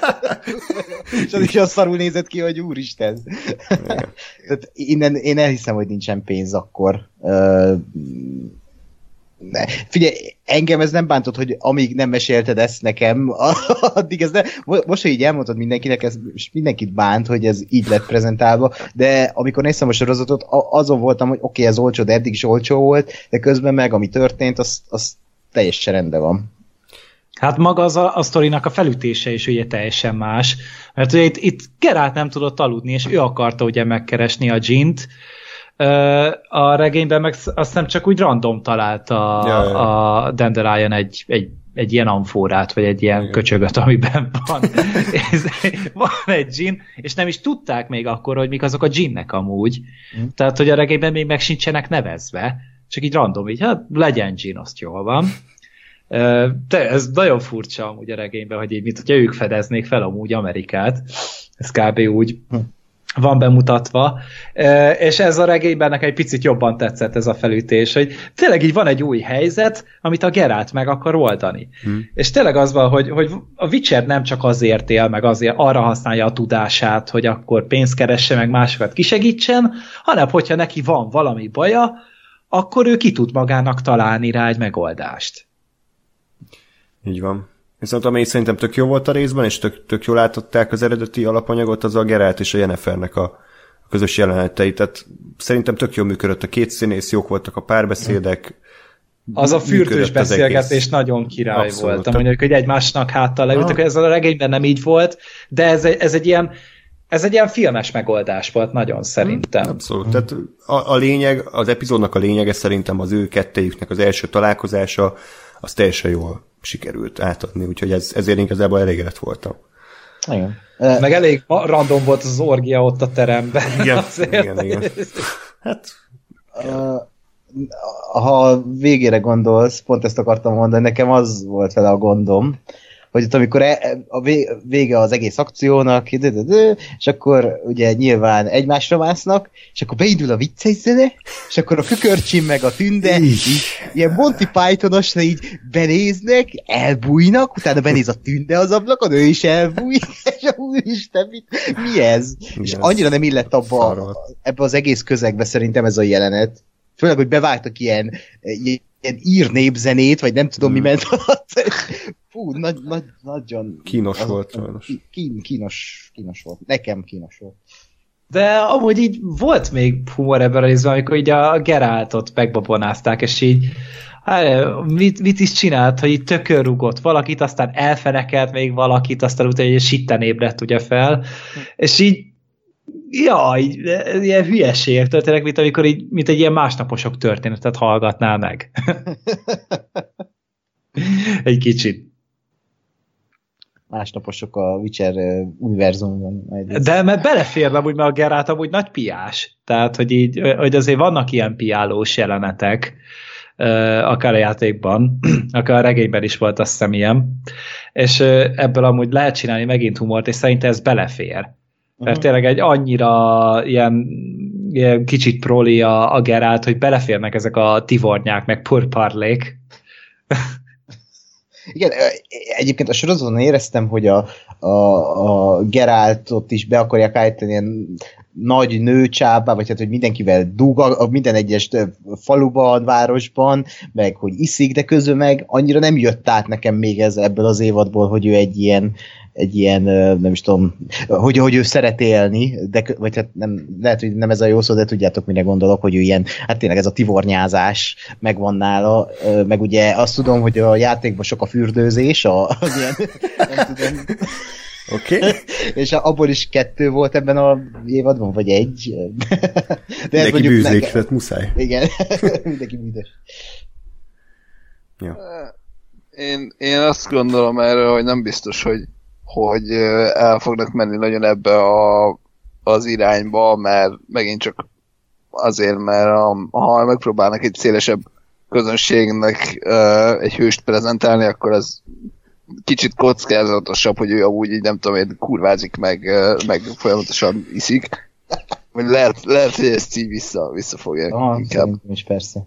És az is azt szarul nézett ki, hogy úristen. Tehát innen én elhiszem, hogy nincsen pénz akkor. Uh, ne. Figyelj, engem ez nem bántott, hogy amíg nem mesélted ezt nekem, addig ez nem, most, hogy így elmondtad mindenkinek, ez mindenkit bánt, hogy ez így lett prezentálva, de amikor néztem a sorozatot, azon voltam, hogy oké, okay, ez olcsó, de eddig is olcsó volt, de közben meg, ami történt, az, az teljesen rendben van.
Hát maga az a, a sztorinak a felütése is ugye teljesen más, mert ugye itt, itt Geralt nem tudott aludni, és ő akarta ugye megkeresni a Jint. A regényben meg azt hiszem csak úgy random találta ja, ja. a Dandelion egy, egy, egy ilyen amforát, vagy egy ilyen igen. köcsögöt, amiben van. Van egy Jin, és nem is tudták még akkor, hogy mik azok a Jinnek amúgy. Mm. Tehát, hogy a regényben még meg sincsenek nevezve, csak így random, így hát legyen Jin, azt jól van. De ez nagyon furcsa amúgy a regényben, hogy így, mint hogyha ők fedeznék fel amúgy Amerikát. Ez kb. Úgy hm. van bemutatva, és ez a regényben nekem egy picit jobban tetszett ez a felütés, hogy tényleg így van egy új helyzet, amit a Geralt meg akar oldani. Hmm. És tényleg az van, hogy, hogy a Witcher nem csak azért él, meg azért arra használja a tudását, hogy akkor pénzt keresse, meg másokat kisegítsen, hanem hogyha neki van valami baja, akkor ő ki tud magának találni rá egy megoldást.
Így van. Viszont ami szerintem tök jó volt a részben, és tök, tök jól átadták az eredeti alapanyagot, az a Geralt és a Yennefernek a, a közös jelenetei. Tehát szerintem tök jól működött a két színész, jók voltak a párbeszédek.
Az a fürdős beszélgetés nagyon király abszolút volt. Mondjuk, hogy egymásnak háttal leültek, ez a regényben nem így volt, de ez egy, ez egy ilyen ez egy ilyen filmes megoldás volt nagyon szerintem.
Abszolút. Tehát a, a lényeg, az epizódnak a lényege szerintem az ő kettejüknek az első találkozása, az teljesen jól sikerült átadni, úgyhogy ez, ezért igazából elégedett voltam.
Igen.
Meg elég random volt az orgia ott a teremben.
Igen, igen, igen. Hát...
Uh, ha végére gondolsz, pont ezt akartam mondani, nekem az volt vele a gondom, hogy ott amikor a vége az egész akciónak, és akkor ugye nyilván egymásra másznak, és akkor beindul a vicces zene, és akkor a kökörcsin meg a tünde, így, ilyen Monty Pythonosra így benéznek, elbújnak, utána benéz a tünde az ablakon, ő is elbúj, és úristen, mi, mi ez? Igen, és annyira nem illett abba, ebbe az egész közegbe szerintem ez a jelenet. Főleg, hogy bevágtak ilyen, ilyen ír népzenét, vagy nem tudom, hmm. mi ment alatt. Fú, nagy, nagy, nagyon...
Kínos az, volt sajnos.
Kín, kínos, kínos volt. Nekem kínos volt.
De amúgy így volt még humor ebben a részben, amikor így a Geraltot megbabonázták, és így hát, mit, mit is csinált, hogy így tökörrugott valakit, aztán elfenekelt még valakit, aztán utána egy sitten ébredt ugye fel, hm. és így ja, így, ilyen hülyeségek történnek, mint amikor így, mint egy ilyen másnaposok történetet hallgatnál meg. Egy kicsit.
Másnaposok a Witcher univerzumban.
De mert beleférne úgy, mert a Geralt amúgy nagy piás. Tehát, hogy így, hogy azért vannak ilyen piálós jelenetek, akár a játékban, akár a regényben is volt, azt hiszem ilyen. És ebből amúgy lehet csinálni megint humort, és szerintem ez belefér. Mert tényleg egy annyira ilyen, ilyen kicsit proli a, a Geralt, hogy beleférnek ezek a tivornyák, meg purparlék.
Igen, egyébként a sorozaton éreztem, hogy a, a, a Geraltot is be akarják állítani ilyen nagy nőcsábá, vagy hát, hogy mindenkivel dúg a minden egyes faluban, városban, meg hogy iszik, de közben meg annyira nem jött át nekem még ez ebből az évadból, hogy ő egy ilyen egy ilyen, nem is tudom, hogy, hogy ő szeret élni, de, vagy hát nem, lehet, hogy nem ez a jó szó, de tudjátok, mire gondolok, hogy ő ilyen, hát tényleg ez a tivornyázás megvan nála, meg ugye azt tudom, hogy a játékban sok a fürdőzés, a, az ilyen, nem tudom.
Oké. Okay.
És abból is kettő volt ebben az évadban, vagy egy.
De mindenki bűzik, meg... tehát muszáj.
Igen, mindenki bűnös.
Ja.
Én, én azt gondolom erről, hogy nem biztos, hogy hogy el fognak menni nagyon ebbe a, az irányba, mert megint csak azért, mert a, ha megpróbálnak egy szélesebb közönségnek uh, egy hőst prezentálni, akkor az kicsit kockázatosabb, hogy ő amúgy így nem tudom, én kurvázik meg, uh, meg folyamatosan iszik. Lehet, lehet, hogy ezt így vissza, visszafogják.
Ah, szerintem is persze.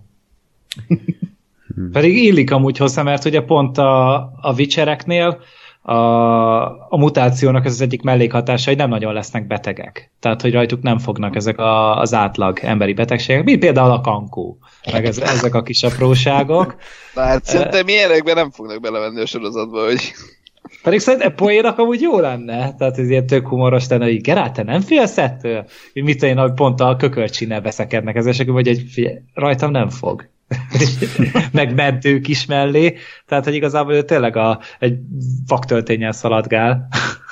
Pedig illik amúgy hozzá, mert ugye pont a, a Witchereknél A, a mutációnak ez az egyik mellékhatása, hogy nem nagyon lesznek betegek. Tehát, hogy rajtuk nem fognak ezek a, az átlag emberi betegségek, mint például a kankó, meg ez, ezek a kis apróságok.
Na hát szerintem ilyenekben nem fognak belevenni a sorozatba, hogy...
Pedig szerintem poénak amúgy jó lenne. Tehát ez ilyen tök humoros lenne, hogy Geralt, te nem félsz ettől? Mit én, hogy pont a kökörcsinnel veszekednek ezek, vagy egy figyelj, rajtam nem fog. Meg mentők is mellé, tehát hogy igazából ő tényleg a, egy vaktölténnyel szaladgál.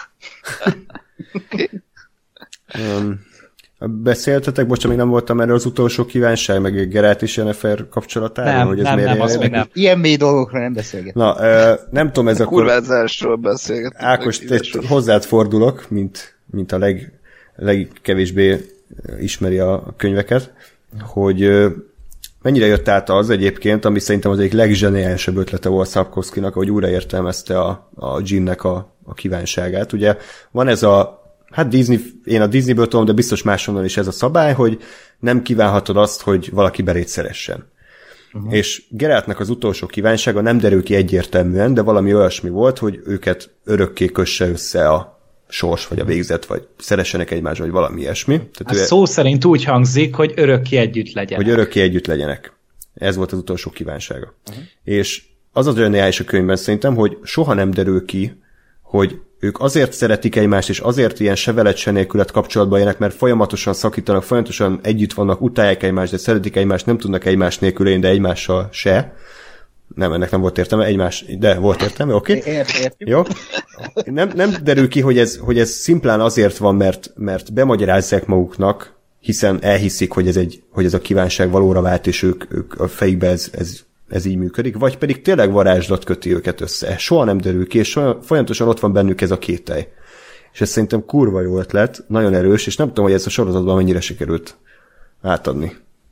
um, beszéltetek, bocs, még nem voltam erről az utolsó kívánság, meg Geralt és Yennefer kapcsolatáról,
nem,
hogy ez
nem,
miért
nem, azt még nem.
Ilyen mély dolgokra nem beszélget.
Na, uh, nem tudom, ez akkor...
Kurvázásról beszélget.
Ákos, hozzád fordulok, mint, mint a leg, legkevésbé ismeri a könyveket, hogy uh, mennyire jött át az egyébként, ami szerintem az egyik legzseniálisabb ötlete volt Sapkowskinak, ahogy újraértelmezte a, a Djinn-nek a, a kívánságát. Ugye van ez a, hát Disney, én a Disneyből tudom, de biztos máshonnan is ez a szabály, hogy nem kívánhatod azt, hogy valaki beléd szeressen. Uh-huh. És Geraltnak az utolsó kívánsága nem derül ki egyértelműen, de valami olyasmi volt, hogy őket örökké kösse össze a sors, vagy a végzet, vagy szeressenek egymás, vagy valami ilyesmi.
Tehát ő, szó szerint úgy hangzik, hogy örökké együtt legyenek.
Hogy örökké együtt legyenek. Ez volt az utolsó kívánsága. Uh-huh. És az az zseniális a könyvben szerintem, hogy soha nem derül ki, hogy ők azért szeretik egymást, és azért ilyen se veled, se nélkület kapcsolatban élnek, mert folyamatosan szakítanak, folyamatosan együtt vannak, utálják egymást, de szeretik egymást, nem tudnak egymás nélkül élni, de egymással se. Nem, ennek nem volt értelme, egymás, de volt értelme, oké? Okay?
Értjük.
Jó? Nem, nem derül ki, hogy ez, hogy ez szimplán azért van, mert, mert bemagyarázzák maguknak, hiszen elhiszik, hogy ez, egy, hogy ez a kívánság valóra vált, és ők, ők a fejükbe ez, ez, ez így működik, vagy pedig tényleg varázslat köti őket össze. Soha nem derül ki, és folyamatosan ott van bennük ez a kételj. És ez szerintem kurva jó ötlet, nagyon erős, és nem tudom, hogy ez a sorozatban mennyire sikerült átadni.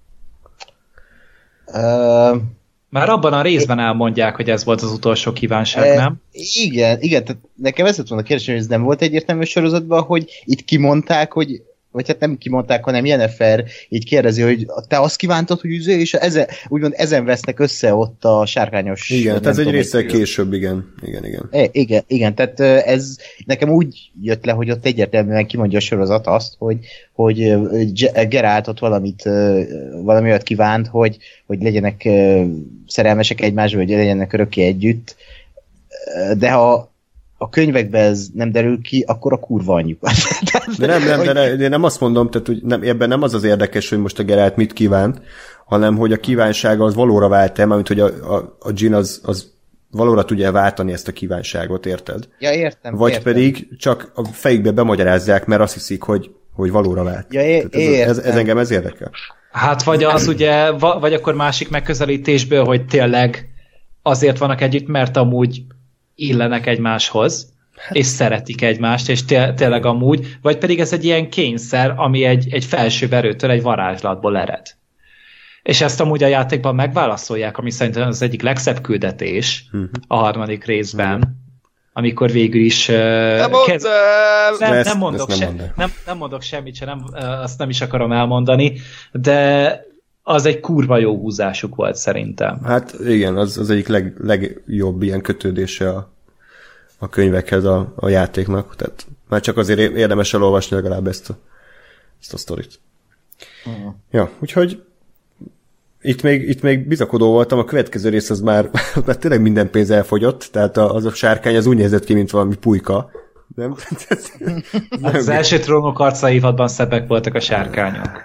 Uh...
Már abban a részben elmondják, hogy ez volt az utolsó kívánság,
e,
nem?
Igen, igen, tehát nekem ez lett volna a kérdés, hogy ez nem volt egyértelmű sorozatban, hogy itt kimondták, hogy vagy hát nem kimondták, hanem Yennefer így kérdezi, hogy te azt kívántad, hogy üzé, és ezen, úgymond ezen vesznek össze ott a sárkányos...
Igen, ez egy része később, igen. Igen, igen.
É, igen, igen, tehát ez nekem úgy jött le, hogy ott egyértelműen kimondja a sorozat azt, hogy, hogy Geralt ott valamit, valami olyat kívánt, hogy, hogy legyenek szerelmesek egymásba, hogy legyenek örökké együtt, de ha a könyvekben ez nem derül ki, akkor a kurva anyjuk.
De nem, nem, de ne, de nem azt mondom, tehát hogy nem, ebben nem az az érdekes, hogy most a Geralt mit kívánt, hanem hogy a kívánsága az valóra vált-e, mármint hogy a, a, a Djinn az, az valóra tudja váltani ezt a kívánságot, érted?
Ja, értem.
Vagy
értem.
pedig csak a fejükbe bemagyarázzák, mert azt hiszik, hogy, hogy valóra vált.
Ja, é-
ez, ez, ez engem ez érdekel.
Hát vagy az ugye, vagy akkor másik megközelítésből, hogy tényleg azért vannak együtt, mert amúgy illenek egymáshoz, hát. És szeretik egymást, és té- tényleg amúgy, vagy pedig ez egy ilyen kényszer, ami egy, egy felső erőtől, egy varázslatból ered. És ezt amúgy a játékban megválaszolják, ami szerintem az egyik legszebb küldetés uh-huh. a harmadik részben, uh-huh. amikor végül is... Uh,
nem,
kez... nem,
ezt,
nem, mondok
nem,
se,
mondom.
nem, nem mondok semmit, se nem, uh, azt nem is akarom elmondani, de az egy kurva jó húzásuk volt szerintem.
Hát igen, az, az egyik leg, legjobb ilyen kötődése a, a könyvekhez a, a játéknak, tehát már csak azért érdemes elolvasni legalább ezt a ezt a sztorit. Uh-huh. Ja, úgyhogy itt még, itt még bizakodó voltam, a következő rész az már, már tényleg minden pénz elfogyott, tehát az a sárkány az úgy nézett ki, mint valami pulyka. Nem?
Az első trónok arca évadban szebbek voltak a sárkányok.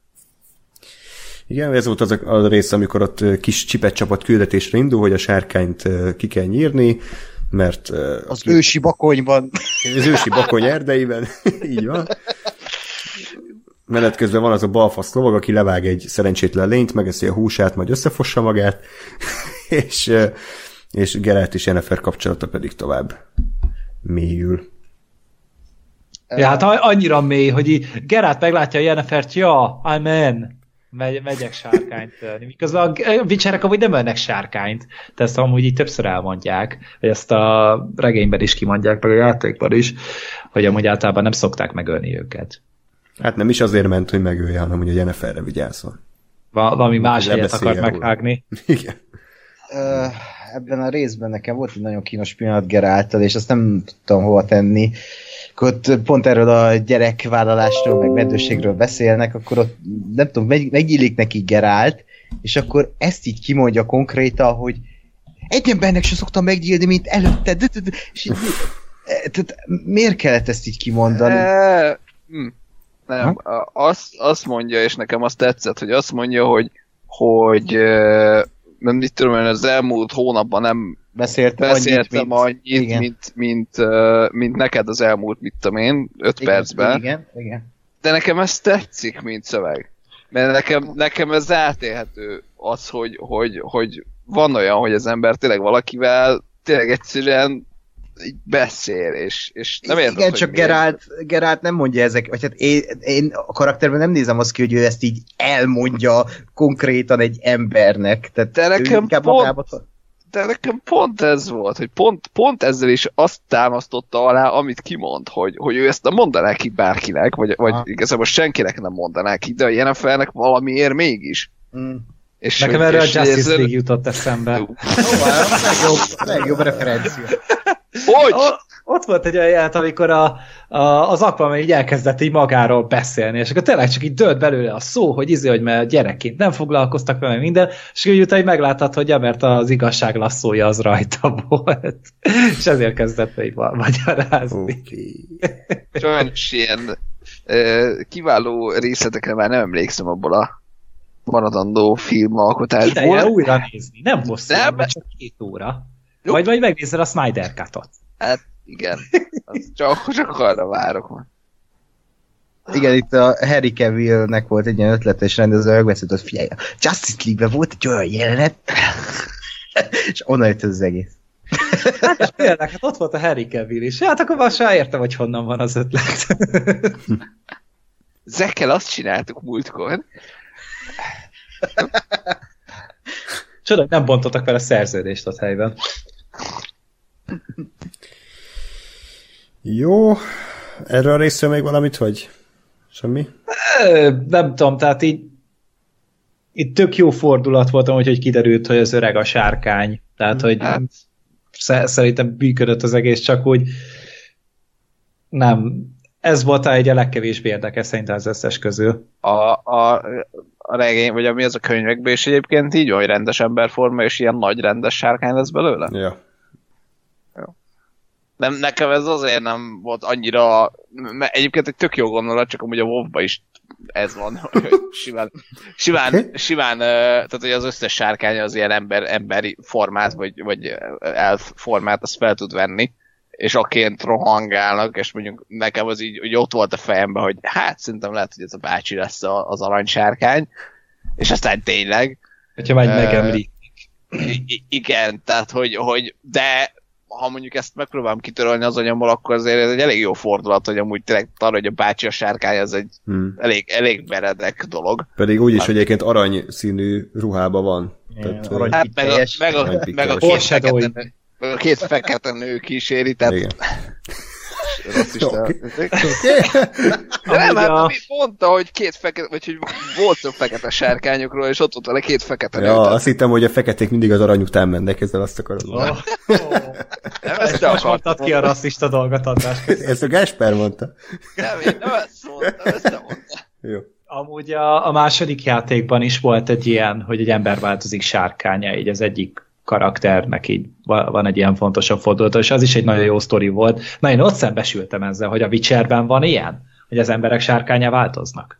Igen, ez volt az a, az a rész, amikor ott kis csipet csapat küldetésre indul, hogy a sárkányt ki kell nyírni, mert...
Az ki... ősi bakonyban.
Az ősi bakony erdeiben, így van. Menet közben van az a balfasz lovag, aki levág egy szerencsétlen lényt, megeszi a húsát, majd összefossa magát, és, és Geralt és Yennefer kapcsolata pedig tovább mélyül.
Ja, hát annyira mély, hogy így Geralt meglátja a Yennefert, ja, I'm in. Megy, megyek sárkányt törni. Miközben a Witcherek amúgy nem önnek sárkányt, de ezt amúgy így többször elmondják, vagy ezt a regényben is kimondják, meg a játékban is, hogy amúgy általában nem szokták megölni őket.
Hát nem is azért ment, hogy megölje, hanem hogy a Yenneferre vigyázzon.
Val- valami más helyet akart meghágni.
Igen.
Uh, ebben a részben nekem volt egy nagyon kínos pillanat Geralttal, és azt nem tudtam hova tenni. Ott pont erről a gyerekvállalásról, meg meddőségről beszélnek, akkor ott nem tudom, meg, megillik neki Geralt, és akkor ezt így kimondja konkrétan, hogy egy embernek sem szoktam meggyilni, mint előtte. És így, tehát miért kellett ezt így kimondani?
E, nem, azt, azt mondja, és nekem azt tetszett, hogy azt mondja, hogy, hogy nem mit tudom, az elmúlt hónapban nem
beszéltem,
beszéltem annyit,
annyit,
mint, mint, mint, mint, mint neked az elmúlt, mit tudom én, öt
igen,
percben.
Igen, igen.
De nekem ez tetszik, mint szöveg. Mert nekem, nekem ez átélhető az, hogy, hogy, hogy van olyan, hogy az ember tényleg valakivel tényleg egyszerűen így beszél, és, és nem értem,
igen, csak Geralt, Geralt nem mondja ezek, vagy hát én, én a karakterben nem nézem azt ki, hogy ő ezt így elmondja konkrétan egy embernek. Tehát
de nekem pont, magába... de nekem pont ez volt, hogy pont, pont ezzel is azt támasztotta alá, amit kimond, hogy, hogy ő ezt nem mondaná ki bárkinek, vagy, vagy igazából senkinek nem mondaná ki, de a Yennefernek valamiért mégis.
Mm.
És nekem erre a Justice League jutott eszembe.
legjobb, legjobb referencia.
Hogy?
O, ott volt egy olyan jelent, amikor a, a, az Aquaman így elkezdett így magáról beszélni, és akkor tényleg csak így dőlt belőle a szó, hogy izé, hogy mert gyerekként nem foglalkoztak vele minden, és úgy utána láttad, hogy ja, mert az igazság lasszója az rajta volt. És ezért kezdett így magyarázni.
Okay.
Sajnos ilyen uh, kiváló részletekre már nem emlékszem abból a maradandó filmalkotásból.
Ideje újra nézni, nem hosszú,
nem,
csak két óra. Jó. Vagy majd megnézed a Snyder Cut-ot.
Hát igen, csak, csak arra várok már.
Igen, itt a Harry Cavill-nek volt egy ilyen ötletes rendező, megbeszélt, hogy figyelj, a Justice League-ben volt egy olyan jelenet, és onnan jött az egész.
Hát és tényleg, hát ott volt a Harry Cavill is. Hát akkor már sem értem, hogy honnan van az ötlet.
Zekkel azt csináltuk múltkor.
Csoda, nem bontottak vele szerződést ott helyben.
Jó, erről a részről még valamit, vagy semmi?
Nem tudom, tehát így itt tök jó fordulat voltam, hogy kiderült, hogy az öreg a sárkány. Tehát, hogy hát. Szerintem működött az egész, csak úgy nem. Ez volt egy a legkevésbé érdekes szerintem az összes közül.
A, a, a regény, vagy ami az a könyvekben is egyébként így, hogy rendes emberforma, és ilyen nagy rendes sárkány lesz belőle?
Ja.
Jó. Nem, nekem ez azért nem volt annyira, mert egyébként egy tök jó gondolat, csak amúgy a WoW-ban is ez van, hogy simán, simán, simán tehát hogy az összes sárkány az ilyen ember, emberi formát, vagy, vagy elf formát, azt fel tud venni, és aként rohangálnak, és mondjuk nekem az így, hogy ott volt a fejemben, hogy hát szerintem lehet, hogy ez a bácsi lesz az aranysárkány, és aztán tényleg.
Hogyha majd uh, megemlítik.
Igen, tehát hogy, hogy de ha mondjuk ezt megpróbálom kitörölni az anyamból, akkor azért ez egy elég jó fordulat, hogy amúgy tényleg arra, hogy a bácsi a sárkány, az egy hmm. elég, elég meredek dolog.
Pedig úgy is, hogy egyébként arany színű ruhában van.
Yeah,
tehát,
hát meg a, meg a, meg a két fekete nő, meg a két fekete nő kíséri, tehát
igen.
Okay. De nem, hát a... mondta, hogy két fekete, vagy hogy volt több fekete sárkányokról, és ott volt vele két fekete nő.
Ja, tehát... azt hittem, hogy a feketék mindig az arany után mennek, ezzel azt akarod.
Oh, oh. Nem ezt te akartad ki a rasszista dolgot, András.
Ezt a Gásper mondta.
Nem, én nem ezt mondtam, ezt nem mondtam.
Jó.
Amúgy a, a második játékban is volt egy ilyen, hogy egy ember változik sárkánya, így az egyik karakternek így van egy ilyen fontosabb fordulata, és az is egy nagyon jó sztori volt. Na, én ott szembesültem ezzel, hogy a Witcherben van ilyen, hogy az emberek sárkányá változnak.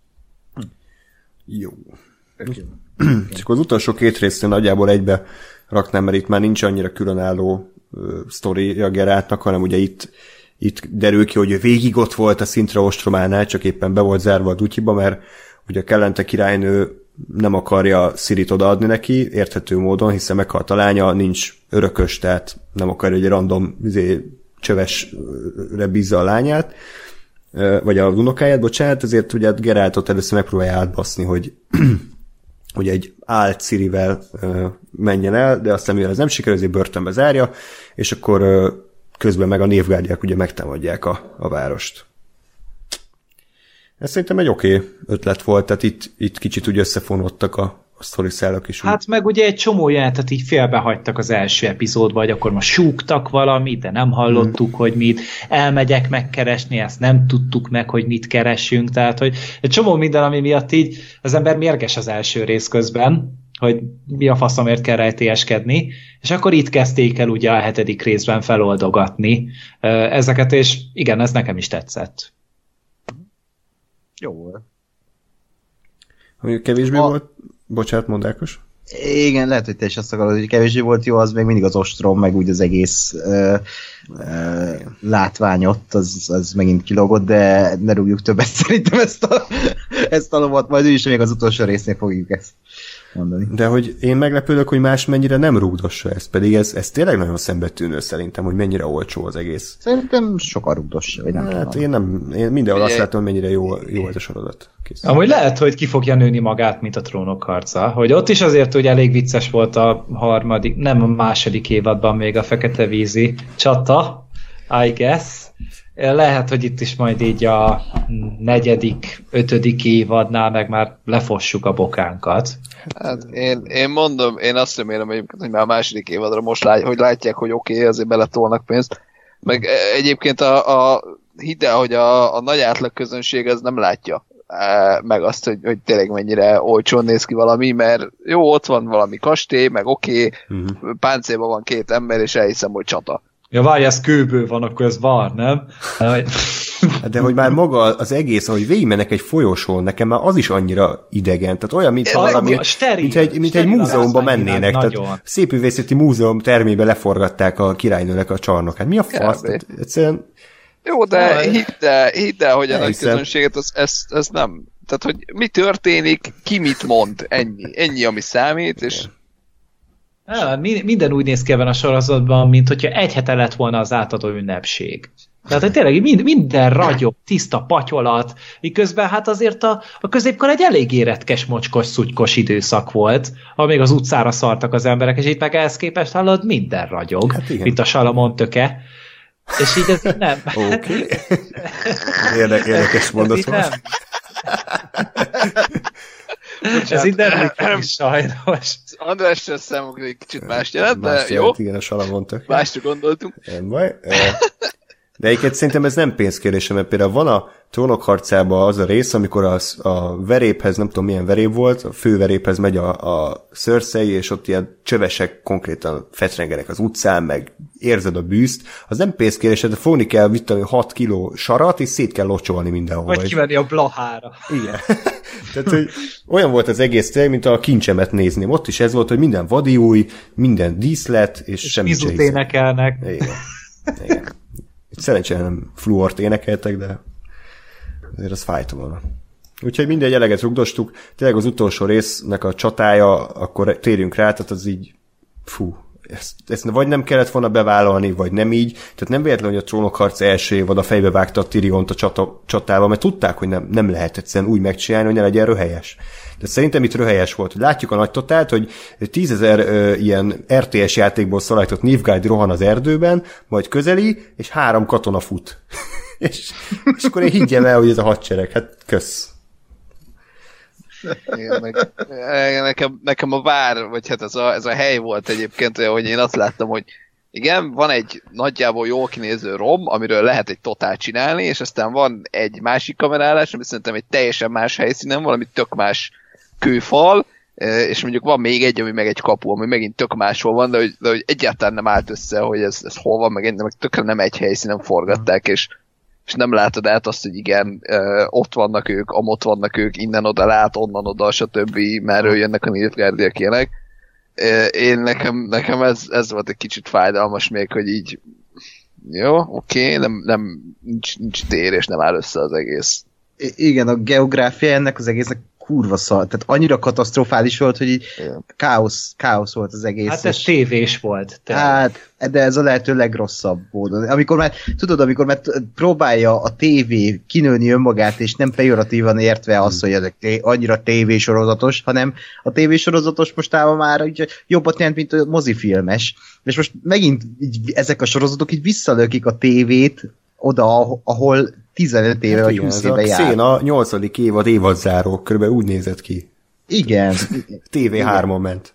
Jó. Csak az utolsó két résznél nagyjából egybe raknám, mert itt már nincs annyira különálló uh, sztori a Geráltnak, hanem ugye itt, itt derül ki, hogy végig ott volt a Szintra ostrománál, csak éppen be volt zárva a dutyiba, mert ugye a Kellente királynő nem akarja Cirit odaadni neki, érthető módon, hiszen meghalt a lánya, nincs örökös, tehát nem akarja, hogy egy random izé, csövesre bízza a lányát, vagy a unokáját, bocsánat, ezért ugye Geráltot először megpróbálja átbaszni, hogy, hogy egy ált Cirivel menjen el, de aztán mivel ez nem sikerül, ezért börtönbe zárja, és akkor közben meg a névgárdiák ugye megtámadják a, a várost. Ez szerintem egy oké okay ötlet volt, tehát itt, itt kicsit úgy összefonódtak a, a sztoriszálak is.
Hát úgy. Meg ugye egy csomó jelentet így félbehagytak az első epizódban, hogy akkor most súgtak valamit, de nem hallottuk, hmm. hogy mit, elmegyek megkeresni, ezt nem tudtuk meg, hogy mit keresünk, tehát hogy egy csomó minden, ami miatt így az ember mérges az első rész közben, hogy mi a faszomért kell rejtélyeskedni, és akkor itt kezdték el ugye a hetedik részben feloldogatni ezeket, és igen, ez nekem is tetszett.
Jó volt.
Mondjuk kevésbé a... volt... Bocsánat, mondd Ákos.
Igen, lehet, hogy te is azt akarod, hogy kevésbé volt jó, az még mindig az ostrom, meg úgy az egész uh, uh, látvány ott, az, az megint kilógott, de ne rúgjuk többet szerintem ezt a, ezt a lovat, majd ő is még az utolsó résznél fogjuk ezt mondani.
De hogy én meglepődök, hogy más mennyire nem rúgdossa ezt, pedig ez, ez tényleg nagyon szembetűnő szerintem, hogy mennyire olcsó az egész.
Szerintem sokan rúgdossa, vagy nem
hát
tudom.
én nem, én mindenhol azt látom, hogy mennyire jó, jó ez a sorozat. Kész.
Amúgy lehet, hogy ki fogja nőni magát, mint a Trónok harca, hogy ott is azért, hogy elég vicces volt a harmadik, nem a második évadban még a fekete vízi csata, I guess. Lehet, hogy itt is majd így a negyedik, ötödik évadnál meg már lefossuk a bokánkat.
Hát én, én mondom, én azt remélem egyébként, hogy már a második évadra most lát, hogy látják, hogy oké, okay, azért beletolnak pénzt. Meg egyébként a, a hidd el, hogy a, a nagy átlag közönség ez nem látja meg azt, hogy, hogy tényleg mennyire olcsón néz ki valami, mert jó, ott van valami kastély, meg oké, okay, uh-huh. páncélban van két ember, és elhiszem, hogy csata.
Ja, várj, ez kőből van, akkor ez var, nem?
De hogy már maga az egész, ahogy végigmennek egy folyosón, nekem már az is annyira idegen. Tehát olyan, mint valami, steril, mint egy, mint egy múzeumban mennének. Tehát Szépművészeti Múzeum termébe leforgatták a királynőnek a csarnokát. Mi a fasz? Tehát egyszerűen...
Jó, de hidd el, hidd el, hogy a nagy közönséget az, ez, ez nem... Tehát, hogy mi történik, ki mit mond, ennyi. Ennyi, ami számít, és...
Ja, minden úgy néz ki ebben a sorozatban, mint hogyha egy hete lett volna az átadó ünnepség. Tehát, hogy tényleg mind, minden ragyog, tiszta patyolat, miközben hát azért a, a középkor egy elég éretkes, mocskos, szutykos időszak volt, ahol még az utcára szartak az emberek, és itt meg ehhez képest hallod, minden ragyog, hát mint a Salamon töke. És így ez nem.
Oké. Okay. Érdek, érdekes mondat volt.
Ez így nem működik sajnos.
András számukra egy kicsit más jelent, de
más
jó.
Jelent, igen, a Salamon töke.
Másra gondoltunk.
Nem baj. De egyébként szerintem ez nem pénzkérdése, mert például van a Trónok harcában az a rész, amikor az, a veréphez, nem tudom milyen verép volt, a fő veréphez megy a, a Cersei, és ott ilyen csövesek konkrétan fetrengenek az utcán, meg érzed a bűzt, az nem pénzkérdése, de fogni kell, mit tudom, hat kiló sarat, és szét kell locsolni mindenhol.
Vagy kivenni a blahára.
Igen. Tehát, hogy olyan volt az egész tényleg, mint a Kincsemet nézném. Ott is ez volt, hogy minden vadi új, minden díszlet, és, és semmi
se énekelnek.
Igen. Igen. Szerencsére nem fluort énekeltek, de azért az fájt volna. Úgyhogy mindegy, eleget rugdostuk. Tényleg az utolsó résznek a csatája, akkor térjünk rá, tehát az így, fú, ezt, ezt vagy nem kellett volna bevállalni, vagy nem így. Tehát nem véletlen, hogy a Trónok harca első évad a fejbe vágta a Tyriont a csata, csatába, mert tudták, hogy nem, nem lehet egyszerűen úgy megcsinálni, hogy ne legyen röhelyes. De szerintem itt röhelyes volt. Látjuk a nagy totált, hogy tízezer uh, ilyen er té es játékból szalajtott Nilfgaard rohan az erdőben, majd közeli, és három katona fut. és, és akkor én higgyem el, hogy ez a hadsereg. Hát kösz.
Igen, meg, nekem, nekem a vár, vagy hát ez a, ez a hely volt egyébként olyan, hogy én azt láttam, hogy igen, van egy nagyjából jól kinéző rom, amiről lehet egy totál csinálni, és aztán van egy másik kamerálás, ami szerintem egy teljesen más helyszínen, valami tök más kőfal, és mondjuk van még egy, ami meg egy kapu, ami megint tök máshol van, de hogy, de hogy egyáltalán nem állt össze, hogy ez, ez hol van, meg, meg tökre nem egy helyszínen forgatták, és, és nem látod át azt, hogy igen, ott vannak ők, amott vannak ők, innen oda lát, onnan oda, stb. Merről jönnek a Nilfgaardiak ilyenek. Én nekem, nekem ez, ez volt egy kicsit fájdalmas még, hogy így jó, oké, okay, nem, nem, nincs, nincs tér, és nem áll össze az egész.
I- igen, a geográfia ennek az egésznek kurva szar. Tehát annyira katasztrofális volt, hogy így káosz, káosz volt az egész.
Hát ez tévés volt. Tehát.
Hát, de ez a lehető legrosszabb módon. Amikor már, tudod, amikor már próbálja a tévé kinőni önmagát, és nem pejoratívan értve azt, hogy ezek té- annyira tévésorozatos, hanem a tévésorozatos mostában már így jobbat jelent, mint a mozifilmes. És most megint így, ezek a sorozatok így visszalökik a tévét oda, ahol tizenöt éve hát vagy húsz éve jár.
Szén a nyolcadik évad évadzáró, körülbelül úgy nézett ki.
Igen.
té vé hármon ment.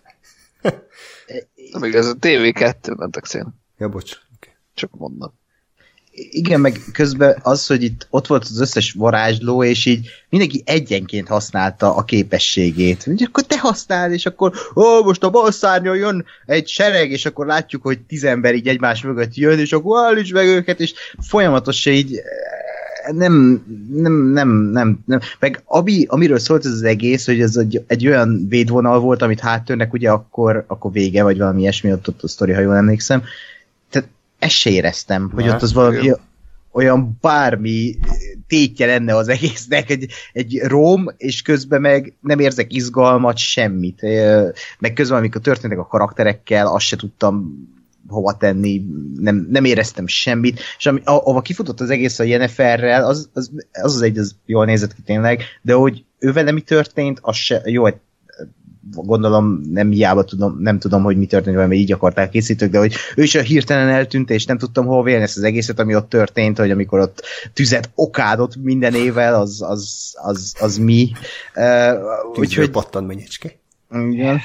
Na, még ez a té vé kettő mentek szén.
Ja, bocs. Okay.
Csak mondom.
Igen, meg közben az, hogy itt ott volt az összes varázsló, és így mindenki egyenként használta a képességét. És akkor te használd, és akkor ó, most a bal szárnyon jön egy sereg, és akkor látjuk, hogy tíz ember így egymás mögött jön, és akkor állíts meg őket, és folyamatosan így nem, nem, nem, nem, nem. Meg ami, amiről szólt ez az egész, hogy ez egy, egy olyan védvonal volt, amit háttörnek, ugye akkor, akkor vége, vagy valami ilyesmi, ott, ott a sztori, ha jól emlékszem. Tehát ezt se éreztem, hogy
Na,
ott az valami jó. Olyan bármi tétje lenne az egésznek, egy, egy róm, és közben meg nem érzek izgalmat, semmit. Meg közben, amikor történtek a karakterekkel, azt se tudtam hova tenni, nem, nem éreztem semmit, és ami, ahova kifutott az egész a Yenneferrel, az az, az, az egy, az jól nézett ki tényleg, de hogy ővele mi történt, az se, jó, gondolom nem hiába tudom, nem tudom, hogy mi történt, mert így akarták készítők, de hogy ő is hirtelen eltűnt, és nem tudtam hol vélni ezt az egészet, ami ott történt, hogy amikor ott tüzet okádott minden évvel, az, az, az, az mi. Uh,
úgyhogy pattan menyecske.
Igen.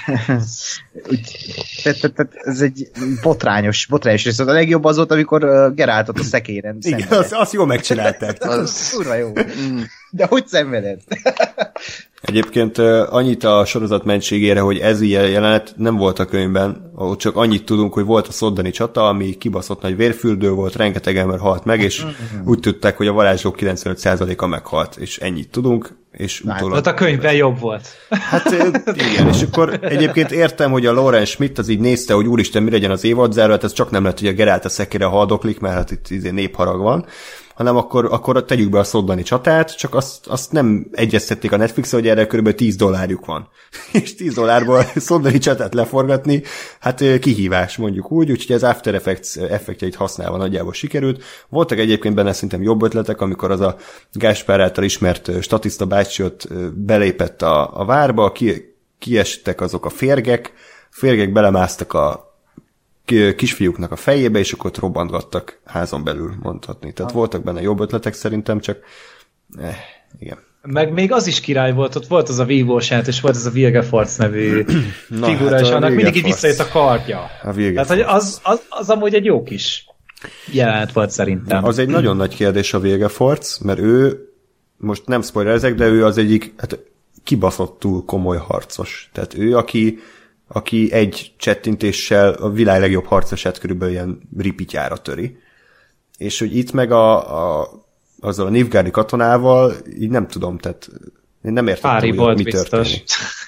tehát, tehát ez egy botrányos, botrányos rész. A legjobb az volt, amikor uh, Geraltot a szekéren
igen, azt, azt jól megcsinálták.
az kurva jó. De hogy szenvedett?
Egyébként uh, annyit a sorozat mentségére, hogy ez ilyen jelenet nem volt a könyvben, ahol csak annyit tudunk, hogy volt a szoddani csata, ami kibaszott nagy vérfürdő volt, rengeteg ember halt meg, és úgy tudták, hogy a varázslók kilencvenöt százaléka meghalt, és ennyit tudunk, és utólag...
Hát a könyvben jobb volt.
Hát igen, és akkor egyébként értem, hogy a Lauren Schmidt az így nézte, hogy úristen, mi legyen az évadzáró, hát ez csak nem lett, hogy a Geralt a szekére haldoklik, mert hát itt izé népharag van, hanem akkor, akkor tegyük be a szoddani csatát, csak azt, azt nem egyeztették a Netflixre, hogy erre kb. tíz dollárjuk van. És tíz dollárból szoddani csatát leforgatni, hát kihívás mondjuk úgy, úgyhogy az After Effects effektjeit használva nagyjából sikerült. Voltak egyébként benne szerintem jobb ötletek, amikor az a Gáspár által ismert statiszta bácsi ott belépett a, a várba, ki, kiestek azok a férgek, férgek belemásztak a kisfiúknak a fejébe, és akkor ott robbantgattak házon belül, mondhatni. Tehát ah. voltak benne jobb ötletek szerintem, csak eh, igen.
Meg még az is király volt, ott volt az a vívósát, és volt az a Vilgefortz nevű Na, figura, hát és annak mindig így visszajött a kardja. A Tehát, hogy az, az, az amúgy egy jó kis jelenet volt szerintem.
Az egy nagyon nagy kérdés a Vilgefortz, mert ő, most nem spoilerezek, de ő az egyik hát kibaszottul komoly harcos. Tehát ő, aki aki egy csettintéssel a világ legjobb harcosát körülbelül ilyen ripityára töri. És hogy itt meg a, a, azzal a Nilfgaardi katonával, így nem tudom, tehát én nem értettem,
Fári
hogy
volt
mi
biztos.
történik.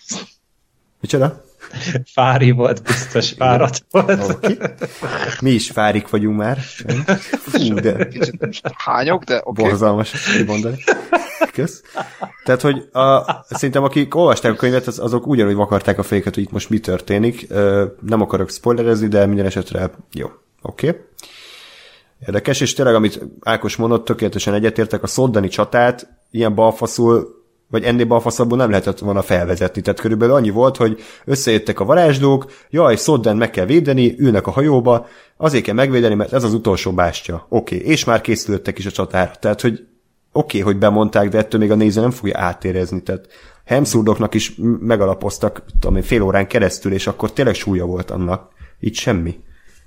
Micsoda?
Fári volt biztos, fáradt volt.
Okay. Mi is fárik vagyunk már. Fú, de...
Hányok, de oké. Okay.
Borzalmas mondani. Kösz. Tehát, hogy a, szerintem akik olvasták a könyvet, az, azok ugyanúgy vakarták a fejüket, hogy itt most mi történik. Nem akarok spoilerezni, de minden esetre jó. Oké. Okay. Érdekes, és tényleg, amit Ákos mondott, tökéletesen egyetértek, a szoddani csatát ilyen balfaszul, vagy ennél balfaszabból nem lehetett volna felvezetni. Tehát körülbelül annyi volt, hogy összejöttek a varázslók, jaj, Szodden meg kell védeni, ülnek a hajóba, azért kell megvédeni, mert ez az utolsó bástya. Oké, okay. És már készültek is a csatára. Tehát, hogy oké, okay, hogy bemondták, de ettől még a néző nem fogja átérezni. Tehát Hemsworthoknak is megalapoztak, tudom én, fél órán keresztül, és akkor tényleg súlya volt annak. Így semmi.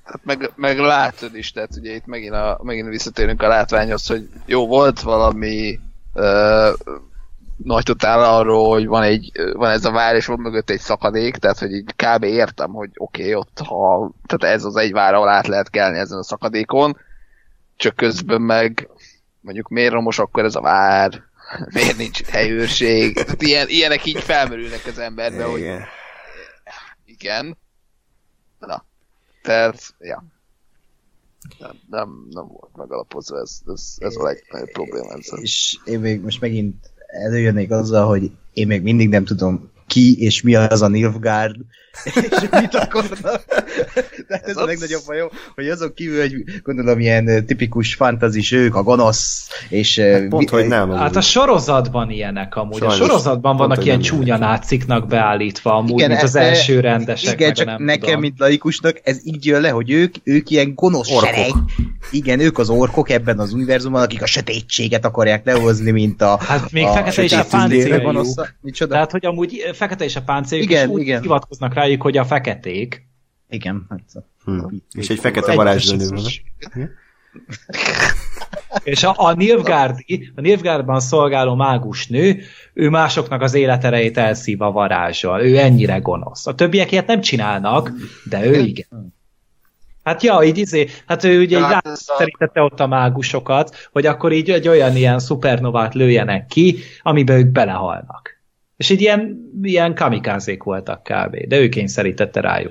Hát meg, meg látod is, tehát ugye itt megint, a, megint visszatérünk a látványhoz, hogy jó, volt valami uh, nagy totál arról, hogy van, egy, van ez a vár, és van mögött egy szakadék, tehát hogy így kb. Értem, hogy oké, okay, ott ha, tehát ez az egy vár, ahol át lehet kelni ezen a szakadékon, csak közben meg mondjuk miért romos akkor ez a vár, miért nincs itt helyőrség, tehát ilyen, ilyenek így felmerülnek az emberbe, hogy igen. Na. Tehát, ja. Nem, nem, nem volt megalapozva, ez, ez, ez a legnagyobb probléma.
És én még most megint előjönnék azzal, hogy én még mindig nem tudom ki és mi az a Nilfgaard, és mit akarnak. De ez, ez a az... legnagyobb bajom, hogy azon kívül, hogy gondolom ilyen tipikus fantasy ők, a gonosz, és...
Hát pont, hogy nem.
Hát a sorozatban ilyenek amúgy. Sajnos, a sorozatban vannak pont, ilyen csúnya náciknak beállítva amúgy, igen, mint az első rendesek.
Igen, csak nekem, tudom. Mint laikusnak, ez így jön le, hogy ők, ők ilyen gonosz orkok. Sereg. Igen, ők az orkok ebben az univerzumban, akik a sötétséget akarják lehozni, mint a...
Hát még a fekete is a páncéljuk. Tehát, hogy amúgy fekete is a páncéljuk, igen, és úgy igen. hivatkoznak rájuk, hogy a feketék.
Igen. Hát,
hmm. És egy fekete varázslónő van.
És a, a Nilfgaardi, a Nilfgaardban szolgáló mágusnő, ő másoknak az életerejét elszív a varázssal. Ő ennyire gonosz. A többiek ilyet nem csinálnak, de ő igen. Hát ja, így izé, hát ő ugye hát így rászerítette ott a mágusokat, hogy akkor így egy olyan ilyen szupernovát lőjenek ki, amiben ők belehalnak. És így ilyen, ilyen kamikázék voltak kb. De ő kényszerítette rájuk.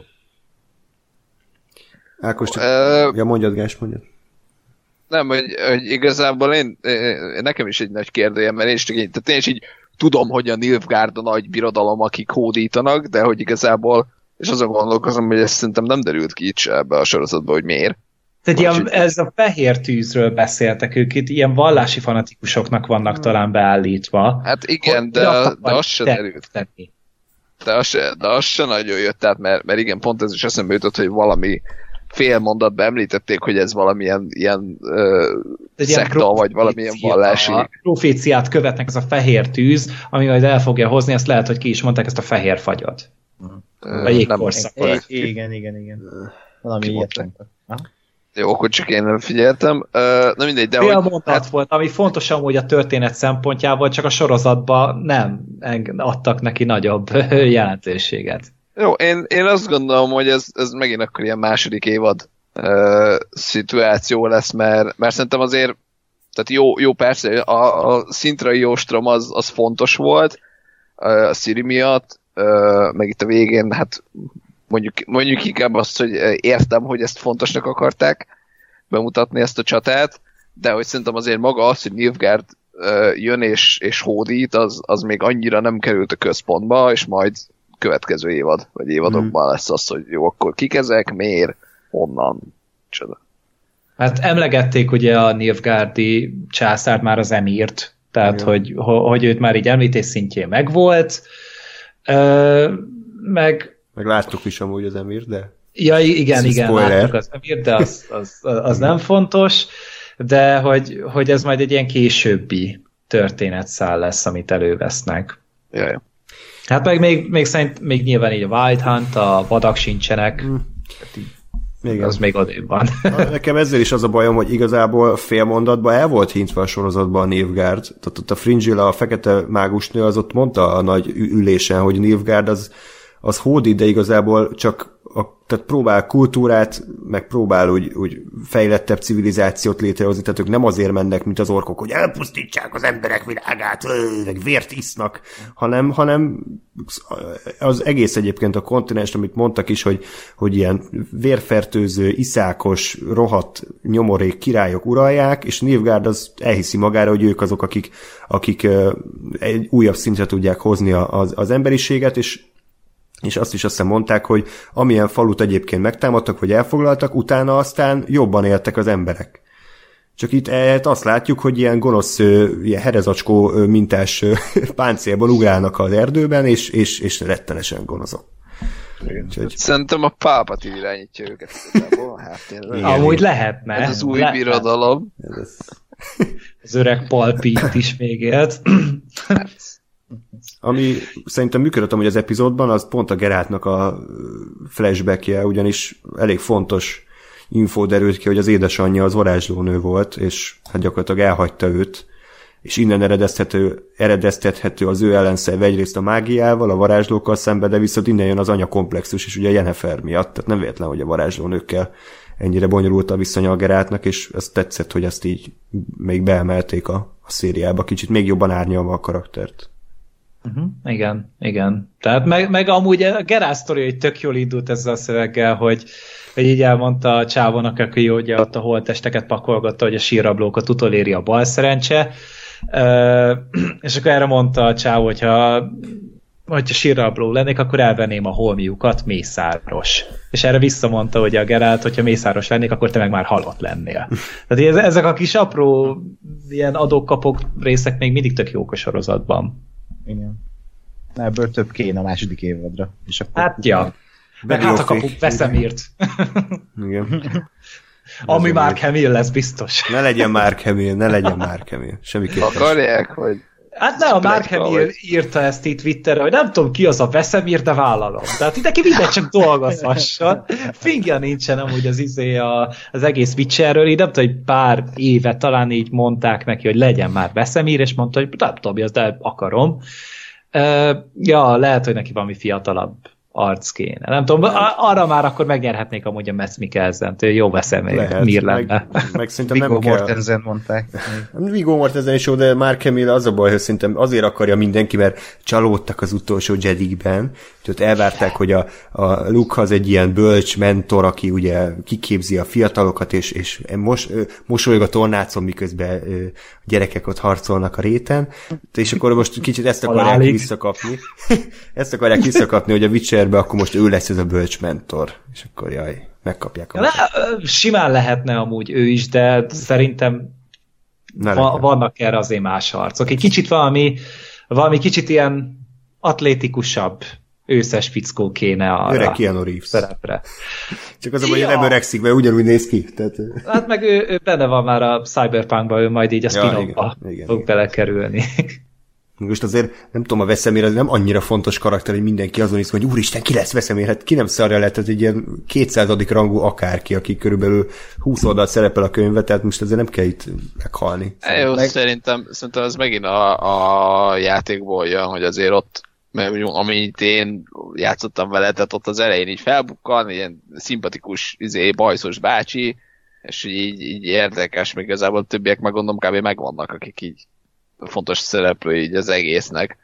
Ákos, csak... Uh, ja, mondjad, Gás, mondjad.
Nem, hogy, hogy igazából én, nekem is egy nagy kérdője, mert én is, tehát én is így tudom, hogy a Nilfgaard a nagy birodalom, akik hódítanak, de hogy igazából, és azon gondolkozom, hogy ezt szerintem nem derült ki itt se ebbe a sorozatba, hogy miért.
Tehát ilyen, ez a fehér tűzről beszéltek ők, itt ilyen vallási fanatikusoknak vannak talán beállítva.
Hát igen, de, de, de az se derült. De az se, de az se nagyon jött, tehát mert, mert igen, pont ez is eszembe jutott, hogy valami fél mondatban említették, hogy ez valamilyen ilyen uh, szekta, vagy valamilyen vallási.
A proféciát követnek, ez a fehér tűz, ami majd el fogja hozni, ezt lehet, hogy ki is mondták, ezt a fehér fagyat. Uh, a jégkorszakot.
Igen, igen, igen. Valami ilyet mondtak.
Jó, akkor csak én nem figyeltem. Uh, na mindegy, de
fél hogy... mondat hát... volt, ami fontos amúgy a történet szempontjából, csak a sorozatban nem adtak neki nagyobb jelentőséget.
Jó, én, én azt gondolom, hogy ez, ez megint akkor ilyen második évad uh, szituáció lesz, mert, mert szerintem azért, tehát jó, jó persze, a, a szintrai jóstrom az, az fontos volt uh, a Ciri miatt, uh, meg itt a végén, hát mondjuk, mondjuk inkább azt, hogy értem, hogy ezt fontosnak akarták bemutatni ezt a csatát, de hogy szerintem azért maga az, hogy Nilfgaard uh, jön és, és hódít, az, az még annyira nem került a központba, és majd következő évad, vagy évadokban lesz az, hogy jó, akkor kik ezek, miért, honnan, csoda.
Hát emlegették ugye a Nilfgaardi császárt már az emírt, tehát hogy, hogy őt már így említés szintjén megvolt, Ö, meg...
Meg láttuk is amúgy az emírt, de...
Ja, igen, igen, spoiler. Láttuk az emírt, de az, az, az nem fontos, de hogy, hogy ez majd egy ilyen későbbi történetszál lesz, amit elővesznek.
Jaj.
Hát meg még, még szerint még nyilván így a Wild Hunt, a vadak sincsenek, mm. még az még odébb van.
Nekem ezzel is az a bajom, hogy igazából fél mondatban el volt hintve a sorozatban a Nilfgaard. Tehát ott a Fringilla, a fekete mágusnő, az ott mondta a nagy ülésen, hogy Nilfgaard az, az hódít, de igazából csak a, tehát próbál kultúrát, meg próbál úgy, úgy fejlettebb civilizációt létrehozni, tehát ők nem azért mennek, mint az orkok, hogy elpusztítsák az emberek világát, meg vért isznak, hanem, hanem az egész egyébként a kontinens, amit mondtak is, hogy, hogy ilyen vérfertőző, iszákos, rohadt nyomorék királyok uralják, és Nilfgaard az elhiszi magára, hogy ők azok, akik, akik egy újabb szintre tudják hozni az, az emberiséget, és és azt is azt hiszem mondták, hogy amilyen falut egyébként megtámadtak, vagy elfoglaltak, utána aztán jobban éltek az emberek. Csak itt azt látjuk, hogy ilyen gonosz, ilyen herezacskó mintás páncélból ugrálnak az erdőben, és, és, és rettenesen gonoszok.
Úgyhogy... Szerintem a pápat irányítja őket. Hát,
igen, amúgy lehetne.
Ez az új lehetne. Birodalom.
Ez az öreg Palpit is még élt.
Ami szerintem működött amúgy az epizódban, az pont a Geráltnak a flashbackje, ugyanis elég fontos infó derült ki, hogy az édesanyja az varázslónő volt, és hát gyakorlatilag elhagyta őt, és innen eredeztethető, eredeztethető az ő ellenszerve egyrészt a mágiával, a varázslókkal szemben, de viszont innen jön az anya komplexus, és ugye Yennefer miatt, tehát nem véletlen, hogy a varázslónőkkel ennyire bonyolult a viszonya a Geraltnak, és ez tetszett, hogy ezt így még beemelték a, a szériába, kicsit még jobban árnyalva a karaktert.
Uh-huh. Igen, igen. Tehát meg, meg amúgy a Geralt sztori, hogy tök jól indult ezzel a szöveggel, hogy, hogy így elmondta a csávónak, aki ugye ott a holttesteket pakolgatta, hogy a sírrablókat utoléri a bal szerencse, uh, és akkor erre mondta a csávó, hogyha hogyha sírrabló lennék, akkor elvenném a holmiukat, Mészáros. És erre visszamondta, hogy a Geralt, hogyha Mészáros lennék, akkor te meg már halott lennél. Tehát ezek a kis apró ilyen adókapok részek még mindig tök jók a sorozatban.
Igen. Ebből több kéne a második évadra. És akkor
hát ja. Meg hát a kapuk Veszemírt.
Igen.
Ami Mark Hamill lesz biztos.
Ne legyen Mark Hamill, ne legyen Mark Hamill. Semmiképpen.
Akarják, hogy...
Hát ne, a Mark Hamill írta ezt itt Twitterre, hogy nem tudom ki az a Veszemír, de vállalom. Tehát itt neki mindegy csak dolgozhasson. Fingja nincsen amúgy az izé a, az egész Witcherről, így nem tudom, hogy pár éve talán így mondták neki, hogy legyen már Veszemír, és mondta, hogy nem tudom, de akarom. Uh, ja, lehet, hogy neki valami fiatalabb arc kéne. Nem tudom, arra már akkor megnyerhetnék amúgy a Mads Mikkelsen-t, jó Veszemír, Mír lenne.
Meg, meg szerintem
Viggo
nem kell...
Mortensen mondták.
Viggo Mortensen is jó, de Mark Hamill az a baj, hogy szerintem azért akarja mindenki, mert csalódtak az utolsó Jedikben, hogy ott elvárták, hogy a, a Luke az egy ilyen bölcs mentor, aki ugye kiképzi a fiatalokat, és, és mos, mosolyog a tornácon, miközben a gyerekek ott harcolnak a réten, és akkor most kicsit ezt akarják visszakapni. Ezt akarják visszakapni, hogy a Witcherbe akkor most ő lesz ez a bölcs mentor, és akkor jaj, megkapják a
Le, simán lehetne amúgy ő is, de szerintem va- vannak erre azért más harcok. Egy kicsit valami, valami kicsit ilyen atlétikusabb őszes fickó kéne arra.
Öreg Keanu Reeves.
Szerepre.
Csak az a baj, hogy nem öregszik, mert ugyanúgy néz ki. Tehát...
Hát meg ő, ő benne van már a Cyberpunkban, ő majd így a spin-offba
ja,
fog belekerülni.
Most azért nem tudom, a Veszemír az nem annyira fontos karakter, hogy mindenki azon is, hogy úristen, ki lesz Veszemír? Hát ki nem szarja lehet, ez egy ilyen kétszázadik rangú akárki, aki körülbelül húsz oldalt szerepel a könyvbe, tehát most ezért nem kell itt meghalni.
Szóval jó, meg... szerintem, szerintem ez megint a, a játékból jön, hogy azért ott, mert amit én játszottam vele, tehát ott az elején így felbukkan, ilyen szimpatikus, izé, bajszos bácsi, és így, így érdekes, még igazából a többiek meg gondolom kb. Megvannak, akik így fontos szereplő így az egésznek.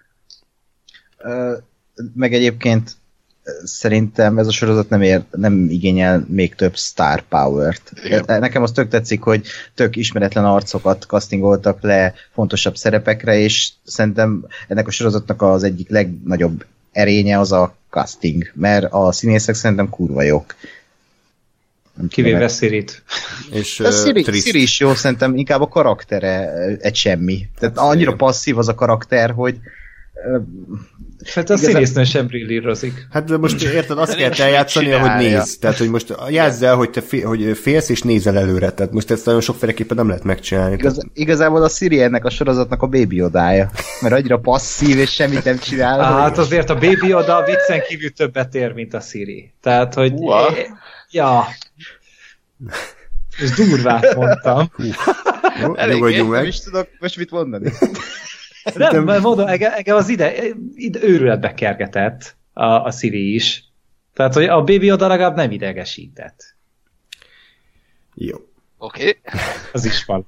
Ö, meg egyébként szerintem ez a sorozat nem, ér, nem igényel még több star power-t. Igen. Nekem az tök tetszik, hogy tök ismeretlen arcokat castingoltak le fontosabb szerepekre, és szerintem ennek a sorozatnak az egyik legnagyobb erénye az a casting, mert a színészek szerintem kurva jók.
Kivéve Sirit.
És
uh, Siri, Siri is jó, szerintem inkább a karaktere egy semmi. Tehát hát annyira passzív az a karakter, hogy uh,
hát a igazán... színésznő sem brillírozik.
Hát de most érted, azt kell eljátszani, ahogy néz. Tehát, hogy most játszd el, hogy te fél, hogy félsz és nézel előre. Tehát most ezt nagyon sokféleképpen nem lehet megcsinálni.
Igaz,
tehát...
Igazából a Siri ennek a sorozatnak a Baby Yodája. Mert annyira passzív és semmit nem csinál.
Hát hogy... azért a Baby Yoda a viccen kívül többet ér, mint a Siri. Tehát, hogy...
Uha.
Ja. És durvát mondtam.
Nyugodjunk meg. Nem is tudok most mit mondani.
Nem, mert mondom, engem az ide, ide őrületbe kergetett a, a Siri is. Tehát, hogy a Baby Yoda legalább nem idegesített.
Jó.
Oké. Okay.
Az is van.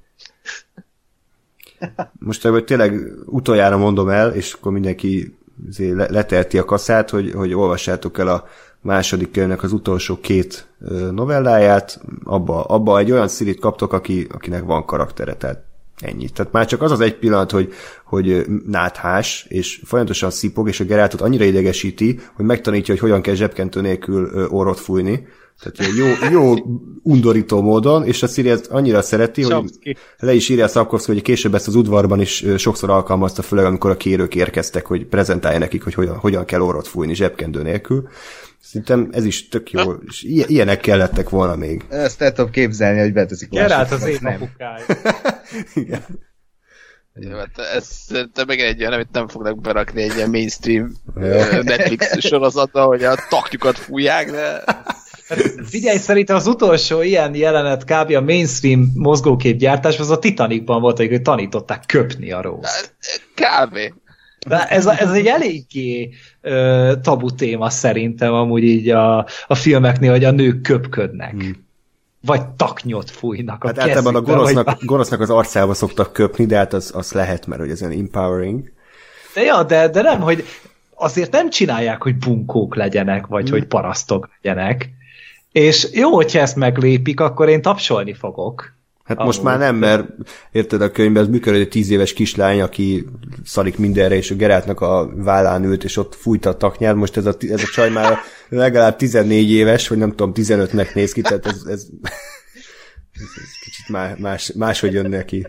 Most ebből tényleg utoljára mondom el, és akkor mindenki letelti a kaszát, hogy, hogy olvassátok el a második könyvnek az utolsó két novelláját, abba, abba egy olyan Sirit kaptok, aki, akinek van karaktere, tehát ennyi. Tehát már csak az az egy pillanat, hogy, hogy náthás, és folyamatosan szipog, és a Geraltot annyira idegesíti, hogy megtanítja, hogy hogyan kell zsebkentő nélkül orrot fújni. Tehát jó, jó undorító módon, és a Ciri ezt annyira szereti, hogy le is írja a Sapkowski, hogy később ezt az udvarban is sokszor alkalmazta, főleg amikor a kérők érkeztek, hogy prezentálja nekik, hogy hogyan, hogyan kell orrot fújni zsebkendő nélkül. Szerintem ez is tök jó, és ilyenek kellettek volna még.
Ezt el tudom képzelni, hogy beteszik.
Geralt az én apukája.
Igen.
Ja, hát ez szerintem meg egy olyan, amit nem fognak berakni egy ilyen mainstream Netflix sorozatba, hogy a takjukat fújják, de...
Figyelj, szerintem az utolsó ilyen jelenet kb. A mainstream mozgóképgyártás az a Titanicban volt, hogy tanították köpni a rózt.
Kb.
De ez, a, ez egy eléggé ö, tabu téma szerintem amúgy így a, a filmeknél, hogy a nők köpködnek. Hmm. Vagy taknyot fújnak a
hát
kezükbe.
általában a gonosznak,
vagy...
gonosznak az arcába szoktak köpni, de hát az, az lehet, mert hogy ez ilyen empowering.
De ja, de, de nem, hogy azért nem csinálják, hogy bunkók legyenek, vagy hmm. hogy parasztok legyenek. És jó, hogyha ezt meglépik, akkor én tapsolni fogok.
Hát amúgy. Most már nem, mert érted, a könyvben ez működő egy tíz éves kislány, aki szarik mindenre, és a Geráltnak a vállán ült, és ott fújta a taknyát. Most ez a, ez a csaj már legalább tizennégy éves, vagy nem tudom, tizenötnek néz ki, tehát ez, ez, ez, ez kicsit más, más, máshogy jön neki.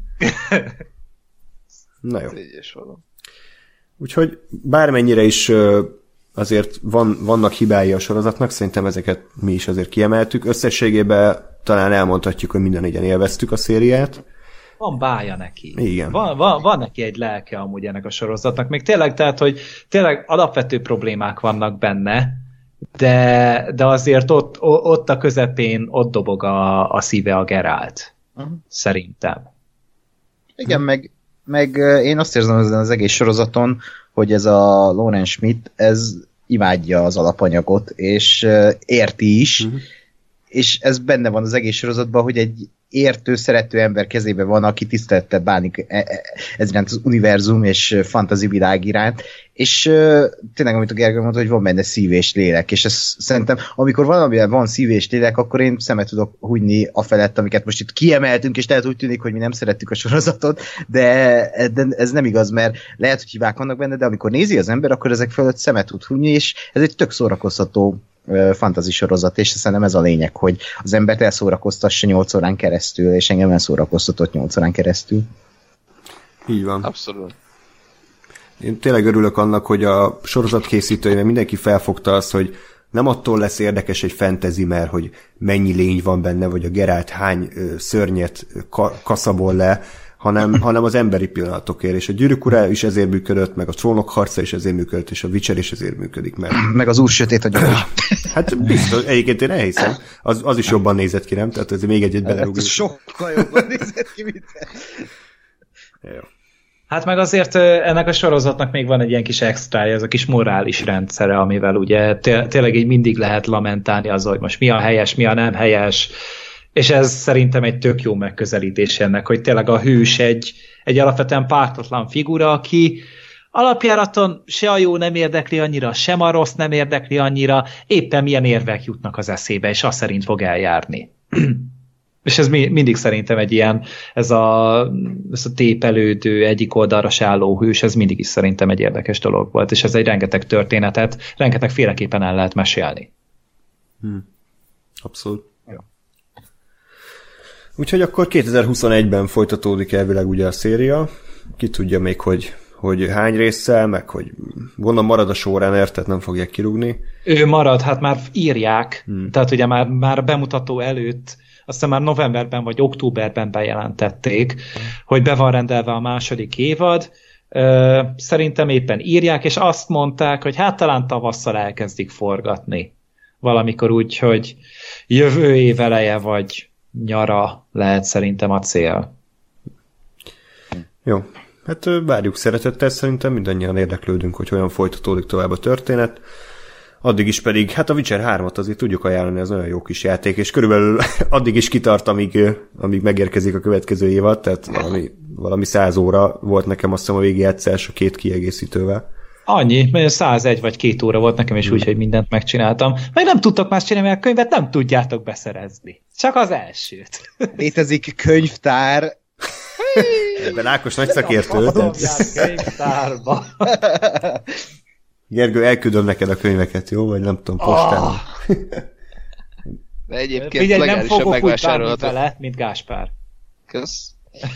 Na jó. Úgyhogy bármennyire is azért van, vannak hibái a sorozatnak, szerintem ezeket mi is azért kiemeltük. Összességében talán elmondhatjuk, hogy minden négyen élveztük a szériát.
Van bája neki.
Igen.
Van, van, van neki egy lelke amúgy ennek a sorozatnak. Még tényleg, tehát, hogy tényleg alapvető problémák vannak benne, de, de azért ott, ott a közepén ott dobog a, a szíve a Gerált. Uh-huh. Szerintem.
Igen, hm. meg, meg én azt érzem ezen az egész sorozaton, hogy ez a Lauren Schmidt, ez imádja az alapanyagot, és érti is, uh-huh. és ez benne van az egész sorozatban, hogy egy értő, szerető ember kezében van, aki tisztelettel bánik ez iránt az univerzum és fantasy világ iránt, és uh, tényleg, amit a Gergő mondta, hogy van benne szív és lélek, és ez szerintem, amikor valamivel van szív és lélek, akkor én szemet tudok húgyni afelett, amiket most itt kiemeltünk, és lehet úgy tűnik, hogy mi nem szerettük a sorozatot, de, de ez nem igaz, mert lehet, hogy hibák vannak benne, de amikor nézi az ember, akkor ezek fölött szemet tud húgyni, és ez egy tök szórakoztató fantasy sorozat, és szerintem ez a lényeg, hogy az embert elszórakoztassa nyolc órán keresztül, és engem elszórakoztatott nyolc órán keresztül.
Így van.
Abszolút.
Én tényleg örülök annak, hogy a sorozat készítői, mert mindenki felfogta azt, hogy nem attól lesz érdekes egy fantasy, mert hogy mennyi lény van benne, vagy a Geralt hány ö, szörnyet ka- kaszabol le, hanem, hanem az emberi pillanatokért, és a Gyűrűk Ura is ezért működött, meg a Trónok harca is ezért működött, és a Witcher is ezért működik. Mert...
meg az Úr sötét agyag is.
Hát biztos, egyébként én elhiszem, az, az is jobban nézett ki, nem? Tehát ez még egy-egy belerúgni.
Ez sokkal jobban nézett ki, mint
Jó.
Hát meg azért ennek a sorozatnak még van egy ilyen kis extrája, ez a kis morális rendszere, amivel ugye té- tényleg így mindig lehet lamentálni az, hogy most mi a helyes, mi a nem helyes, és ez szerintem egy tök jó megközelítés ennek, hogy tényleg a hős egy, egy alapvetően pártatlan figura, aki alapjáraton se a jó nem érdekli annyira, sem a rossz nem érdekli annyira, éppen milyen érvek jutnak az eszébe, és azt szerint fog eljárni. És ez mi, mindig szerintem egy ilyen, ez a, ez a tépelődő, egyik oldalra sálló hős, ez mindig is szerintem egy érdekes dolog volt, és ez egy rengeteg történetet, rengeteg féleképpen el lehet mesélni.
Hmm. Abszolút. Ja. Úgyhogy akkor kétezer-huszonegyben folytatódik elvileg ugye a széria. Ki tudja még, hogy, hogy hány résszel, meg hogy gondolom marad a showrunner, tehát nem fogják kirúgni.
Ő marad, hát már írják,
hmm. tehát
ugye már, már bemutató előtt, aztán már novemberben vagy októberben bejelentették, hmm. hogy be van rendelve a második évad. Szerintem éppen írják, és azt mondták, hogy hát talán tavasszal elkezdik forgatni. Valamikor úgy, hogy jövő év eleje vagy nyara lehet szerintem a cél.
Jó. Hát várjuk szeretettel, szerintem mindannyian érdeklődünk, hogy hogyan folytatódik tovább a történet. Addig is pedig, hát a Witcher hármat azért tudjuk ajánlani, ez nagyon jó kis játék, és körülbelül addig is kitart, amíg, amíg megérkezik a következő évad, tehát valami, valami száz óra volt nekem azt hiszem a végigjátszás a két kiegészítővel.
Annyi, mert százegy vagy két óra volt nekem is hmm. úgy, hogy mindent megcsináltam. Meg nem tudtok más csinálni, mert a könyvet nem tudjátok beszerezni. Csak az elsőt.
Létezik könyvtár.
Ebben Ákos nagy szakértő.
Könyvtárba.
Gergő, elküldöm neked a könyveket, jó? Vagy nem tudom, postán. Oh.
De egyébként figyelj, nem fogok úgy bánni
vele, mint Gáspár.
Kösz.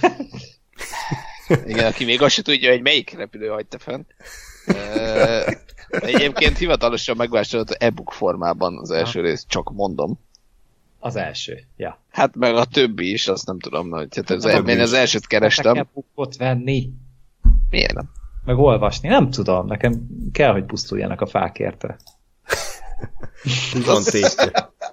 Igen, aki még azt se tudja, hogy melyik repülő hagyta fenn. Uh, egyébként hivatalosan megvásárolt e-book formában az első rész, csak mondom.
Az első, ja.
Hát meg a többi is, azt nem tudom, hogy hát az, az, én az elsőt kerestem.
Nekem e-bookot venni.
Miért nem?
Meg olvasni, nem tudom, nekem kell, hogy pusztuljanak a fák érte.
Van tétje.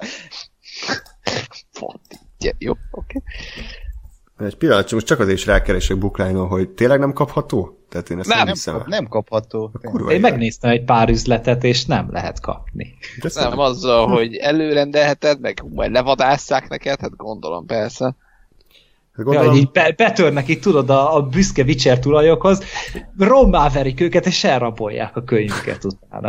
Egy pillanat, most csak azért is rákeresek Bookline-on, hogy tényleg nem kapható? Tehát én ezt nem,
Nem,
hiszem.
kap, nem kapható.
Kurva
Én
élet.
megnéztem egy pár üzletet, és nem lehet kapni.
De ezt
Nem
nem.
azzal, hogy előrendelheted, meg majd levadásszák neked, hát gondolom persze.
Hát
Ja,
gondolom,
hogy így be, betörnek itt, tudod, a, a büszke Witcher tulajokhoz, rommá verik őket, és elrabolják a könyvüket utána.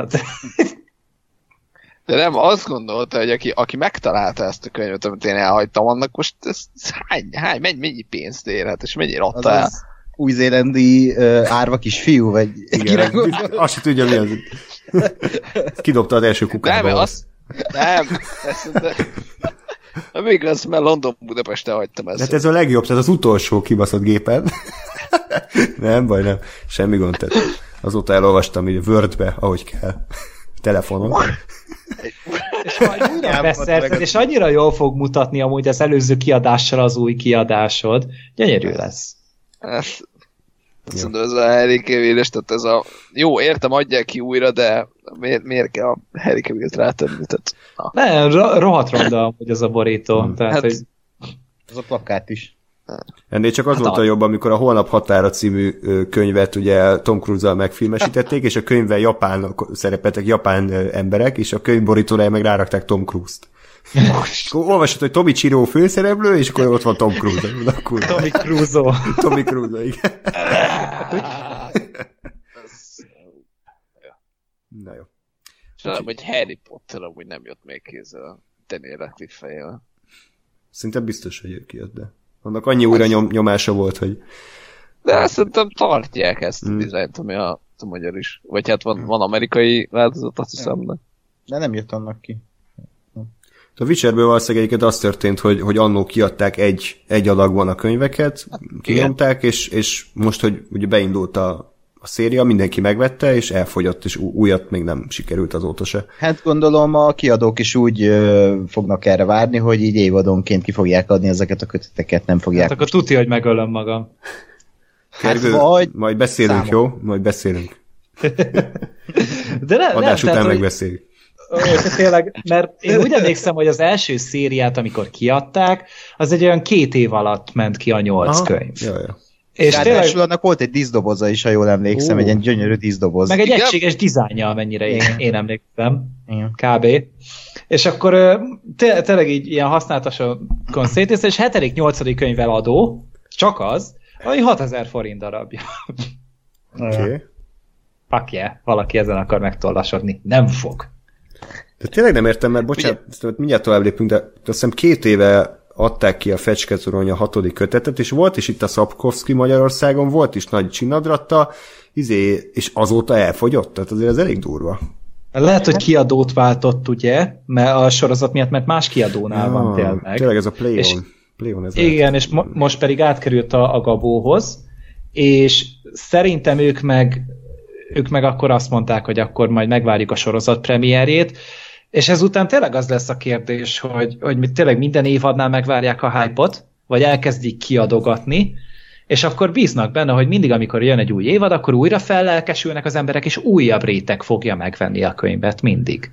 De nem, azt gondolta, hogy aki, aki megtalálta ezt a könyvet, amit én elhagytam, annak most ez, ez hány, hány, mennyi, mennyi pénzt érhet, és mennyire
Az
adta el?
az új-zélandi uh, árva kis fiú, vagy
igen,
kire
ez- azt se tudja, mi az. Kidobta az első kukába.
Nem, az, nem, ezt, de, még az, mert London Budapesten hagytam ezt.
Hát ez a legjobb, tehát az utolsó kibaszott gépen. Nem baj, nem. Semmi gond. Tehát azóta elolvastam így Wordbe, ahogy kell. Telefonon.
És majd újra
Nem,
beszerzed,
meg-
és annyira jól fog mutatni amúgy az előző kiadással az új kiadásod. Gyönyörű lesz.
Ezt, azt mondom, ez a Harry Cavill-es, tehát ez a... Jó, értem, adják ki újra, de miért, miért kell a Harry Cavill-t rátenni? Tehát, na.
Nem, ro- rohadt ronda amúgy az a borító.
Hmm.
Tehát,
Hát-
hogy
az a plakát is.
Ennél csak az
Hát
volt a
a-
jobb, amikor a Holnap határa című ö, könyvet ugye Tom Cruise-zal megfilmesítették, és a könyvben japán szerepeltek japán ö, emberek, és a könyvborítóra meg rárakták Tom Cruise-t. Akkor olvasod, hogy Tommy Chiro főszereplő, és akkor ott van Tom Cruise. Na, kurva.
Tommy Crusoe.
Tommy Cruise, igen. Na jó.
Sajnálom, hogy Harry Potter amúgy nem jött még kézzel a Daniel Radcliffe fejjel.
Szinte biztos, hogy ő kijött, de annak annyi újra nyom, nyomása volt, hogy
De azt szerintem tartják ezt a
Hmm.
dizájnt, ami a, a magyar is. Vagy hát van, van amerikai változat, azt hiszem, de...
De nem jött annak ki.
a Witcherből valószínűleg egyiket az történt, hogy, hogy annó kiadták egy, egy adagban a könyveket, kinyomták, és, és most, hogy ugye beindult a, a széria, mindenki megvette, és elfogyott, és ú- újat még nem sikerült azóta se.
Hát gondolom a kiadók is úgy ö, fognak erre várni, hogy így évadonként ki fogják adni ezeket a köteteket, nem fogják.
Hát akkor tuti, hogy megölöm magam.
Kergő,
vagy
majd beszélünk,
számok.
jó? Majd beszélünk.
De ne,
Adás
nem,
után
tehát, hogy-
megbeszéljük.
Ö, tényleg, mert én úgy emlékszem, hogy az első szériát, amikor kiadták, az egy olyan két év alatt ment ki a nyolc
Aha.
könyv.
Ja, ja.
És
ráadásul
tényleg,
annak volt egy díszdoboza is, ha jól emlékszem,
Ó.
egy ilyen gyönyörű díszdoboz.
meg egy
Igen.
egységes dizájnja, amennyire én,
Igen.
én emlékszem.
Igen.
Kb. És akkor ö, té- tényleg így ilyen használtasokon szétész, és hetedik nyolcadik könyvvel adó, csak az, ami hatezer forint darabja.
Oké. Okay.
Fuck yeah, valaki ezen akar megtollasodni. Nem fog.
De tényleg nem értem, mert bocsánat, Ugye? mindjárt tovább lépünk, de azt hiszem két éve adták ki a Fecskezurony a hatodik kötetet, és volt is itt a Sapkowski Magyarországon, volt is nagy csinadratta, izé, és azóta elfogyott, tehát azért ez elég durva.
Lehet, hogy kiadót váltott, ugye, mert a sorozat miatt, mert más kiadónál van tényleg.
Tényleg ez a Play-on.
És-
Play-on ez
Igen,
lehet.
és mo- most pedig átkerült a, a Gabóhoz, és szerintem ők meg, ők meg akkor azt mondták, hogy akkor majd megvárjuk a sorozat premierjét, és ezután tényleg az lesz a kérdés, hogy, hogy mi tényleg minden évadnál megvárják a hype-ot, vagy elkezdik kiadogatni, és akkor bíznak benne, hogy mindig, amikor jön egy új évad, akkor újra fellelkesülnek az emberek, és újabb réteg fogja megvenni a könyvet mindig.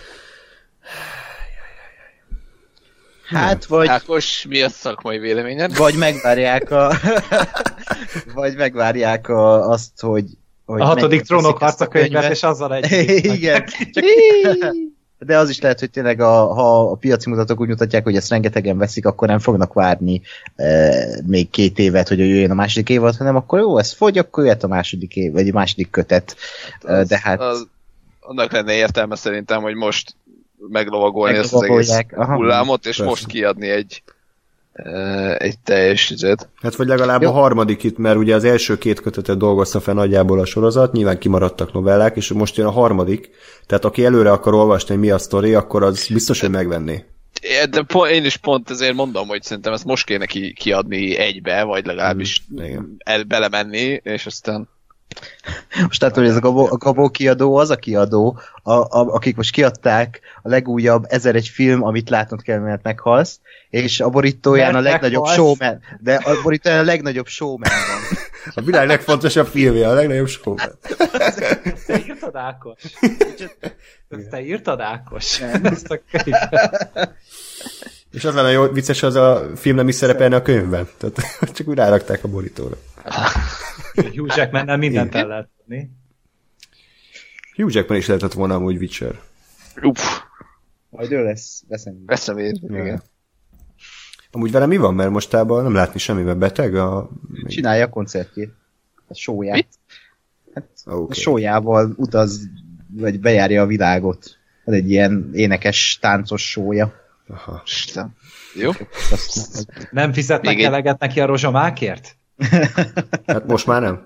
Hát, vagy,
Ákos, mi a szakmai véleményed?
vagy megvárják a... vagy megvárják a, azt, hogy... hogy
A hatodik
megveszik
trónok
ezt a
harca könyvet,
könyvet.
és azzal egy.
Igen. Csak, de az is lehet, hogy tényleg a, ha a piaci mutatók úgy mutatják, hogy ezt rengetegen veszik, akkor nem fognak várni e, még két évet, hogy jöjjön a második évad, hanem akkor jó, ez fogy, akkor jöhet a második év, vagy a második kötet. E, de hát...
Az, annak lenne értelme szerintem, hogy most meglovagolni ezt az egész
Meglovagolják, aha.
hullámot, és
Persze.
most kiadni egy uh, egy teljes üzet.
Hát vagy legalább
Jó.
a harmadik itt, mert ugye az első két kötetet dolgozta fel nagyjából a sorozat, nyilván kimaradtak novellák, és most jön a harmadik, tehát aki előre akar olvasni, hogy mi a sztori, akkor az biztos, hogy megvenné.
De po- én is pont ezért mondom, hogy szerintem ezt most kéne ki, kiadni egybe, vagy legalábbis
Mm, igen.
el, belemenni, és aztán
Most tehát, hogy ez a Gabó, a Gabó kiadó az a kiadó, a, a, akik most kiadták a legújabb ezer egy film, amit látnod kell, mert meghalsz, és a borítóján
Mert
a legnagyobb
meghalsz.
showman, de a borítóján a legnagyobb showman van.
A világ legfontosabb filmje, a legnagyobb showman.
Te írtad, Ákos? Ezt te írtad, Ákos? Ezt a könyvet.
És az lenne jó vicces, az a film nem is szerepelne a könyvben. Tehát csak úgy rárakták a borítóra.
Hugh Jackmannel mindent el lehet tudni.
Hugh Jackman is lehetett volna amúgy Witcher.
Uff.
Majd ő lesz, veszem.
Veszem én, igen. Ja.
Amúgy vele mi van, mert mostában nem látni semmiben beteg a...
Csinálja a koncertjét. A showját. Hát okay. A showjával utaz, vagy bejárja a világot. Ez egy ilyen énekes, táncos showja.
Aha.
Isten. Jó.
Nem fizetnek Még eleget egy... neki a rozsomákért?
Hát most már nem.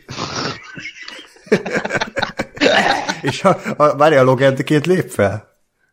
És a, a, várja, a Logan-ként lép fel?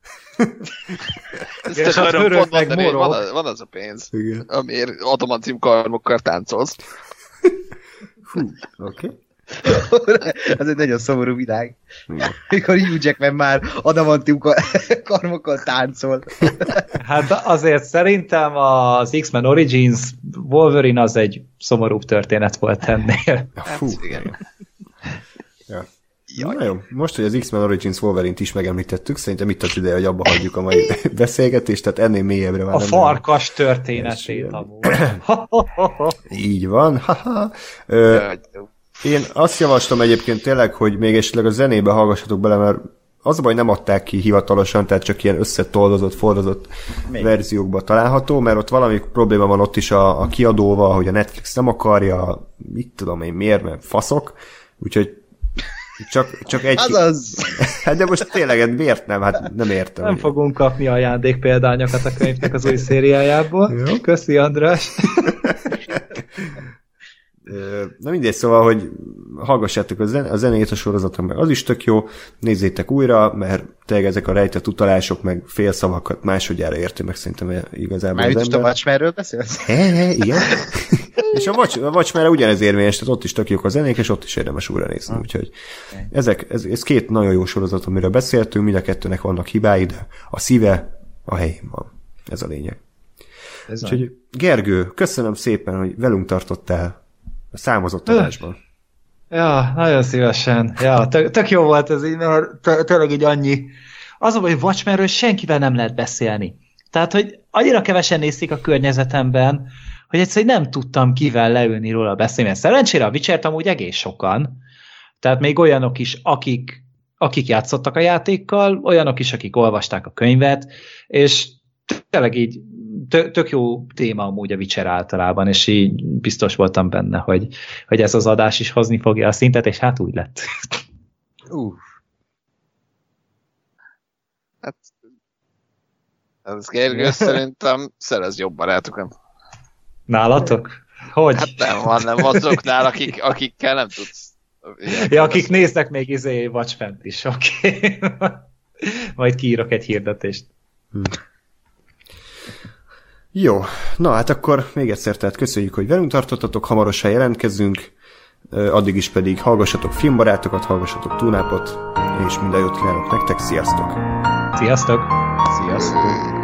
Ezt és akarom pont mondani, van, az, van az a pénz, igen. Amiért adamantium karmokkal táncolsz.
Hú, oké.
Okay. Ez egy nagyon szomorú világ. Mikor Hugh Jackman már adamantium karmokkal táncol.
Hát azért szerintem az X-Men Origins Wolverine az egy szomorúbb történet volt ennél.
Fú, igen. Ja. Na jó, most, hogy az X-Men Origins Wolverine-t is megemlítettük, szerintem itt az ideje, hogy abba hagyjuk a mai beszélgetést, tehát ennél mélyebbre már
a
nem.
A farkas nem történetét amúgy.
Így van. Ö, én azt javaslom egyébként tényleg, hogy még esetleg a zenébe hallgassatok bele, mert az a baj, nem adták ki hivatalosan, tehát csak ilyen összetoldozott, fordozott még verziókba található, mert ott valami probléma van ott is a, a kiadóval, hogy a Netflix nem akarja, mit tudom én miért, mert faszok, úgyhogy Csak, csak egy...
Azaz!
Hát de most tényleg miért nem? Hát nem értem.
Nem fogunk kapni ajándékpéldányokat a könyvnek az új szériájából. Jó. Köszi, András!
Na mindegy, szóval, hogy hallgassátok a, zen- a zenét a sorozaton, meg az is tök jó, nézzétek újra, mert tényleg ezek a rejtett utalások, meg félszavakat másodjára érti meg szerintem igazából.
Már itt a Watchmenről beszélsz?
He, he, igen. És a, Watch, a Watchmenre ugyanez érvényes, tehát ott is tök jók a zenék, és ott is érdemes újra nézni. Ah. Úgyhogy ezek, ez, ez két nagyon jó sorozat, amiről beszéltünk, mind a kettőnek vannak hibái, de a szíve a helyén van. Ez a lényeg. Ez Úgyhogy a... Gergő, köszönöm szépen, hogy velünk tartottál a számozott adásban.
Ja, nagyon szívesen. Ja, tök, tök jó volt ez így, mert tényleg így annyi. Az a baj, hogy Watchmenről senkivel nem lehet beszélni. Tehát, hogy annyira kevesen nézték a környezetemben, hogy egyszerűen nem tudtam kivel leülni róla beszélni. Szerencsére a Witchert amúgy egész sokan. Tehát még olyanok is, akik, akik játszottak a játékkal, olyanok is, akik olvasták a könyvet, és tényleg így tök jó téma amúgy a Witcher általában, és így biztos voltam benne, hogy, hogy ez az adás is hozni fogja a szintet, és hát úgy lett.
Uff. Hát ez Gergő szerintem szerez jobb barátokat.
Nálatok? Hogy?
Hát nem, hanem azoknál, akik, akikkel nem tudsz.
Ja, akik néznek még izé Watchmen-t is, oké. Okay. Majd kiírok egy hirdetést. Hm.
Jó, na hát akkor még egyszer tehát köszönjük, hogy velünk tartottatok, hamarosan jelentkezünk, addig is pedig hallgassatok filmbarátokat, hallgassatok túlnápot, és minden jót kívánok nektek, sziasztok!
Sziasztok!
Sziasztok!